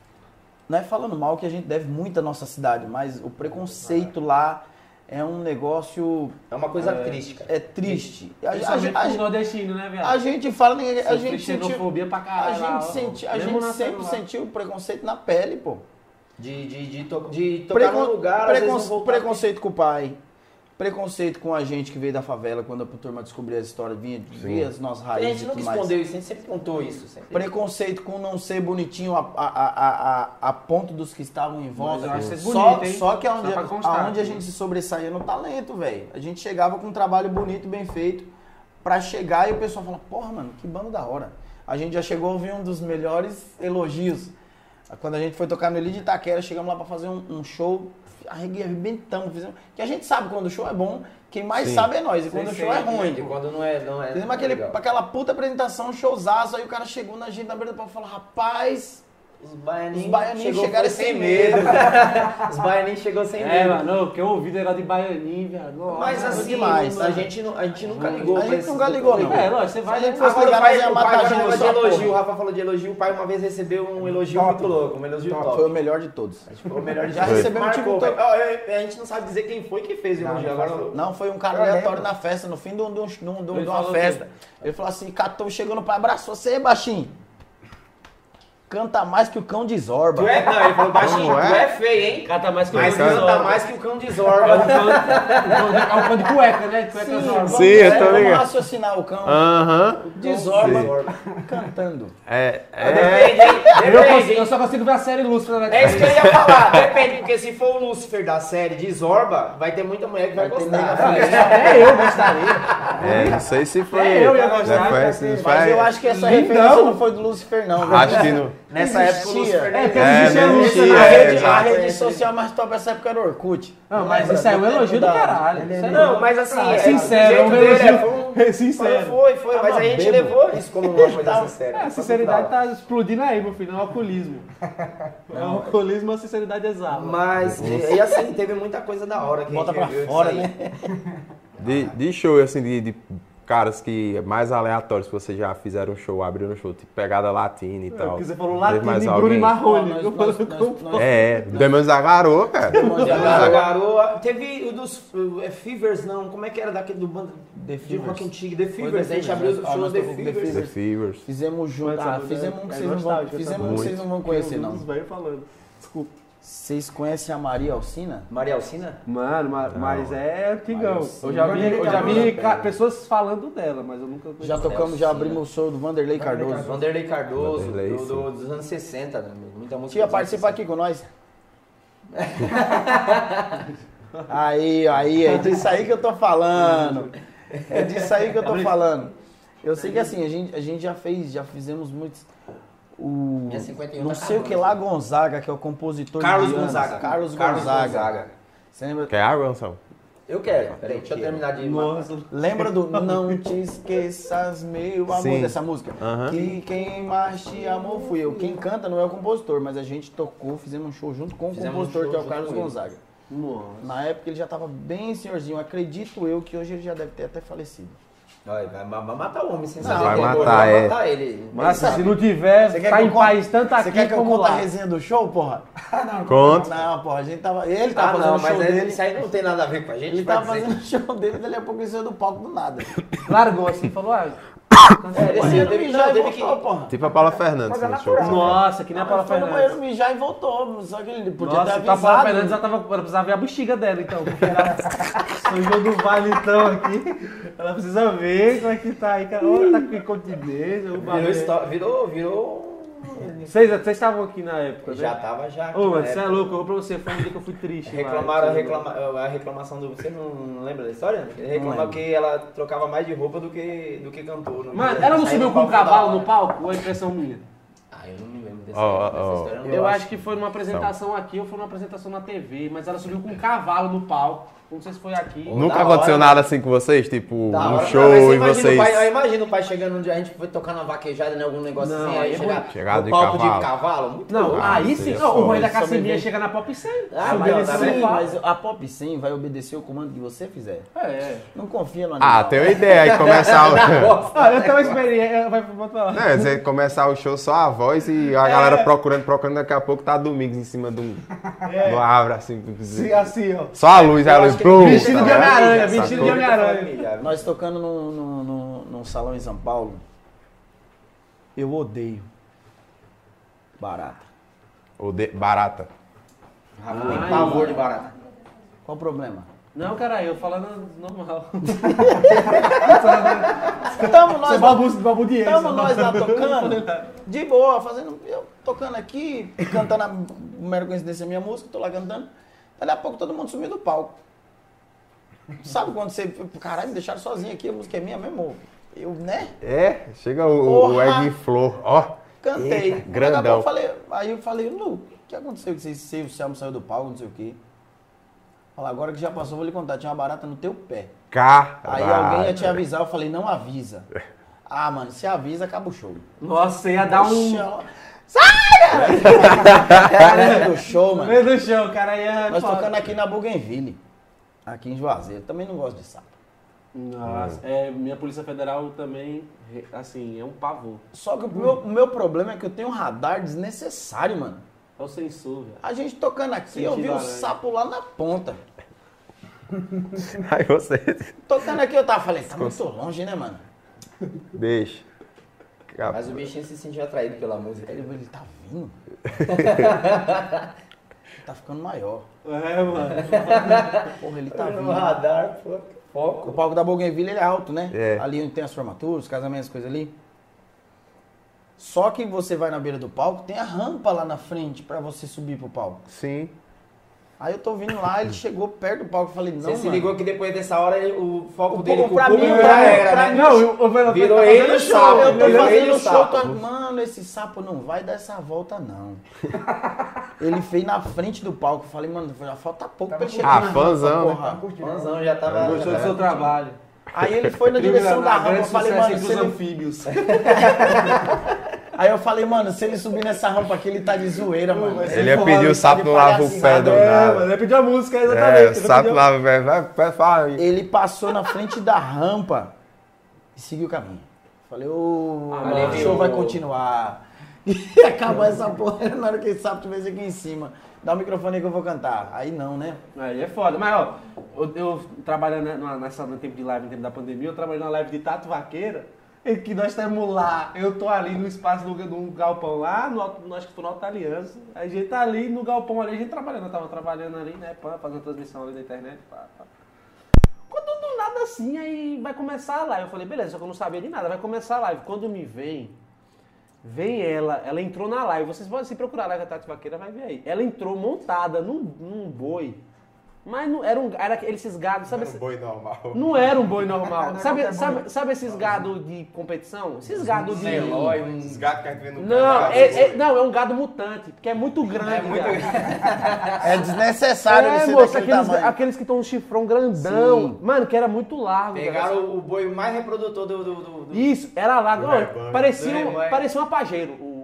B: não é falando mal que a gente deve muito à nossa cidade, mas o preconceito lá é um negócio...
E: É uma coisa triste, cara.
B: É triste. A, a,
C: Principalmente
B: a,
C: com os
B: a,
C: nordestinos, né, viado?
B: a gente fala, ninguém- a
C: Sofre
B: gente sentiu...
C: xenofobia pra
B: A
C: caralho. lá,
B: gente,
C: ó.
B: senti, a
C: Mesmo
B: gente
C: nascendo
B: sempre
C: lá.
B: sentiu o preconceito na pele, pô.
E: De, de, de, to, de tocar
B: Precon-
E: num lugar, às
B: precon-
E: vezes não voltar.
B: preconceito com o pai, preconceito com a gente que veio da favela, quando a turma descobriu as histórias, vinha, via as nossas
E: A
B: raízes
E: gente
B: e
E: nunca
B: tudo mais.
E: escondeu isso, a gente sempre contou isso. Sempre.
B: Preconceito com não ser bonitinho a, a, a, a, a ponto dos que estavam em volta.
C: Mas eu acho isso
B: só,
C: bonito, hein?
B: só que
C: Só
B: aonde,
C: pra constar.
B: aonde a gente se sobressaía no talento, velho. A gente chegava com um trabalho bonito, bem feito, pra chegar e o pessoal fala, porra, mano, que banda da hora. A gente já chegou a ouvir um dos melhores elogios. Quando a gente foi tocar no Elite de Itaquera, chegamos lá pra fazer um, um show, arreguei, arrebentamos, fizemos. Que a gente sabe quando o show é bom, quem mais
D: Sim.
B: sabe é nós. E quando
E: Sim,
B: o show é
E: sim,
B: ruim.
E: E quando não é. Não é
B: Fizemos aquele,
E: legal.
B: aquela puta apresentação, um showzaço, aí o cara chegou na gente na beira do palco e falou, rapaz,
E: Os baianinhos,
B: Os baianinhos
E: chegou
B: chegaram
E: foi
B: sem medo.
E: Os baianinhos chegou sem
C: É,
E: medo.
C: mano, porque eu ouvi negócio de baianinho, viado. Nossa,
E: Mas
C: é
E: assim,
B: demais,
E: a,
B: né?
E: gente, não- a gente nunca ligou.
B: A
E: pra
B: gente
E: esse-
B: nunca ligou, não.
C: É, lógico, você vai...
B: Se a gente fosse
E: Agora o
B: ligar,
E: pai,
B: nós ia
E: o
B: matar
E: pai
B: a gente
E: falou de
B: só,
E: elogio,
B: porra.
E: o Rafa falou de elogio, o pai uma vez recebeu um elogio
F: Top.
E: muito louco, um elogio top.
B: Foi o melhor de todos.
E: Foi o melhor de
B: Já
E: todos.
B: recebemos
E: Marcou,
B: tipo,
E: velho. Ó, eu- A gente não sabe dizer quem foi que fez o
F: Não,
E: elogio.
F: não
E: Agora
F: faz-
B: Não, foi um cara
F: Eu
B: aleatório
F: lembro.
B: na festa, no fim de, um- de, um- de um- de
C: Ele
B: uma
C: falou o
B: festa. Ele falou assim, catou, chegou no pai, abraçou você, baixinho. Canta mais que o cão de Zorba.
E: Tu é, não, ele falou baixinho,
D: Como é?
E: tu é feio, hein?
C: Cata mais que o
E: Mas
C: cão de
E: canta
C: Zorba.
E: mais que o cão de
C: É o
E: Zorba.
C: cão- o cão de- é o cão de cueca, né? De cueca
B: Sim,
C: Zorba.
B: vamos,
D: Sim, eu tô
B: vamos
D: ligado.
B: raciocinar o cão
D: Aham.
B: de Zorba
E: Zorba.
B: cantando.
D: É,
E: Mas
D: é.
E: Depende, hein?
C: Eu, consigo- eu só consigo ver a série Lúcifer na
E: É isso
C: Netflix.
E: que eu ia falar, depende, porque se for o Lúcifer da série de Zorba, vai ter muita mulher que vai,
B: Vai ter
E: gostar.
B: nega
C: É, eu gostaria.
D: É, não sei se foi.
C: É, eu ia gostar,
D: referência,
C: ia
D: não
C: ter-
B: Mas
D: foi-
B: eu acho que essa
C: Lindão.
B: referência não foi do Lucifer, não. viu?
D: Acho que não.
E: Nessa época o
B: Existia.
E: Lúcifer
C: É, porque
D: É,
C: existia
D: não
C: Lúcifer
D: existia,
C: na
B: A
D: é,
B: rede, a
D: exato.
B: rede social mais top nessa época era o Orkut.
C: Não, mas
B: Lembra?
C: isso aí é um
B: Do tempo
C: elogio do
B: da-
C: caralho.
F: Ele-
C: Isso é
E: Não,
C: não.
E: mas assim,
C: Ah,
E: é,
C: sincero,
E: do
C: é um
E: jeito dele,
C: elogio.
E: é, foi um-
C: É sincero.
E: Foi, foi, mas
B: Tava
E: a gente
B: bêbado.
E: levou isso como uma coisa sincera.
C: É, a sinceridade tá explodindo aí, meu filho, é um alcoolismo. É um alcoolismo, a sinceridade exala.
E: Mas, e, e assim, teve muita coisa da hora que
B: Bota
E: a gente
B: pra
E: viu
B: fora,
E: disso aí.
B: né?
D: De, de show, assim, de, de caras que mais aleatórios que vocês já fizeram show, abriram show, tipo pegada latina e tal.
C: Porque você falou
D: Teve
C: latino
D: mais
C: e Bruno
D: alguém?
C: e Marrone.
B: Nós-
C: Eu
B: nós-
C: falei,
B: nós-
C: como-
B: nós-
D: É, Demônios da Garoa, cara.
B: Demônios da
E: A
B: Garoa.
E: garoa, teve o dos uh, é Fevers, não, como é que era daquele do bando
B: The
E: de
B: Fevers.
E: rock antigo, The
B: Foi
E: Fevers,
B: The
E: a gente
B: Fevers,
E: abriu o
B: nós-
E: show
B: nós
E: The
B: tocamos com The
E: Fevers.
D: The Fevers.
B: Fizemos junto.
C: Mas
B: Ah,
C: essa
B: fizemos um
C: mulher
B: que
C: é
B: vocês não vão,
C: nostálgica
B: fizemos um
C: também.
B: que vocês não vão conhecer, não.
C: Os velhos falando. Desculpa.
B: Vocês conhecem a Maria Alcina?
E: Maria Alcina?
C: Mano, ma- mas é antigão.
B: Mas
C: Eu já vi, eu já vi
B: Vanderlei
C: ca- pessoas falando dela, mas eu nunca conheci.
B: Já tocamos, já abrimos o show do Vanderlei Cardoso.
E: Vanderlei Cardoso,
D: Vanderlei,
E: do,
D: sim.
E: do- dos anos sessenta, né? Muita música.
B: Tia,
E: dos anos
B: participa aqui com nós. Aí, aí, é disso aí que eu tô falando. É disso aí que eu tô falando. Eu sei que assim, a gente, a gente já fez, já fizemos muitos. O,
E: Minha cinquenta e um
B: não
E: tá
B: sei o
E: acabando.
B: que lá Gonzaga, que é o compositor
E: Carlos
B: de Anos.
E: Gonzaga.
B: Carlos
E: Carlos
B: Gonzaga.
E: Gonzaga.
B: Você lembra?
D: Quer água, Anselmo?
E: Eu quero, peraí, deixa eu terminar de...
C: Nossa.
B: Lembra do Não Te Esqueças, meu amor,
D: Sim.
B: dessa música?
D: Aham.
B: Que quem mais te amou fui eu. Quem canta não é o compositor, mas a gente tocou, fizemos um show junto com o
E: Fizemos um
B: compositor,
E: show
B: que é o
E: junto
B: Carlos
E: com ele.
B: Gonzaga.
C: Nossa.
B: Na época ele já estava bem senhorzinho, acredito eu que hoje ele já deve ter até falecido.
E: Vai, vai, vai matar o homem sem
B: Não,
E: saber.
D: vai
E: que é
D: matar,
E: gordo, vai
D: é.
E: matar ele.
C: Mas
B: sabe.
C: se não tiver,
B: Você quer
C: tá
B: que eu
C: em
B: conte-
C: país tanto
B: Você
C: aqui
B: quer que eu
C: como
B: conte
C: lá.
B: a resenha do show, porra?
D: Conta.
B: Não, porra, a gente tava. Ele tava
E: Ah,
B: fazendo
E: não,
B: o show
E: mas é-
B: dele.
E: isso aí não tem nada a ver com a gente.
B: Ele
E: vai
B: tava
E: dizer.
B: fazendo o show dele, dali a pouco ele saiu do palco do nada.
C: Largou assim, falou, ah,
E: É, ele
B: Banheiro
E: teve,
B: mijar
E: não,
B: e
E: teve que...
B: voltou, porra.
D: Tipo a Paula Fernandes
F: Coisa
D: no show.
F: natural.
C: nossa, que nem a Paula
B: Foi no banheiro
C: Fernandes.
B: mijar e voltou. Só que ele podia
C: Nossa,
B: ter
C: tá a Paula
B: avisado.
C: Fernandes, ela, tava, ela precisava ver a bexiga dela, então. Porque ela sujou do vale, então, aqui. Ela precisa ver como é que tá aí, cara. Olha, tá com incontinência, o
E: Virou,
C: bagulho.
E: histó- virou, virou...
C: Vocês vocês estavam aqui na época, né?
E: Já tava, já.
C: Ô, mano,
E: na
C: você é
E: época.
C: louco, eu vou pra você, foi um dia que eu fui triste. lá.
E: Reclamaram a, reclama, a reclamação do... Você não lembra da história? Reclamaram
B: lembro.
E: que ela trocava mais de roupa do que, do que cantor. no
C: Mano,
E: dia.
C: ela não
E: Saiu
C: subiu
E: no
C: com um
E: palco
C: cavalo
E: da-
C: no palco? Ou é impressão minha?
E: Ah, eu não me lembro dessa,
D: Ó, ó,
E: dessa
D: ó.
E: história. não
C: Eu,
E: lembro.
C: acho que foi numa apresentação aqui ou foi numa apresentação na T V, mas ela subiu com um cavalo no palco. Não sei se foi aqui.
E: Ô,
D: Nunca
E: da
D: aconteceu
E: hora,
D: nada assim com vocês? Tipo,
E: Da
D: um
E: hora.
D: show
E: Não, mas você
D: e
E: imagina
D: vocês.
E: O pai, eu imagino o pai chegando um dia, a gente foi tocar na vaquejada em algum negócio
C: Não,
E: assim,
C: aí
E: aí
C: é
E: chegar
D: Chegado
E: no
D: de
E: palco
D: cavalo.
E: de cavalo. Muito
C: Não,
E: louco.
D: Ah,
C: aí sim.
D: seria
C: Não, o
D: foda.
C: Rei da
B: Só me
C: Cassiminha
B: vê.
C: chega na Pop cem.
E: Ah,
C: subiu
E: mas
C: nesse
E: tá
B: Sim,
E: vendo?
C: palco.
B: mas a Pop cem vai obedecer o comando que você fizer.
C: É.
B: Não confia no animal.
D: Ah, tem uma ideia aí começar o.
C: Ah, eu tenho uma experiência. Vai pra falar.
D: Não, você começar o show só a voz e a galera procurando, procurando, daqui a pouco tá Domingos em cima de um, de uma árvore assim.
C: Sim, assim, ó.
D: Só a luz, a
E: Eu
D: luz.
E: acho que
D: Pum,
E: ele-
C: Vestido de
D: tá ligado?
C: Homem-Aranha,
D: Sacou?
C: vestido de Homem-Aranha.
B: Nós tocando num, num, num, num salão em São Paulo, eu odeio barata.
D: Ode- Barata.
E: Rafa tem
C: Ai,
E: pavor de barata.
B: Qual o problema?
C: Não, cara, eu falando normal.
B: Tamo
C: Você
B: nós,
C: babu, babu de ex.
B: tamo nós lá tocando, de boa, fazendo, eu tocando aqui, cantando, a mera coincidência, a minha música, tô lá cantando. Daqui a pouco todo mundo sumiu do palco. Sabe quando você, caralho, me deixaram sozinho aqui, a música é minha mesmo. Eu, né?
D: É, chega o, o
B: Porra!
D: Egg Flor, ó.
B: Cantei.
D: Eita,
B: Daqui a
D: grandão.
B: pouco eu falei, aí eu falei, Lu, o que aconteceu que você, você, o Selmo saiu do palco, não sei o quê. Fala, agora que já passou, vou lhe contar, tinha uma barata no teu pé. Aí alguém ia te
D: Caralho.
B: avisar, eu falei, não avisa. Ah, mano, se avisa, acaba o show.
C: Nossa, você ia dar um.
B: Chama- Sai! Cara, do show,
C: No
B: mano.
C: meio do chão, o cara ia.
B: Nós
C: foda.
B: tocando aqui na Bougainville, aqui em Juazeiro. Também não gosto de sapo.
C: Nossa, é, minha Polícia Federal também, assim, é um pavor.
B: Só que o meu, o meu problema é que eu tenho um radar desnecessário, mano.
C: É o sensor, velho.
B: A gente tocando aqui, eu vi o
C: Sentido aranha.
B: sapo lá na ponta.
D: Aí você
B: Tocando aqui, eu tava falando, tá muito longe, né, mano?
D: deixa.
E: Mas o bichinho se sentiu atraído pela música.
B: Ele, ele tá vindo. Tá ficando maior.
C: É, mano.
B: Porra, ele tá
E: No
B: vindo.
E: radar, pô,
B: O
E: foco.
B: palco da Bougainville ele é alto, né?
D: É.
B: Ali onde tem as formaturas, os casamentos, coisa ali. Só que você vai na beira do palco, tem a rampa lá na frente pra você subir pro palco.
D: Sim.
B: Aí eu tô vindo lá, ele chegou perto do palco, eu falei, não,
E: Você se
B: mano.
E: ligou que depois dessa hora ele- o foco
B: O
E: dele
B: povo
E: com o
B: pra mim,
E: público
B: pra
E: já
B: mim,
E: era,
B: pra
E: né?
B: mim,
C: Não, o Velotrek
E: Virou
C: tá
E: ele
C: fazendo
E: o
C: show,
E: sapo,
B: Eu tô
E: Virou
B: fazendo
E: ele
B: o
E: o
B: show,
E: sapo.
B: tô... mano, esse sapo não vai dar essa volta, não. Ele fez na frente do palco, eu falei, mano, já falta pouco pra ele chegar
D: Ah,
B: na rampa,
D: fãzão, né?
B: porra.
E: Fãzão já tava...
C: Gostou do seu trabalho.
B: Aí ele foi na direção da rampa, eu falei, mano, se
C: os
B: ele...
C: anfíbios.
B: Aí eu falei, mano, se ele subir nessa rampa aqui, ele tá de zoeira, mano.
D: Ele ia
B: for
D: pedir
B: lá,
D: o
B: ele
D: sapo
B: tá de
D: não lava o pé
B: palhaçada.
D: do
C: É,
D: nada.
C: mano, ele pediu a música, exatamente.
D: É,
C: ele
D: o sapo
C: pediu-
D: lava o pé, vai, vai, fala.
B: Ele passou na frente da rampa e seguiu o caminho. Falei, ô,
C: Ah,
B: mano, o
E: valeu.
B: show vai continuar. E acabou essa porra na hora que esse sapo tivesse aqui em cima. Dá o microfone aí que eu vou cantar. Aí não, né?
C: Aí é foda. Mas, ó, eu, eu trabalhando né, numa- nessa, no tempo de live, no tempo da pandemia, eu trabalhei na live de Tato Vaqueira, em que nós estamos lá, eu tô ali no espaço do, do galpão lá, no, Alto- no, acho que foi no Alto Aliança, a gente tá ali no galpão ali, a gente trabalhando, eu tava trabalhando ali, né, pá, fazendo transmissão ali na internet, pá, pá. Quando do nada assim, aí vai começar a live, eu falei, beleza, só que eu não sabia de nada, vai começar a live. Quando me vem... Vem ela, ela entrou na live, vocês podem se procurar a live da Tati Vaqueira, vai ver aí. Ela entrou montada num, num boi, mas não era um era esses gados, sabe?
A: Era um
C: esse-
A: boi normal.
C: Não era um boi normal.
F: Não,
C: sabe,
F: não,
C: sabe, sabe esses gados de competição? Esses gados de.
E: Nelói, um...
A: Esses gatos que a gente vê no
C: Não,
A: campo,
C: é, é-
A: assim.
C: não, é um gado mutante, porque é muito grande.
E: É muito
C: viado.
B: É desnecessário
C: É,
B: ele ser
C: moço,
B: daquele
C: aqueles,
B: tamanho.
C: aqueles que estão um chifrão grandão.
B: Sim.
C: Mano, que era muito largo. velho.
E: Pegaram o, o boi mais reprodutor do... do, do, do...
C: Isso, era largo.
A: Do
C: Ó,
A: rebanho.
C: parecia,
E: Do
C: um,
E: rebanho.
C: parecia um apageiro. O...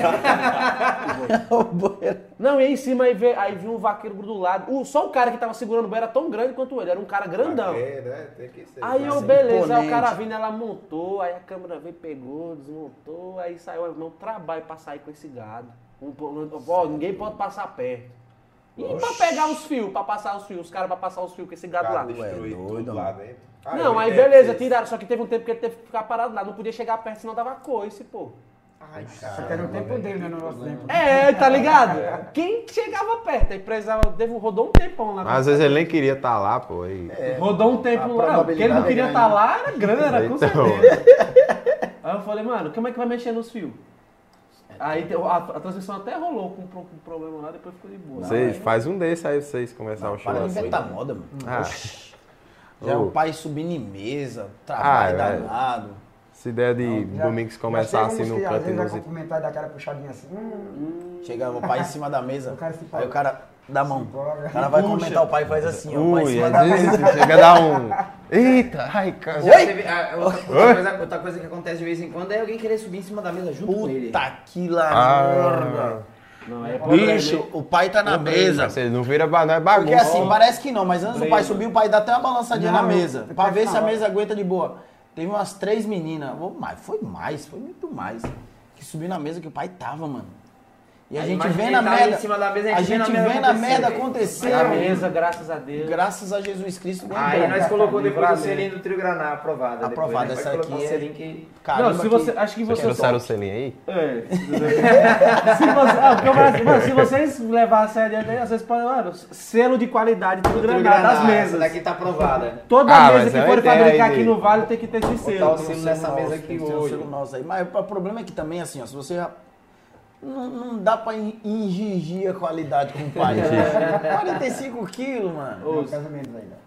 B: O boi era-
C: Não, e aí em cima aí, veio, aí viu um vaqueiro do lado. O, só o cara que tava segurando o boi era tão grande quanto ele, era um cara grandão.
A: É, né? Tem que ser.
C: Aí eu,
B: Assim,
C: beleza, aí o
B: imponente.
C: cara vindo, ela montou, aí a câmera veio, pegou, desmontou, aí saiu, meu trabalho pra sair com esse gado. Um, po- ó, ninguém pode passar perto. E pra pegar os fios, pra passar os fios, os caras pra passar os fios com esse gado lá.
A: Gado destruído
B: Ué,
A: tudo
B: doido,
A: lá
B: mano.
A: dentro. Ah,
C: Não,
A: eu
C: aí
A: entendo
C: beleza,
A: isso.
C: tiraram, só que teve um tempo que ele teve que ficar parado lá, não podia chegar perto, senão dava coice, pô.
E: Ai,
F: Só que era o tempo dele, né? No nosso tempo.
C: É, tá ligado? Quem chegava perto, aí precisava, teve, rodou um tempão lá.
D: Às vezes ele nem queria estar lá, pô. Aí...
C: Rodou um
B: A
C: tempo lá, porque ele
B: probabilidade
C: não queria
B: é
C: estar
B: grande.
C: lá, era grana, com
D: Então.
C: certeza. Aí eu falei, mano, como é que vai mexer nos fios? Aí te- a, a transmissão até rolou com, pro- com problema lá, depois ficou de boa.
D: Vocês, faz um desse aí vocês começar o show
B: Para de
D: assim.
B: inventar moda, mano.
D: Ah.
B: Já é
D: Ô.
B: o pai subindo em mesa, trabalho
D: Ah, é.
B: danado.
D: Essa ideia de
F: Já-
D: Domingos
F: já
D: começar
F: tem
D: assim
F: uns
D: no
F: que, às
D: canto
F: vezes, vai
D: inusitado.
F: cumprimentar daquela puxadinha assim. Hum,
B: Chega o pai em cima da mesa,
F: O cara se
B: aí
F: para.
B: o cara dá a mão.
F: empolga.
B: O cara vai cumprimentar o pai e faz assim, ó. O pai em
D: Ui,
B: cima
D: às
B: da mesa.
D: vezes chega a dar um. Eita, ai, cara.
E: Já teve, ah, outra, outra coisa, outra coisa que acontece de vez em quando é alguém querer subir em cima da mesa junto com ele.
B: Puta que lá,
D: Ah,
C: Não, é problema,
B: bicho,
C: hein?
B: o pai tá na mesa.
D: vocês não viram ba- não é bagunça.
B: Porque assim, parece que não, mas antes do pai subir, o pai dá até uma balançadinha
F: Não,
B: na mesa.
F: eu-
B: Pra
F: eu-
B: ver se a
F: não.
B: mesa aguenta de boa. Teve umas três meninas, ou mais, foi mais, foi muito mais, que subiu na mesa que o pai tava, mano. E a
E: Aí
B: gente
E: imagina
B: vê
E: ele
B: na
E: tá ali
B: merda.
E: em cima da mesa,
B: A gente vê na merda acontecer.
C: A mesa, graças a Deus.
B: Graças a Jesus Cristo. deu
E: Aí
B: bom.
E: nós colocou depois o
C: Livramento.
E: selinho do Trio Graná aprovado.
B: Aprovado,
E: depois, né?
B: essa
E: Pode colocar
B: aqui
E: um
B: é-
E: selinho que...
B: Caramba,
C: Não, se você,
B: que-
C: acho que você...
D: Trouxeram o selinho aí?
C: É. se, você, ah, porque eu falo assim, mano, se vocês levarem a sério, às vezes podem, mano, selo de qualidade, tudo
E: Trio
C: granado das
E: Graná,
C: mesas.
E: essa daqui tá aprovada.
C: Toda
D: Ah,
C: mesa
D: mas
C: que
D: é uma
C: for
D: ideia
C: fabricar
D: aí
C: aqui
D: de-
C: no Vale tem que ter esse
E: Botar
C: selo.
E: o selo nessa
B: Nossa,
E: mesa
B: tem
E: aqui
B: que ser um
E: hoje.
B: selo nosso aí. Mas o problema é que também, assim, ó, se você já. Não, não dá pra in- ingigir a qualidade com o pai. quarenta e cinco quilos, mano.
F: Não, mais ou menos ainda.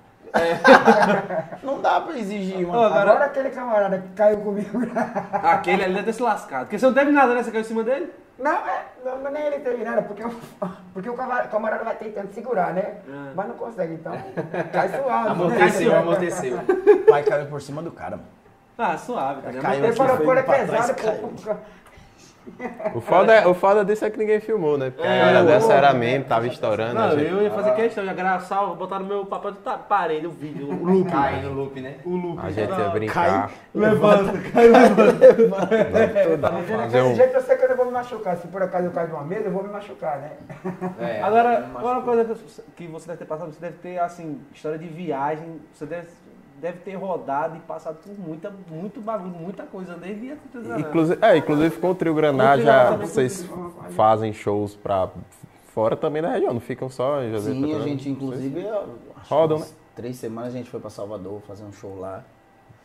B: Não dá pra exigir,
C: Ô,
B: mano.
C: agora-
F: Agora aquele camarada que caiu comigo.
C: Aquele ali deve ter se lascado. Porque você não teve nada, né? Você caiu em cima dele?
F: Não, é, não, não, nem ele teve nada, porque, o- porque o camarada, camarada vai tentando segurar, né?
C: É.
F: Mas não consegue, então cai suave.
E: Amorteceu,
F: né?
E: amorteceu.
B: O pai caiu por cima do cara, mano.
C: Ah, suave, tá ligado?
B: Caiu
F: Ele
B: aqui,
F: falou,
B: foi
F: quando é
B: pra trás,
F: pesado,
B: caiu.
F: pô, pô,
D: O foda, é- o foda disso é que ninguém filmou, né? Porque
C: É,
D: a hora
C: eu-
D: dessa era meme, tava estourando.
C: Não,
D: a gente-
C: eu ia fazer questão, ia graçar, botar no meu papel de ta- parede o vídeo, o loop.
E: Cai no loop, né?
C: O loop.
D: A gente ia
C: Não,
D: brincar.
C: Levanta, cai, levanta.
D: Fazer um...
F: Desse jeito eu sei que eu não vou me machucar. Se por acaso eu cair de uma mesa, eu vou me machucar, né?
E: É,
C: Agora,
E: não
C: uma
E: machuca.
C: coisa que- que você deve ter passado, você deve ter, assim, história de viagem, você deve, deve ter rodado e passado por muita, muito bagulho, muita coisa, desde a
D: Inclusive, é, inclusive com o Trio Graná
C: Com o Trio
D: já
C: Graná também,
D: vocês
C: com o Trio
D: fazem shows pra fora também da região, não ficam só em José
B: Sim,
D: Petrolina?
B: a gente, inclusive, eu- acho que
D: Rodam,
B: umas três semanas a gente foi pra Salvador fazer um show lá.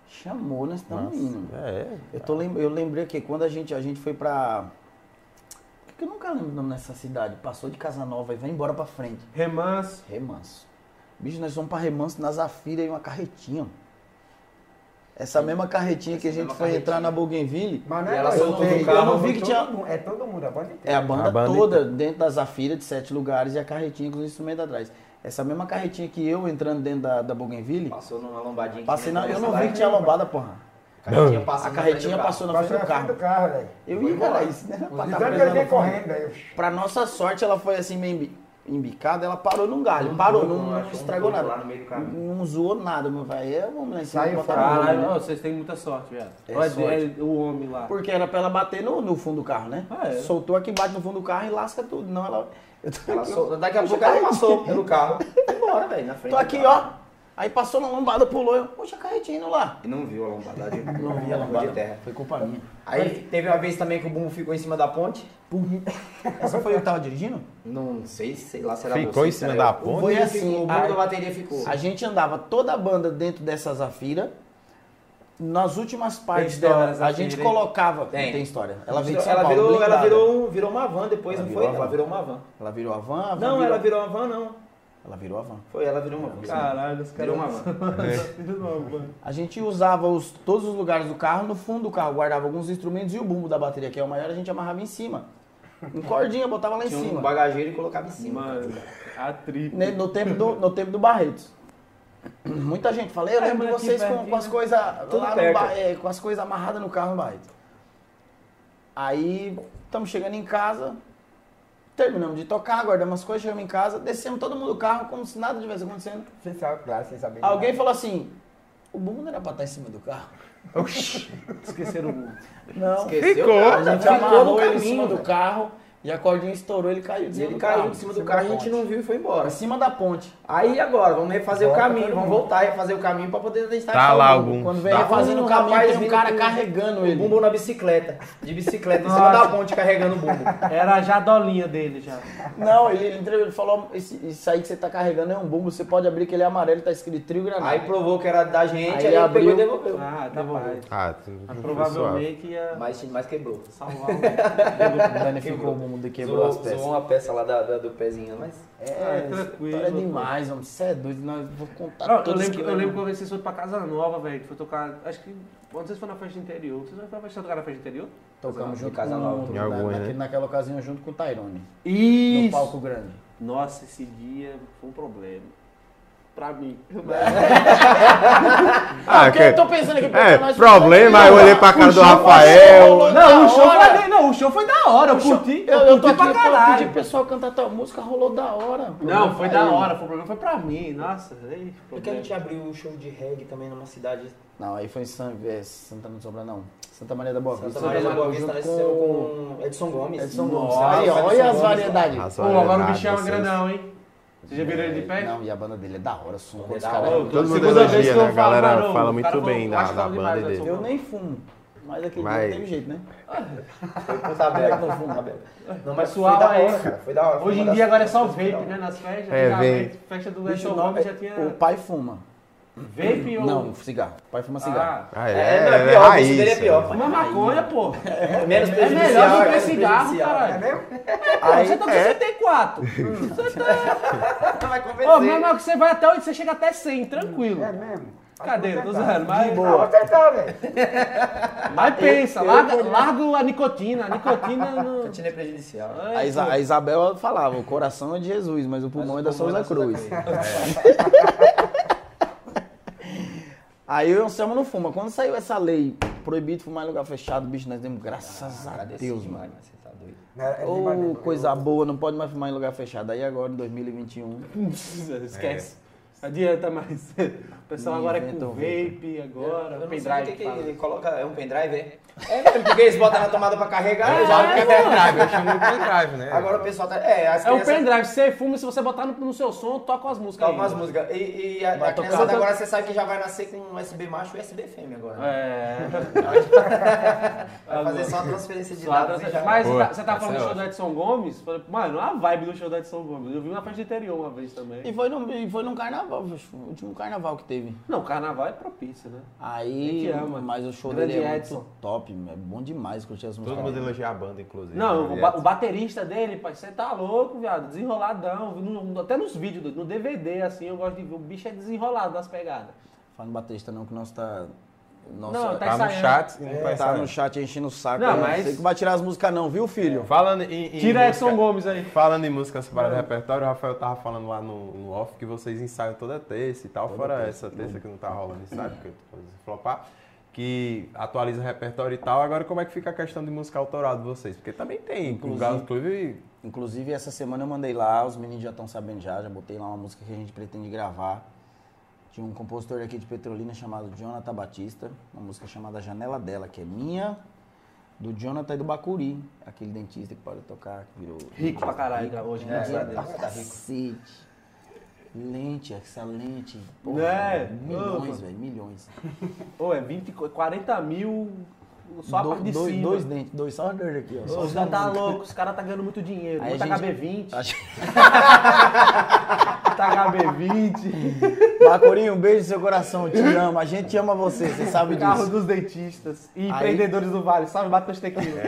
B: Chamou, nós estamos indo.
D: É.
B: Eu, tô lem- eu lembrei que quando a gente, a gente foi pra... Por que eu nunca lembro o nome dessa cidade? Passou de Casa Nova e vai embora pra frente.
C: Remanso.
B: Remanso. Bicho, nós fomos pra Remanso na Zafira e uma carretinha. Essa mesma carretinha que a gente foi entrar na Bougainville.
F: Mas não
E: E
F: é
E: ela
F: nós,
E: soltou
F: eu
E: no
F: vi-
E: carro,
F: eu não
B: vi
F: vi
B: que
F: todo
B: tinha-
F: mundo, é todo mundo, a banda
B: É
F: inteira.
B: a banda,
D: A banda
B: toda dentro da Zafira de sete lugares e a carretinha com os instrumentos atrás. Essa mesma carretinha que eu entrando dentro da, da Bougainville,
E: Passou numa lombadinha. que
B: passei
E: tinha
B: na, eu não
E: lá.
B: vi que tinha lombada, porra.
E: A carretinha passou
B: A
E: na frente
B: carretinha
E: do carro.
B: passou na frente
F: Passou
B: do
F: na frente
B: carro.
F: do carro, velho.
B: Eu ia, cara, isso, né? Pra tá
F: Então ele
B: pesando
F: veio
B: fome.
F: correndo, velho.
B: Pra nossa sorte, ela foi assim meio embi- embicada, ela parou num galho. Parou, não, não
E: Achou um
B: estragou
E: burro
B: nada.
E: lá no meio do caminho.
B: Não zoou nada, meu velho. É, vamos lá em cima.
F: Saiu
B: botar
F: fora.
B: no rolo,
C: Caralho,
B: né?
C: não, vocês têm muita sorte, velho.
B: É
C: Olha,
B: sorte.
C: é o homem lá.
B: Porque era pra ela bater no, no fundo do carro, né?
C: Ah, é?
B: Soltou aqui, bate no fundo do carro e lasca tudo. Não, ela... Eu tô
E: Ela
B: aqui,
E: soltou. Daqui a
B: Puxa,
E: pouco ela
B: carretinha.
E: passou pelo carro. Foi embora, velho, na frente.
B: Tô
E: do
B: aqui,
E: carro.
B: ó. Aí passou na lombada, pulou. Eu, puxa, a carretinha indo lá.
E: E não viu a lombada.
B: Não vi a
E: de
B: lombada.
E: terra.
B: Foi culpa minha.
E: Aí teve uma vez também que o bumbo ficou em cima da ponte.
B: Essa foi eu que tava dirigindo?
E: Não sei, sei lá, será
D: Ficou
E: você,
D: em cima
E: será
D: da
E: eu.
D: ponte?
E: O
B: Foi
E: bumbo
B: assim,
E: ficou, o bumbo
B: a-
E: da bateria ficou.
B: A gente andava toda a banda dentro dessa Zafira. Nas últimas partes
C: história,
B: dela, a
C: Zafira,
B: gente
C: hein?
B: colocava.
E: Tem.
B: Tem história. Ela veio de São
E: ela
B: Paulo,
E: virou, ela
B: blindada.
E: virou, virou uma van depois,
B: Ela
E: não
B: virou
E: foi?
B: a van.
E: Ela virou uma van.
B: Ela virou a van, a van
E: Não,
B: virou...
E: ela virou uma van, não.
B: Ela virou a van.
E: Foi, ela virou uma van.
C: Caralho, os caras.
E: Virou uma van.
B: A gente usava os, todos os lugares do carro, no fundo do carro guardava alguns instrumentos e o bumbo da bateria, que é o maior, a gente amarrava em cima. Em cordinha, botava lá em
E: Tinha um
B: cima.
E: bagageiro e colocava em cima.
C: Mano, a tripa.
B: Ne- No tempo do, no tempo do Barretos. Muita gente fala, eu
C: É,
B: lembro de
C: mas aqui
B: vocês com,
C: pertinho,
B: com as
C: né?
B: coisas
E: Tudo
B: lá no
E: perto.
B: Ba- é, com as coisas amarradas no carro no Barretos. Aí estamos chegando em casa, terminamos de tocar, guardamos as coisas, chegamos em casa, descemos todo mundo do carro como se nada tivesse acontecendo.
F: Sem saber, claro, sem saber. de
B: Alguém
F: nada.
B: falou assim, o bumbo não era pra estar em cima do carro.
C: Esqueceram o mundo.
B: Não.
E: Esqueceu?
B: A gente
E: Ficou
B: amarrou
E: no
B: ele em
E: caminho,
B: cima do
E: velho.
B: carro e a cordinha estourou, ele caiu de
E: E
B: cima
E: ele
B: do
E: caiu
B: carro.
E: de cima do
F: cima
E: carro,
F: da
E: a gente
F: ponte.
E: não viu e foi
B: Em
E: embora.
B: cima da ponte.
E: Aí agora, vamos refazer o
F: Volta
E: caminho,
F: todo
E: vamos
F: mundo.
E: voltar e refazer o caminho pra poder tentar
D: Tá
E: achar o
D: lá
E: bumbo.
D: algum.
B: Quando veio
E: Tá
B: fazendo o
E: um
B: caminho,
E: rapaz
B: tem um
E: vindo
B: cara
E: com
B: carregando
E: O
B: ele.
E: bumbo na bicicleta, de bicicleta, em cima
C: Nossa.
E: da ponte carregando o bumbo.
C: Era a jadolinha dele já.
B: Não, ele, ele, ele falou, esse, isso aí que você tá carregando é um bumbo, você pode abrir que ele é amarelo, tá escrito trio granada.
E: Aí provou que era da gente,
B: Aí
E: aí,
B: ele
E: ele pegou e
B: abriu.
E: devolveu.
C: Ah, tá paz.
D: Ah, tu-
C: Mas
D: foi suave.
C: provavelmente ia
E: Mas, mas quebrou.
C: salvar o
B: Danificou o bumbo, quebrou as
E: Zoou,
B: peças.
E: zoou uma peça lá da, da- do pezinho, mas...
B: É,
C: Ah,
B: essa
C: tranquilo,
B: história é
C: pô.
B: demais, homem. Você é doido, nós vou contar
C: Não, eu
B: todos
C: lembro,
B: que
C: eu
B: vai-
C: lembro que uma vez vocês foram pra Casa Nova, velho, que foi tocar, acho que, não sei se foi na festa interior, vocês foram pra festa tocar na festa interior?
B: Tocamos
E: de
B: junto
E: Casa
B: com,
E: Nova.
D: Em
B: na,
D: algumas,
B: naquele-
D: né?
B: naquela ocasião junto com o Tyrone, no
C: Isso!
B: palco grande.
C: Nossa, esse dia foi um problema. Pra mim.
D: Ah,
B: porque
D: que-
B: eu tô pensando aqui, pô,
D: É,
B: nós-
D: problema, aí eu olhei pra cara do Rafael.
B: rolou
C: Não,
B: da
C: o show
B: hora.
C: foi, não, o show foi da hora, eu
B: O show-
C: curti,
B: Eu,
C: eu
B: eu tô
C: curti
B: aqui,
C: pra
B: pô, eu
C: caralho.
B: pedi pro pessoal cantar tua música, rolou da hora.
C: Não, foi da
B: Aí-
C: hora, foi, o problema foi pra mim, nossa, aí,
E: Porque a gente abriu o show de reggae também numa cidade.
B: Não, aí foi em San, é, Santana do Sobra, não. Santa Maria da Boa Vista.
E: Santa Maria da Boa Vista,
B: junto
E: nós
B: com
E: fizemos com Edson Gomes.
B: Edson Gomes.
C: Nossa,
B: Aí, ó,
E: Edson
B: olha as
E: Gomes,
B: variedades.
D: As
C: Pô, agora o
D: variedades,
C: bichão é
D: vocês-
C: grandão, hein? Vocês já viram ele de perto?
B: Não, e a banda dele é da hora, o som.
E: É
B: Os
E: da
B: caras-
E: hora.
C: Ô,
D: Todo mundo
C: segunda vez
D: elogia,
C: que eu
D: né? A
C: falo,
D: galera
C: mano,
D: fala
C: o
D: muito
C: cara falou,
D: bem da-
C: acho que
D: da
C: fala
D: banda
C: demais,
D: dele.
B: Eu nem fumo. Mas aquele
D: Mas-
B: dia não teve jeito, né?
E: Foi com o Tabela. Não, mas foi
C: Pessoal
E: da
C: aí.
E: hora, cara. Foi da hora. Foi
C: Hoje
E: uma
C: em
E: das
C: dia agora é só
E: coisas
C: vape,
E: mais
C: né? Nas festas.
D: É,
C: Antigamente, festa do
B: Bicho,
C: Edson
B: não,
C: Gomes já tinha.
B: o pai fuma.
C: Vape ou.
B: Não, cigarro. O pai fuma cigarro.
C: Ah,
D: Ah,
E: É,
D: é,
E: não, é
D: é,
E: pior, o
D: raiz,
E: gosto dele é pior.
D: né?
C: fuma maconha, pô.
E: É menos
C: É
E: prejudicial.
C: melhor do que
E: menos
C: cigarro,
E: prejudicial.
C: caralho.
F: É mesmo?
C: Aí, você tá com sessenta e quatro.
E: Não vai
C: Ô,
E: convencer.
C: mas você vai até onde você chega até cem, tranquilo.
F: É mesmo.
C: Cadeira, tô
F: zoando.
C: zoando, mas.
F: Ah, vou tentar, velho.
C: Mas pensa,
B: eu-
C: larga,
B: eu-
C: larga a nicotina. A nicotina não.
E: Cantina é prejudicial.
B: A, Isa- a Isabel falava, o coração é de Jesus, mas o pulmão é da Souza Cruz. Aí eu e o Anselmo não fuma. Quando saiu essa lei, proibido fumar em lugar fechado, bicho, nós demos graças a
E: Agradeci
B: Deus,
E: demais,
B: mano.
E: mas você tá doido.
F: Não, é
B: Ô,
F: demais mesmo.
B: coisa boa, não pode mais fumar em lugar fechado. Aí agora, em dois mil e vinte e um,
C: Esquece. Adianta mais. O pessoal
B: Me
C: agora é
B: inventam
C: com vape, agora,
E: Eu não sei
C: pendrive.
E: o que, que
C: fala.
E: ele coloca. É um pendrive, é? É mesmo, porque eles botam na tomada pra carregar.
D: Eu já que é pendrive, eu chamo de pendrive, né?
E: Agora o pessoal tá. É, as
C: É um
E: crianças.
C: pendrive, você fuma, se você botar no, no seu som, toca as músicas.
E: Toca
C: aí.
E: umas músicas. E, e a,
B: Vai
E: a
B: tocar.
E: criançada agora você sabe que já vai nascer com U S B macho e U S B fêmea agora. né?
C: É.
E: Vai fazer só a transferência de
C: Só
E: dados e já.
C: Mas
D: Pô,
C: você tá, você tá
D: essa
C: falando
D: é
C: do show do
D: ótima.
C: Edson Gomes? Falei, mano, a vibe do show do Edson Gomes. Eu vi na festa do interior uma vez também.
B: e foi, no, e foi num carnaval. carnaval, o último carnaval que teve.
C: Não, o carnaval é propício, né?
B: Aí,
C: A gente ama.
B: mas o show
C: Grande
B: dele é
C: Edson.
B: muito top, é bom demais curtir as músicas.
D: Todo mundo
B: dele.
D: elogia a banda, inclusive.
C: Não,
D: né?
C: o, ba- o baterista dele, pai, você tá louco, viado, desenroladão. No- até nos vídeos, no D V D, assim, eu gosto de ver. O bicho é desenrolado das pegadas.
B: Fala no baterista não, que nós tá... Nossa,
C: Não, tá
D: Tá no
C: ensaiando.
D: chat e não tá
B: tá
D: ensaiando.
B: no chat enchendo o saco.
C: Não,
B: Não,
C: mas-
B: Sei que vai tirar as músicas não, viu, filho?
D: Falando em, em
C: Tira
D: música-
C: Edson Gomes aí.
D: Falando em música separada do repertório, o Rafael tava falando lá no, no off que vocês ensaiam toda terça e tal, fora essa terça que não tá rolando ensaio, porque eu tô fazendo flopar, que atualiza o repertório e tal. Agora, como é que fica a questão de música autoral de vocês? Porque também tem, com o
B: Inclusive-
D: Galo Clube.
B: Inclusive, essa semana eu mandei lá, os meninos já estão sabendo já, já botei lá uma música que a gente pretende gravar. Tinha um compositor aqui de Petrolina chamado Jonathan Batista, uma música chamada Janela Dela, que é minha, do Jonathan e do Bacuri, aquele dentista que pode tocar, que virou...
C: Rico pra caralho, hoje, graças a Deus.
B: Cacete. Lente, essa lente. Porra,
C: É,
B: milhões,
C: ô,
B: velho, milhões.
C: Ô, é vinte, quarenta mil só a
B: Do-
C: parte de
B: dois,
C: cima.
B: dois dentes, dois, só dois aqui, ó.
C: Ô,
B: Só
C: os
B: os
C: caras tá
B: dentes.
C: louco, os caras tá ganhando muito dinheiro.
B: Aí a
C: Muito
B: gente-
C: H B vinte,
B: Acho-
C: tá H B vinte,
B: Bacurinho, um beijo no seu coração, te amo, a gente ama você, você sabe
C: carro
B: disso.
C: dos dentistas e
B: Aí-
C: empreendedores do Vale, sabe? Bate nos tequilos.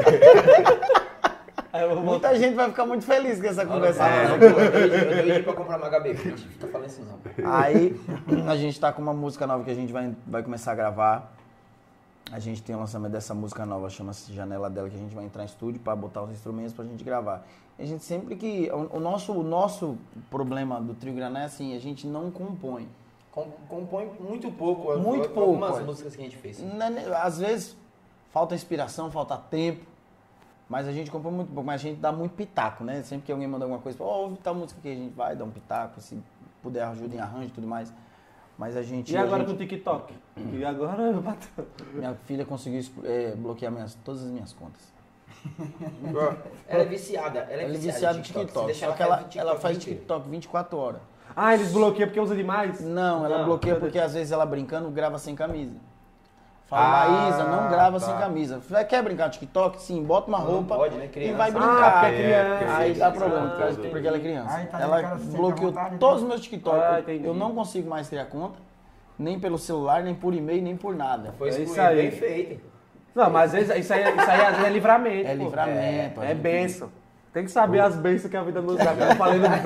C: Aí eu vou
B: Muita gente vai ficar muito feliz com essa conversa.
E: É, eu dei dinheiro pra comprar uma H B vinte, não tô falando isso não.
B: Aí a gente tá com uma música nova que a gente vai, vai começar a gravar. A gente tem o lançamento dessa música nova, chama-se Janela Dela, que a gente vai entrar em estúdio para botar os instrumentos pra gente gravar. E a gente sempre que... O, o nosso, o nosso problema do Trio Graná é assim, a gente não compõe.
E: Com- Compõe muito pouco.
B: Muito pouco,
E: Algumas
B: olha.
E: músicas que a gente fez.
B: Não é nem- Às vezes falta inspiração, falta tempo, mas a gente compõe muito pouco, mas a gente dá muito pitaco, né? Sempre que alguém manda alguma coisa, ó, ouve tal música que a gente vai dar um pitaco, se puder ajuda em arranjo e tudo mais. Mas a gente...
C: E
B: a
C: agora
B: gente-
C: com o TikTok? E agora, patrão?
B: Minha filha conseguiu eh, bloquear minhas, todas as minhas contas.
E: Ela é viciada. Ela é
B: Ela é
E: viciada,
B: viciada
E: em
B: no
E: TikTok.
B: TikTok,
E: Se deixar
B: só que ela,
E: faz o
B: ela faz
E: o dia inteiro.
B: TikTok vinte e quatro horas.
C: Ah, eles bloqueiam porque usa demais?
B: Não, ela
C: Não,
B: bloqueia
C: meu
B: porque
C: Deus.
B: às vezes ela brincando grava sem camisa. Fala,
D: Ah,
B: Maísa, não grava
D: tá.
B: sem camisa. Falei, quer brincar no TikTok? Sim, bota uma
E: Não
B: roupa
E: pode, né?
B: e
E: Criança.
B: vai
C: Ah,
B: brincar.
C: porque é criança.
B: Aí dá
C: Ah,
B: problema, porque ela-
C: entendi.
B: porque ela é criança.
F: Aí tá
B: Ela
F: ligado, você
B: bloqueou
F: fica à vontade,
B: todos os
F: né?
B: meus TikTok.
C: Ah,
B: Eu-
C: entendi.
B: eu não consigo mais criar conta, nem pelo celular, nem por e-mail, nem por nada.
E: Foi
C: É
E: excluído,
C: isso aí.
E: bem feito.
C: Não, mas às vezes, isso, aí, isso aí às vezes é livramento.
B: É
C: pô.
B: livramento. a
C: É
B: gente-
C: bênção. Tem que saber as bênçãos que a vida nos dá. Que eu falei no grupo.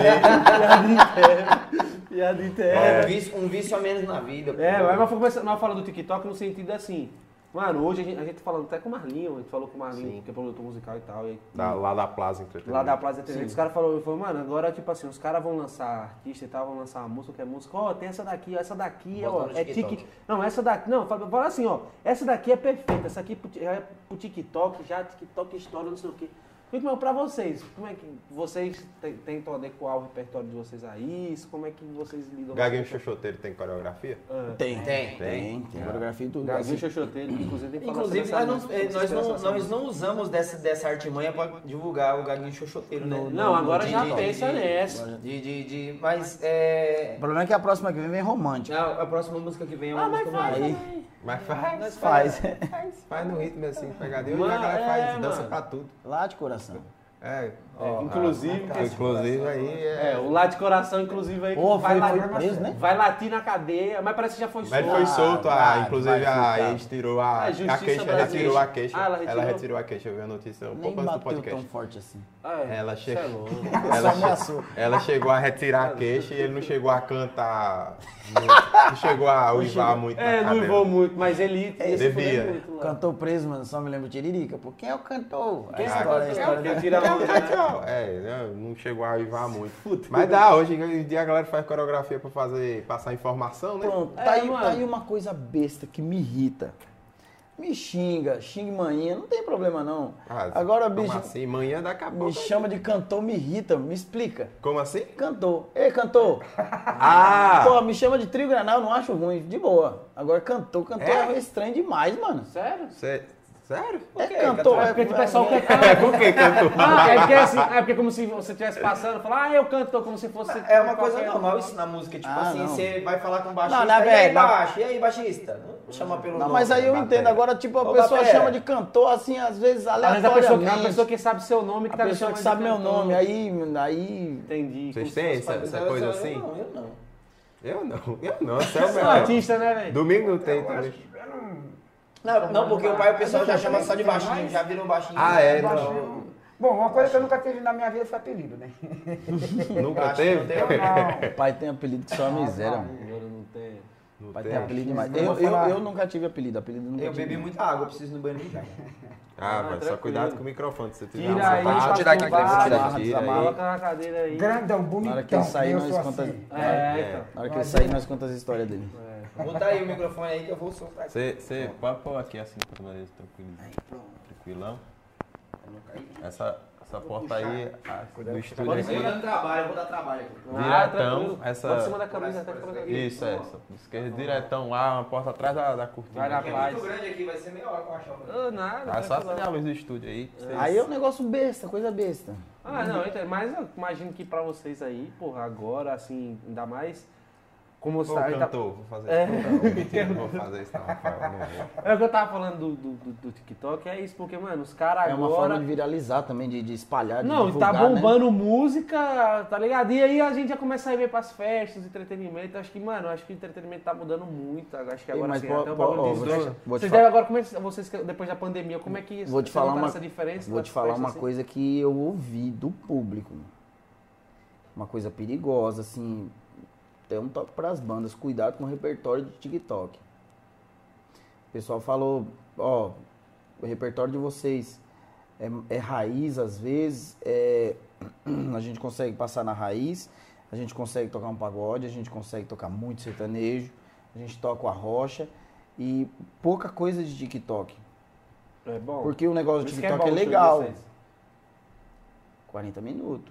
C: Piada interna. Piada
E: É.
C: interna.
E: Um, vício, um vício a menos na vida. pô.
C: É, mas foi começando a falar do TikTok no sentido assim. Mano, hoje a gente, a gente falando até com o Marlinho, a gente falou com o Marlinho,
D: Sim.
C: que é produtor musical e tal. E,
D: Da, lá da Plaza Entretenimento.
C: lá da Plaza Entretenimento, os caras falaram, falou, mano, agora tipo assim, os caras vão lançar artista e tal, vão lançar uma música, que é música, ó, tem essa daqui, ó, essa daqui,
E: Bota
C: ó,
E: no
C: é
E: TikTok.
C: tique. Não, essa daqui, não, fala, fala assim, ó, essa daqui é perfeita, essa aqui pro ti- é pro TikTok, já TikTok história, não sei o quê. Fico, meu, pra vocês, como é que vocês te- tentam adequar o repertório de vocês a isso? Como é que vocês lidam
D: O Gaguinho
C: com isso?
D: Xoxoteiro tem coreografia?
C: Ah.
B: Tem,
E: Tem.
B: tem, tem coreografia e tudo.
C: Gaguinho
B: Assim,
C: Xoxoteiro, inclusive tem que falar
E: Inclusive,
C: sobre
E: nós
C: essa
E: não,
C: música,
E: eh, nós, não,
C: essa
E: nós
C: música.
E: não usamos dessa, dessa artimanha pra divulgar o Gaguinho Xoxoteiro, né?
C: Não, agora
E: De-
C: já
E: de-
C: pensa
E: de-
C: nessa.
E: De, de, de, mas é.
B: O problema é que a próxima que vem vem romântica.
E: A, a próxima música que vem é uma
C: Ah, mas
E: música
C: faz,
E: romântica.
B: Aí
D: Mas faz.
E: Nós
B: faz.
D: Faz no ritmo assim, pegadinho. E
C: Mano,
D: a galera faz,
C: é,
D: dança
C: mano.
D: pra tudo.
B: Lá de coração.
D: É,
C: É,
D: ó,
C: inclusive,
D: a- inclusive aí é.
C: É, o lá de coração, inclusive, aí que
B: Pô,
C: vai,
B: foi,
C: lá-
B: foi preso, né?
C: vai latir na cadeia, mas parece que já foi
D: Mas ele foi
B: Ah,
D: solto, a,
B: vai,
D: inclusive
B: vai
D: a
B: ficar.
D: ex tirou a,
C: A
D: a
C: Justiça
D: queixa, ela
C: Brasileira.
D: retirou a queixa.
C: Ah, ela retirou?
D: Ela retirou a queixa, eu vi a notícia um
B: Nem
D: pouco antes do
B: bateu
D: podcast.
B: tão forte assim.
C: Ah, é.
D: Ela
C: Cê é
D: chegou.
C: louco.
B: Só
D: Ela, che-
B: ameaçou.
D: ela chegou a retirar a queixa e ele não chegou a cantar muito, não chegou a uivar muito
C: É,
D: na
C: não
D: cadeira.
C: vou muito, mas ele... esse
D: Devia.
C: foi muito lá.
B: Cantor preso, mano, só me lembro Tiririca. Pô, quem é o cantor?
C: Quem
B: a
C: é o
B: história, a
C: cantor?
B: história
C: Quem
B: da-
C: tira a música?
D: É, né, não chegou a uivar muito. Mas dá, hoje em dia a galera faz coreografia pra fazer, passar informação, né?
B: Pronto,
C: É,
B: tá, aí,
C: mano.
B: tá aí uma coisa besta que me irrita. Me xinga, xingue manhã, não tem problema não.
D: Ah,
B: Agora,
D: como
B: bicho,
D: assim? Manhã daqui a pouco.
B: me chama de cantor, me irrita, me explica.
D: Como assim?
B: Cantor. Ei, cantor.
D: Ah!
B: Pô, me chama de trio granal, eu não acho ruim, de boa. Agora, cantor, cantor é,
D: É?
B: estranho demais, mano.
C: Sério?
D: Cê- sério?
B: É
E: quê?
B: cantor,
C: É
B: é
C: porque o pessoal quer
D: É,
C: cantar.
D: por que cantor?
C: Ah, é porque assim, é porque como se você estivesse passando e falar, ah, eu canto como se fosse...
E: É uma coisa
C: qualquer-
E: normal isso na música. Tipo
B: Ah,
E: assim,
B: não.
E: você vai falar com o baixista.
B: Não, na
E: e aí,
B: verdade-
E: baixo? E aí, baixista? Não chama pelo
B: Não,
E: nome.
B: mas aí eu
D: batera.
B: entendo. Agora, tipo, a
E: Ô,
B: pessoa
E: batera.
B: chama de cantor, assim, às vezes,
C: Às vezes a
B: aleatoriamente.
C: pessoa, a pessoa que sabe seu nome que
B: A
C: tá me
B: pessoa
C: chamando
B: que
C: de
B: sabe meu
C: cantor.
B: nome, aí, aí
C: Entendi.
D: Vocês
C: Como se
D: têm
C: fosse
D: essa-
C: pra-
D: essa
E: Eu-
D: coisa
E: eu-
D: assim?
E: Eu não, eu não.
D: Eu não, eu não, você é o
C: Você é um
D: melhor.
C: artista, né, velho?
D: Domingo não tem
F: Eu
D: também.
F: acho que eu não...
E: Não, não, porque o pai o pessoal já chama só de baixinho, já virou baixinho.
D: Ah, é,
E: Então,
F: Baixinho. Bom, uma coisa que eu nunca tive na minha vida foi apelido, né?
D: Nunca
E: baixinho não
D: teve?
E: tem-
F: Não.
B: O pai tem apelido que só é miséria, mano.
C: Agora não tem.
D: Não
B: O pai
D: tem?
B: tem apelido demais.
F: Eu
B: Eu,
F: vou
B: eu,
F: falar-
B: eu nunca tive apelido, apelido nunca
E: Eu
B: tive.
E: bebi muita água, eu preciso ir no banheiro já.
D: Ah,
C: Ah,
D: mas só
C: tranquilo.
D: cuidado com o microfone, se você tiver
C: Tira
D: uma
C: aí,
D: sapato.
C: pra
E: tirar aqui,
C: provar,
E: vou tirar
B: aqui.
D: Tira aí.
C: Coloca na cadeira aí.
F: Grandão,
B: Na
F: bonitão.
B: hora que ele sair,
F: eu
B: nós
F: sou
B: conta.
F: assim.
C: É, então.
B: Na hora que ele sair, nós conta as histórias dele.
E: Bota aí o microfone aí que eu vou soltar.
D: Você, você pode pôr aqui assim pra nós, tranquilo, tranquilão. Essa, essa porta aí, a, do estúdio
C: Pode
D: aqui,
C: ser.
E: dando trabalho, eu vou dar trabalho aqui.
C: Ah,
D: diretão,
C: tranquilo.
D: essa...
C: Bota em cima da camisa, até fica aqui.
D: Isso, essa. Esquerda, diretão lá, uma porta atrás da, da cortina.
C: Vai na
E: É
C: paz.
E: muito grande aqui, vai ser meia hora pra achar o
C: Ah, nada.
D: Ah, só
C: tranquilo.
D: acender a luz do estúdio aí. pra vocês-
B: Aí é um negócio besta, coisa besta.
C: Ah, não, então, mas eu imagino que pra vocês aí, porra, agora, assim, ainda mais. Como você
D: Ô,
C: tá.
D: cantor, vou fazer
C: É.
D: isso. Não, mentira, não vou fazer isso não, Rafael, não vou.
C: É o que eu tava falando do, do, do- do TikTok, é isso, porque, mano, os caras
B: É uma
C: agora.
B: forma de viralizar também, de, de espalhar, de
C: Não,
B: divulgar,
C: tá
B: né?
C: bombando música, tá ligado? E aí a gente já começa a ir ver pras festas, entretenimento. Acho que, mano, acho que o entretenimento tá mudando muito. Acho que
B: Ei,
C: agora
B: mas
C: assim,
B: po-
C: até o
B: po-
C: bagulho
B: ó,
C: de
B: vou
C: festa.
B: te- vou te
C: Vocês
B: falar-
C: devem agora, como é que, vocês, depois da pandemia, como é que
B: Vou te
C: vocês
B: falar
C: notaram
B: uma,
C: essa diferença?
B: vou
C: das
B: te falar
C: festas,
B: uma
C: assim?
B: coisa que eu ouvi do público. Uma coisa perigosa, assim. Tem um toque para as bandas, cuidado com o repertório de TikTok. O pessoal falou, ó, o repertório de vocês é, é raiz às vezes, é, a gente consegue passar na raiz, a gente consegue tocar um pagode, a gente consegue tocar muito sertanejo, a gente toca o arrocha e pouca coisa de TikTok.
C: É bom.
B: Porque o negócio
C: Por
B: do
C: isso que
B: TikTok é,
C: bom o show de
B: legal.
C: vocês.
B: quarenta minutos.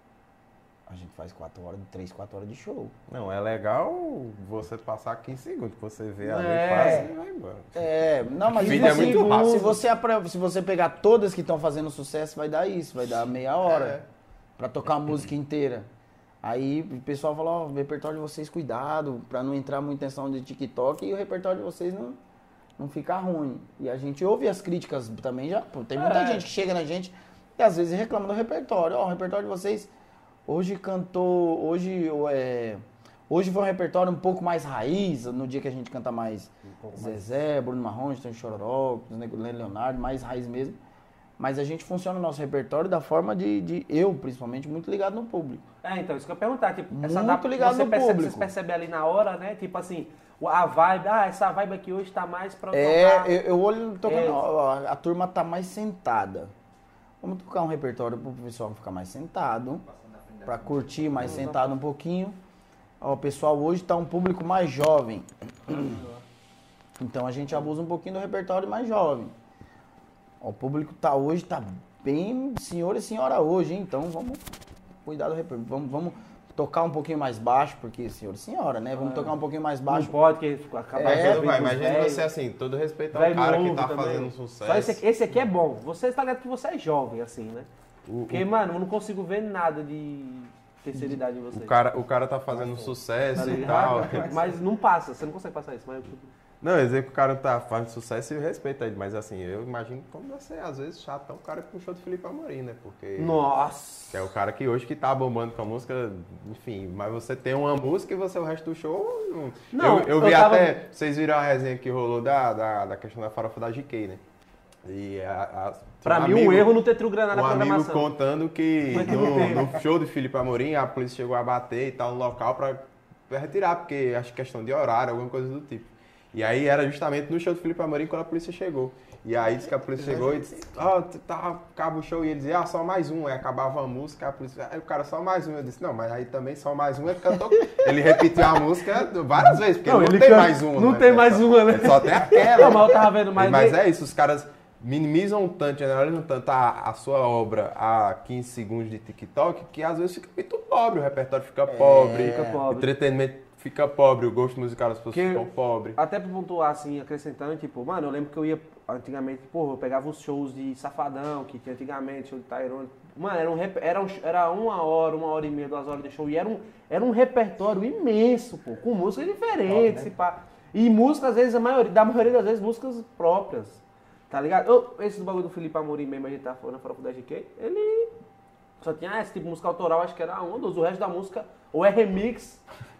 B: A gente faz quatro horas, três, quatro horas de show.
D: Não, é legal você passar quinze segundos, que você vê ali,
C: É.
D: faz e vai embora.
B: É, não, mas
D: Vídeo
B: se,
D: é muito
B: você-
D: rápido.
B: se você apre- se você pegar todas que estão fazendo sucesso, vai dar isso, vai dar meia hora
D: É.
B: pra tocar a música inteira. Aí o pessoal fala, ó, o repertório de vocês, cuidado, pra não entrar muita intenção de TikTok e o repertório de vocês não, não ficar ruim. E a gente ouve as críticas também já, pô, tem muita
C: É.
B: gente que chega na gente e às vezes reclama do repertório. Ó, o repertório de vocês hoje cantou, hoje é, hoje foi um repertório um pouco mais raiz, no dia que a gente canta mais Zezé, Bruno Marrone, Tony Chororó, Leonardo, mais raiz mesmo. Mas a gente funciona o nosso repertório da forma de, de eu, principalmente, muito ligado no público.
C: É, então, isso que eu ia perguntar, tipo, essa
B: Muito
C: data,
B: ligado
C: você
B: no
C: percebe,
B: público.
C: vocês percebem ali na hora, né? Tipo assim, o- a vibe, ah, essa vibe aqui hoje tá mais pra eu
B: É,
C: tocar.
B: eu, eu olho tocando,
C: É.
B: ó, a, a turma tá mais sentada. Vamos tocar um repertório pro pessoal ficar mais sentado, pra curtir mais sentado um pouquinho. Ó, o pessoal hoje tá um público mais jovem. Então a gente abusa um pouquinho do repertório mais jovem. Ó, o público tá hoje, tá bem senhor e senhora hoje, hein? Então vamos cuidar do repertório. Vamos, vamos tocar um pouquinho mais baixo, porque senhor e senhora, né? Vamos tocar um pouquinho mais
C: Não
B: baixo.
C: pode, que acaba
B: É,
D: Mas,
C: é,
D: vai, imagina você assim, todo respeito ao
C: velho
D: cara que
C: novo
D: tá
C: também.
D: fazendo sucesso.
C: Só esse, aqui- esse aqui é bom. Você está ligado que você é jovem, assim, né?
D: O-
C: Porque, mano, eu não consigo ver nada de terceira idade em
D: O
C: vocês.
D: cara, o cara tá fazendo sucesso
C: Tá
D: e
C: ligado?
D: tal.
C: Mas não passa, você não consegue passar isso. Mas...
D: Não, eu dizer que o cara tá fazendo sucesso e eu respeito ele, mas assim, eu imagino como vai ser, às vezes, chatão o cara que puxou do Felipe Amorim, né? Porque
C: Nossa!
D: que é o cara que hoje que tá bombando com a música, enfim, mas você tem uma música e você o resto do show. Não,
C: Não,
D: eu, eu vi
C: eu tava-
D: até. Vocês viram a resenha que rolou da, da, da questão da farofa da G K, né? E a, a,
C: Pra
D: um
C: mim,
D: amigo-
C: um erro não ter trio granada
D: Um
C: na
D: amigo
C: programação.
D: contando que
C: Como é que não tem?
D: no, no show do Felipe Amorim a polícia chegou a bater e tal no local pra, pra retirar, porque acho que questão de horário, alguma coisa do tipo. E aí era justamente no show do Felipe Amorim quando a polícia chegou. E aí disse que a polícia chegou e disse, ó, tá, acaba o show. E ele dizia, ah, só mais um. Aí acabava a música, a polícia, aí o cara, só mais um. Eu disse, não, mas aí também só mais um. Ele cantou, ele repetiu a música várias vezes, porque não, não
C: ele
D: tem
C: canta-
D: mais uma.
C: Não
D: né?
C: tem
D: É
C: mais
D: só-
C: uma, né?
D: é Só tem aquela.
C: Não, mas eu tava vendo mais.
D: Mas é isso, os caras minimizam tanto, generalizam tanto a, a sua obra a quinze segundos de TikTok que às vezes fica muito pobre, o repertório fica pobre,
C: Fica pobre.
D: o entretenimento fica pobre, o gosto musical das pessoas
C: Que-
D: ficam pobre.
C: Até pra pontuar, assim, acrescentando, tipo, mano, eu lembro que eu ia antigamente, porra, eu pegava os shows de Safadão, que tinha antigamente, show de Tyrone. Mano, era, um, rep- era, um, era uma hora, uma hora e meia, duas horas de show, e era um, era um repertório imenso, pô, com músicas diferentes,
F: Top, né?
C: e pá. E músicas, às vezes, a maioria, da maioria das vezes, músicas próprias, tá ligado? Eu, esse do bagulho do Felipe Amorim mesmo, a gente tava falando na farofa da G K, ele só tinha ah, esse tipo de música autoral, acho que era um ou dois, o resto da música, ou é remix,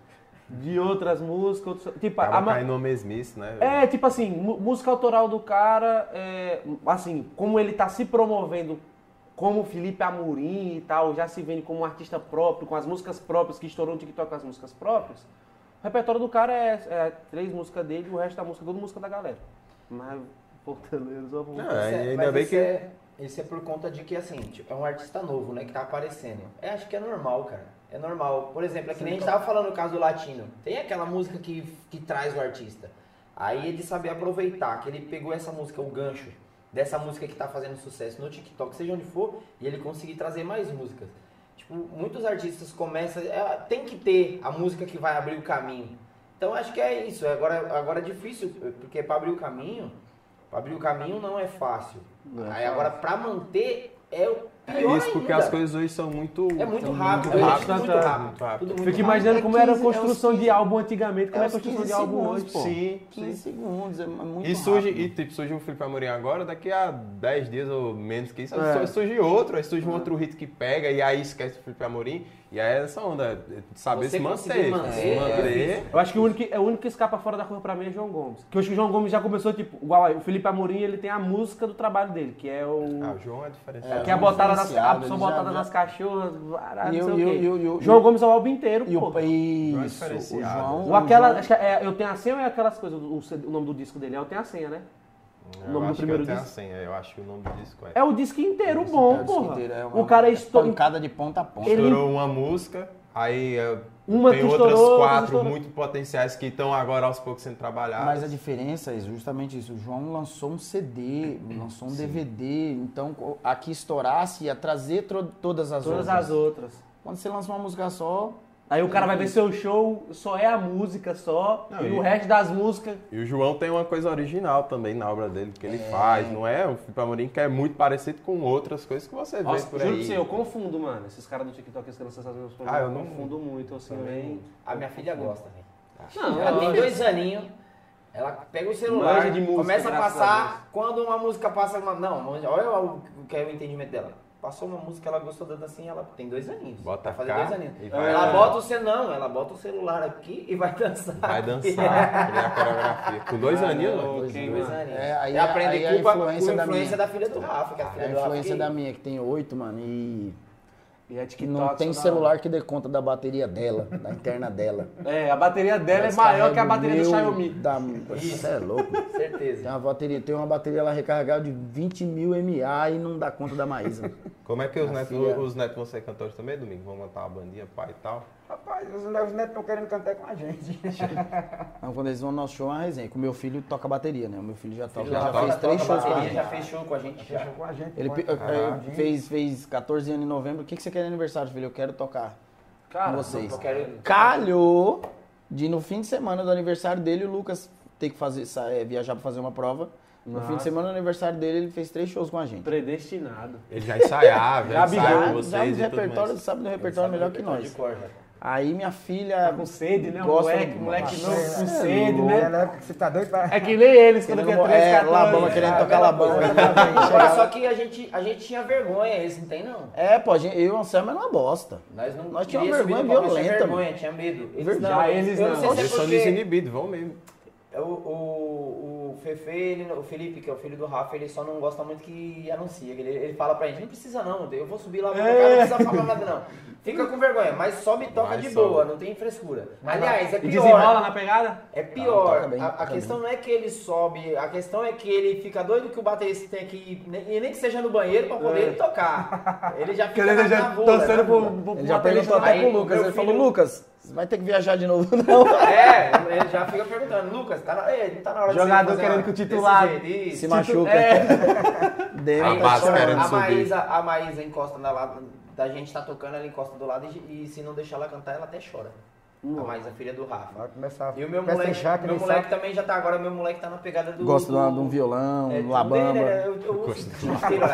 C: de outras músicas. Outros, tipo,
D: Acaba
C: a, ma-
D: caindo no mesmice, né?
C: É, tipo assim, mu- música autoral do cara, é, assim, como ele tá se promovendo como Felipe Amorim e tal, já se vende como um artista próprio, com as músicas próprias, que estourou no TikTok com as músicas próprias, o repertório do cara é, é três músicas dele e o resto da música, toda música da galera. Mas, Fortaleza, só vamos...
D: Não,
E: Isso é-
D: ainda
E: mas
D: bem
E: isso
D: que...
E: É, isso é por conta de que, assim, tipo, é um artista novo, né, que tá aparecendo. É, acho que é normal, cara. É normal. Por exemplo, é que nem a gente tava falando no caso do latino. Tem aquela música que, que traz o artista. Aí ele saber aproveitar, que ele pegou essa música, o gancho dessa música que tá fazendo sucesso no TikTok, seja onde for, e ele conseguir trazer mais músicas. Tipo, muitos artistas começam... É, tem que ter a música que vai abrir o caminho. Então, acho que é isso. Agora, agora é difícil, porque para abrir o caminho... Pra abrir o caminho não é fácil.
C: Não é
E: Aí
C: fácil.
E: agora pra manter é o
D: É
E: pior
D: isso, porque
E: ainda.
D: as coisas hoje são muito...
E: É muito
D: são
E: rápido,
D: muito
E: é
D: rápido,
E: muito
C: tanto-
E: rápido.
D: muito rápido.
E: Tudo muito
C: Fico
E: rápido.
C: imaginando
B: É
C: como era a
B: quinze, é uns
C: construção de
B: quinze.
C: álbum antigamente, como é a
B: uns
C: construção
B: quinze
C: de álbum
B: segundos,
C: hoje.
B: pô.
D: Sim,
B: quinze segundos, é muito
D: E surge,
B: rápido.
D: e tipo, surge um Felipe Amorim agora, daqui a dez dias ou menos que isso,
C: É.
D: surge outro, aí surge um outro hit que pega, e aí esquece o Felipe Amorim, e aí é essa onda, de saber
E: Você
D: se
E: conseguir
D: manter,
E: manter,
D: se
E: é
D: manter.
C: Eu acho que o único, é o único que escapa fora da curva pra mim é João Gomes. Que eu acho que o João Gomes já começou, tipo, igual aí, o Felipe Amorim, ele tem a música do trabalho dele, que é o...
D: Ah, o João é diferenciado.
C: que é a botada nas, a
B: diferenciado,
C: pessoa
B: ele já-
C: botada
B: já-
C: nas cachorras, varado,
B: E
C: não
B: o-
C: sei o
B: e o-
C: quê.
B: e o- e o-
C: João Gomes é o álbum inteiro,
B: E
C: pô.
B: o
D: João é
B: isso, o
D: diferenciado.
B: João...
C: Ou aquela,
B: o João-
C: acho que é, eu tenho a senha ou é aquelas coisas, o, o nome do disco dele é Eu Tenho a Senha, né?
D: Eu
C: o nome do
D: acho
C: primeiro
D: que eu tenho
C: disco?
D: a senha, eu acho que o nome do disco é.
C: É o disco inteiro
B: é
C: bom,
B: o disco
C: porra.
B: inteiro, é uma-
C: O cara
B: é
C: estourou.
B: pancada de ponta a ponta.
C: Ele-
D: Estourou uma música, aí é,
C: Uma
D: tem
C: que
D: outras
C: estourou, outra
D: quatro
C: estourou.
D: muito potenciais que estão agora aos poucos sendo trabalhadas.
B: Mas a diferença é justamente isso. O João lançou um C D, lançou um D V D. Então, co- aqui estourasse ia trazer tro- todas as
C: Todas
B: outras.
C: as outras.
B: Quando você lança uma música só,
C: Aí o cara vai ver seu show, só é a música só,
D: Não,
C: e
D: e-
C: o resto das músicas.
D: E o João tem uma coisa original também na obra dele, que ele faz, não é? O Felipe Amorim que é muito parecido com outras coisas que você vê
C: Nossa,
D: por
C: juro
D: aí.
C: pra você, eu confundo, mano. Esses caras do TikTok, esses caras essas músicas,
D: Ah, eu
C: eu
D: não-
C: confundo muito, assim, bem...
E: A minha filha gosta, velho.
C: Não,
E: Ela tem
C: eu-
E: dois aninhos. Ela pega o celular,
C: Manja de música,
E: começa a
C: graças a
E: passar, quando uma música passa, uma, não, olha o que é o entendimento dela. Passou uma música, ela gostou da dancinha, ela tem dois aninhos.
D: Bota
E: vai fazer
D: cá
E: dois aninhos.
D: e vai-
E: Ela
C: É.
E: bota o celular, não, ela bota o celular aqui e vai dançar.
D: Vai dançar, criar coreografia. Com dois
C: Ah,
D: aninhos,
C: não,
D: mano.
C: quem,
E: Dois
C: mano?
E: aninhos.
B: É, aí-
E: e aprende
B: aí a
E: culpa
B: influência
E: com
B: da
E: influência
B: minha.
E: da filha do Rafa, que é a filha
B: a
E: do Rafa.
B: influência
E: que-
B: da minha, que tem oito, mano, e
C: E é
B: que
C: TikTok.
B: não tem
C: só dá-
B: celular que dê conta da bateria dela, da interna dela.
C: É, a bateria dela é maior que a bateria do Xiaomi.
B: Da... Isso é louco. Tem
E: Certeza.
B: uma bateria, tem uma bateria lá recarregável de vinte mil mAh e não dá conta da Maísa.
D: Como é que os
B: Minha
D: netos,
B: filha-
D: os netos vão ser cantores também, Domingo? Vão montar uma bandinha, pai e tal?
F: Rapaz, os meus netos estão querendo cantar com a gente.
B: Então, quando eles vão no nosso show, é uma resenha. Que o meu filho toca bateria, né? O meu filho já toca,
E: Já,
B: já,
D: toca,
B: fez três
E: toca
B: shows com a
E: bateria,
B: gente.
E: já fez show com a gente. Já.
F: Fechou com a gente.
B: Ele
F: pode
B: pe- eh,
F: cantar com a gente.
B: fez, fez catorze anos em novembro. O que, que você quer no aniversário, filho? Eu quero tocar
C: Cara,
B: com vocês.
E: Eu quero...
B: Calhou de no fim de semana do aniversário dele, o Lucas ter que fazer, sa- eh, viajar pra fazer uma prova. No
C: Nossa.
B: fim de semana do aniversário dele, ele fez três shows com a gente.
C: Predestinado.
D: Ele já ensaiava, já
C: Já
D: ensaiava
B: Já,
D: com
B: já
D: vocês
B: os
D: e tudo
B: repertórios,
D: mais.
B: sabe do repertório melhor que
E: Repertório
B: nós.
E: de cor, já.
B: Aí minha filha.
C: Tá com sede, né? O
B: gosta
C: moleque,
B: do-
C: moleque
B: Nossa,
C: novo
B: é
C: com sede, né?
F: Naquela época que você tá doido pra...
C: É que nem eles, quando
B: Querendo
C: tinha
B: mo-
C: três,
B: é,
C: quatorze.
B: Labamba, querendo tocar Labamba.
E: Mas só que a gente, a gente tinha vergonha, eles não tem não.
B: É, pô, a gente- eu e o Anselmo era uma bosta.
E: Nós não
B: Nós tínhamos
E: queria subir
B: vergonha
E: no palco, tinha
B: violenta,
E: vergonha, tinha medo. Eles
B: Verdade.
E: não,
C: Ah, eles
E: eu
C: não.
E: não sei se
D: Eles
E: é
D: são
E: porque
D: desinibidos, vão mesmo.
E: o, o, o Fefe, ele, o Felipe, que é o filho do Rafa, ele só não gosta muito que anuncia. Ele, ele fala pra gente, não precisa não, eu vou subir lá, vou tocar, não precisa falar nada não. Fica com vergonha, mas sobe e toca
D: Mas
E: de
D: sobe.
E: boa, não tem frescura. Aliás, é
C: E
E: pior.
C: desenrola na pegada?
E: É
B: Não,
E: pior.
B: toca bem,
E: a a
B: toca
E: questão não é que ele sobe, a questão é que ele fica doido que o baterista tem que ir, e nem que seja no banheiro pra poder
C: É.
E: ele tocar. Ele já fica
C: Querendo
E: na,
C: já
E: na boa,
C: torcendo
E: né?
C: pro, pro
B: Ele já
C: baterista
B: perguntou
C: lá.
B: até
E: Aí,
B: pro
E: o
B: Lucas.
E: meu
B: Ele falou,
E: filho-
B: Lucas, você vai ter que viajar de novo, não?
E: É, ele já fica perguntando, Lucas, tá na, ei, não tá na hora de
C: Jogador
E: você fazer
C: querendo
E: uma-
C: que o titular
E: desse jeito, isso.
B: Se machuca.
C: É.
B: Deu,
E: Aí,
D: A base
B: tá
D: querendo
B: chorando.
E: a,
D: subir.
E: Maísa, a Maísa encosta na lado da gente, tá tocando, ela encosta do lado e, e se não deixar ela cantar, ela até chora. A Maísa, filha do Rafa.
F: Vai começar
E: E o meu
F: a
E: moleque,
F: festejar, que
E: meu
F: nem
E: moleque
F: sabe.
E: também já tá agora, meu moleque tá na pegada do...
B: Gosta de, uma-
E: do-
B: de um violão,
E: É,
B: um labamba.
E: Eu, eu uso o estilo,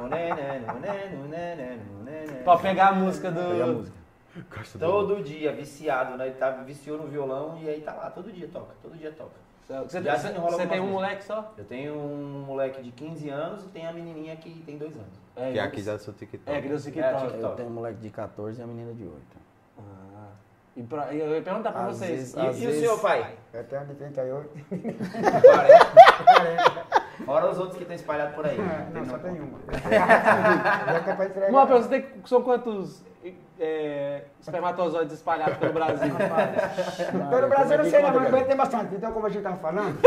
E: né?
C: Pra pegar a música do...
B: Pegar a música.
E: Todo dia, viciado, né? Ele tá, viciou no violão e aí tá lá, todo dia toca, todo dia toca.
C: Você,
E: Já
C: você-
E: desenrola
C: você tem um
E: algumas
C: moleque só?
E: Eu tenho um moleque de quinze anos e tem a menininha que tem dois anos.
C: É,
D: Que
C: eu-
D: aqui já sou TikTok.
C: É, que deu
E: É,
C: TikTok.
E: TikTok.
B: Eu tenho um moleque de catorze e a menina de oito.
C: Ah. E pra, eu ia perguntar pra
B: Às
C: vocês.
B: vezes-
E: E,
B: às
E: e o
B: vezes-
E: senhor, pai?
F: Eu tenho de trinta e oito.
E: Fora os outros que estão espalhados por aí.
F: Não, só tem uma. Já que é pra entregar.
C: Uma pergunta, você tem, são quantos é, espermatozoides espalhados pelo Brasil?
F: Pelo Brasil eu não sei, não, mas tem bastante. Então, como a gente estava falando,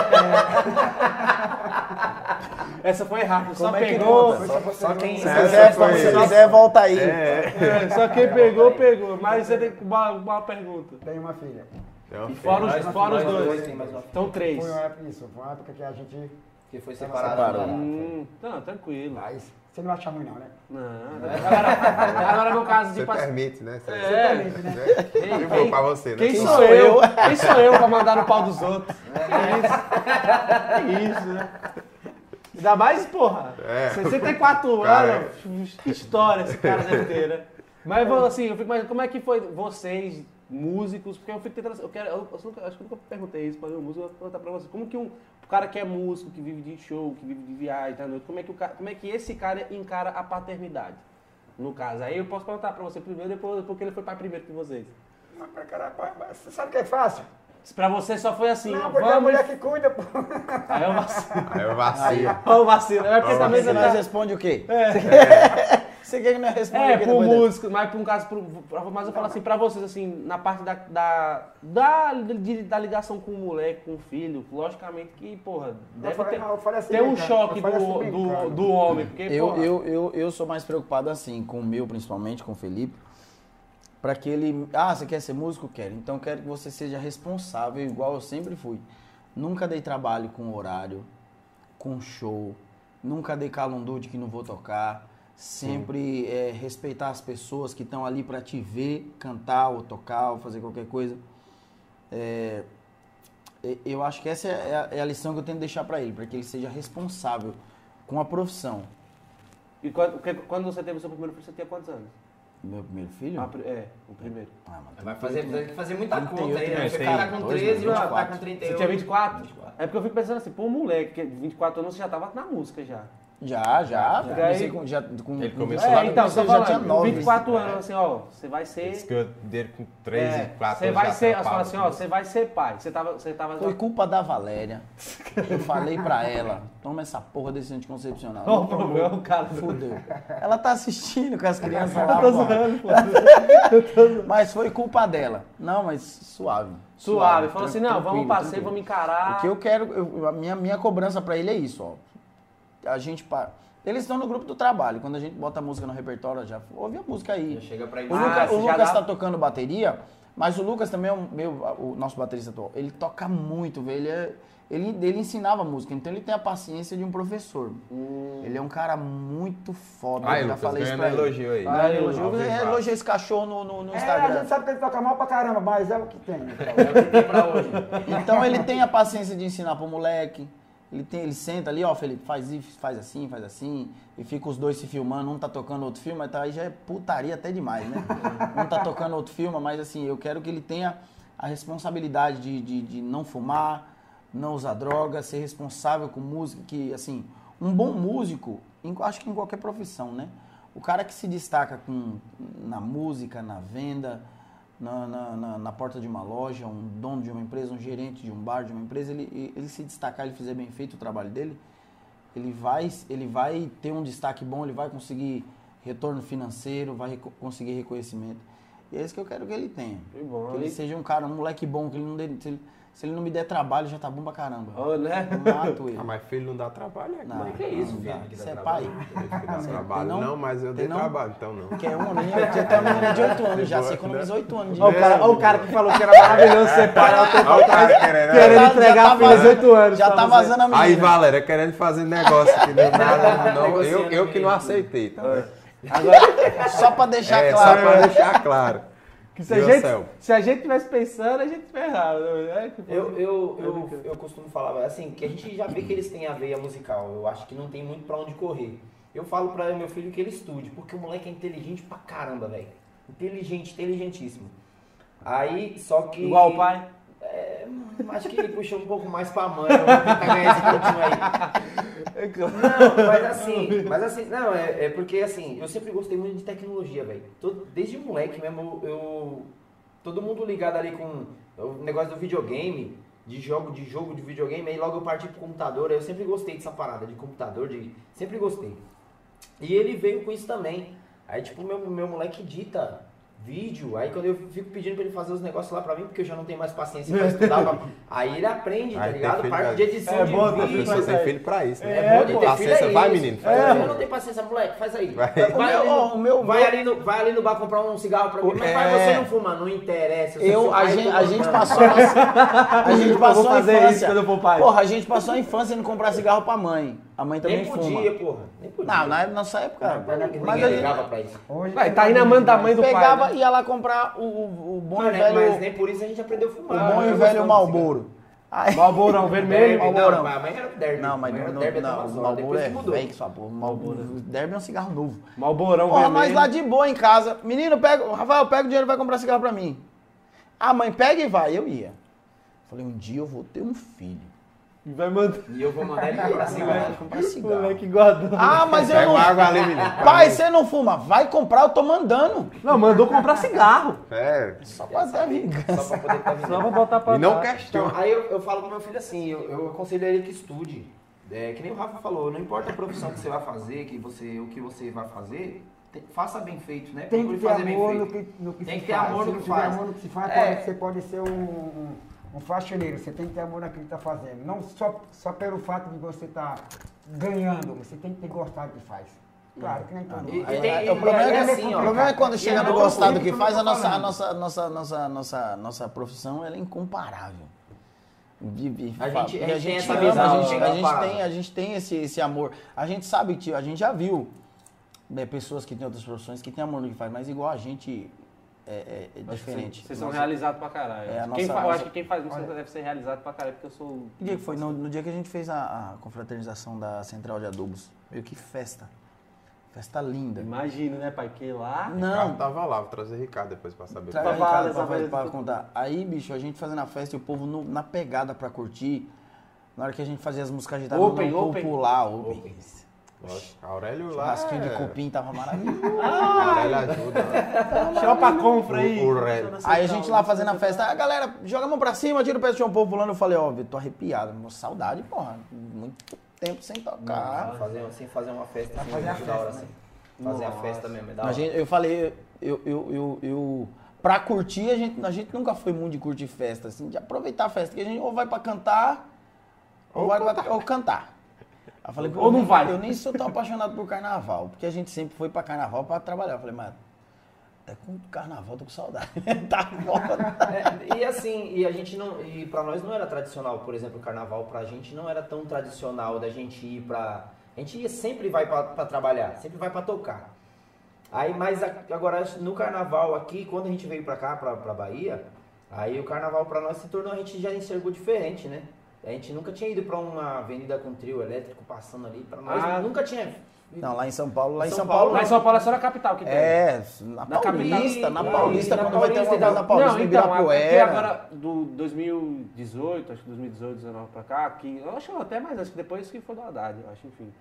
C: Essa foi rápida, só
B: Como é que
C: pegou.
B: conta?
F: só,
E: Só quem-
B: Se
D: Essa
B: quiser,
D: foi-
B: se quiser, volta aí.
C: É, só quem pegou, pegou. Mas você tem uma, uma pergunta.
F: tem uma filha.
D: Então,
C: E fora os,
E: Nós-
C: fora os
E: nós
C: dois.
E: tem mais uma
C: Então três.
F: Foi uma época, isso, foi uma época que a gente.
E: que foi
F: Tava
E: separado.
B: separado.
E: agora.
C: Hum, não, tranquilo.
F: Mas você não acha ruim, não, né?
C: Não, agora, agora no caso de
D: Você
C: pass-
D: permite, né? Você
C: É.
F: Permite, né?
C: Quem-
D: De boa pra você, né?
C: Quem
B: Quem
C: sou
B: sou
C: eu?
B: eu?
C: Quem sou eu pra mandar no pau dos outros? Que isso? Que isso, né? Ainda mais, porra,
D: É.
C: sessenta e quatro
D: Cara,
C: anos, que história esse cara deve ter, né? Mas eu, assim, eu fico imaginando, como é que foi vocês, músicos, porque eu fico tentando, eu quero, eu, eu nunca- acho que eu nunca perguntei isso para um músico, eu vou perguntar pra vocês, como que um cara que é músico, que vive de show, que vive de viagem, tá, como é que, o, ca- como é que esse cara encara a paternidade? No caso, aí eu posso perguntar pra você primeiro, depois, porque ele foi pai primeiro que vocês.
F: Mas, pra caralho, você sabe que é fácil?
C: Pra você só foi assim,
F: Não,
C: ó,
F: porque é a
C: vamos...
F: mulher que cuida, pô.
C: Aí eu vacilo.
D: Aí eu vacilo.
C: Ó o vacilo. É porque
D: Ó o
C: também
B: Você
C: você
B: nós
C: tá...
B: responde o quê?
C: É,
B: Você quer que nós responda
C: é
B: o quê
C: pro
B: depois dessa?
C: músico, mas por um caso, pro, pra- mas eu falo assim, pra vocês, assim, na parte da, da, da, de- da ligação com o moleque, com o filho, logicamente que, porra, deve
F: falei-
C: ter,
F: não, eu falei assim,
C: ter um
F: brincando,
C: choque
F: eu falei assim,
C: do, do,
F: brincando.
C: do homem, porque,
B: Eu,
C: porra,
B: eu, eu, eu sou mais preocupado assim, com o meu principalmente, com o Felipe, para que ele... Ah, você quer ser músico? Quero. Então eu quero que você seja responsável, igual eu sempre fui. Nunca dei trabalho com horário, com show, nunca dei calundu de que não vou tocar. Sempre é, respeitar as pessoas que estão ali para te ver cantar ou tocar ou fazer qualquer coisa. É, e- eu acho que essa é a, é a lição que eu tento deixar para ele, para que ele seja responsável com a profissão.
C: E quando, porque quando você teve o seu primeiro filho, você tinha quantos anos?
B: Meu primeiro filho?
C: Ah, pri- é, o primeiro.
B: Ah, mas
E: Vai fazer, vai ter que fazer muita
B: trinta e
E: conta aí,
B: oito,
E: né?
D: né?
E: Você
D: Tem
E: tá com
B: dois,
E: treze e
B: vinte e
E: vai
B: quatro.
E: com trinta e
C: Você
E: oito.
C: tinha vinte e quatro?
E: vinte e quatro.
C: É porque eu fico pensando assim, pô, um moleque, que vinte e quatro anos, você já tava na música já.
B: Já, já.
C: Já.
B: Comecei
C: Aí-
B: com, já, com,
D: Ele
B: com
D: começou
C: É,
D: lá
C: então,
B: eu
C: você
B: já
C: falando,
B: tinha nove.
C: vinte e quatro anos, assim, ó, você vai ser...
D: Diz que eu dele com treze,
C: É,
D: quatro
C: você vai
D: já
C: ser, você
D: atrapalha.
C: fala assim, ó, você vai ser pai. Você tava, você tava
B: Foi culpa da Valéria. Eu falei pra ela, toma essa porra desse anticoncepcional.
C: Qual o problema, cara?
B: Fudeu. Ela tá assistindo com as crianças lá.
C: Eu tô
B: pô.
C: zoando, pô.
B: Mas foi culpa dela. Não, mas suave.
C: Suave. Falou assim,
B: tran-
C: não, vamos
B: tranquilo,
C: passeio,
B: tranquilo.
C: vamos encarar.
B: O que eu quero, eu- a minha, minha cobrança pra ele é isso, ó. A gente pa- Eles estão no grupo do trabalho. Quando a gente bota a música no repertório, já ouve a música aí.
E: Já chega pra
B: O,
E: ele.
C: Ah,
B: Luca-
C: você
B: o
C: já
B: Lucas
C: dá-
B: tá tocando bateria, mas o Lucas também é o, meu, o nosso baterista atual. Ele toca muito, velho. Ele, é- ele, ele ensinava música, então ele tem a paciência de um professor. Ele é um cara muito foda.
D: Aí,
B: eu já
D: Lucas,
B: falei isso
D: ganhando
B: pra ele.
D: elogio aí.
B: Ah,
C: Aí,
B: elogio,
D: elogio.
B: eu elogiei esse cachorro no, no, no
F: É, a
B: Instagram.
F: gente sabe que ele toca mal pra caramba, mas é o que tem. né?
E: pra hoje.
B: Então ele tem a paciência de ensinar pro moleque. Ele, tem, ele senta ali, ó, Felipe, faz isso, faz assim, faz assim. E fica os dois se filmando, um tá tocando outro filme, mas tá, aí já é putaria até demais, né? Um tá tocando outro filme, mas assim, eu quero que ele tenha a responsabilidade de, de, de não fumar, não usar droga, ser responsável com música, que assim, um bom músico, em- acho que em qualquer profissão, né? O cara que se destaca com, na música, na venda, na, na, na- na porta de uma loja, um dono de uma empresa, um gerente de um bar, de uma empresa, ele, ele se destacar, ele fizer bem feito o trabalho dele, ele vai, ele vai ter um destaque bom, ele vai conseguir retorno financeiro, vai reco- conseguir reconhecimento. E é isso que eu quero que ele tenha.
C: Que bom.
B: Que ele
C: E-
B: seja um cara, um moleque bom, que ele não dê, se, ele, se ele não me der trabalho, já tá bom pra caramba.
C: Ó, né?
B: Eu mato ele.
D: Ah, mas filho não dá trabalho, é?
B: Não,
D: Como é
E: que é isso,
B: não
E: filho,
B: dá.
E: que dá
B: Você é
E: trabalho?
B: pai?
D: que dá
B: Tem
D: trabalho?
B: não?
D: Não, mas eu
B: Tem
D: dei
B: não?
D: trabalho, então não.
B: Que é uma menina, eu tinha até uma menina de oito anos já,
D: De
B: sei
D: boa,
B: economizou oito anos de
C: Ó o cara, ó o cara que falou que era maravilhoso ser pai, ó, o tempo
D: Olha o cara
C: atrás,
D: querendo.
C: querendo
B: Já tá-
C: entregar
B: já
C: a
B: tá
C: filha de
B: vazando-
C: oito anos.
B: Já
C: pra
B: tá
C: você.
B: vazando a menina.
D: Aí, Valéria, querendo fazer negócio que deu nada, não, eu,
E: Negociando
D: eu que não
E: mesmo.
D: aceitei, tá vendo?
C: Agora,
B: Só pra deixar
D: É,
B: claro.
D: só pra deixar claro.
C: que se, a
D: Viu,
C: gente,
D: Anselmo?
C: se a gente tivesse pensando, a gente ferrava. É, que-
E: Eu, eu, eu, eu costumo falar, assim, que a gente já vê que eles têm a veia musical. Eu acho que não tem muito pra onde correr. Eu falo pra meu filho que ele estude, porque o moleque é inteligente pra caramba, velho. Inteligente, inteligentíssimo. Aí, só que...
C: Igual o pai.
E: É, acho que ele puxou um pouco mais pra mãe, eu vou tentar ganhar esse pontinho aí. Não, mas assim, mas assim, não, é, é porque assim, eu sempre gostei muito de tecnologia, velho. Todo- Desde moleque mesmo, eu, eu, todo mundo ligado ali com o negócio do videogame, de jogo, de jogo de videogame, aí logo eu parti pro computador, eu sempre gostei dessa parada de computador, de, sempre gostei. E ele veio com isso também. Aí tipo, meu, meu moleque edita vídeo, aí quando eu fico pedindo pra ele fazer os negócios lá pra mim, porque eu já não tenho mais paciência pra estudar, pra... aí ele aprende, tá
D: Aí
E: ligado?
D: tem
E: Parte
D: filho
E: de
D: pra-
E: edição
C: É
E: de
C: bom ter
E: vídeo.
C: filho
D: Você tem filho pra isso, né?
E: É bom de ter
D: Paciência,
E: filho, é
D: vai,
E: isso.
D: menino.
E: É.
D: Faz
E: Eu não tenho paciência, moleque, faz aí.
D: Vai.
E: Vai,
B: O meu-
E: ali,
B: ó, o meu-
E: vai,
B: meu-
E: ali no, vai ali no bar comprar um cigarro pra mim. Mas
B: É.
E: pai, você não fuma, não interessa. você
B: Eu,
E: só
B: a
E: vai
B: gente, a
E: tomando.
B: gente passou a nossa, a gente
C: Eu
B: passou
C: vou
B: a
C: fazer
B: infância.
C: isso quando eu for pai.
B: Porra, a gente passou a infância indo comprar cigarro pra mãe. A mãe também
E: Nem
B: fuma.
E: podia, porra. Nem podia.
B: Não, na nossa época.
E: Ninguém
B: Mas a gente
E: ligava pra isso.
F: Hoje,
C: Vai, tá aí na mão da mãe do
B: pegava
C: pai.
B: e ia lá comprar o, o, o bom
E: Mas,
B: e
E: né,
B: velho.
E: mas nem por isso a gente aprendeu a
B: O
E: fumar.
B: bom e
E: Eu
B: velho
E: gostava
B: Malboro. Aí-
C: Né? Malborão
E: de
C: vermelho.
E: cigarro.
B: Malborão.
E: Não, mas a mãe era o Derby.
B: Não, mas
E: A mãe era
B: não,
E: o Derby
B: não,
E: até
B: o
E: umas horas,
B: Malboro
E: depois
B: é
E: que mudou.
B: velho que sua porra. O Malboro, o Derby é um cigarro novo.
C: Malborão
B: Porra,
C: vermelho.
B: nós lá de boa em casa. Menino, pega, Rafael, pega o dinheiro e vai comprar cigarro pra mim. A mãe pega e vai. Eu ia. Falei, um dia eu vou ter um filho.
C: E vai mandar.
E: E eu vou mandar ele comprar
B: Vai
E: cigarro.
B: comprar cigarro.
C: Moleque guardou.
B: Ah, mas eu
D: Pega
B: não.
D: uma água ali, menino.
B: Pai, você não fuma? Vai comprar, eu tô mandando.
C: Não, mandou comprar cigarro.
D: É.
B: Só pra ter a vingança.
E: Só pra poder estar
C: Só pra botar pra
D: E não
C: trás.
D: questiona.
E: Então, aí eu, eu falo pro meu filho assim, eu, eu aconselho ele que estude. É, que nem o Rafa falou, não importa a profissão que você vai fazer, que você, o que você vai fazer, te- faça bem feito, né?
F: Tem que
E: Procure
F: ter
E: fazer bem
F: amor
E: feito.
F: no que, no que
E: Tem
F: se
E: que ter
F: faz.
E: amor
F: Se
E: no
F: não
E: que
F: tiver
E: faz.
F: amor no que se faz,
E: É.
F: pode, você pode ser um, um, um faxineiro. Você tem que ter amor naquilo que está fazendo. Não só, só pelo fato de você estar ganhando, você tem que ter gostado do que faz. Claro que nem todo
E: E-
F: mundo.
E: e
B: Aí,
E: tem-
B: aí,
E: e
B: o problema
E: aí
B: é, que-
E: assim, ó,
B: o problema é quando
E: e
B: chega
E: é
B: no
E: bom
B: gostar do
F: ouvir
B: que
F: o que
B: faz,
F: eu
B: a
F: tô
B: nossa, a
F: falando.
B: nossa, nossa, nossa, nossa, nossa profissão ela é incomparável. De- de-
E: A gente-
B: porque
E: a gente tem essa
B: ama,
E: visão,
B: a gente,
E: né,
B: a gente
E: comparado.
B: tem, a gente tem esse, esse amor. A gente sabe, tio, a gente já viu né, pessoas que têm outras profissões que têm amor no que faz, mas igual a gente é, é- é diferente.
C: Vocês são
B: Nossa-
C: realizados pra caralho.
B: É, a
C: Quem
B: nossa-
C: fa- Eu
B: nossa-
C: acho que quem faz música deve ser realizado pra caralho, porque eu sou.
B: Que dia que foi? No, no dia que a gente fez a, a confraternização da Central de Adubos. Meio que festa. Festa linda.
C: Imagina, né, pai? Que lá.
B: Não,
D: Não. Tava lá, vou trazer o Ricardo depois pra saber.
B: Traga
C: Pra
B: Ricardo
C: falar
B: pra,
C: dessa
B: fazer-
C: vez.
B: pra contar. Aí, bicho, a gente fazendo a festa e o povo no- na pegada pra curtir. Na hora que a gente fazia as músicas agitadas,
C: Open,
B: não
C: open.
B: pular, open.
E: Open.
D: Lógico, Aurélio lá.
B: Churrasquinho de
D: é-
B: cupim tava maravilhoso.
D: Aurélio ajuda. né?
C: Chama pra compra aí.
D: O- o Aurélio.
B: Aí a gente lá fazendo a festa, a galera joga a mão pra cima, tira o pé do chão, o povo pulando. Eu falei, ó, Vitor, tô arrepiado. Meu, saudade, porra. Muito tempo sem tocar.
E: Fazer, assim, fazer uma festa assim,
F: fazer a
E: muito da hora,
F: festa,
E: assim. Fazer a festa mesmo, é da
B: A
E: hora.
B: gente, eu falei, eu, eu, eu, eu- pra curtir, a gente, a gente nunca foi muito de curtir festa, assim, de aproveitar a festa, que a gente ou vai pra cantar, ou, vai pra, ou cantar. Aí eu falei, pô,
C: Ou não
B: eu-
C: vai.
B: Eu nem sou tão apaixonado por carnaval, porque a gente sempre foi pra carnaval pra trabalhar. Eu falei, mas até com carnaval eu tô com saudade. Tá foda.
E: É, e assim, e a gente não. E pra nós não era tradicional, por exemplo, o carnaval pra gente não era tão tradicional da gente ir pra. A gente ia, sempre vai pra, pra trabalhar, sempre vai pra tocar. Aí, mas a- agora no carnaval aqui, quando a gente veio pra cá, pra, pra Bahia, aí o carnaval pra nós se tornou, a gente já enxergou diferente, né? A gente nunca tinha ido pra uma avenida com trio elétrico passando ali, pra nós
C: Ah.
E: nunca tinha.
B: Não, lá em São Paulo, lá em
E: São
B: São,
E: Paulo,
B: Paulo.
C: Lá em São Paulo é só na capital que tem.
B: É, na
C: Na
B: Paulista,
C: capital.
B: na
E: Sim,
B: Paulista,
E: na
B: quando vai ter
E: Paulista,
B: uma vez na Paulista,
C: Não,
B: no
C: então, é porque
B: Ibirapuera.
C: agora, do dois mil e dezoito, acho que dois mil e dezoito, dezenove pra cá, que, eu acho até mais, acho que depois que foi do Haddad, eu acho, enfim.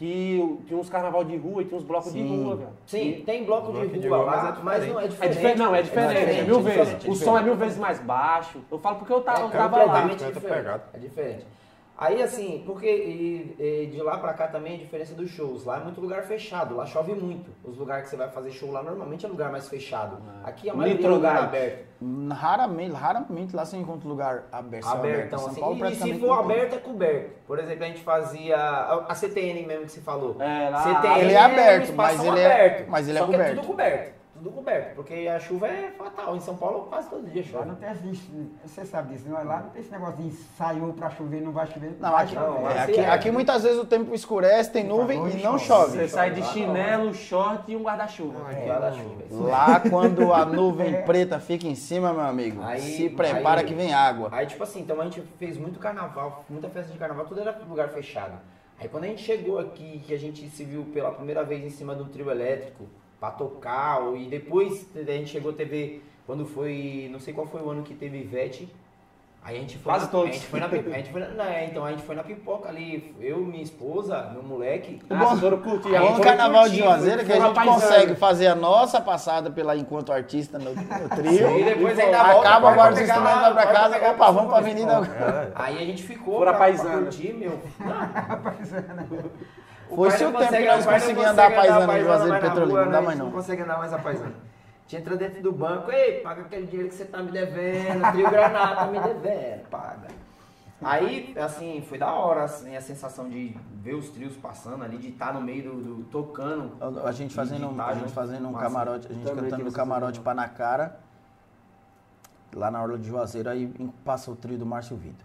C: Que tinha uns carnaval de rua e tinha uns blocos de
B: Sim.
C: rua, velho.
E: Sim, tem bloco
D: Bloco
E: de
D: de
E: rua
D: rua,
E: lá,
D: mas é
E: mas não é
C: É
E: diferente.
C: diferente, não, é diferente, é,
E: diferente,
C: mil
E: é
C: vezes.
E: diferente, é
C: O som é mil vezes mais baixo. Eu falo porque eu tava, eu
E: É
C: tava lá.
E: completamente
D: outra
E: diferente.
D: pegada.
E: É diferente. Aí assim, porque e- e de lá pra cá também a diferença dos shows. Lá é muito lugar fechado, lá chove muito. Os lugares que você vai fazer show lá normalmente é lugar mais fechado. Aqui a maioria é lugar
C: Nitrogás.
E: aberto.
B: Raramente, raramente lá você encontra lugar aberto. céu aberto.
E: Abertão,
B: São
E: assim.
B: Paulo
E: E, e
B: praticamente
E: se for
B: não tem.
E: aberto, é coberto. Por exemplo, a gente fazia a, a C T N mesmo que você falou.
C: É, lá-
E: C T N
B: Ele é aberto,
E: um
B: mas
E: espação
B: ele é-
E: aberto.
B: mas ele é
E: Só que
B: coberto.
E: é tudo coberto. Tudo coberto, porque a chuva é fatal. Em São Paulo quase todo dia
F: Lá
E: chove.
F: não tem esse, você sabe disso, não, lá não tem esse negócio de ensaiou pra chover, não vai chover.
B: Não,
F: vai
B: aqui,
F: chover.
E: não,
B: é,
E: lá
B: aqui,
E: você é.
B: aqui muitas vezes o tempo escurece, tem nuvem
F: Hoje
B: e não
F: chove.
B: chove.
C: Você sai de chinelo, short e um guarda-chuva.
E: É, guarda-chuva, isso.
B: Lá quando a nuvem preta fica em cima, meu amigo,
E: Aí-
B: se prepara
E: aí-
B: que vem água.
E: Aí, tipo assim, então a gente fez muito carnaval, muita festa de carnaval, tudo era lugar fechado. Aí quando a gente chegou aqui, que a gente se viu pela primeira vez em cima do trio elétrico, pra tocar, e depois a gente chegou, teve, quando foi, não sei qual foi o ano que teve Ivete, Aí a gente foi
C: Quase
E: na,
C: todos.
E: A gente foi na pipoca. A gente foi na, não, é, então a gente foi na pipoca ali. Eu, minha esposa, meu moleque.
C: Ah, vocês foram curtir.
B: É
C: Aí
B: bom no
C: foram
B: Carnaval de
C: curtir,
B: Juazeiro que a
C: foram
B: gente
C: paisana.
B: consegue fazer a nossa passada pela enquanto artista no, no trio.
E: E depois
B: e
E: ainda
B: acaba
E: volta,
B: agora
E: vai
B: os
E: pegar
B: instrumentos,
E: lá,
B: vai pra
E: vai
B: casa.
E: pegar
B: Opa,
E: pra
B: vamos pra
E: cima,
B: avenida.
E: Aí a gente ficou
C: Foram
E: pra,
C: a
E: pra
C: paisana.
E: curtir, meu. Não.
B: Foi
E: pai
B: seu
E: não
B: tempo
E: consegue-
B: que nós
E: o pai não
B: conseguimos
E: consegue
B: andar a paisana em
E: mais
B: Juazeiro
E: na
B: Petrolina,
E: rua,
B: não dá
E: né?
B: mais
E: Não
B: não.
E: consegue andar mais a paisana. A gente entra dentro do banco, ei, paga aquele dinheiro que você tá me devendo, trio granada tá me devendo, paga. Aí, assim, foi da hora, assim, a sensação de ver os trios passando ali, de estar no meio do, do tocando.
B: A gente fazendo,
E: de
B: um-
E: tá
B: a gente
E: junto.
B: fazendo um
E: Massa.
B: camarote, a gente
C: Também
B: cantando
C: tive
B: no
C: essa
B: camarote
C: sensação.
B: pra na cara, lá na Orla de Juazeiro, aí passa o trio do Márcio Vitor.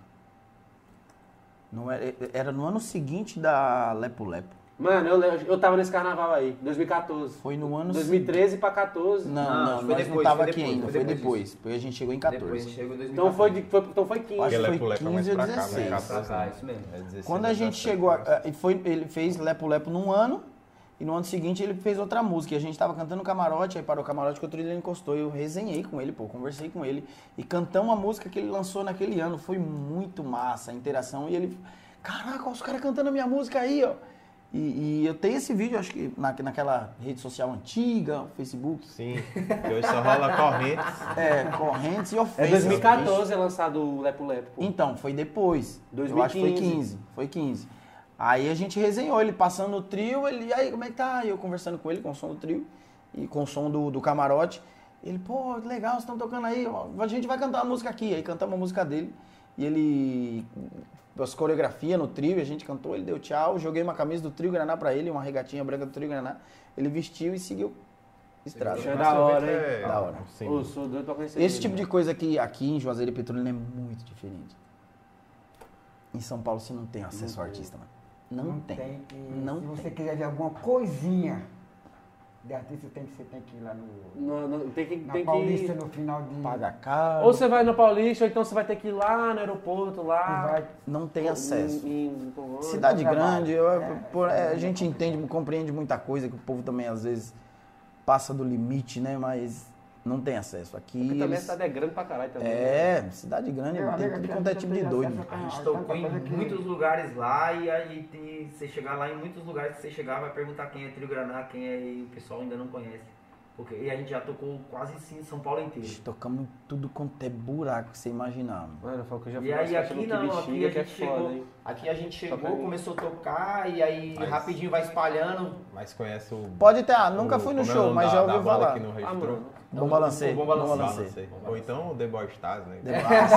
B: Não era, era no ano seguinte da Lepo Lepo.
C: Mano, eu, lembro- eu tava nesse carnaval aí, dois mil e quatorze.
B: Foi no ano
C: dois mil e treze pra quatorze.
B: Não,
E: Não,
B: não,
E: foi
B: nós
E: depois,
B: não tava
E: foi
B: aqui
E: depois,
B: ainda,
E: foi
B: foi
E: depois
B: depois, porque a gente chegou em
E: Depois
B: quatorze.
E: chegou em dois mil e
C: Então foi,
E: quatorze.
C: de, foi, então foi quinze.
B: Acho que foi
D: Lepo Lepo é mais
B: quinze ou
D: pra cá,
B: dezesseis.
D: né?
E: Pra cá, isso mesmo.
D: É dezesseis,
B: Quando a gente
D: dezessete,
B: chegou, a-
D: né?
B: a- foi, ele fez Lepo Lepo num ano, e no ano seguinte ele fez outra música. E a gente tava cantando no camarote, aí parou o camarote que o trio dele encostou. Eu resenhei com ele, pô, conversei com ele. E cantamos a música que ele lançou naquele ano. Foi muito massa a interação. E ele, caraca, os caras cantando a minha música aí, ó. E, e eu tenho esse vídeo, acho que na, naquela rede social antiga, Facebook.
D: Sim, que hoje só rola correntes.
B: É, correntes e ofensas.
C: É dois mil e quatorze é lançado o Lepo Lepo. pô.
B: Então, foi depois.
C: dois
B: Eu
C: mil e
B: acho que foi
C: quinze.
B: quinze. Foi quinze. Aí a gente resenhou, ele passando no trio, ele, e aí, como é que tá? E eu conversando com ele, com o som do trio e com o som do, do camarote. Ele, pô, que legal, vocês estão tocando aí, ó, a gente vai cantar uma música aqui. Aí cantamos a música dele e ele, as coreografia no trio, a gente cantou, ele deu tchau, joguei uma camisa do Trio Graná pra ele, uma regatinha branca do Trio Graná. Ele vestiu e seguiu estrada.
C: Isso é da hora, hein?
D: É,
B: Da hora.
D: sim.
C: Ô, sou doido pra conhecer
B: Esse
C: ele,
B: tipo de
C: mano.
B: coisa aqui, aqui em Juazeiro e Petrolina é muito diferente. Em São Paulo você não tem acesso ao artista, mano. Não, tem.
F: E
B: Não
F: se você
B: tem.
F: quiser ver alguma coisinha de artista, tem que, você tem que ir lá no,
C: Não, não, tem que,
F: na
C: tem
F: Paulista
C: que...
F: no final de...
B: Paga caro.
C: Ou você vai no Paulista, ou então você vai ter que ir lá no aeroporto,
F: e
C: lá...
F: vai
B: Não tem acesso.
C: Em, em, em-
B: Cidade
F: trabalho.
B: grande, eu-
F: É,
B: por- é,
F: é,
B: a gente entende, compreende muita coisa, que o povo também às vezes passa do limite, né? Mas não tem acesso. Aqui
C: Porque também a
B: eles-
C: cidade é grande pra caralho também. né?
B: É, cidade grande,
F: Meu
B: tem
F: amigo,
B: tudo
F: aqui
B: quanto é
F: a gente
B: tipo de
F: tem
B: doido.
F: acesso
E: A gente
F: Ah,
E: tocou
F: tanta
E: em
F: coisa que-
E: muitos lugares lá e aí tem, você chegar lá em muitos lugares que você chegar vai perguntar quem é Trio Graná, quem é e o pessoal ainda não conhece. Porque, e a gente já tocou quase sim São Paulo inteiro.
B: Tocamos em tudo quanto é buraco que você imaginar. mano.
C: Mano, foi o que eu já
E: E
C: fui
E: aí
C: nas
E: aqui
C: festas
E: não,
C: no
E: aqui
C: Bexiga,
E: a
C: que é
E: gente
C: foda,
E: chegou,
C: hein?
E: aqui a gente chegou,
C: Toca aí.
E: começou a tocar e aí
D: Mas-
E: rapidinho vai espalhando.
D: Mas conhece o...
B: Pode ter, ah, nunca
D: o-
B: fui no
D: como é o
B: show,
D: nome
B: mas
D: da-
B: já
D: da
B: ouvi
D: banda
B: falar.
D: que não
C: Ah,
D: registrou?
C: mano.
B: Bomba lancei,
E: Bomba
B: bomba
E: lancei.
B: lancei.
D: Ou então o The Boy Stars, né?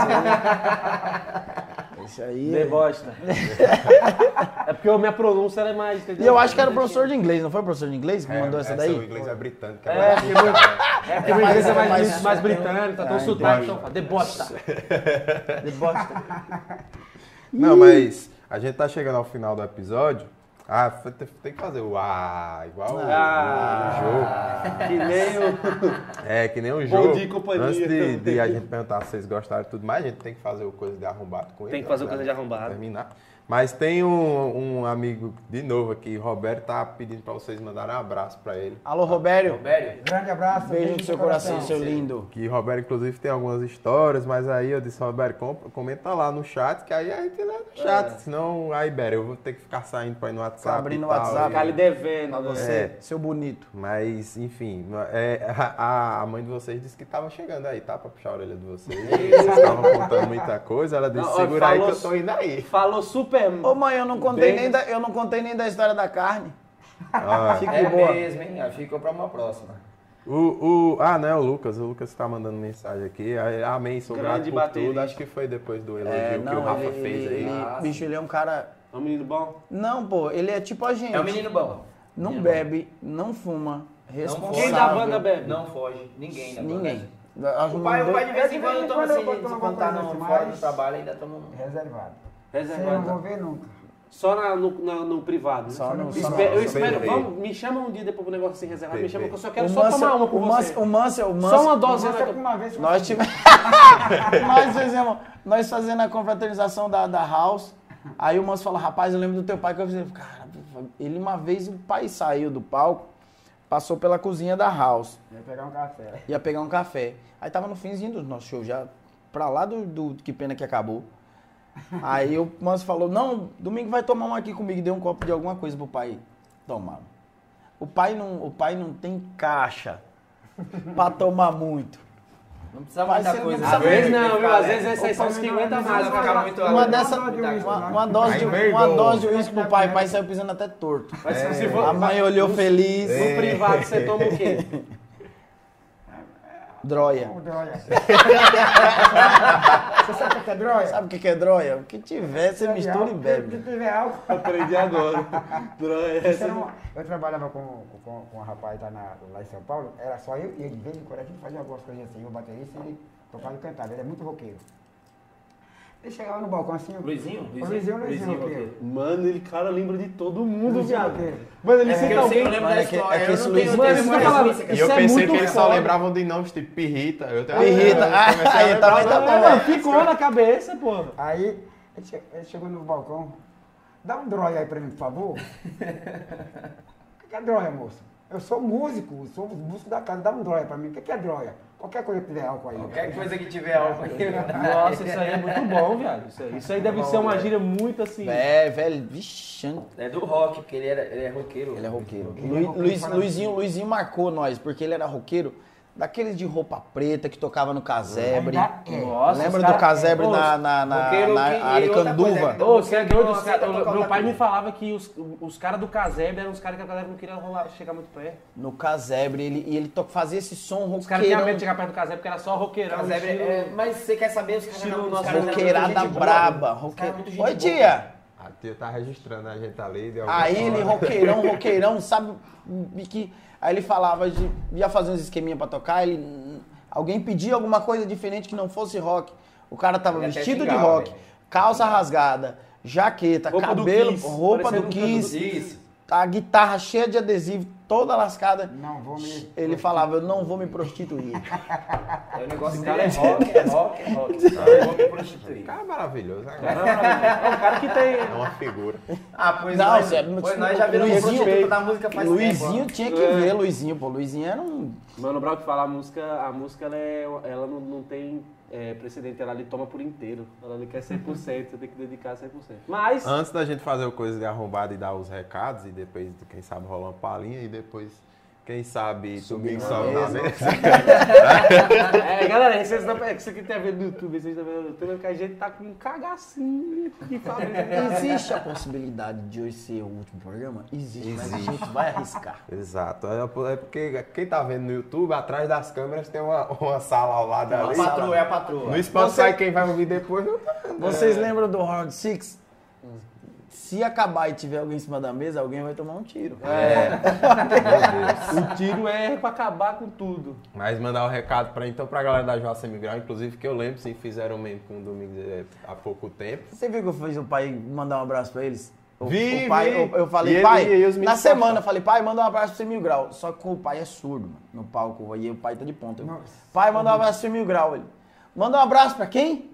B: Esse aí.
C: De bosta. É porque a minha pronúncia ela é mais...
B: E
C: entendeu?
B: eu acho que era o professor de inglês, não foi o professor de inglês que mandou essa
D: O
B: daí?
D: inglês é britânico.
C: É,
D: É,
C: porque muito- é porque o inglês é mais,
B: mais-
C: mais britânico, tá tão
B: Ah,
C: sotaque,
B: entendi.
C: então fala, de bosta.
B: De bosta.
D: Não, mas a gente tá chegando ao final do episódio. Ah, foi- tem tem que fazer o ah, igual o-
C: Ah,
D: o jogo.
C: que nem o...
D: É, que nem um
C: Bom
D: jogo.
C: dia e companhia.
D: Antes de, de a gente perguntar se vocês gostaram e tudo mais, a gente tem que fazer o coisa de arrombado com ele.
C: Tem que fazer o
D: pra
C: coisa de arrombado.
D: Terminar. Mas tem um, um amigo de novo aqui, Roberto, tá pedindo pra vocês mandarem um abraço pra ele.
B: Alô, Robério.
E: Robério,
F: Grande abraço.
B: Beijo no seu coração, seu lindo.
D: Que Roberto, inclusive, tem algumas histórias, mas aí eu disse, Roberto, com- comenta lá no chat, que aí a gente lê no chat.
C: É.
D: Senão, aí, Bério, eu vou ter que ficar saindo pra ir no WhatsApp.
B: abrindo
D: e
B: o
D: tal,
B: WhatsApp.
C: Ficar lhe devendo.
B: Pra
C: né?
B: você,
D: É.
B: seu bonito.
D: Mas, enfim, é, a, a mãe de vocês disse que tava chegando aí, tá? Pra puxar a orelha de vocês. Vocês estavam contando muita coisa. Ela disse,
C: Não, ó,
D: segura aí que
C: falou-
D: eu tô indo aí.
C: Falou super...
B: Ô mãe, eu não contei,
C: Bem-
B: nem da, eu não contei nem da história da carne.
D: Ah,
B: Fica
E: é
B: de boa.
E: mesmo, hein? Ah, ficou pra uma próxima.
D: o, o, ah, não, é o Lucas. O Lucas tá mandando mensagem aqui. Aí, Amém, sou grato
C: Grande
D: por
C: baterista.
D: tudo. Acho que foi depois do elogio
B: É,
D: que
B: não,
D: o Rafa
B: ele,
D: fez
B: ele-
D: aí.
B: ele-
E: Ah,
B: bicho, ele é um cara...
C: É um menino bom?
B: Não, pô, ele é tipo a gente.
E: É um menino bom.
B: Não
E: Menino
B: bebe, não fuma, responsável.
E: foge.
C: Quem da banda bebe?
E: bom. Não foge, ninguém da banda.
B: Ninguém.
E: O pai, o pai de vez em quando
F: De
E: toma
F: vez em
E: assim,
F: quando toma
E: quando tá
F: alguma
E: no,
F: coisa
E: fora
F: assim,
E: do trabalho, ainda toma um...
F: Reservado. Você não
C: Reservado.
F: vou ver nunca.
C: Só na- no, na- no privado. né?
B: Só no-
C: Espe-
B: só no-
C: eu
D: só
C: espero,
D: bebê.
C: vamos, me chama um dia depois pro negócio assim reservado, me chama que eu só quero
B: O
C: só
B: Mansell-
C: tomar uma com
B: o
C: você.
B: Mansell- O Mansell, o Mansell,
C: Só uma dose,
F: Você
C: né?
F: com uma vez você
B: Nós
F: vai-
B: tivemos. nós fizemos. Nós fazendo a confraternização da, da House. Aí o Manso falou, rapaz, eu lembro do teu pai que eu fiz. Cara, ele uma vez o pai saiu do palco, passou pela cozinha da House.
F: Ia pegar um café.
B: Ia pegar um café. Aí tava no finzinho do nosso show, já pra lá do, do Que Pena Que Acabou. Aí o Manso falou, não, domingo vai tomar um aqui comigo. Deu um copo de alguma coisa pro pai tomar. O pai não, o pai não tem caixa pra tomar muito.
E: Não precisa
B: Mas
E: muita
B: você não
E: coisa.
B: precisa
C: Às vezes
E: né?
C: não, viu? Às vezes
E: Ficar,
C: esses aí são os que aguentam mais.
E: Ficar
C: Cara.
E: muito
B: Uma
E: alto.
B: dessa,
F: Uma dose de
B: uma,
F: uísque,
B: uma dose de,
A: Aí
B: uma
A: vergou.
B: dose de uísque pro pai, o pai saiu pisando até torto.
C: Mas se- se for-
B: A mãe olhou feliz.
C: No privado você toma o quê?
B: Droia.
F: Ô, droia. Você sabe o que é droia?
B: Sabe o que que é droia? O que tiver, você mistura e
F: Se
B: bebe.
F: tiver álcool.
C: Aprendi agora. Droga,
F: Isso
C: essa
F: era
C: não-
F: uma- Eu trabalhava com, com, com um rapaz lá, na- lá em São Paulo, era só eu e ele, de vez em quando a gente fazia algumas coisinhas assim, eu baterista e ele tocava e cantava, ele é muito roqueiro. Ele chegava no balcão assim,
E: Luizinho?
F: o Luizinho, Luizinho, roqueiro.
C: Mano, ele, cara, lembra de todo mundo,
F: Luizinho
C: viado.
F: roqueiro.
C: Mano, ele
E: É,
C: cita
E: eu sei,
C: alguém...
E: eu lembro
B: Mano,
E: da
B: é que-
E: história.
B: é que
E: eu
B: esse
E: não
B: Luiz-
E: tenho
C: Mano,
E: tempo
C: isso
E: pra
C: que eu falava-
E: isso, cara.
D: E eu
C: Isso é
D: pensei
C: muito
D: que eles só
C: foda.
D: lembravam de nomes tipo Pirrita. Eu tenho-
B: Pirrita.
D: eu comecei a
B: Aí
D: lembrar
B: também
D: do-
B: tá
C: Não,
B: bom.
C: mano, ficou na cabeça, porra.
F: Aí ele, che- ele chegou no balcão, dá um droia aí pra mim, por favor. O que é droia, moço? Eu sou músico, sou músico da casa, dá um droia pra mim. O que é droia? Qualquer coisa que tiver álcool aí.
E: Qualquer coisa que tiver álcool aí.
C: Nossa, isso aí é muito bom, viado. Isso aí, isso aí deve ser uma gíria muito assim...
B: É, velho, vixi.
E: É do rock, porque ele, era, ele é roqueiro.
B: Ele é roqueiro.
F: Ele é
B: Lu-
F: roqueiro,
B: Luiz-
F: fala
B: Luizinho,
F: assim.
B: Luizinho marcou nós, porque ele era roqueiro daqueles de roupa preta que tocava no casebre.
F: Ainda é.
C: Nossa,
B: Lembra
C: os
B: do
C: cara-
B: casebre
C: Ô,
B: na, na, na,
E: roqueiro
B: na
E: que- e
B: Aricanduva?
E: outra coisa,
C: Ô, você é doido? Os
E: Não
C: cara-
E: aceita tocar
C: meu
E: outra
C: pai me
E: coisa.
C: falava que os, os caras do casebre eram os caras que a galera não queria rolar, chegar muito perto.
B: No casebre, ele, e ele to- fazia esse som
C: Os caras tinham
B: roqueirão.
C: medo de chegar perto do casebre porque era só roqueirão.
E: Casebre,
C: estilo-
E: é, mas você quer saber os caras
C: Estilo
E: não, os
C: nosso
E: caras eram
B: Roqueirada
E: muito gente boa.
B: braba.
E: Os
B: roque-
E: caras muito gente
B: Oi,
E: boa.
B: tia!
D: A tia tá registrando a gente ali. deu alguma
B: Aí ele,
D: hora.
B: roqueirão, roqueirão, sabe? Que, aí ele falava, de, ia fazer uns esqueminha pra tocar, ele, alguém pedia alguma coisa diferente que não fosse rock. O cara tava
E: Ele até
B: vestido de
E: xingava,
B: rock,
E: velho.
B: calça rasgada, jaqueta,
C: Roupa do
B: cabelo,
C: Kiss,
B: roupa do
C: parecendo um
B: Kiss,
E: Isso.
B: a guitarra cheia de adesivo, toda lascada.
F: Não vou me...
B: Ele falava, eu não vou me prostituir.
E: Aí o negócio dele é rock, é rock, é rock. Eu vou me prostituir.
D: Cara maravilhoso. né?
C: É um cara que tem...
D: É uma figura.
E: Ah, pois
B: Não,
E: nós,
B: você é-
E: pois nós já viramos
B: Luizinho-
E: prostituta da música faz
B: Luizinho
E: tempo.
B: tinha que
C: É.
B: ver, Luizinho, pô. Luizinho era um...
C: Mano Brown que fala, a música, a música ela, é, ela não, não tem é, precedente, ela lhe toma por inteiro. Ela não quer cem por cento, você tem que dedicar cem por cento. Mas...
D: Antes da gente fazer o coisa de arrombado e dar os recados, e depois, quem sabe, rolar uma palhinha, e depois, quem sabe,
B: Subir
D: domingo
B: na
D: sobe na
B: mesa.
D: mesa.
C: É, galera, vocês não, é que isso aqui tem a ver no YouTube, vocês estão vendo no YouTube, é que a gente tá com um cagacinho de família.
B: Existe a possibilidade de hoje ser o último programa? Existe, mas a gente vai arriscar.
D: Exato. É porque quem tá vendo no YouTube, atrás das câmeras tem uma, uma sala ao lado
E: A
D: ali.
E: patroa é a patroa.
D: No Spotify,
B: Você-
D: quem vai ouvir depois, não tá.
B: Vocês lembram do Round Six? Se acabar e tiver alguém em cima da mesa, alguém vai tomar um tiro.
C: É. O tiro é pra acabar com tudo.
D: Mas mandar o um recado pra, então, pra galera da Joacim Migral, inclusive, que eu lembro, sim, fizeram mesmo com o Domingos é, há pouco tempo.
B: Você viu que eu fiz o pai mandar um abraço pra eles? O,
D: Vi,
B: o pai,
D: vi.
B: Eu, eu falei,
D: E ele-
B: pai,
D: e os
B: na
D: meninos
B: semana
D: postaram.
B: eu falei, pai, manda um abraço pro Mil Grau. Só que o pai é surdo, mano, no palco. Aí o pai tá de ponta. Eu,
F: Nossa.
B: pai, manda um abraço pro Mil Grau. Ele, manda um abraço pra quem?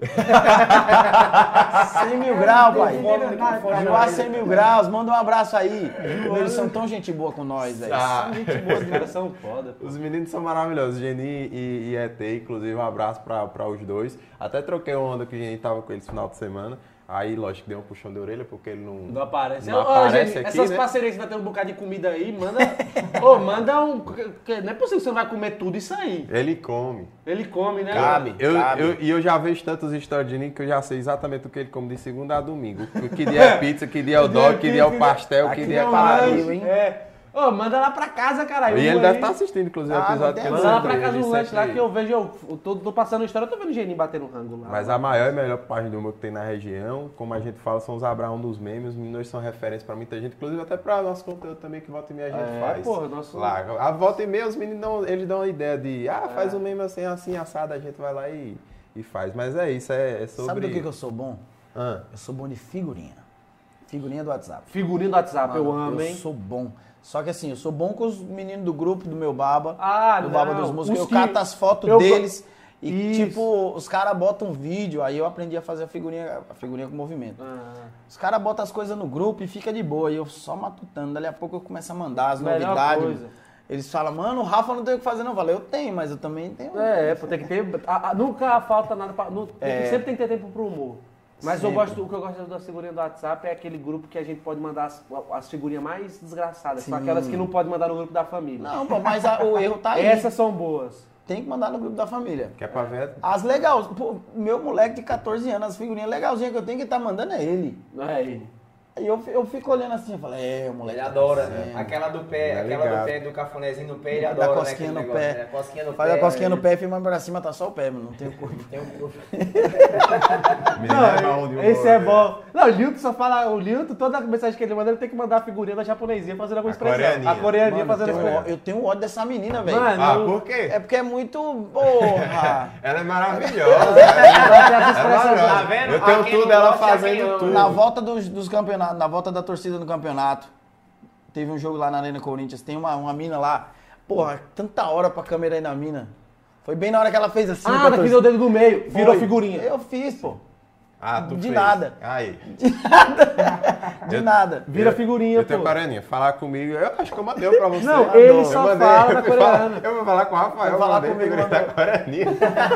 B: cem mil grau, pai. Joá cem mil graus, manda um abraço aí. Eles são tão gente boa com nós, velho.
D: Ah.
C: São gente boa, os caras são foda. Pô.
D: Os meninos são maravilhosos, Geni e, e E T, inclusive um abraço pra, pra os dois. Até troquei uma onda que o Geni tava com eles no final de semana. Aí, lógico, deu um puxão de orelha, porque ele não,
C: Não aparece.
D: não
C: Ô,
D: aparece
C: gente,
D: aqui,
C: essas
D: né?
C: parcerias que tá tendo um bocado de comida aí, manda. Ô, manda um. que- Não é possível que você não vai comer tudo isso aí.
D: Ele come.
C: Ele come, né?
B: Cabe.
D: Eu,
B: Cabe.
D: eu- e eu já vejo tantos stories de Geni que eu já sei exatamente o que ele come de segunda a domingo. Que dia é pizza, que dia é o dog, que dia é o pastel, que
B: Aqui
D: dia é
B: é
D: pariu,
B: pariu,
D: hein?
B: hein?
C: É. Ô, manda lá pra casa, caralho.
D: E ele
C: Um
D: deve
C: aí.
D: estar assistindo, inclusive, o
B: Ah, não
D: episódio
B: tem
D: que eu
C: Manda lá
D: sempre-
C: pra casa
D: ele
C: um lanche lá
D: sempre-
C: que eu vejo, eu tô, tô passando a história, eu tô vendo o Geninho batendo rango lá.
D: Mas a maior e melhor página do humor que tem na região, como a gente fala, são os Abraão dos memes. Os meninos são referência pra muita gente, inclusive até pra nosso conteúdo também, que volta e meia a gente
C: É,
D: faz.
C: porra, nosso-
D: Lá, a volta e meia os meninos dão, eles dão a ideia de, ah, faz um meme assim, assim, assado, a gente vai lá e, e faz. Mas é isso, é, é sobre...
B: Sabe do que, que eu sou bom?
D: Ah,
B: Eu sou bom de figurinha. Figurinha do WhatsApp.
C: Figurinha do WhatsApp, eu
B: Mano,
C: amo,
B: eu
C: hein?
B: sou bom. Só que assim, eu sou bom com os meninos do grupo, do meu baba,
C: Ah,
B: do
C: não.
B: Baba dos Músicos.
C: Os
B: Eu
C: que-
B: cato as fotos
C: eu-
B: deles e,
C: Isso.
B: tipo, os caras botam um vídeo, aí eu aprendi a fazer a figurinha, a figurinha com movimento.
C: Ah,
B: Os caras botam as coisas no grupo e fica de boa, e eu só matutando. Dali a pouco eu começo a mandar as
C: Melhor
B: novidades.
C: coisa.
B: Eles falam, mano, o Rafa não tem o que fazer, não. Eu falei, eu tenho, mas eu também tenho.
C: É, pô, tem que ter. A, a, nunca falta nada pra. Nu,
B: É.
C: Sempre tem que ter tempo pro humor. Mas eu
B: Sempre.
C: gosto, o que eu gosto da figurinha do WhatsApp é aquele grupo que a gente pode mandar as, as figurinhas mais desgraçadas. São
B: Sim.
C: aquelas que não pode mandar no grupo da família.
B: Não, pô, mas a- o erro tá aí.
C: Essas são boas.
B: Tem que mandar no grupo da família.
D: Que é pra ver.
B: As legais. Pô, meu moleque de catorze anos, as figurinhas legalzinhas que eu tenho que tá mandando é ele.
C: Não é ele.
B: Aí eu, eu fico olhando assim, eu falo, é, o moleque
E: Ele
B: tá
E: adora,
B: crescendo.
E: né? Aquela do pé,
D: É
E: aquela
D: ligado.
E: do pé, do cafunézinho no pé, ele
B: Da
E: adora,
B: cosquinha
E: né?
B: no
E: aquele
B: pé.
E: negócio, né? Cosquinha no
B: Faz
E: pé.
B: a cosquinha no pé e filma pra cima, tá só o pé, mano. Não tem o corpo.
E: Tem um corpo.
D: Me leva onde eu
C: Esse
D: vou,
C: é
D: né?
C: bom. Não, o Lilton só fala. O Lilton, toda mensagem que ele manda, ele tem que mandar a figurinha da japonesinha fazendo alguma
D: A
C: expressão.
D: coreaninha.
C: A coreaninha
B: Mano,
C: fazendo
B: eu, tenho,
C: expressão.
B: ó- eu tenho ódio dessa menina, velho.
C: Mano,
D: Ah,
C: eu-
D: por quê?
B: É porque é muito. Porra!
D: Ela é maravilhosa.
E: Tá vendo?
D: Eu tenho
E: A quem
D: tudo
E: não
D: ela
E: gosta é a quem
D: fazendo
E: ama.
D: tudo.
B: Na volta dos, dos campeonatos, na volta da torcida no campeonato, teve um jogo lá na Arena Corinthians, tem uma, uma mina lá. Porra, tanta hora pra câmera aí na mina. Foi bem na hora que ela fez assim.
C: Ah,
B: pra
C: daqui
B: torcida.
C: deu o dedo no meio, virou
B: Foi.
C: figurinha.
B: Eu fiz, pô.
D: Ah, tu
B: De
D: fez.
B: nada.
D: Aí.
B: De
D: Eu-
B: nada.
C: Vira figurinha,
D: Eu tenho
C: pô.
D: coreaninha. Falar comigo, eu acho que eu mandei pra você.
C: Não,
D: Eu
C: ele
D: mandei.
C: só
D: Eu mandei.
C: fala
D: Eu
C: da
D: fui falar-
C: coreana.
D: Eu vou falar com o Rafael,
B: Vai falar
D: mandei
B: comigo,
D: figurinha da
B: mandou.
D: coreaninha.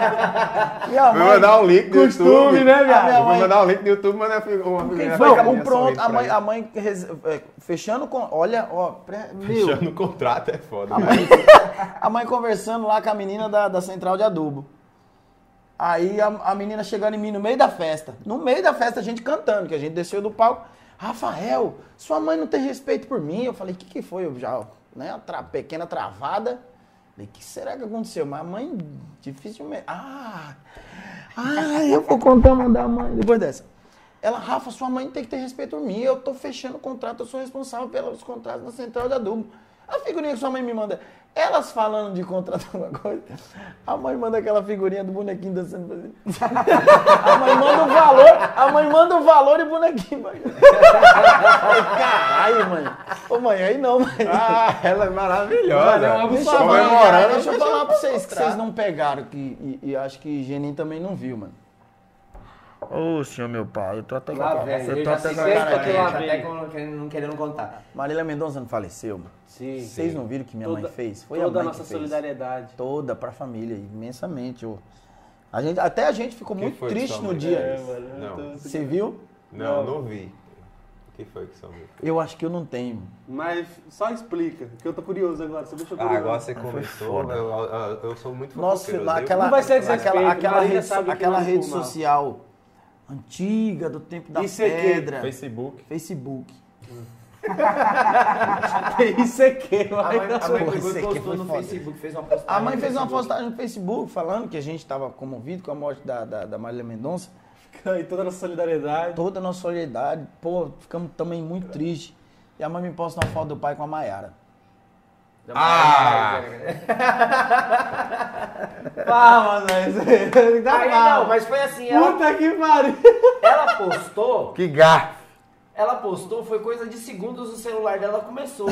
B: E a
D: Vou
B: mãe,
D: mandar um link do
C: Costume,
D: YouTube.
C: né, viado?
B: A minha
D: Eu vou
B: mãe-
D: mandar um link do YouTube e mandar uma figurinha
B: quem
D: da
B: foi?
D: coreaninha
B: O pronto,
D: sorrindo
B: a
D: pra
B: mãe,
D: ele.
B: a mãe res- é, fechando com. Olha, ó, pré- meu.
D: Fechando o contrato é foda.
B: A
D: né?
B: mãe, a mãe conversando lá com a menina da, da central de adubo. Aí a, a menina chegando em mim no meio da festa. No meio da festa, a gente cantando, que a gente desceu do palco. Rafael, sua mãe não tem respeito por mim. Eu falei, o que, que foi? Eu já, né, uma tra- pequena travada. Falei, o que será que aconteceu? Mas a mãe, dificilmente. Ah, ah, eu vou contar, mandar a mãe. Depois dessa. Ela, Rafa, sua mãe tem que ter respeito por mim. Eu tô fechando o contrato, eu sou responsável pelos contratos da central de adubo. A figurinha que sua mãe me manda, elas falando de contrato alguma coisa, a mãe manda aquela figurinha do bonequinho dançando. Assim. A mãe manda o valor, a mãe manda o valor e o bonequinho. Caralho, mãe. Ô, mãe, aí não, mãe.
D: Ah, ela é maravilhosa.
C: Mano, eu amo
B: Deixa
C: sua
B: eu
C: mãe,
B: falar,
D: comemorando,
B: deixa eu
D: deixa
B: falar
D: eu
B: pra vocês que
D: mostrar.
B: vocês não pegaram, que, e, e acho que Geninho também não viu, mano. Ô, senhor meu pai, eu tô até com
C: Lá
B: a
C: vem,
B: eu
C: eu
B: tô
C: já
B: até
C: sei
B: com a
C: que
B: cara
C: tá
B: aqui.
C: lá
E: Até
C: vem.
E: que eu não querendo, não querendo contar.
B: Marília Mendonça não faleceu, mano?
C: Sim.
B: Vocês não viram o que minha mãe
C: Toda-
B: fez? Foi
C: toda
B: a
C: a
B: mãe
C: nossa
B: que fez.
C: solidariedade.
B: Toda pra família, imensamente. ô. A gente, até a gente ficou
D: Que
B: muito
D: foi que
B: triste
D: sua
B: no
D: mãe
B: dia.
D: fez? Não.
B: Você viu?
D: Não, não vi. O que foi que são viu?
B: Eu acho que eu não tenho.
C: Mas só explica, que eu tô curioso agora. Você deixou
D: Ah,
C: curioso.
D: agora você
B: Foi
D: começou.
B: foda.
D: Eu, eu, eu sou muito
B: Nossa,
D: fofoqueiro, eu
B: naquela,
C: Não vai ser
B: naquela,
C: desrespeito,
B: aquela
C: Marília
B: rede,
C: sabe que
B: aquela
C: não é
B: rede
C: por mal.
B: social antiga, do tempo da
C: Isso é quê?
B: pedra.
D: Facebook.
B: Facebook.
C: Isso é que,
E: A mãe, a mãe
B: Porra,
E: pegou
B: esse
E: e
B: aqui
E: postou
B: foi
E: no
B: foda.
E: Facebook, fez uma postagem.
B: A mãe
E: no
B: fez uma
E: Facebook.
B: postagem no Facebook falando que a gente estava comovido com a morte da, da, da Marília Mendonça.
C: E toda a nossa solidariedade.
B: Toda a nossa solidariedade. Pô, ficamos também muito tristes. E a mãe me posta uma foto do pai com a Maiara.
D: Ah!
C: Ah, mas dá
E: Aí
C: mal.
E: não, mas foi assim, ela,
C: Puta que pariu.
E: ela postou,
D: Que garfo!
E: ela postou, foi coisa de segundos, o celular dela começou.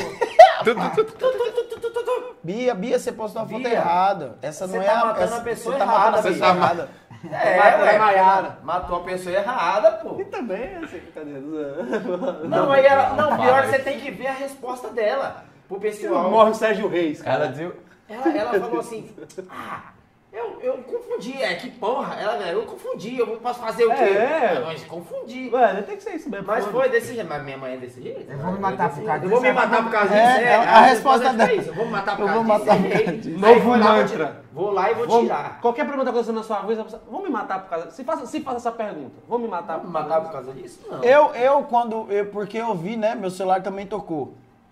B: Bia, Bia, você postou uma foto
E: Bia,
B: errada. Essa
E: você
B: não
E: tá
B: é a
E: matando
B: essa,
E: a pessoa
B: você tá
E: errada,
B: matando a
E: Bia.
B: pessoa errada.
E: É,
C: Matou a
E: ué,
C: Maiara.
E: matou a pessoa errada, pô.
C: E também, assim, cadê?
E: Não, aí ela, não, pior que você tem que ver a resposta dela pro pessoal.
C: Morre o Sérgio Reis, cara.
D: Ela dizia.
E: Ela, ela falou assim, ah, eu, eu confundi, é que porra, ela, eu confundi, eu posso fazer o quê?
C: É.
E: Mas confundi.
C: Mano, tem que ser isso mesmo.
E: Mas
C: foda.
E: foi desse jeito, mas minha mãe é desse jeito?
F: Eu vou me matar por causa
E: Eu vou me
F: disso.
E: matar por causa
B: É,
E: disso,
B: é, a resposta
E: dela.
B: dela.
E: Eu vou me matar por
B: Eu
E: causa
B: vou
E: disso.
B: matar por
E: errei.
B: causa disso.
E: Aí
C: Novo
E: vou lá, vou
C: mantra.
E: tirar. Vou lá e vou
C: Vamos-
E: tirar.
C: Qualquer pergunta que acontecendo na sua vida, você- vão me matar por causa. Se faça, se faça essa pergunta. Vão me matar
E: Vou me matar por causa disso? Não.
B: Eu, eu quando. Eu, porque eu vi, né? Meu celular também tocou.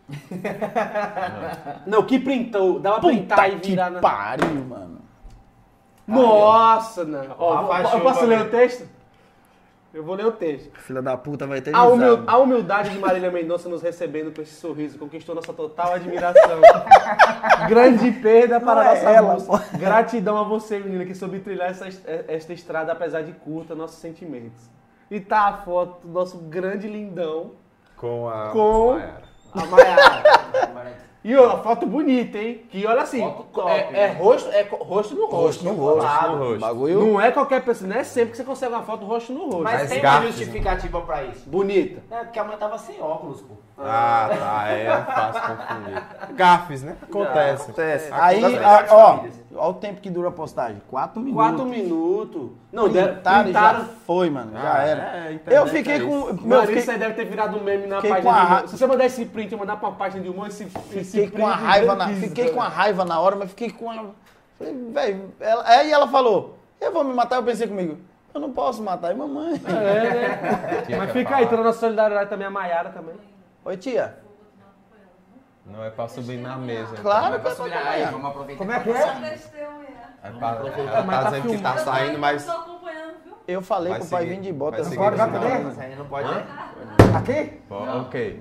C: Não, que printou. Dá pra printar
B: Puta
C: e
B: que
C: virar na.
B: pariu, mano.
C: Nossa, não. Ó,
E: Rafa
C: eu
E: achou
C: posso
E: o
C: ler
E: bagulho.
C: o texto? Eu vou ler o texto.
B: Filha da puta vai ter
C: A, humil-
B: risada.
C: a humildade de Marília Mendonça nos recebendo com esse sorriso conquistou nossa total admiração. Grande perda para
B: Não é
C: nossa
B: ela,
C: moça.
B: pô.
C: Gratidão a você, menina, que soube trilhar essa, esta estrada, apesar de curta, nossos sentimentos. E tá a foto do nosso grande lindão
D: Com a.
C: Com-
D: Maiara.
C: a Maiara. E ó, foto bonita, hein? Que olha assim,
E: Foto top,
C: é,
E: né?
C: é rosto, é co- rosto no rosto.
B: Rosto no rosto.
C: Claro.
D: no rosto.
B: Bagulho.
C: Não é qualquer pessoa, não é sempre que você consegue uma foto rosto no rosto.
E: Mas
D: Mas
E: tem
D: gafes,
E: uma justificativa pra isso.
C: Bonita.
E: É porque a mãe tava sem óculos, pô.
D: Ah, tá. É, é fácil confundir. Gafes, né? Acontece.
B: Acontece.
E: Acontece
B: Aí,
E: nas
B: a-
E: melhores
B: ó,
E: famílias.
B: ó o tempo que dura a postagem. Quatro minutos.
C: Quatro minutos. Não, deram,
B: Printaram e já
C: printaram.
B: foi, mano. Já
D: Ah,
B: era.
D: é, a internet
B: eu fiquei
D: é
B: com...
D: isso.
B: Meu,
C: Mano,
B: fiquei,
C: isso aí deve ter virado um meme na
B: fiquei
C: página
B: com a
C: de humor.
B: ra-
C: Se você mandar esse print e mandar pra página de humor, esse, esse
B: fiquei com a
C: print
B: raiva na,
C: deve
B: fiquei
C: isso,
B: com a
C: né?
B: raiva na hora, mas fiquei com a... Falei, velho... ela- Aí ela falou, eu vou me matar. Eu pensei comigo, eu não posso matar. E mamãe...
C: É, né?
D: Tinha
C: Mas
D: que
C: fica
D: falar.
C: aí, toda a nossa solidariedade também, a Maiara também.
B: Oi, tia.
D: Não é pra subir na mesa.
B: Claro
E: Vai
B: que eu tô
E: subir aí,
B: acompanhando.
E: vamos aproveitar.
F: Como é que
E: pra
F: é?
E: passar.
D: É pra, ela
C: Mas
D: tá
C: tá
D: dizendo que tá
C: filmando.
D: saindo, mas...
G: Tô acompanhando, viu?
B: Eu falei
D: Vai
B: pro pai
D: seguir,
B: vir de bota.
D: vai
B: assim,
D: seguir
F: Agora vai
D: esse
F: comer?
D: não.
E: Mas aí não pode, né?
F: Aqui?
D: Pô, ok.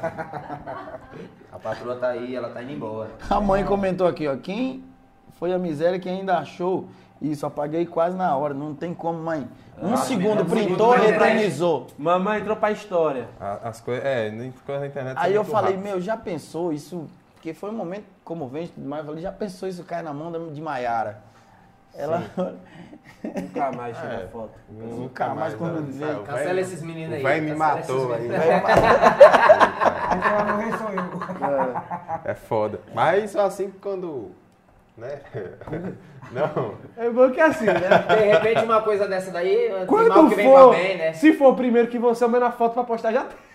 E: A patroa tá aí, ela tá indo embora.
B: A mãe comentou aqui, ó. Quem foi a miséria que ainda achou isso? Apaguei quase na hora. Não tem como, mãe. Um
E: Ah,
B: segundo,
E: um
B: printou,
E: segundo,
B: eternizou.
C: Mamãe entrou pra história.
D: A- As coisas... É, nem coisa na internet...
B: Aí
D: são
B: eu
D: muito
B: falei,
D: rápidas.
B: meu, já pensou isso? Porque foi um momento comovente e tudo mais. Eu falei, já pensou isso cai na mão da- de Maiara? Ela...
C: Nunca mais tira
D: É.
C: foto.
B: Nunca mais quando
D: ela-
B: vê.
D: o
E: Cancela
D: velho-
E: esses meninos aí.
D: O velho me
E: cancela
D: matou
E: esses
D: aí.
E: meninos.
F: Aí quem vai morrer sou eu.
D: É foda. Mas isso assim quando... Né? Não.
C: É bom que assim, né?
E: De repente uma coisa dessa daí, tem mal
C: Quando
E: que vem pra
C: for,
E: bem, né?
C: se for o primeiro que você, manda a foto pra postar, já tem.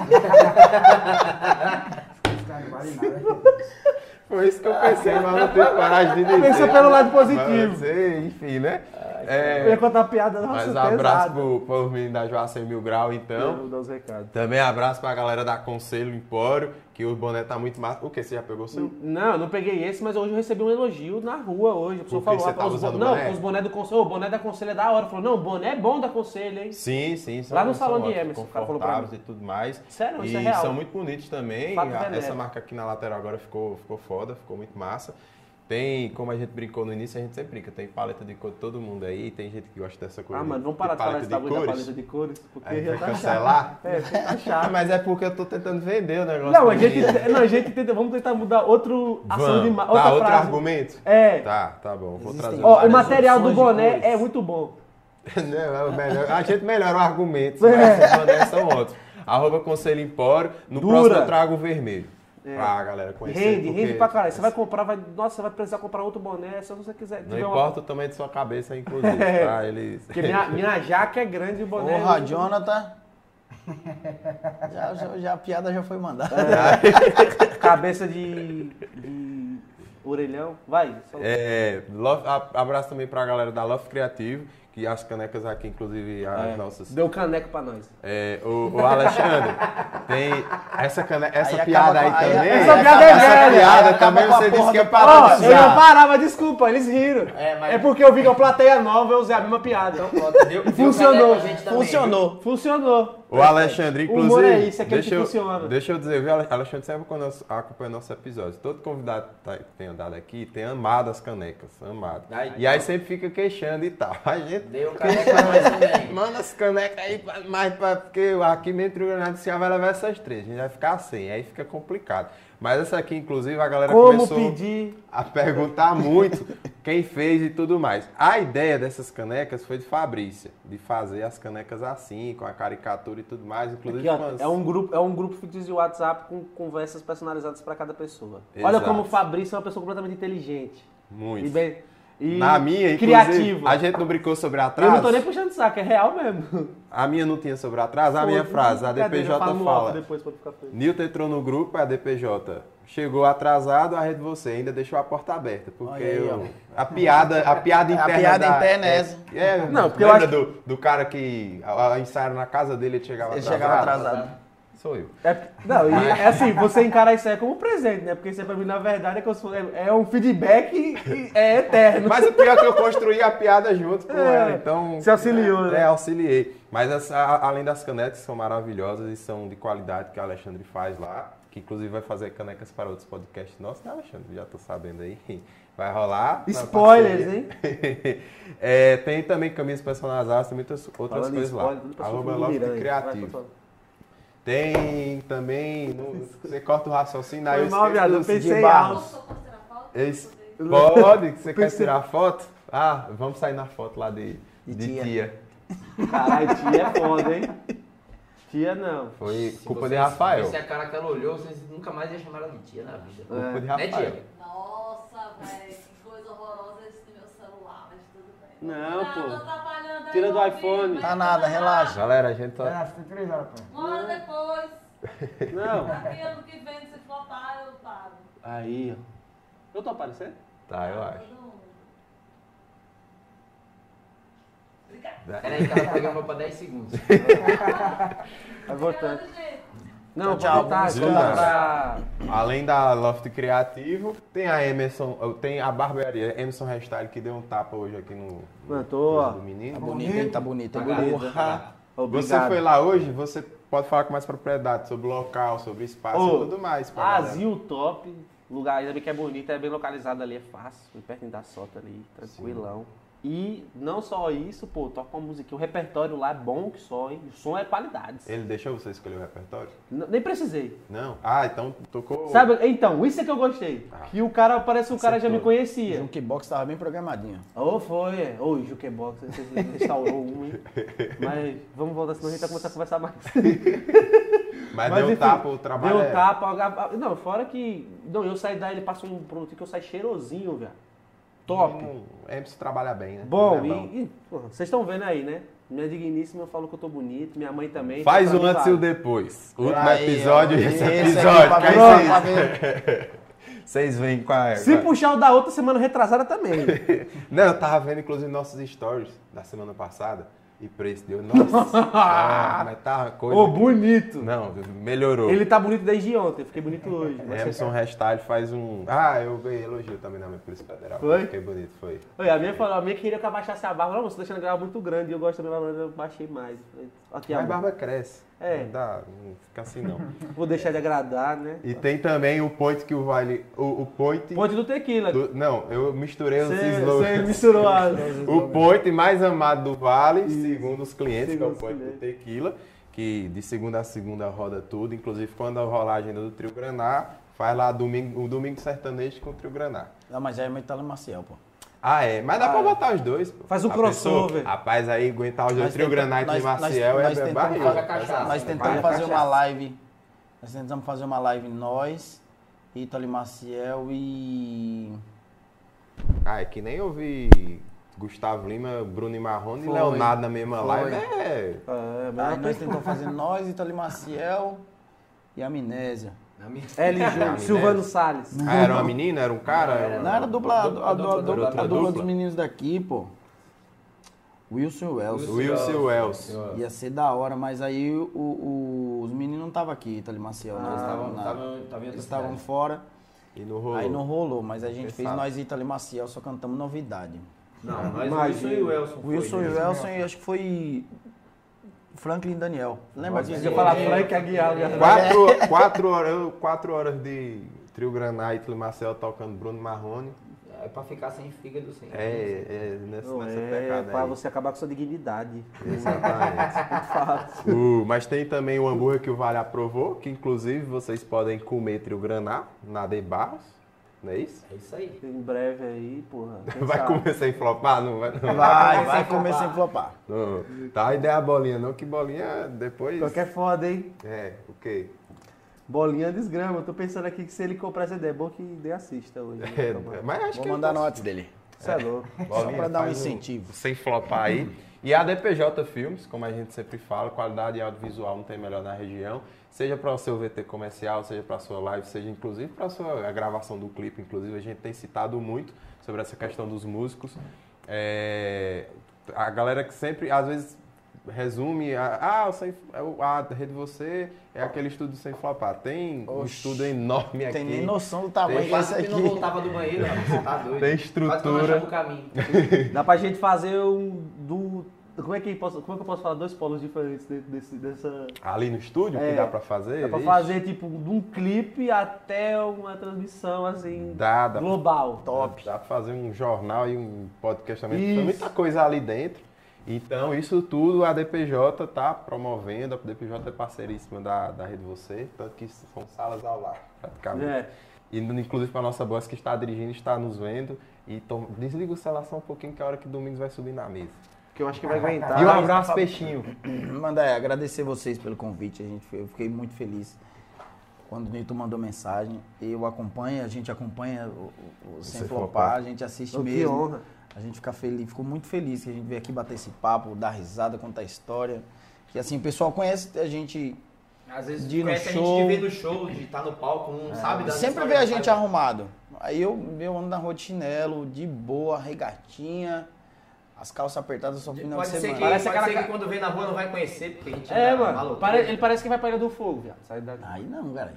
F: Esse cara não vale nada.
D: Foi isso que eu pensei, mas não tenho coragem de dizer.
C: Pensa pelo lado positivo.
D: Mas, sei, enfim, né?
C: Eu ia
D: É,
C: contar uma piada, nossa,
D: mas abraço
C: pesada.
D: pro, pro menino da Joacim Mil Grau, então.
C: Eu vou dar os recados.
D: Também abraço pra galera da Conselho Empório, que o boné tá muito massa. O que? Você já pegou o seu?
C: Não, eu não peguei esse, mas hoje eu recebi um elogio na rua hoje. A pessoa
D: Por que
C: falou,
D: você tá
C: os
D: usando
C: bo- não,
D: boné?
C: os bonés do Conselho, o boné da Conselho é da hora. Falou, não, o boné é bom da Conselho, hein?
D: Sim, sim. São,
C: Lá no
D: são
C: salão de
D: ótimos,
C: Emerson, o cara falou pra
D: confortáveis
C: mim.
D: e tudo mais.
C: Sério, isso
D: e
C: é real.
D: são muito bonitos também.
C: Fato
D: A-
C: venério.
D: Essa marca aqui na lateral agora ficou, ficou foda, ficou muito massa. Tem, como a gente brincou no início, a gente sempre brinca. Tem paleta de cor de todo mundo aí. Tem gente que gosta dessa cor.
C: Ah,
D: de-
C: mano, vamos parar de, falar
D: paleta
C: esse bagulho da
D: cores.
C: paleta de cores, porque
D: Aí
C: já
D: vai
C: tá
D: cancelar?
C: chato. É, fica
D: Ah,
C: chato.
D: mas é porque eu tô tentando vender o negócio.
C: Não, a
D: do
C: gente,
D: menino.
C: não, a gente tenta, vamos tentar mudar outro ação
D: Vamos.
C: de ma-
D: Tá,
C: outra
D: outro
C: frase.
D: argumento?
C: É.
D: Tá, tá bom. Vou
B: Existem
D: trazer.
C: Ó, o
B: várias
C: material do
B: opções de
C: boné
B: cores.
C: é muito bom.
D: Não, é o melhor. A gente melhora o argumento,
C: É.
D: mas os bonés são ótimos. Arroba Conselho Empório. No
C: Dura.
D: próximo eu trago o vermelho.
C: É.
D: Pra galera conhecer.
C: Rende,
D: porque-
C: rende pra caralho. Você vai comprar, vai, nossa, você vai precisar comprar outro boné, se você quiser.
D: Não
C: tiver uma-
D: importa o tamanho de sua cabeça, inclusive,
C: É.
D: tá? Eles...
C: Porque minha, minha jaca é grande e o boné... é
B: Porra,
C: muito-
B: Jonathan. Já, já, já a piada já foi mandada.
C: Cabeça de, de orelhão. Vai. Só...
D: É, Love- a- abraço também pra galera da Love Criativo, que as canecas aqui, inclusive, as
C: É,
D: nossas...
C: Deu caneco pra nós.
D: É, o, o Alexandre, tem essa, cane... essa
B: Aí
D: piada
B: acaba
D: aí
B: com- aí-
D: também.
C: Essa piada é
D: essa
C: velha.
D: piada
B: Aí
D: também
B: acaba com
D: você
B: a
D: disse
B: porra
D: que é
B: do
D: pra
C: Ó,
D: usar.
C: eu ia parar, mas desculpa, eles riram.
E: É, mas-
C: É porque eu vi que a plateia nova, eu usei a mesma piada.
E: Então pronto, deu, deu
C: Funcionou,
E: caneco pra gente também,
B: Funcionou.
C: Funcionou.
D: O Alexandre,
C: O humor
D: inclusive,
C: é isso, é aquele
D: deixa,
C: que
D: eu,
C: funciona.
D: deixa eu dizer, viu, Ale- Alexandre sempre quando nós acompanha nosso episódio, todo convidado tá- que tem andado aqui tem amado as canecas, amado.
E: Aí,
D: e aí sempre fica queixando e tal. A gente
E: Deu caneco pra nós também.
D: manda as canecas aí, pra- mas pra, porque aqui mesmo o Rio Grande do Sul vai levar essas três, a gente vai ficar sem, aí fica complicado. Mas essa aqui, inclusive, a galera
C: Como
D: começou
C: pedir...
D: a perguntar muito quem fez e tudo mais. A ideia dessas canecas foi de Fabrícia, de fazer as canecas assim, com a caricatura e tudo mais, inclusive
C: Aqui, ó,
D: com as-
C: é um grupo, é um grupo fictício de WhatsApp com conversas personalizadas para cada pessoa. Olha
D: Exato.
C: como o Fabrício é uma pessoa completamente inteligente.
D: muito.
C: E bem, e
D: Na minha, inclusive,
C: criativo.
D: a gente não brincou sobre
C: Eu
D: atraso.
C: não tô nem puxando saco, é real mesmo.
D: A minha não tinha sobre atraso, a minha frase, a
C: Cadê? Eu
D: D P J
C: falo no
D: fala.
C: off depois pra ficar feio.
D: Nilton entrou no grupo, a D P J chegou atrasado, a rede você ainda deixou a porta aberta, porque
B: Olha aí,
D: eu- a piada, a piada
B: A
D: interna
B: piada
D: da-
B: interna é
D: é,
B: essa.
D: é,
C: Não, porque eu
D: lembra
C: acho-
D: do, do cara que a, a ensaiaram na casa dele, ele chegava
B: Ele
D: atrasado?
B: chegava atrasado.
D: Sou eu.
C: É, não, e é assim, você encarar isso aí como presente, né? Porque isso aí pra mim, na verdade, é, como se fosse- é, é um feedback e, e é eterno.
D: Mas o pior é que eu construí a piada junto com
C: É,
D: ela, então...
C: se auxiliou, né?
D: É, auxiliei. Mas essa, a- além das canecas, que são maravilhosas e são de qualidade que a Alexandre faz lá, que inclusive vai fazer canecas para outros podcasts nossos, né, Alexandre? Já tô sabendo aí. Vai rolar. uma
C: Spoilers,
D: parceria. É, tem também camisas personalizadas, tem muitas outras
C: Falando em
D: coisas lá.
C: spoiler, tudo pra
D: Arroba
C: sofrer do
D: Loft
C: Miranha. Vai,
D: Criativo.
C: pode falar.
D: Tem também. No, você corta o raciocínio, aí
C: Foi
D: eu
C: mal, viado, eu
D: esqueço.
C: pensei
B: Barros.
C: alto.
G: Posso tirar foto?
D: Esse-
G: Poder.
D: Pode? Você quer tirar foto? Ah, vamos sair na foto lá de,
B: De
D: de
B: tia.
D: tia.
C: Caralho, tia é foda, hein? Tia não.
D: Foi
E: Se
D: culpa
E: vocês
D: de Rafael.
E: vissem a cara que ela olhou, vocês nunca mais iam chamar ela de tia na vida.
D: Culpa de
E: Né,
D: Rafael.
E: tia?
G: Nossa, velho, que coisa horrorosa esse do meu celular, mas tudo bem.
C: Não,
G: Ah,
C: pô.
G: tô atrapalhando aí,
C: Tira do
G: meu
C: iPhone.
G: amigo,
B: Tá
G: mas
B: nada,
G: tá
B: relaxa.
D: Galera, a gente tá.
F: É, tem três horas, pô.
G: Uma hora depois,
C: Não.
G: daqui ano que vem, se flopar, eu pago.
C: Aí, ó. Eu tô aparecendo?
D: Tá, eu acho.
G: Todo mundo.
E: Peraí que ela programou pra dez segundos.
C: Vai voltando.
G: Tirando, gente.
C: Não,
B: Tchau,
C: vou voltar.
B: tchau,
C: Vou
D: vamos
C: pra...
D: Além da Loft Criativo, tem a Emerson, tem a barbearia Emerson Hairstyle que deu um tapa hoje aqui no,
C: Mano, tô, ó.
D: do menino.
B: Tá bonito, hein? Tá bonito, hein?
C: Bonito.
B: Porra.
D: Você
C: Obrigado.
D: foi lá hoje, você pode falar com mais propriedade sobre o local, sobre o espaço
C: Ô,
D: e tudo mais. pra galera.
C: Azil top. Lugar ainda bem que é bonito, é bem localizado ali, é fácil. Perto da Sota ali, tranquilão. E não só isso, pô, toca uma musiquinha. O repertório lá é bom que só, hein? O som é qualidade.
D: Ele deixou você escolher o repertório?
C: N- Nem precisei.
D: Não? Ah, então tocou...
C: Sabe, então, isso é que eu gostei.
D: Ah.
C: Que o cara, parece que o cara já me
D: Acertou.
B: O
C: conhecia.
B: Jukebox tava bem programadinho.
C: Ô, foi, é. Ô, Jukebox, você restaurou um, hein? Mas vamos voltar, senão a gente vai começar a conversar mais.
D: Mas,
C: Mas,
D: deu
C: enfim,
D: tapa, o trabalho
C: Deu
D: é-
C: tapa. a- a- Não, fora que. Não, eu saí daí, ele passa um produto que eu saio cheirosinho, velho. Top.
D: Hum, Emerson trabalha bem, né?
C: Bom,
D: É
C: e. e, porra, vocês estão vendo aí, né? Minha digníssima falou que eu tô bonito, minha mãe também.
D: Faz
C: então,
D: o
C: pra mim
D: antes e o
C: vale.
D: depois. O último
B: Aí,
D: episódio
B: ó,
D: e esse
B: aqui
D: episódio.
B: pra
D: que aí
B: ver,
D: vocês-
B: pra ver.
D: Vocês veem com a...
C: Se puxar o da outra semana retrasada também.
D: Não, eu tava vendo inclusive nossos stories da semana passada. E preço deu... Nossa! é, mas tá coisa...
C: Ô, bonito.
D: Não, melhorou.
C: Ele tá bonito desde ontem, eu fiquei bonito hoje. Mas
D: Emerson Hairstyle faz um... Ah, eu ganhei elogio também na minha Polícia Federal.
C: Foi?
D: Fiquei bonito, foi.
C: Olha, a minha falou, a minha queria que eu abaixasse a barba. Não, você tá deixando a grava muito grande e eu gosto da minha barba, eu baixei mais. Aqui,
D: Mas a
C: amor.
D: barba cresce.
C: É.
D: Não dá, não fica assim não.
C: Vou deixar de agradar, né?
D: E tem também o point que o Vale... O, o point...
C: Ponte do tequila.
D: do- não, eu misturei os
C: Você
D: slogans.
C: misturou as...
D: O point mais amado do Vale, segundo os clientes,
C: Segundo
D: que é o
C: os
D: point do
C: clientes.
D: Tequila, que de segunda a segunda roda tudo, inclusive quando rolar a agenda do Trio Graná, faz lá domingo, o domingo sertanejo com o Trio Graná.
B: Não, mas aí é muito Itália Maciel, pô.
D: Ah, é, mas dá
C: Ah,
D: pra
C: é.
D: botar os dois. Pô.
C: Faz o
D: A
C: crossover.
D: pessoa- rapaz, aí aguentar os dois,
B: Nós
D: Trio
B: tenta-
D: Graná e
B: nós-
D: Trio
B: nós-
D: Maciel
B: nós
D: é
B: tentamos
D: barriga.
E: fazer cachaça.
B: Nós
E: Vai,
B: tentamos
E: vai,
B: fazer uma
E: cachaça.
B: live. Nós tentamos fazer uma live nós, Ítalo Maciel e.
D: Ah, é que nem eu vi Gustavo Lima, Bruno e Marrone e
B: Foi.
D: Leonardo na mesma
B: Foi.
D: live. É.
C: É, mas
B: Aí
C: eu
B: nós
C: tô-
B: tentamos fazer nós, Ítalo Maciel e Amnésia.
E: Na minha...
C: L. Júnior, Silvano Salles.
D: Ah, era uma menina? Era um cara?
E: Não,
D: Era uma-
B: Não, era a dupla, a,
E: Dupla,
B: a,
E: dupla,
B: a,
E: dupla,
B: dupla,
E: dupla,
B: a dupla
D: dupla.
B: dos meninos daqui, pô. Wilson e Wells.
D: Wilson e Wells.
B: Ia ser da hora, mas aí o, o- os meninos não estavam aqui, Ítalo Maciel.
C: Ah,
B: nós
E: Eles
B: estavam
E: estavam
B: na-
E: estavam- estavam em outra
B: eles estavam
E: cidade.
B: fora.
D: E não rolou.
B: Aí não rolou, mas a gente fez
D: Pensado.
B: nós Ítalo e Maciel, só cantamos novidade.
E: Não, nós
C: Imagina.
E: Wilson e o Elson. foi,
B: Wilson e
E: né?
B: Welson e acho que foi Franklin e Daniel. Lembra
C: Você
B: disso?
C: ia falar Frank Aguiar. né?
D: Quatro, quatro, horas, quatro horas de Trio Graná e Trio Marcel tocando Bruno Marrone.
E: É pra ficar sem fígado, sem.
D: É, é nessa,
C: Não
D: nessa
C: é,
D: pegada
C: pra
D: aí.
C: você acabar com sua dignidade.
D: Exatamente.
C: Muito fácil.
D: O- mas tem também o hambúrguer que o Vale aprovou, que inclusive vocês podem comer Trio Graná na De Barros, não é isso?
E: É isso aí.
C: Em breve aí, porra. quem
D: Vai
C: sabe?
D: comer sem flopar? Não vai? Não.
B: Vai, vai comer sem flopar.
D: Não. Tá, e der a bolinha não, que bolinha depois...
C: Qualquer foda, hein?
D: É, o quê?
C: Bolinha desgrama. Eu tô pensando aqui que se ele comprar essa ideia, é bom que dê assista hoje. né?
D: É,
C: Tomara.
D: mas acho
B: Vou
D: que
B: mandar
D: eu
B: no
D: posso-
B: WhatsApp dele.
C: Você é louco.
B: Só
D: Bolinha
B: pra dar um
D: faz
B: incentivo.
D: Sem flopar aí. E a D P J Filmes, como a gente sempre fala, qualidade audiovisual não tem melhor na região. Seja para o seu V T comercial, seja para a sua live, seja inclusive para a sua a gravação do clipe. Inclusive a gente tem citado muito sobre essa questão dos músicos. É, a galera que sempre, às vezes, resume, a- ah, o sem, a rede você é aquele estúdio sem flopar. Tem um
B: Oxi.
D: estudo enorme aqui.
B: Tem nem noção do tamanho
D: Tem
B: desse
E: Quase que não
B: aqui.
E: voltava do banheiro, rapaz, você tá doido.
D: Tem
E: Quase que eu não
D: estrutura.
E: achava o caminho.
C: Dá pra gente fazer um do. Como é que, posso, como é que eu posso falar dois polos diferentes dentro desse, dessa.
D: Ali no estúdio,
C: É,
D: que dá para fazer?
C: Dá pra
D: Ixi.
C: fazer, tipo, de um clipe até uma transmissão, assim,
D: Dá, dá
C: global.
B: Top.
D: Dá pra fazer um jornal e um podcast também.
C: Isso.
D: Tem muita coisa ali dentro. Então, isso tudo a D P J está promovendo, a D P J é parceiríssima da, da Rede Você, tanto que são salas ao lar, praticamente.
C: É.
D: E inclusive para a nossa boss que está dirigindo, está nos vendo. E tom... desliga o celular só um pouquinho, que é a hora que o Domingos vai subir na mesa.
C: Que eu acho que vai aguentar.
D: E um abraço, Peixinho.
B: Mandar agradecer vocês pelo convite, a gente, eu fiquei muito feliz quando o Nilton mandou mensagem. Eu acompanho, a gente acompanha o, o, o Sem Flopar, a gente assiste
C: Oh, que
B: mesmo.
C: honra.
B: A gente fica feliz, ficou muito feliz que a gente veio aqui bater esse papo, dar risada, contar história. Que assim, o pessoal conhece a gente.
E: Às vezes
B: De ir no
E: conhece a
B: show.
E: gente de ver no show, de estar no palco, não sabe da
B: Sempre
E: história
B: vê a
E: do
B: gente
E: pai.
B: arrumado. Aí eu, eu ando na rua de chinelo, de boa, regatinha, as calças apertadas só final
E: Pode
B: de
E: ser,
B: semana.
E: que,
C: Parece
E: pode
C: aquela
E: ser que
C: ca-
E: quando vê na rua não vai conhecer, porque a gente
C: É,
E: anda
C: mano.
E: maluco.
C: pare- Ele parece que vai pra Ilha do Fogo, viado. Sai da...
B: Aí não, cara.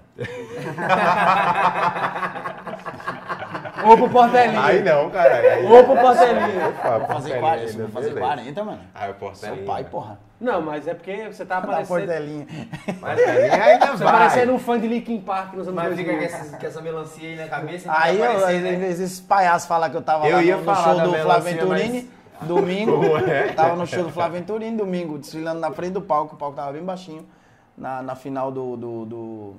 C: Ou pro Portelinho.
D: Aí não, cara. Aí...
C: Ou pro Portelinho.
B: Vou fazer quarenta, vou fazer quarenta, mano.
D: Aí o
B: Sou
D: Portelinho.
B: pai, porra.
C: Não, mas é porque você tá
B: Na
C: parecendo...
B: portelinha.
D: Mas ainda
C: Você
D: vai.
C: parecendo um fã de Linkin Park nos anos
E: Mas
C: dois
E: fica
C: mil.
E: com, essas, com essa melancia aí na cabeça. não
B: Aí
E: vai
B: eu,
E: aparecer, né?
B: às vezes esses palhaços falam que eu tava
D: Eu
B: lá
D: ia
B: no, no
D: falar
B: show
D: da
B: do Flávio
D: melancia,
B: Venturini, domingo.
D: Como é?
B: Tava no show do Flávio Venturini, domingo, desfilando na frente do palco, o palco tava bem baixinho, na, na final do, do, do...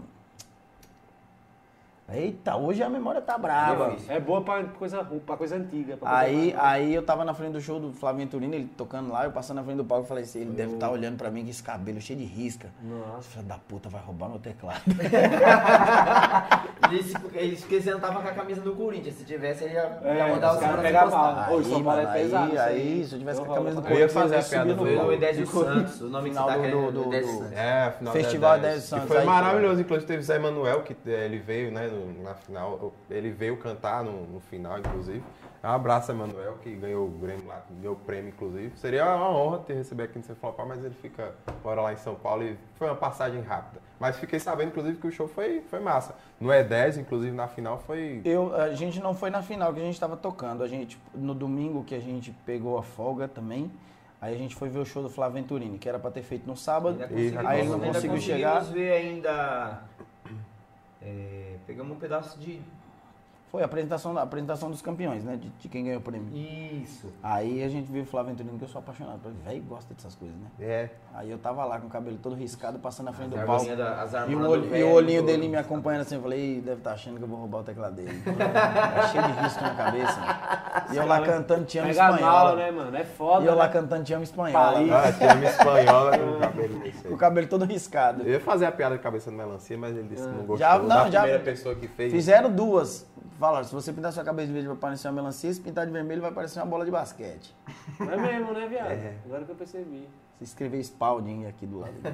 B: Eita, hoje a memória tá brava.
C: É boa pra coisa, ru- pra coisa antiga. Pra coisa
B: Aí,
C: mais-
B: aí eu tava na frente do show do Flávio Venturini, ele tocando lá, eu passando na frente do palco e falei assim, ele deve estar olhando pra mim com esse cabelo cheio de risca.
C: Nossa.
B: Filho da puta, vai roubar meu teclado.
E: Isso porque, isso porque você não tava com a camisa do Corinthians. Se tivesse, ele ia,
C: É,
E: ia mandar
C: os
E: os
C: caras
E: caras
C: pegam
E: encostar.
C: mal. Ô, isso
B: Aí,
C: parece
B: mano, aí,
C: pesado, isso
B: aí,
C: aí.
B: se eu tivesse
C: Eu
B: com a camisa do
C: falo,
D: eu ia
B: Corinthians,
D: fazer a
B: ia subir
D: piada
B: no
E: Foi
D: do-
E: o
B: palco.
E: Edésio Santos, o nome que você
B: Final
E: tá
B: do-
E: querendo.
B: do- do-
E: Edésio
B: do-
E: Santos.
D: É, final
B: Festival
D: da
B: Edésio
D: dez.
B: Santos,
D: Que foi
B: aí,
D: maravilhoso. Inclusive teve Zé Manuel, que eh, ele veio, né, no- na final. Ele veio cantar no, no final, inclusive. Um abraço, Zé Manuel, que ganhou o Grêmio lá, ganhou o prêmio, inclusive. Seria uma honra ter recebido aqui no Sem Flopar, mas ele fica mora lá em São Paulo e foi uma passagem rápida. Mas fiquei sabendo, inclusive, que o show foi, foi massa. No E dez, inclusive, na final foi...
B: Eu, a gente não foi na final que a gente tava tocando. A gente, no domingo que a gente pegou a folga também, aí a gente foi ver o show do Flávio Venturini, que era pra ter feito no sábado.
E: Ainda
D: E-
E: conseguimos-
B: aí ele não
E: ainda
B: conseguiu
E: conseguimos
B: chegar.
E: ver ainda... é, pegamos um pedaço de...
B: Foi a apresentação, a apresentação dos campeões, né? De, de quem ganhou o prêmio.
E: Isso.
B: Aí a gente viu o Flávio Venturini, que eu sou apaixonado. Falei, velho, gosta dessas coisas, né?
D: É.
B: Aí eu tava lá com o cabelo todo riscado, passando na frente
E: As
B: do palco.
E: arminhas da- as
B: E o,
E: armadas
B: olho-
E: do
B: e
E: velho,
B: o olhinho
E: do-
B: dele me acompanhando assim, eu falei, "Ih, deve estar achando que eu vou roubar o teclado dele. Tá cheio de risco na cabeça. E eu lá cantando Te Amo
C: Pega mal,
B: Espanhola.
C: né, mano? É foda,
B: E eu lá
C: né?
B: cantando Te Amo Espanhola.
C: País.
D: Ah, tinha uma espanhola com o cabelo desse aí.
B: Com o cabelo todo riscado.
D: Eu ia fazer a piada de cabeça de melancia, mas ele disse que não gostou.
B: Já- não,
D: da
B: já-
D: primeira pessoa que fez.
B: Fizeram duas. Falaram, se você pintar sua cabeça de verde vai parecer uma melancia, se pintar de vermelho vai parecer uma bola de basquete.
C: Não é mesmo, né, viado?
D: É.
C: Agora que eu percebi.
B: Se escrever Spalding aqui do lado.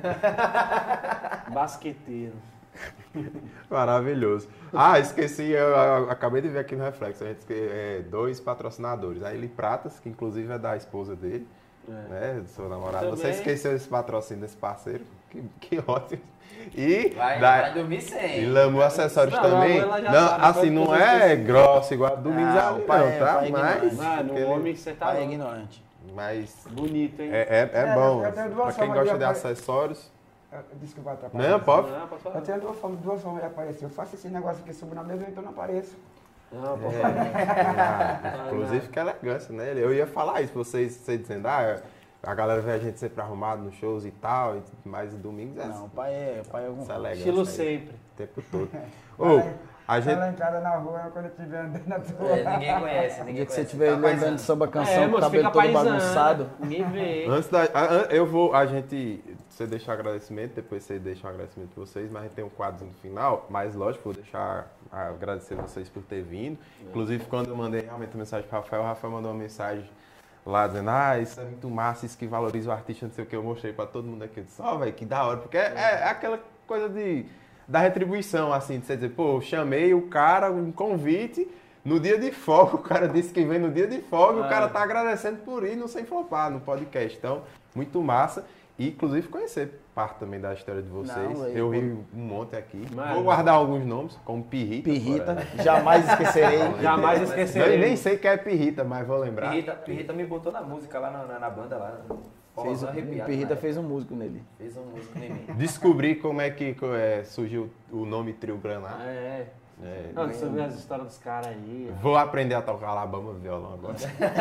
C: Basqueteiro.
D: Maravilhoso. Ah, esqueci, eu, eu acabei de ver aqui no Reflexo, a gente esque- é, dois patrocinadores. A Eli Pratas, que inclusive é da esposa dele, né, do seu namorado. Você
C: Também.
D: esqueceu esse patrocínio desse parceiro, que, que ótimo. E
E: Vai,
D: da,
E: vai dormir sem.
D: e Lamu Acessórios
C: Não,
D: também.
C: ela já
D: Não,
C: sabe,
D: assim,
C: foi
D: não
C: porque eu
D: é
C: esqueci.
D: grosso igual a Domingos
B: Ah,
D: ali,
B: o pai
D: não,
B: é-
D: tá?
B: pai é
D: Mas,
B: ignorante.
C: Mano,
D: aquele-
C: o homem que você tá
B: Pai é
C: louco.
B: ignorante.
D: mas
C: Bonito, hein?
D: é, é, é
F: É,
D: bom.
F: eu tenho duas
D: Pra quem
F: formas
D: gosta
F: de
D: de
F: apare-
D: acessórios.
F: Eu- Desculpa atrapalhar.
D: Não, pode.
C: Não, pode falar.
F: Eu tenho duas formas, duas formas de aparecer. Eu faço esse negócio aqui, subo na mesa, então não apareço.
C: Não, pode
D: É.
C: falar.
D: Ah, inclusive que elegância, né? Eu ia falar isso, vocês, vocês dizendo, ah, a galera vê a gente sempre arrumado nos shows e tal, e- mas domingos é
B: Não, o pai é, o pai é algum.
D: essa elegância
C: Estilo
D: aí,
C: sempre.
D: o tempo todo. Ô, a gente...
F: Ela entrada na rua quando eu estiver andando na tua.
E: É, ninguém conhece,
B: O
E: ninguém
B: dia que você
E: conhece.
B: estiver
E: Tá
B: lembrando
E: paisano.
B: de samba canção,
C: É,
B: com o
C: moço,
B: cabelo
C: fica
B: todo
C: paisana.
B: bagunçado.
C: Ninguém vê.
D: Antes da. a- an- Eu vou. A gente. Você deixa o agradecimento, depois você deixa um agradecimento de vocês, mas a gente tem um quadro no final. Mas lógico, vou deixar agradecer vocês por ter vindo. Inclusive, quando eu mandei realmente a mensagem para o Rafael, o Rafael mandou uma mensagem lá dizendo, ah, isso é muito massa, isso que valoriza o artista, não sei o que. Eu mostrei para todo mundo aqui. Eu disse, ó, velho, que da hora. Porque é, é aquela coisa de. Da retribuição, assim, de você dizer, pô, eu chamei o cara, um convite. No dia de folga, o cara disse que vem no dia de folga,
C: Ah.
D: o cara tá agradecendo por ir no Sem Flopar, no podcast. Então, muito massa. E, inclusive, conhecer parte também da história de vocês.
B: Não, aí,
D: eu
B: pô.
D: ri um monte aqui.
C: Mano.
D: Vou guardar alguns nomes, como Pirrita.
B: Pirrita,
D: por exemplo.
B: jamais esquecerei.
C: Jamais
D: Eu
C: esquecerei.
D: nem sei quem é Pirrita, mas vou lembrar.
E: Pirrita, Pirrita me botou na música lá na, na, na banda lá.
B: Fez,
E: Forrozão
B: o
E: arrepiado,
B: Pirrita
E: né?
B: fez um músico nele.
E: Fez um músico em mim.
D: Descobri como é que é, surgiu o nome Trio Graná.
C: É.
D: É,
C: Não, você vê as histórias dos caras aí.
D: vou aprender a tocar Alabama violão agora.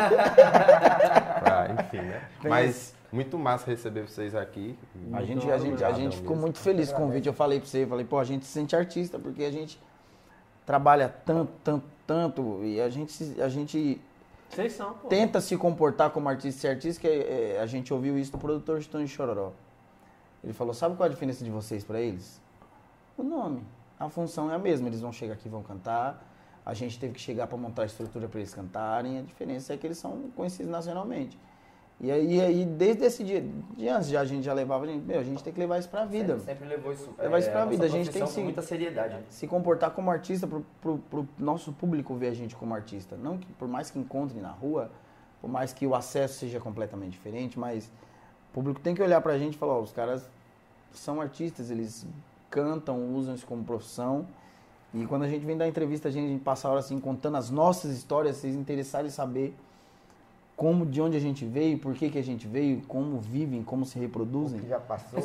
D: Pra, enfim, né? Mas muito massa receber vocês aqui.
B: A gente,
C: Muito
B: a gente, a
D: obrigado
B: gente ficou
D: mesmo.
B: muito feliz com o convite. Eu falei pra você, eu falei, pô, a gente se sente artista, porque a gente trabalha tanto, tanto, tanto, e a gente, se- a gente
C: Vocês são, pô.
B: tenta se comportar como artista e ser artista, que é, é, a gente ouviu isso do produtor Tony Chororó. Ele falou, sabe qual é a diferença de vocês pra eles? O nome. A função é a mesma, eles vão chegar aqui e vão cantar. A gente teve que chegar pra montar a estrutura pra eles cantarem. A diferença é que eles são conhecidos nacionalmente. E aí, aí desde esse dia, de antes já, a gente já levava, a gente, meu, a gente tem que levar isso pra vida.
E: Sempre, sempre levou isso.
B: Levar isso pra
E: nossa
B: vida, a gente tem
E: profissão
B: que se-
E: com muita seriedade. né?
B: Se comportar como artista pro, pro, pro nosso público ver a gente como artista. Não que por mais que encontre na rua, por mais que o acesso seja completamente diferente, mas o público tem que olhar pra gente e falar, ó, os caras são artistas, eles cantam, usam isso como profissão. E quando a gente vem dar entrevista, a gente, a gente passa a hora assim contando as nossas histórias, vocês interessarem em saber como, de onde a gente veio, por que que a gente veio, como vivem, como se reproduzem.
F: Que já passou.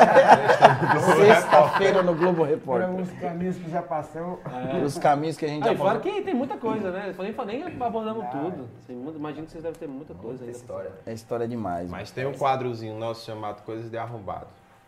B: Sexta-feira no Globo Repórter.
F: Foram os caminhos que já passou.
B: Os caminhos que a gente
C: Ah,
B: já
C: e fora
B: passou.
C: que tem muita coisa, né? Nem, nem abordamos tudo. Assim, muita- imagino que vocês devem ter muita coisa ainda.
E: História.
B: É história demais.
D: Mas tem um quadrozinho nosso chamado Coisas de Arrombado.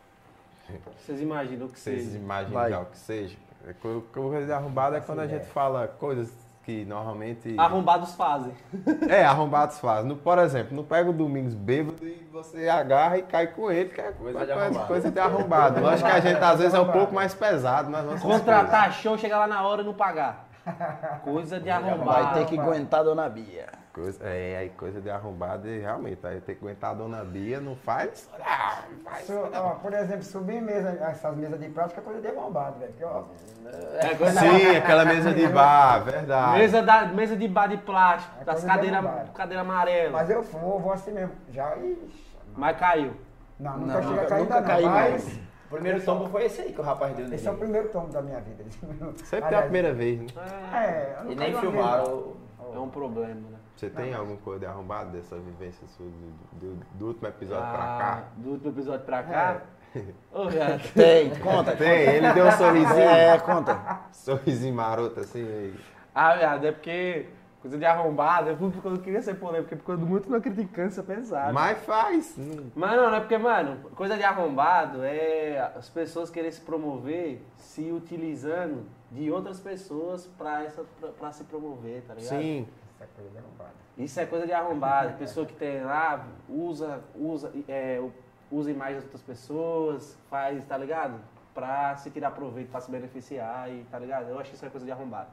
C: Vocês imaginam o que
D: Vocês
C: seja.
D: imaginam
B: Vai.
D: já o que seja. É, co- Coisa de arrombado é quando a gente fala coisas que normalmente...
C: Arrombados fazem.
D: É, arrombados fazem. No, por exemplo, não pega o Domingos bêbado e você agarra e cai com ele, que é
E: Coisa
D: coisa,
E: de arrombado.
D: coisa de arrombado. Lógico que a gente às vezes é um pouco mais pesado nas nossas
C: Contratar show, chegar lá na hora e não pagar. Coisa de arrombado.
B: Vai ter que aguentar a Dona Bia.
D: Coisa, é, aí coisa de arrombado e realmente, aí tem que aguentar a Dona Bia, não faz. Ah, faz.
F: Su- ó, por exemplo, subir mesa, essas mesas de prática é coisa de arrombado, velho. Porque, ó,
C: É coisa
D: Sim, aquela mesa de bar, verdade.
C: Mesa, da, mesa de bar de plástico,
F: É
C: das
F: coisa de
C: cadeiras
F: arrombado.
C: cadeira amarela.
F: mas eu vou, vou assim mesmo. Já, ixi,
C: Mas caiu.
F: não, nunca
B: Não,
F: chega
B: nunca-
F: a cair
B: nunca
F: ainda
B: caí,
F: não,
B: não.
F: mas
E: O primeiro tombo foi esse aí que o rapaz deu nele.
F: esse é o primeiro tombo da minha vida.
D: Sempre tem a primeira vez, né?
F: É, eu não
E: E nem
F: caí uma vez,
E: filmaram.
F: não.
E: o-
C: É um problema, né?
D: Você tem alguma coisa de arrombado dessa vivência sua do, do- do último episódio pra
C: Ah,
D: cá?
C: do último episódio pra cá. Ô, viado.
B: Tem, conta.
D: Tem, ele deu um sorrisinho.
B: É, conta.
D: Sorrisinho maroto assim. Aí.
C: Ah, viado, é porque coisa de arrombado, eu porque eu não queria ser polêmico, porque quando muito na criticância pesada.
D: Mas faz.
C: Mas não, não é porque, mano, coisa de arrombado é as pessoas querem se promover se utilizando de outras pessoas pra, essa, pra, pra se promover, tá ligado?
D: Sim.
F: Isso é coisa de arrombado.
C: Isso é coisa de arrombado. Pessoa que tem lá, usa, usa, é, usa imagens das outras pessoas, faz, tá ligado? Pra se tirar proveito, pra se beneficiar, e, tá ligado? Eu acho que isso é coisa de arrombado.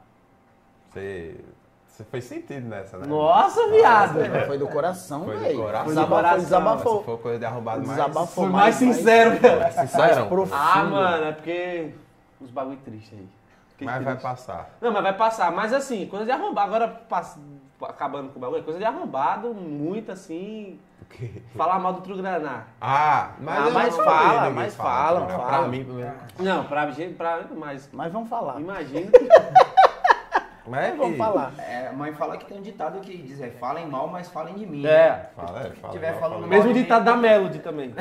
D: Você, você fez sentido nessa, né?
C: Nossa, viado!
B: Foi do coração,
D: Foi do
B: velho.
D: coração.
C: Foi do
B: Desabafou,
C: coração.
D: Se
B: desabafou.
D: for coisa de arrombado mais...
B: Desabafou.
C: Foi mais sincero, velho.
D: Sincero?
B: profundo.
C: Ah, mano, é porque os bagulho triste aí. Fiquei
D: Mas vai
C: triste.
D: passar.
C: Não, mas vai passar. Mas assim, coisa de arrombado. Agora, pass- acabando com o bagulho, coisa de arrombado, muito assim.
D: O quê?
C: Falar mal do Trugraná.
D: Ah, mas,
B: Ah,
D: eu
B: mas
D: não
B: fala,
D: ouvi ninguém
B: mas
D: falar,
B: falam,
D: né?
B: falam.
D: Pra mim, pelo menos.
C: Não, pra gente, pra. Mas
B: Mas vamos falar.
C: imagina que.
D: Mas
B: Vamos falar.
E: É, a mãe fala que tem um ditado que diz, é, falem mal, mas falem de mim.
C: É.
D: Fala, é, fala.
E: tiver
D: mal,
E: falando
D: fala.
E: mal.
C: Mesmo ditado da Melody também.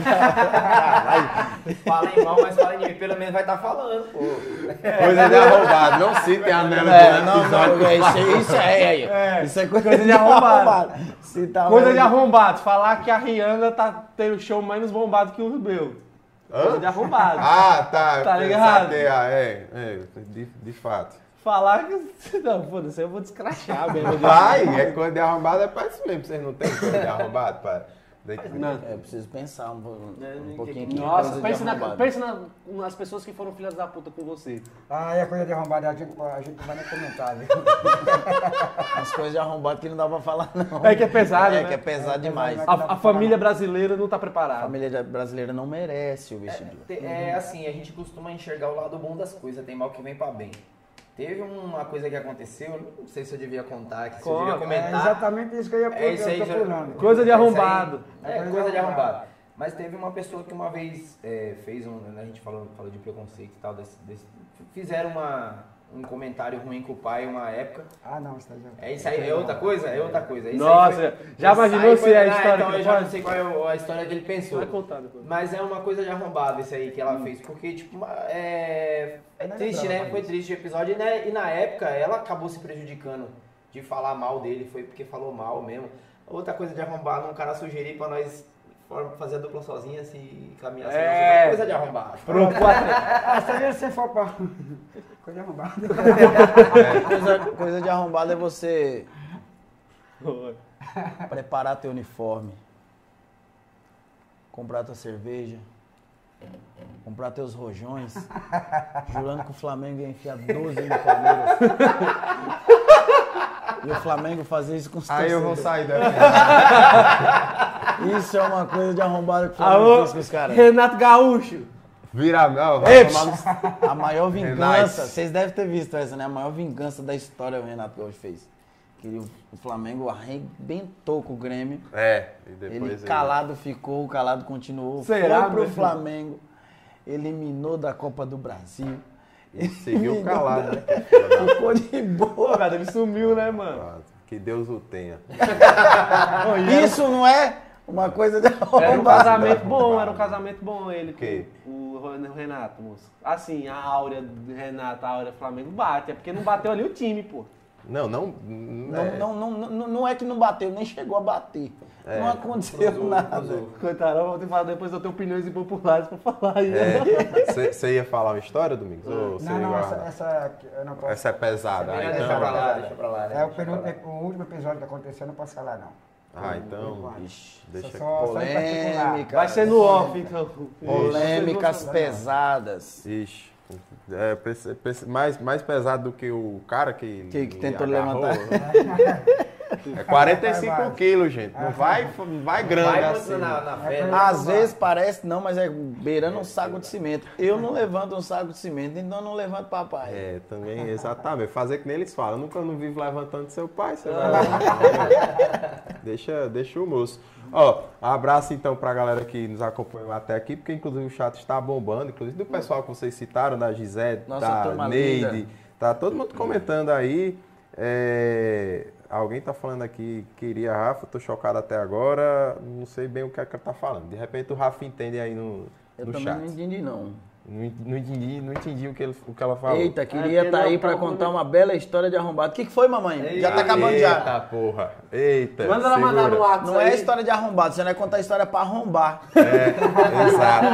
E: Falem mal, mas falem de mim. Pelo menos vai estar falando, pô.
D: Coisa de arrombado. Não citem a Melody
B: É,
D: no
B: não,
D: episódio.
B: não, isso, isso é, é, isso é coisa,
C: coisa de arrombado.
B: Se tá
C: Coisa de arrombado. Falar que a Rihanna tá tendo show menos bombado que o Rebel. Coisa de arrombado.
D: Ah, tá.
C: Tá
D: eu
C: ligado?
D: saquei, ah, é, é, de, de fato.
C: Falar que. Não, foda-se, eu vou descrachar mesmo.
D: Vai, é coisa de arrombado, é pra isso mesmo. Vocês não têm coisa de arrombado? Pra...
C: Não.
B: É, eu preciso pensar um, po-
E: É,
B: um pouquinho aqui.
C: Nossa,
B: coisa de
C: pensa, na,
B: arrombado.
C: pensa na- nas pessoas que foram filhas da puta com você.
F: Ah, é coisa de arrombado, a gente, a gente não vai nem comentar, viu?
B: As coisas de arrombado que não dá pra falar, não.
C: É que é pesado,
B: É
C: né?
B: que é pesado demais.
F: né?
C: A, a família brasileira não tá
B: A
C: preparada.
B: família brasileira não merece o vestido.
E: Te- É assim, a gente costuma enxergar o lado bom das coisas, tem mal que vem pra bem. Teve uma coisa que aconteceu, não sei se eu devia contar aqui, se eu devia
C: Conta.
F: É
E: comentar.
F: exatamente isso que eu ia
E: É isso
F: eu
E: aí,
F: tô
E: já-
F: pulando.
C: Coisa de
E: Isso aí-
C: arrombado.
E: É, coisa de arrombado. Mas teve uma pessoa que uma vez é, fez um. Né, a gente falou, falou de preconceito e tal, desse, desse- fizeram uma, um comentário ruim com o pai uma época.
F: Ah, não, isso já...
E: É isso aí, é outra coisa? É outra coisa. Isso
C: Nossa,
E: aí foi-
C: já
E: isso
C: imaginou
E: aí
C: se
E: foi-
C: é a
E: Ah,
C: história
E: então
C: que
E: eu já
C: pode?
E: não sei qual é o- a história que ele pensou.
C: Vai contar depois.
E: Mas é uma coisa de arrombado isso aí que ela fez, porque, tipo, uma- é, é
F: não
E: triste,
F: lembrava
E: né? Foi
F: disso.
E: triste o episódio e, né, e na época ela acabou se prejudicando de falar mal dele, foi porque falou mal mesmo. Outra coisa de arrombado, um cara sugerir pra nós for- fazer a dupla sozinha, se caminhar assim,
C: É.
E: é coisa de arrombado.
F: Ah, se você for pra... Coisa arrombada.
B: Coisa, coisa de arrombado é você preparar teu uniforme, comprar tua cerveja, comprar teus rojões, jurando que o Flamengo ia enfiar doze no Palmeiras. E o Flamengo fazer isso com os
D: Aí eu vou
B: torcedores.
D: sair daqui.
B: Isso é uma coisa de arrombado que o Flamengo
C: Alô,
B: fez com os caras.
C: Renato Gaúcho.
D: Vira, não, vai
C: Ei,
D: tomar no...
B: A maior vingança,
D: Nice.
B: vocês devem ter visto essa, né? A maior vingança da história o Renato Gaúcho fez. Que o o Flamengo arrebentou com o Grêmio.
D: É, e depois...
B: Ele
D: ele-
B: calado ficou, o calado continuou.
C: Será
B: foi pro
C: mesmo?
B: Flamengo. Eliminou da Copa do Brasil.
D: Ele seguiu calado, né?
B: Ficou de boa.
C: Cara, ele sumiu, né, mano?
D: Que Deus o tenha.
B: Isso não é uma coisa de
C: Era um
B: arrombado.
C: casamento bom, era um casamento bom ele.
D: Quê?
C: com O Renato, moço. Assim, a áurea do Renato, a áurea do Flamengo bate. É porque não bateu ali o time, pô.
D: Não, não...
B: Não,
D: é.
B: não, não, não, não é que não bateu, nem chegou a bater.
D: É,
B: não aconteceu nada.
C: Coitado, vou ter que falar depois, eu tenho opiniões impopulares pra falar aí.
D: Você ia falar uma história, Domingos? Ou você
F: Não, não, essa,
D: guarda?
F: essa eu não posso...
D: Essa é pesada. Ah,
E: Deixa
D: então...
E: pra lá, deixa pra lá. né?
F: É o,
E: Deixa pra lá.
F: penúltimo- o último episódio que aconteceu, eu não posso falar, não.
D: Ah, então...
B: Ixi,
D: Deixa
F: Só, só, só em particular.
B: polêmica.
C: Vai ser no off, então.
B: Polêmicas pesadas.
D: Ixi, é, pes- pes- mais, mais pesado do que o cara que,
B: Que- que
D: me
B: tentou
D: agarrou,
B: levantar.
D: né? É quarenta e cinco
F: Vai, vai.
D: quilos, gente. Não vai, vai grande
E: Vai
D: assim.
E: muito na, na fé, né?
B: Às vezes parece não, mas é beirando um saco de cimento. Eu não levanto um saco de cimento, então eu não levanto papai.
D: É, também, exatamente. Fazer que nem eles falam. Eu nunca não vivo levantando seu pai, você vai levantar. deixa, deixa o moço. Ó, abraço então pra galera que nos acompanhou até aqui, porque inclusive o chat está bombando, inclusive do pessoal que vocês citaram, da Gisele,
B: Nossa,
D: da
B: turma
D: Neide,
B: linda.
D: tá todo mundo comentando aí. É, alguém tá falando aqui, queria Rafa, tô chocado até agora, não sei bem o que é que ele tá falando. De repente o Rafa entende aí no,
B: Eu
D: no
B: também
D: chat.
B: não entendi, não.
D: Não, não entendi, não entendi o que, ele, o que ela falou.
B: Eita,
C: É,
B: queria
C: porque
B: estar
C: não,
B: aí pra
C: tá
B: contar
C: bom.
B: uma bela história de arrombado. O que, que foi, mamãe? Já tá acabando
D: Eita,
B: já.
D: porra. Eita.
C: Manda ela mandar
D: segura.
C: no WhatsApp.
B: Não é
C: aí.
B: história de arrombado, você vai contar história pra arrombar.
D: É, exato.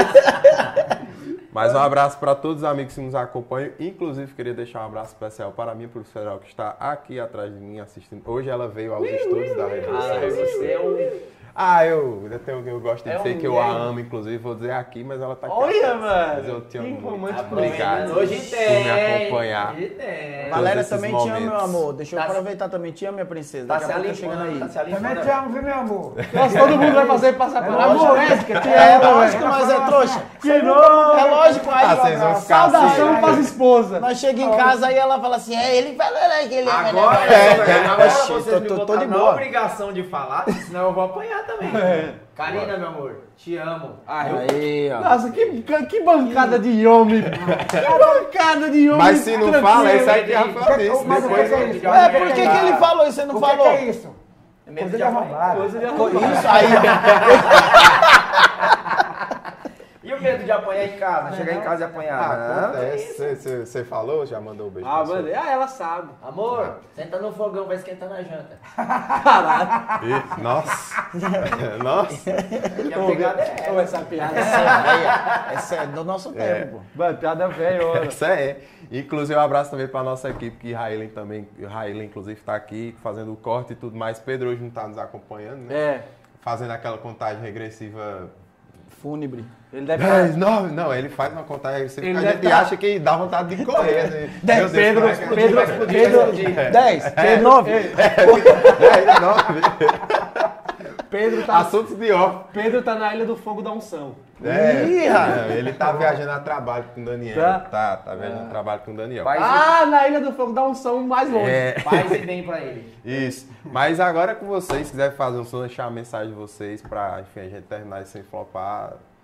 D: Mais um abraço para todos os amigos que nos acompanham. Inclusive, queria deixar um abraço especial para a minha professora que está aqui atrás de mim assistindo. Hoje ela veio aos estúdios da Rede
C: Ah,
D: Social.
C: você é um...
D: Ah, eu, eu, tenho, eu gosto de
C: É
D: dizer
C: um
D: que eu a
C: gay.
D: amo, inclusive, vou dizer aqui, mas ela tá aqui.
C: Olha,
D: atrás. Mas
C: mano.
D: eu te amo
C: Que
D: muito.
C: romântico.
D: Obrigado
E: Hoje
D: por
E: tem.
D: me acompanhar.
E: Hoje tem.
B: Valéria
D: esses
B: também te ama,
D: momentos.
B: meu amor. Deixa eu
E: Tá se-
B: aproveitar também. Te amo, minha princesa.
E: Tá
B: Daqui
E: se
B: a pouco eu tô chegando
E: alimpando,
B: aí.
E: tá se alimpando.
F: Também te amo, viu, meu amor?
C: Nossa, todo mundo vai fazer passar por
B: lógico.
C: amor, Ética, te
B: É
C: amo,
B: lógico,
C: velho.
B: nós é trouxa.
C: Que nojo.
B: É lógico, aí
D: Ah, vocês vão ficar
C: Saudação
D: assim.
C: para as esposas.
B: nós chegamos em casa e ela fala assim, é, ele falou né, que ele é
E: Agora,
B: melhor.
E: é, agora
B: Oxi,
E: vocês
B: tô-
E: me
B: tô- tô
E: botaram
B: de
E: na
B: boa.
E: obrigação de falar, senão eu vou apanhar também. Karina, meu amor, te amo. Ah, eu...
B: Aí, ó.
C: Nossa, que, que bancada de homem. Que bancada de homem.
D: Mas se não
C: tranquilo.
D: fala, isso aqui já
F: Que-
D: falou disso.
F: mas o que
D: Depois
F: que é isso?
B: É, por que, que ele falou e você não
F: O que,
B: falou?
F: que é isso?
E: É medo
F: Coisa
E: de
F: de
E: apanhar.
F: arrombado.
C: Coisa de
B: Isso aí,
E: E o medo de apanhar em casa? Chegar em casa e apanhar?
D: Ah,
E: Não,
D: acontece. Você- Você você falou? Já mandou um beijo
C: Ah,
D: pra
C: mano, ah, ela sabe.
E: Amor, senta no fogão, vai esquentar na janta.
C: Caralho.
D: Ih, Nossa. Nossa.
E: E a pegada é
C: Ô,
E: essa.
C: essa piada.
B: essa é velha. Essa é do nosso tempo, pô.
C: Mano, piada velha, olha.
D: Essa é. Inclusive, um abraço também para nossa equipe, que Raílen também, Raílen, inclusive, está aqui fazendo o corte e tudo mais. Pedro hoje não está nos acompanhando, né?
C: É.
D: Fazendo aquela contagem regressiva.
B: Fúnebre.
C: Ele deve
D: dez, nove, não, ele faz uma contagem regressiva
C: Ele
D: que a
C: deve
D: gente
C: tá-
D: acha que dá vontade de correr. Assim.
B: Dez,
D: Meu Deus,
C: Pedro,
D: como é que-
C: Pedro,
E: vai explodir,
C: Pedro,
E: vai explodir.
B: dez, nove.
D: dez, nove.
C: Pedro tá,
D: Assuntos de off.
C: Pedro tá na Ilha do Fogo da Unção.
D: É,
B: Ih, rapaz.
D: é, ele tá viajando a trabalho com o Daniel.
C: Tá?
D: Tá, tá, viajando a trabalho com o Daniel.
E: Paz,
C: Ah, na Ilha do Fogo da Unção mais longe.
D: É.
E: e, paz e bem pra ele.
D: Isso. Mas agora é com vocês, se quiser fazer um som, deixar a mensagem de vocês pra, enfim, a gente terminar isso sem flopar.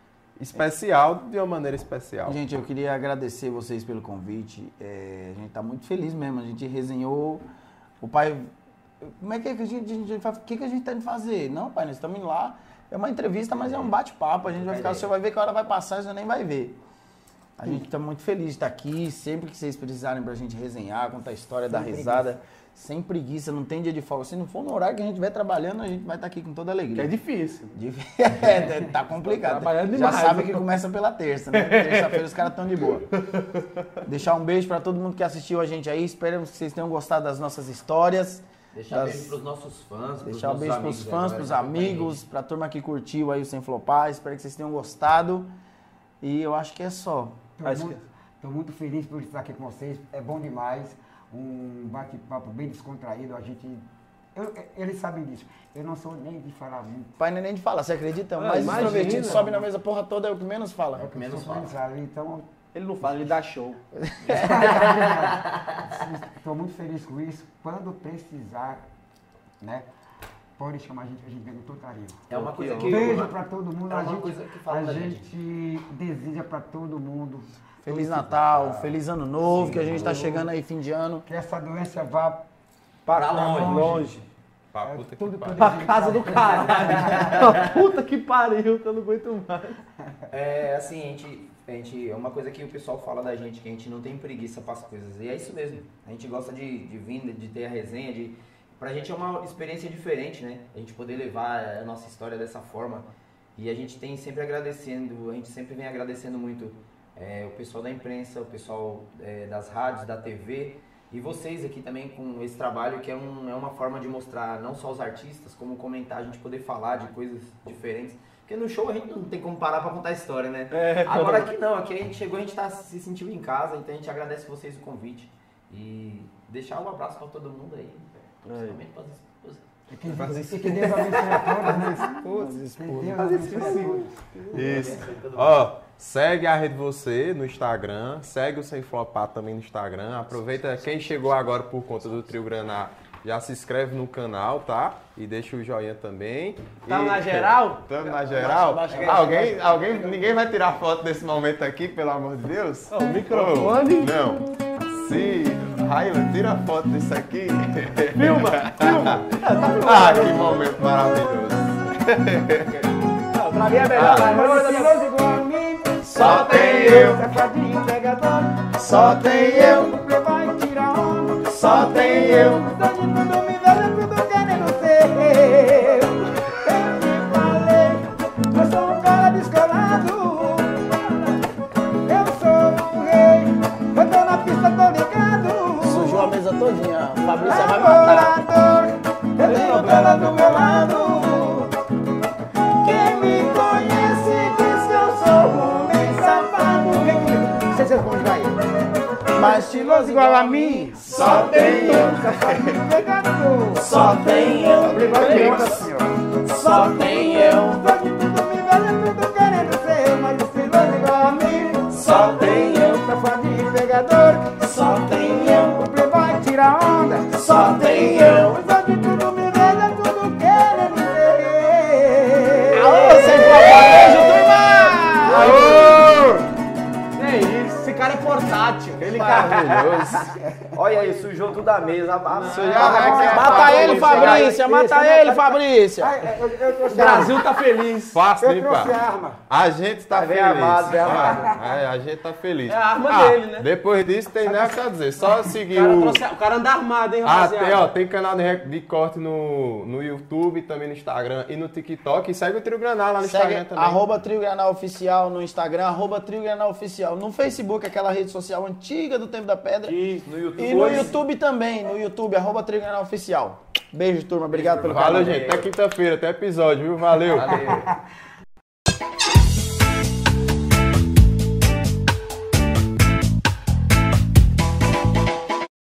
D: especial de uma maneira especial.
B: Gente, eu queria agradecer vocês pelo convite. É, a gente tá muito feliz mesmo. A gente resenhou. O pai. Como é que a gente, a gente faz? O que, que a gente tem de fazer? Não, pai, nós estamos indo lá. É uma entrevista, mas é um bate-papo. A gente vai ficar. Você vai ver que a hora vai passar, você nem vai ver. A gente tá muito feliz de estar aqui. Sempre que vocês precisarem pra gente resenhar, contar a história, dar risada. Sem preguiça, não tem dia de folga. Se não for no horário que a gente estiver trabalhando, a gente vai estar aqui com toda alegria.
C: É difícil.
B: É, tá complicado.
C: Trabalhando
B: Já
C: demais.
B: sabe que começa pela terça, né? Terça-feira os caras estão de boa. Deixar um beijo pra todo mundo que assistiu a gente aí. Esperamos que vocês tenham gostado das nossas histórias.
E: Deixar
B: das...
E: beijo pros nossos fãs, pros
B: Deixar um
E: nossos
B: beijo
E: amigos,
B: pros
E: né,
B: fãs,
E: galera,
B: pros
E: que acompanha a
B: amigos,
E: gente.
B: pra turma que curtiu aí o Sem Flopar. Espero que vocês tenham gostado. E eu acho que é só.
F: Estou muito, tô muito feliz por estar aqui com vocês. É bom demais. Um bate-papo bem descontraído. A gente. Eu, eles sabem disso. Eu não sou nem de falar muito.
B: Pai não é nem de falar, você acredita?
C: Ah,
B: Mais
C: imagina.
B: extrovertido, sobe na mesa porra toda, é o que menos fala.
F: É o que
E: menos
F: eu sou pensado. Então,
C: Ele não fala, ele dá show.
F: estou muito feliz com isso. Quando precisar, né? Pode chamar a gente, a gente vem no totarinho.
E: É uma coisa que...
F: Beijo para todo mundo.
E: É
F: a
E: uma
F: gente,
E: coisa que fala
F: a
E: da
F: gente deseja para todo mundo
B: Feliz Natal, feliz Ano Novo, que a gente tá chegando aí fim de ano.
F: que essa doença vá
C: Pra
E: longe.
C: longe.
D: Pra
F: É,
D: puta que
F: tudo,
D: pariu.
F: tudo
C: Pra casa do caralho. Puta que pariu, que eu não aguento mais.
E: É, assim, a gente, a gente... É uma coisa que o pessoal fala da gente, que a gente não tem preguiça para as coisas. E é isso mesmo. A gente gosta de, de vir, de ter a resenha, de... Pra gente é uma experiência diferente, né? A gente poder levar a nossa história dessa forma. E a gente tem sempre agradecendo, a gente sempre vem agradecendo muito é, o pessoal da imprensa, o pessoal é, das rádios, da T V e vocês aqui também com esse trabalho que é, um, é uma forma de mostrar não só os artistas, como comentar, a gente poder falar de coisas diferentes. Porque no show a gente não tem como parar pra contar a história, né?
C: É.
E: Agora aqui não, aqui a gente chegou, a gente tá, se sentiu em casa, então a gente agradece vocês o convite. E deixar um abraço pra todo mundo aí, principalmente pras esposas.
F: E que, e que Deus abençoe a todos, né? Que Deus abençoe a todos.
D: Isso. Ó, segue a Rede Você no Instagram, segue o Sem Flopar também no Instagram. Aproveita, quem chegou agora por conta do Trio Graná, já se inscreve no canal, tá? E deixa o joinha também.
C: Tá
D: E-
C: na geral?
D: Tamo na geral?
B: Baixa, baixa,
D: alguém, alguém, ninguém vai tirar foto desse momento aqui, pelo amor de Deus?
C: Ó, o microfone.
D: Oh, não. Sim. Raila, tira a foto disso aqui.
C: Filma, filma.
D: Ah, que momento maravilhoso.
C: Não, pra mim é melhor. Vai, vai, vai, vai.
F: Igual a mim,
D: Só tem eu,
F: safadinho, pegador,
D: só tem eu,
F: você vai tirar onda.
D: só tem eu.
F: Tô de tudo me vendo, tudo querendo ser eu. Eu te falei, eu sou um cara descolado. Eu sou um rei, eu tô na pista, tô ligado.
B: Sujou a mesa todinha, a Fabrícia vai matar.
F: Namorador, eu tenho ela do meu lado. Quem me conhece diz que eu sou um homem safado. Vem comigo, vocês respondem aí.
B: Mas estiloso igual a mim,
D: Só tem eu,
F: Safadinho, pegador.
D: só tem eu,
B: só tem eu.
F: Tô de tudo me vendo, tudo querendo ser, mas estiloso igual a mim.
D: só tem eu,
F: Safadinho, pegador.
D: só tem eu,
F: O playboy tira onda.
D: só tem eu.
F: Os outros tudo me vendo, tudo querendo ser.
B: Alô, Sem Flopar, beijo, turma!
C: É isso, esse cara é portátil.
B: Ele maravilhoso.
E: Olha aí, sujou tudo a mesa. a-
B: Mata ele, Fabrícia, mata ele, Fabrícia.
F: Ai, eu, eu
C: O
F: trouxe a arma.
C: Brasil tá feliz.
D: Fácil,
F: Eu
D: hein,
F: trouxe a
D: pá?
F: arma.
D: A gente tá
E: Tá bem
D: feliz.
E: armado, bem
D: Ah, é, a gente tá feliz.
C: É a arma
D: Ah,
C: dele, né?
D: Depois disso, tem nada a dizer. Só
C: O
D: seguir
C: cara,
D: o...
C: trouxe- o cara anda armado, hein,
D: Ah,
C: rapaziada?
D: tem, ó, tem canal de, rec- de corte no, no YouTube, também no Instagram e no TikTok. E segue o Trio Graná lá no
B: Segue
D: Instagram também.
B: arroba Trio Granal Oficial no Instagram, arroba Trio Granal Oficial no Facebook, aquela rede social antiga do Tempo da Pedra.
C: E no YouTube.
B: E no YouTube também, no YouTube, arroba Trio Granal Oficial. Beijo, turma. Obrigado pelo
D: Valeu,
B: carinho.
D: gente. Até quinta-feira, até episódio, viu? Valeu.
E: Valeu.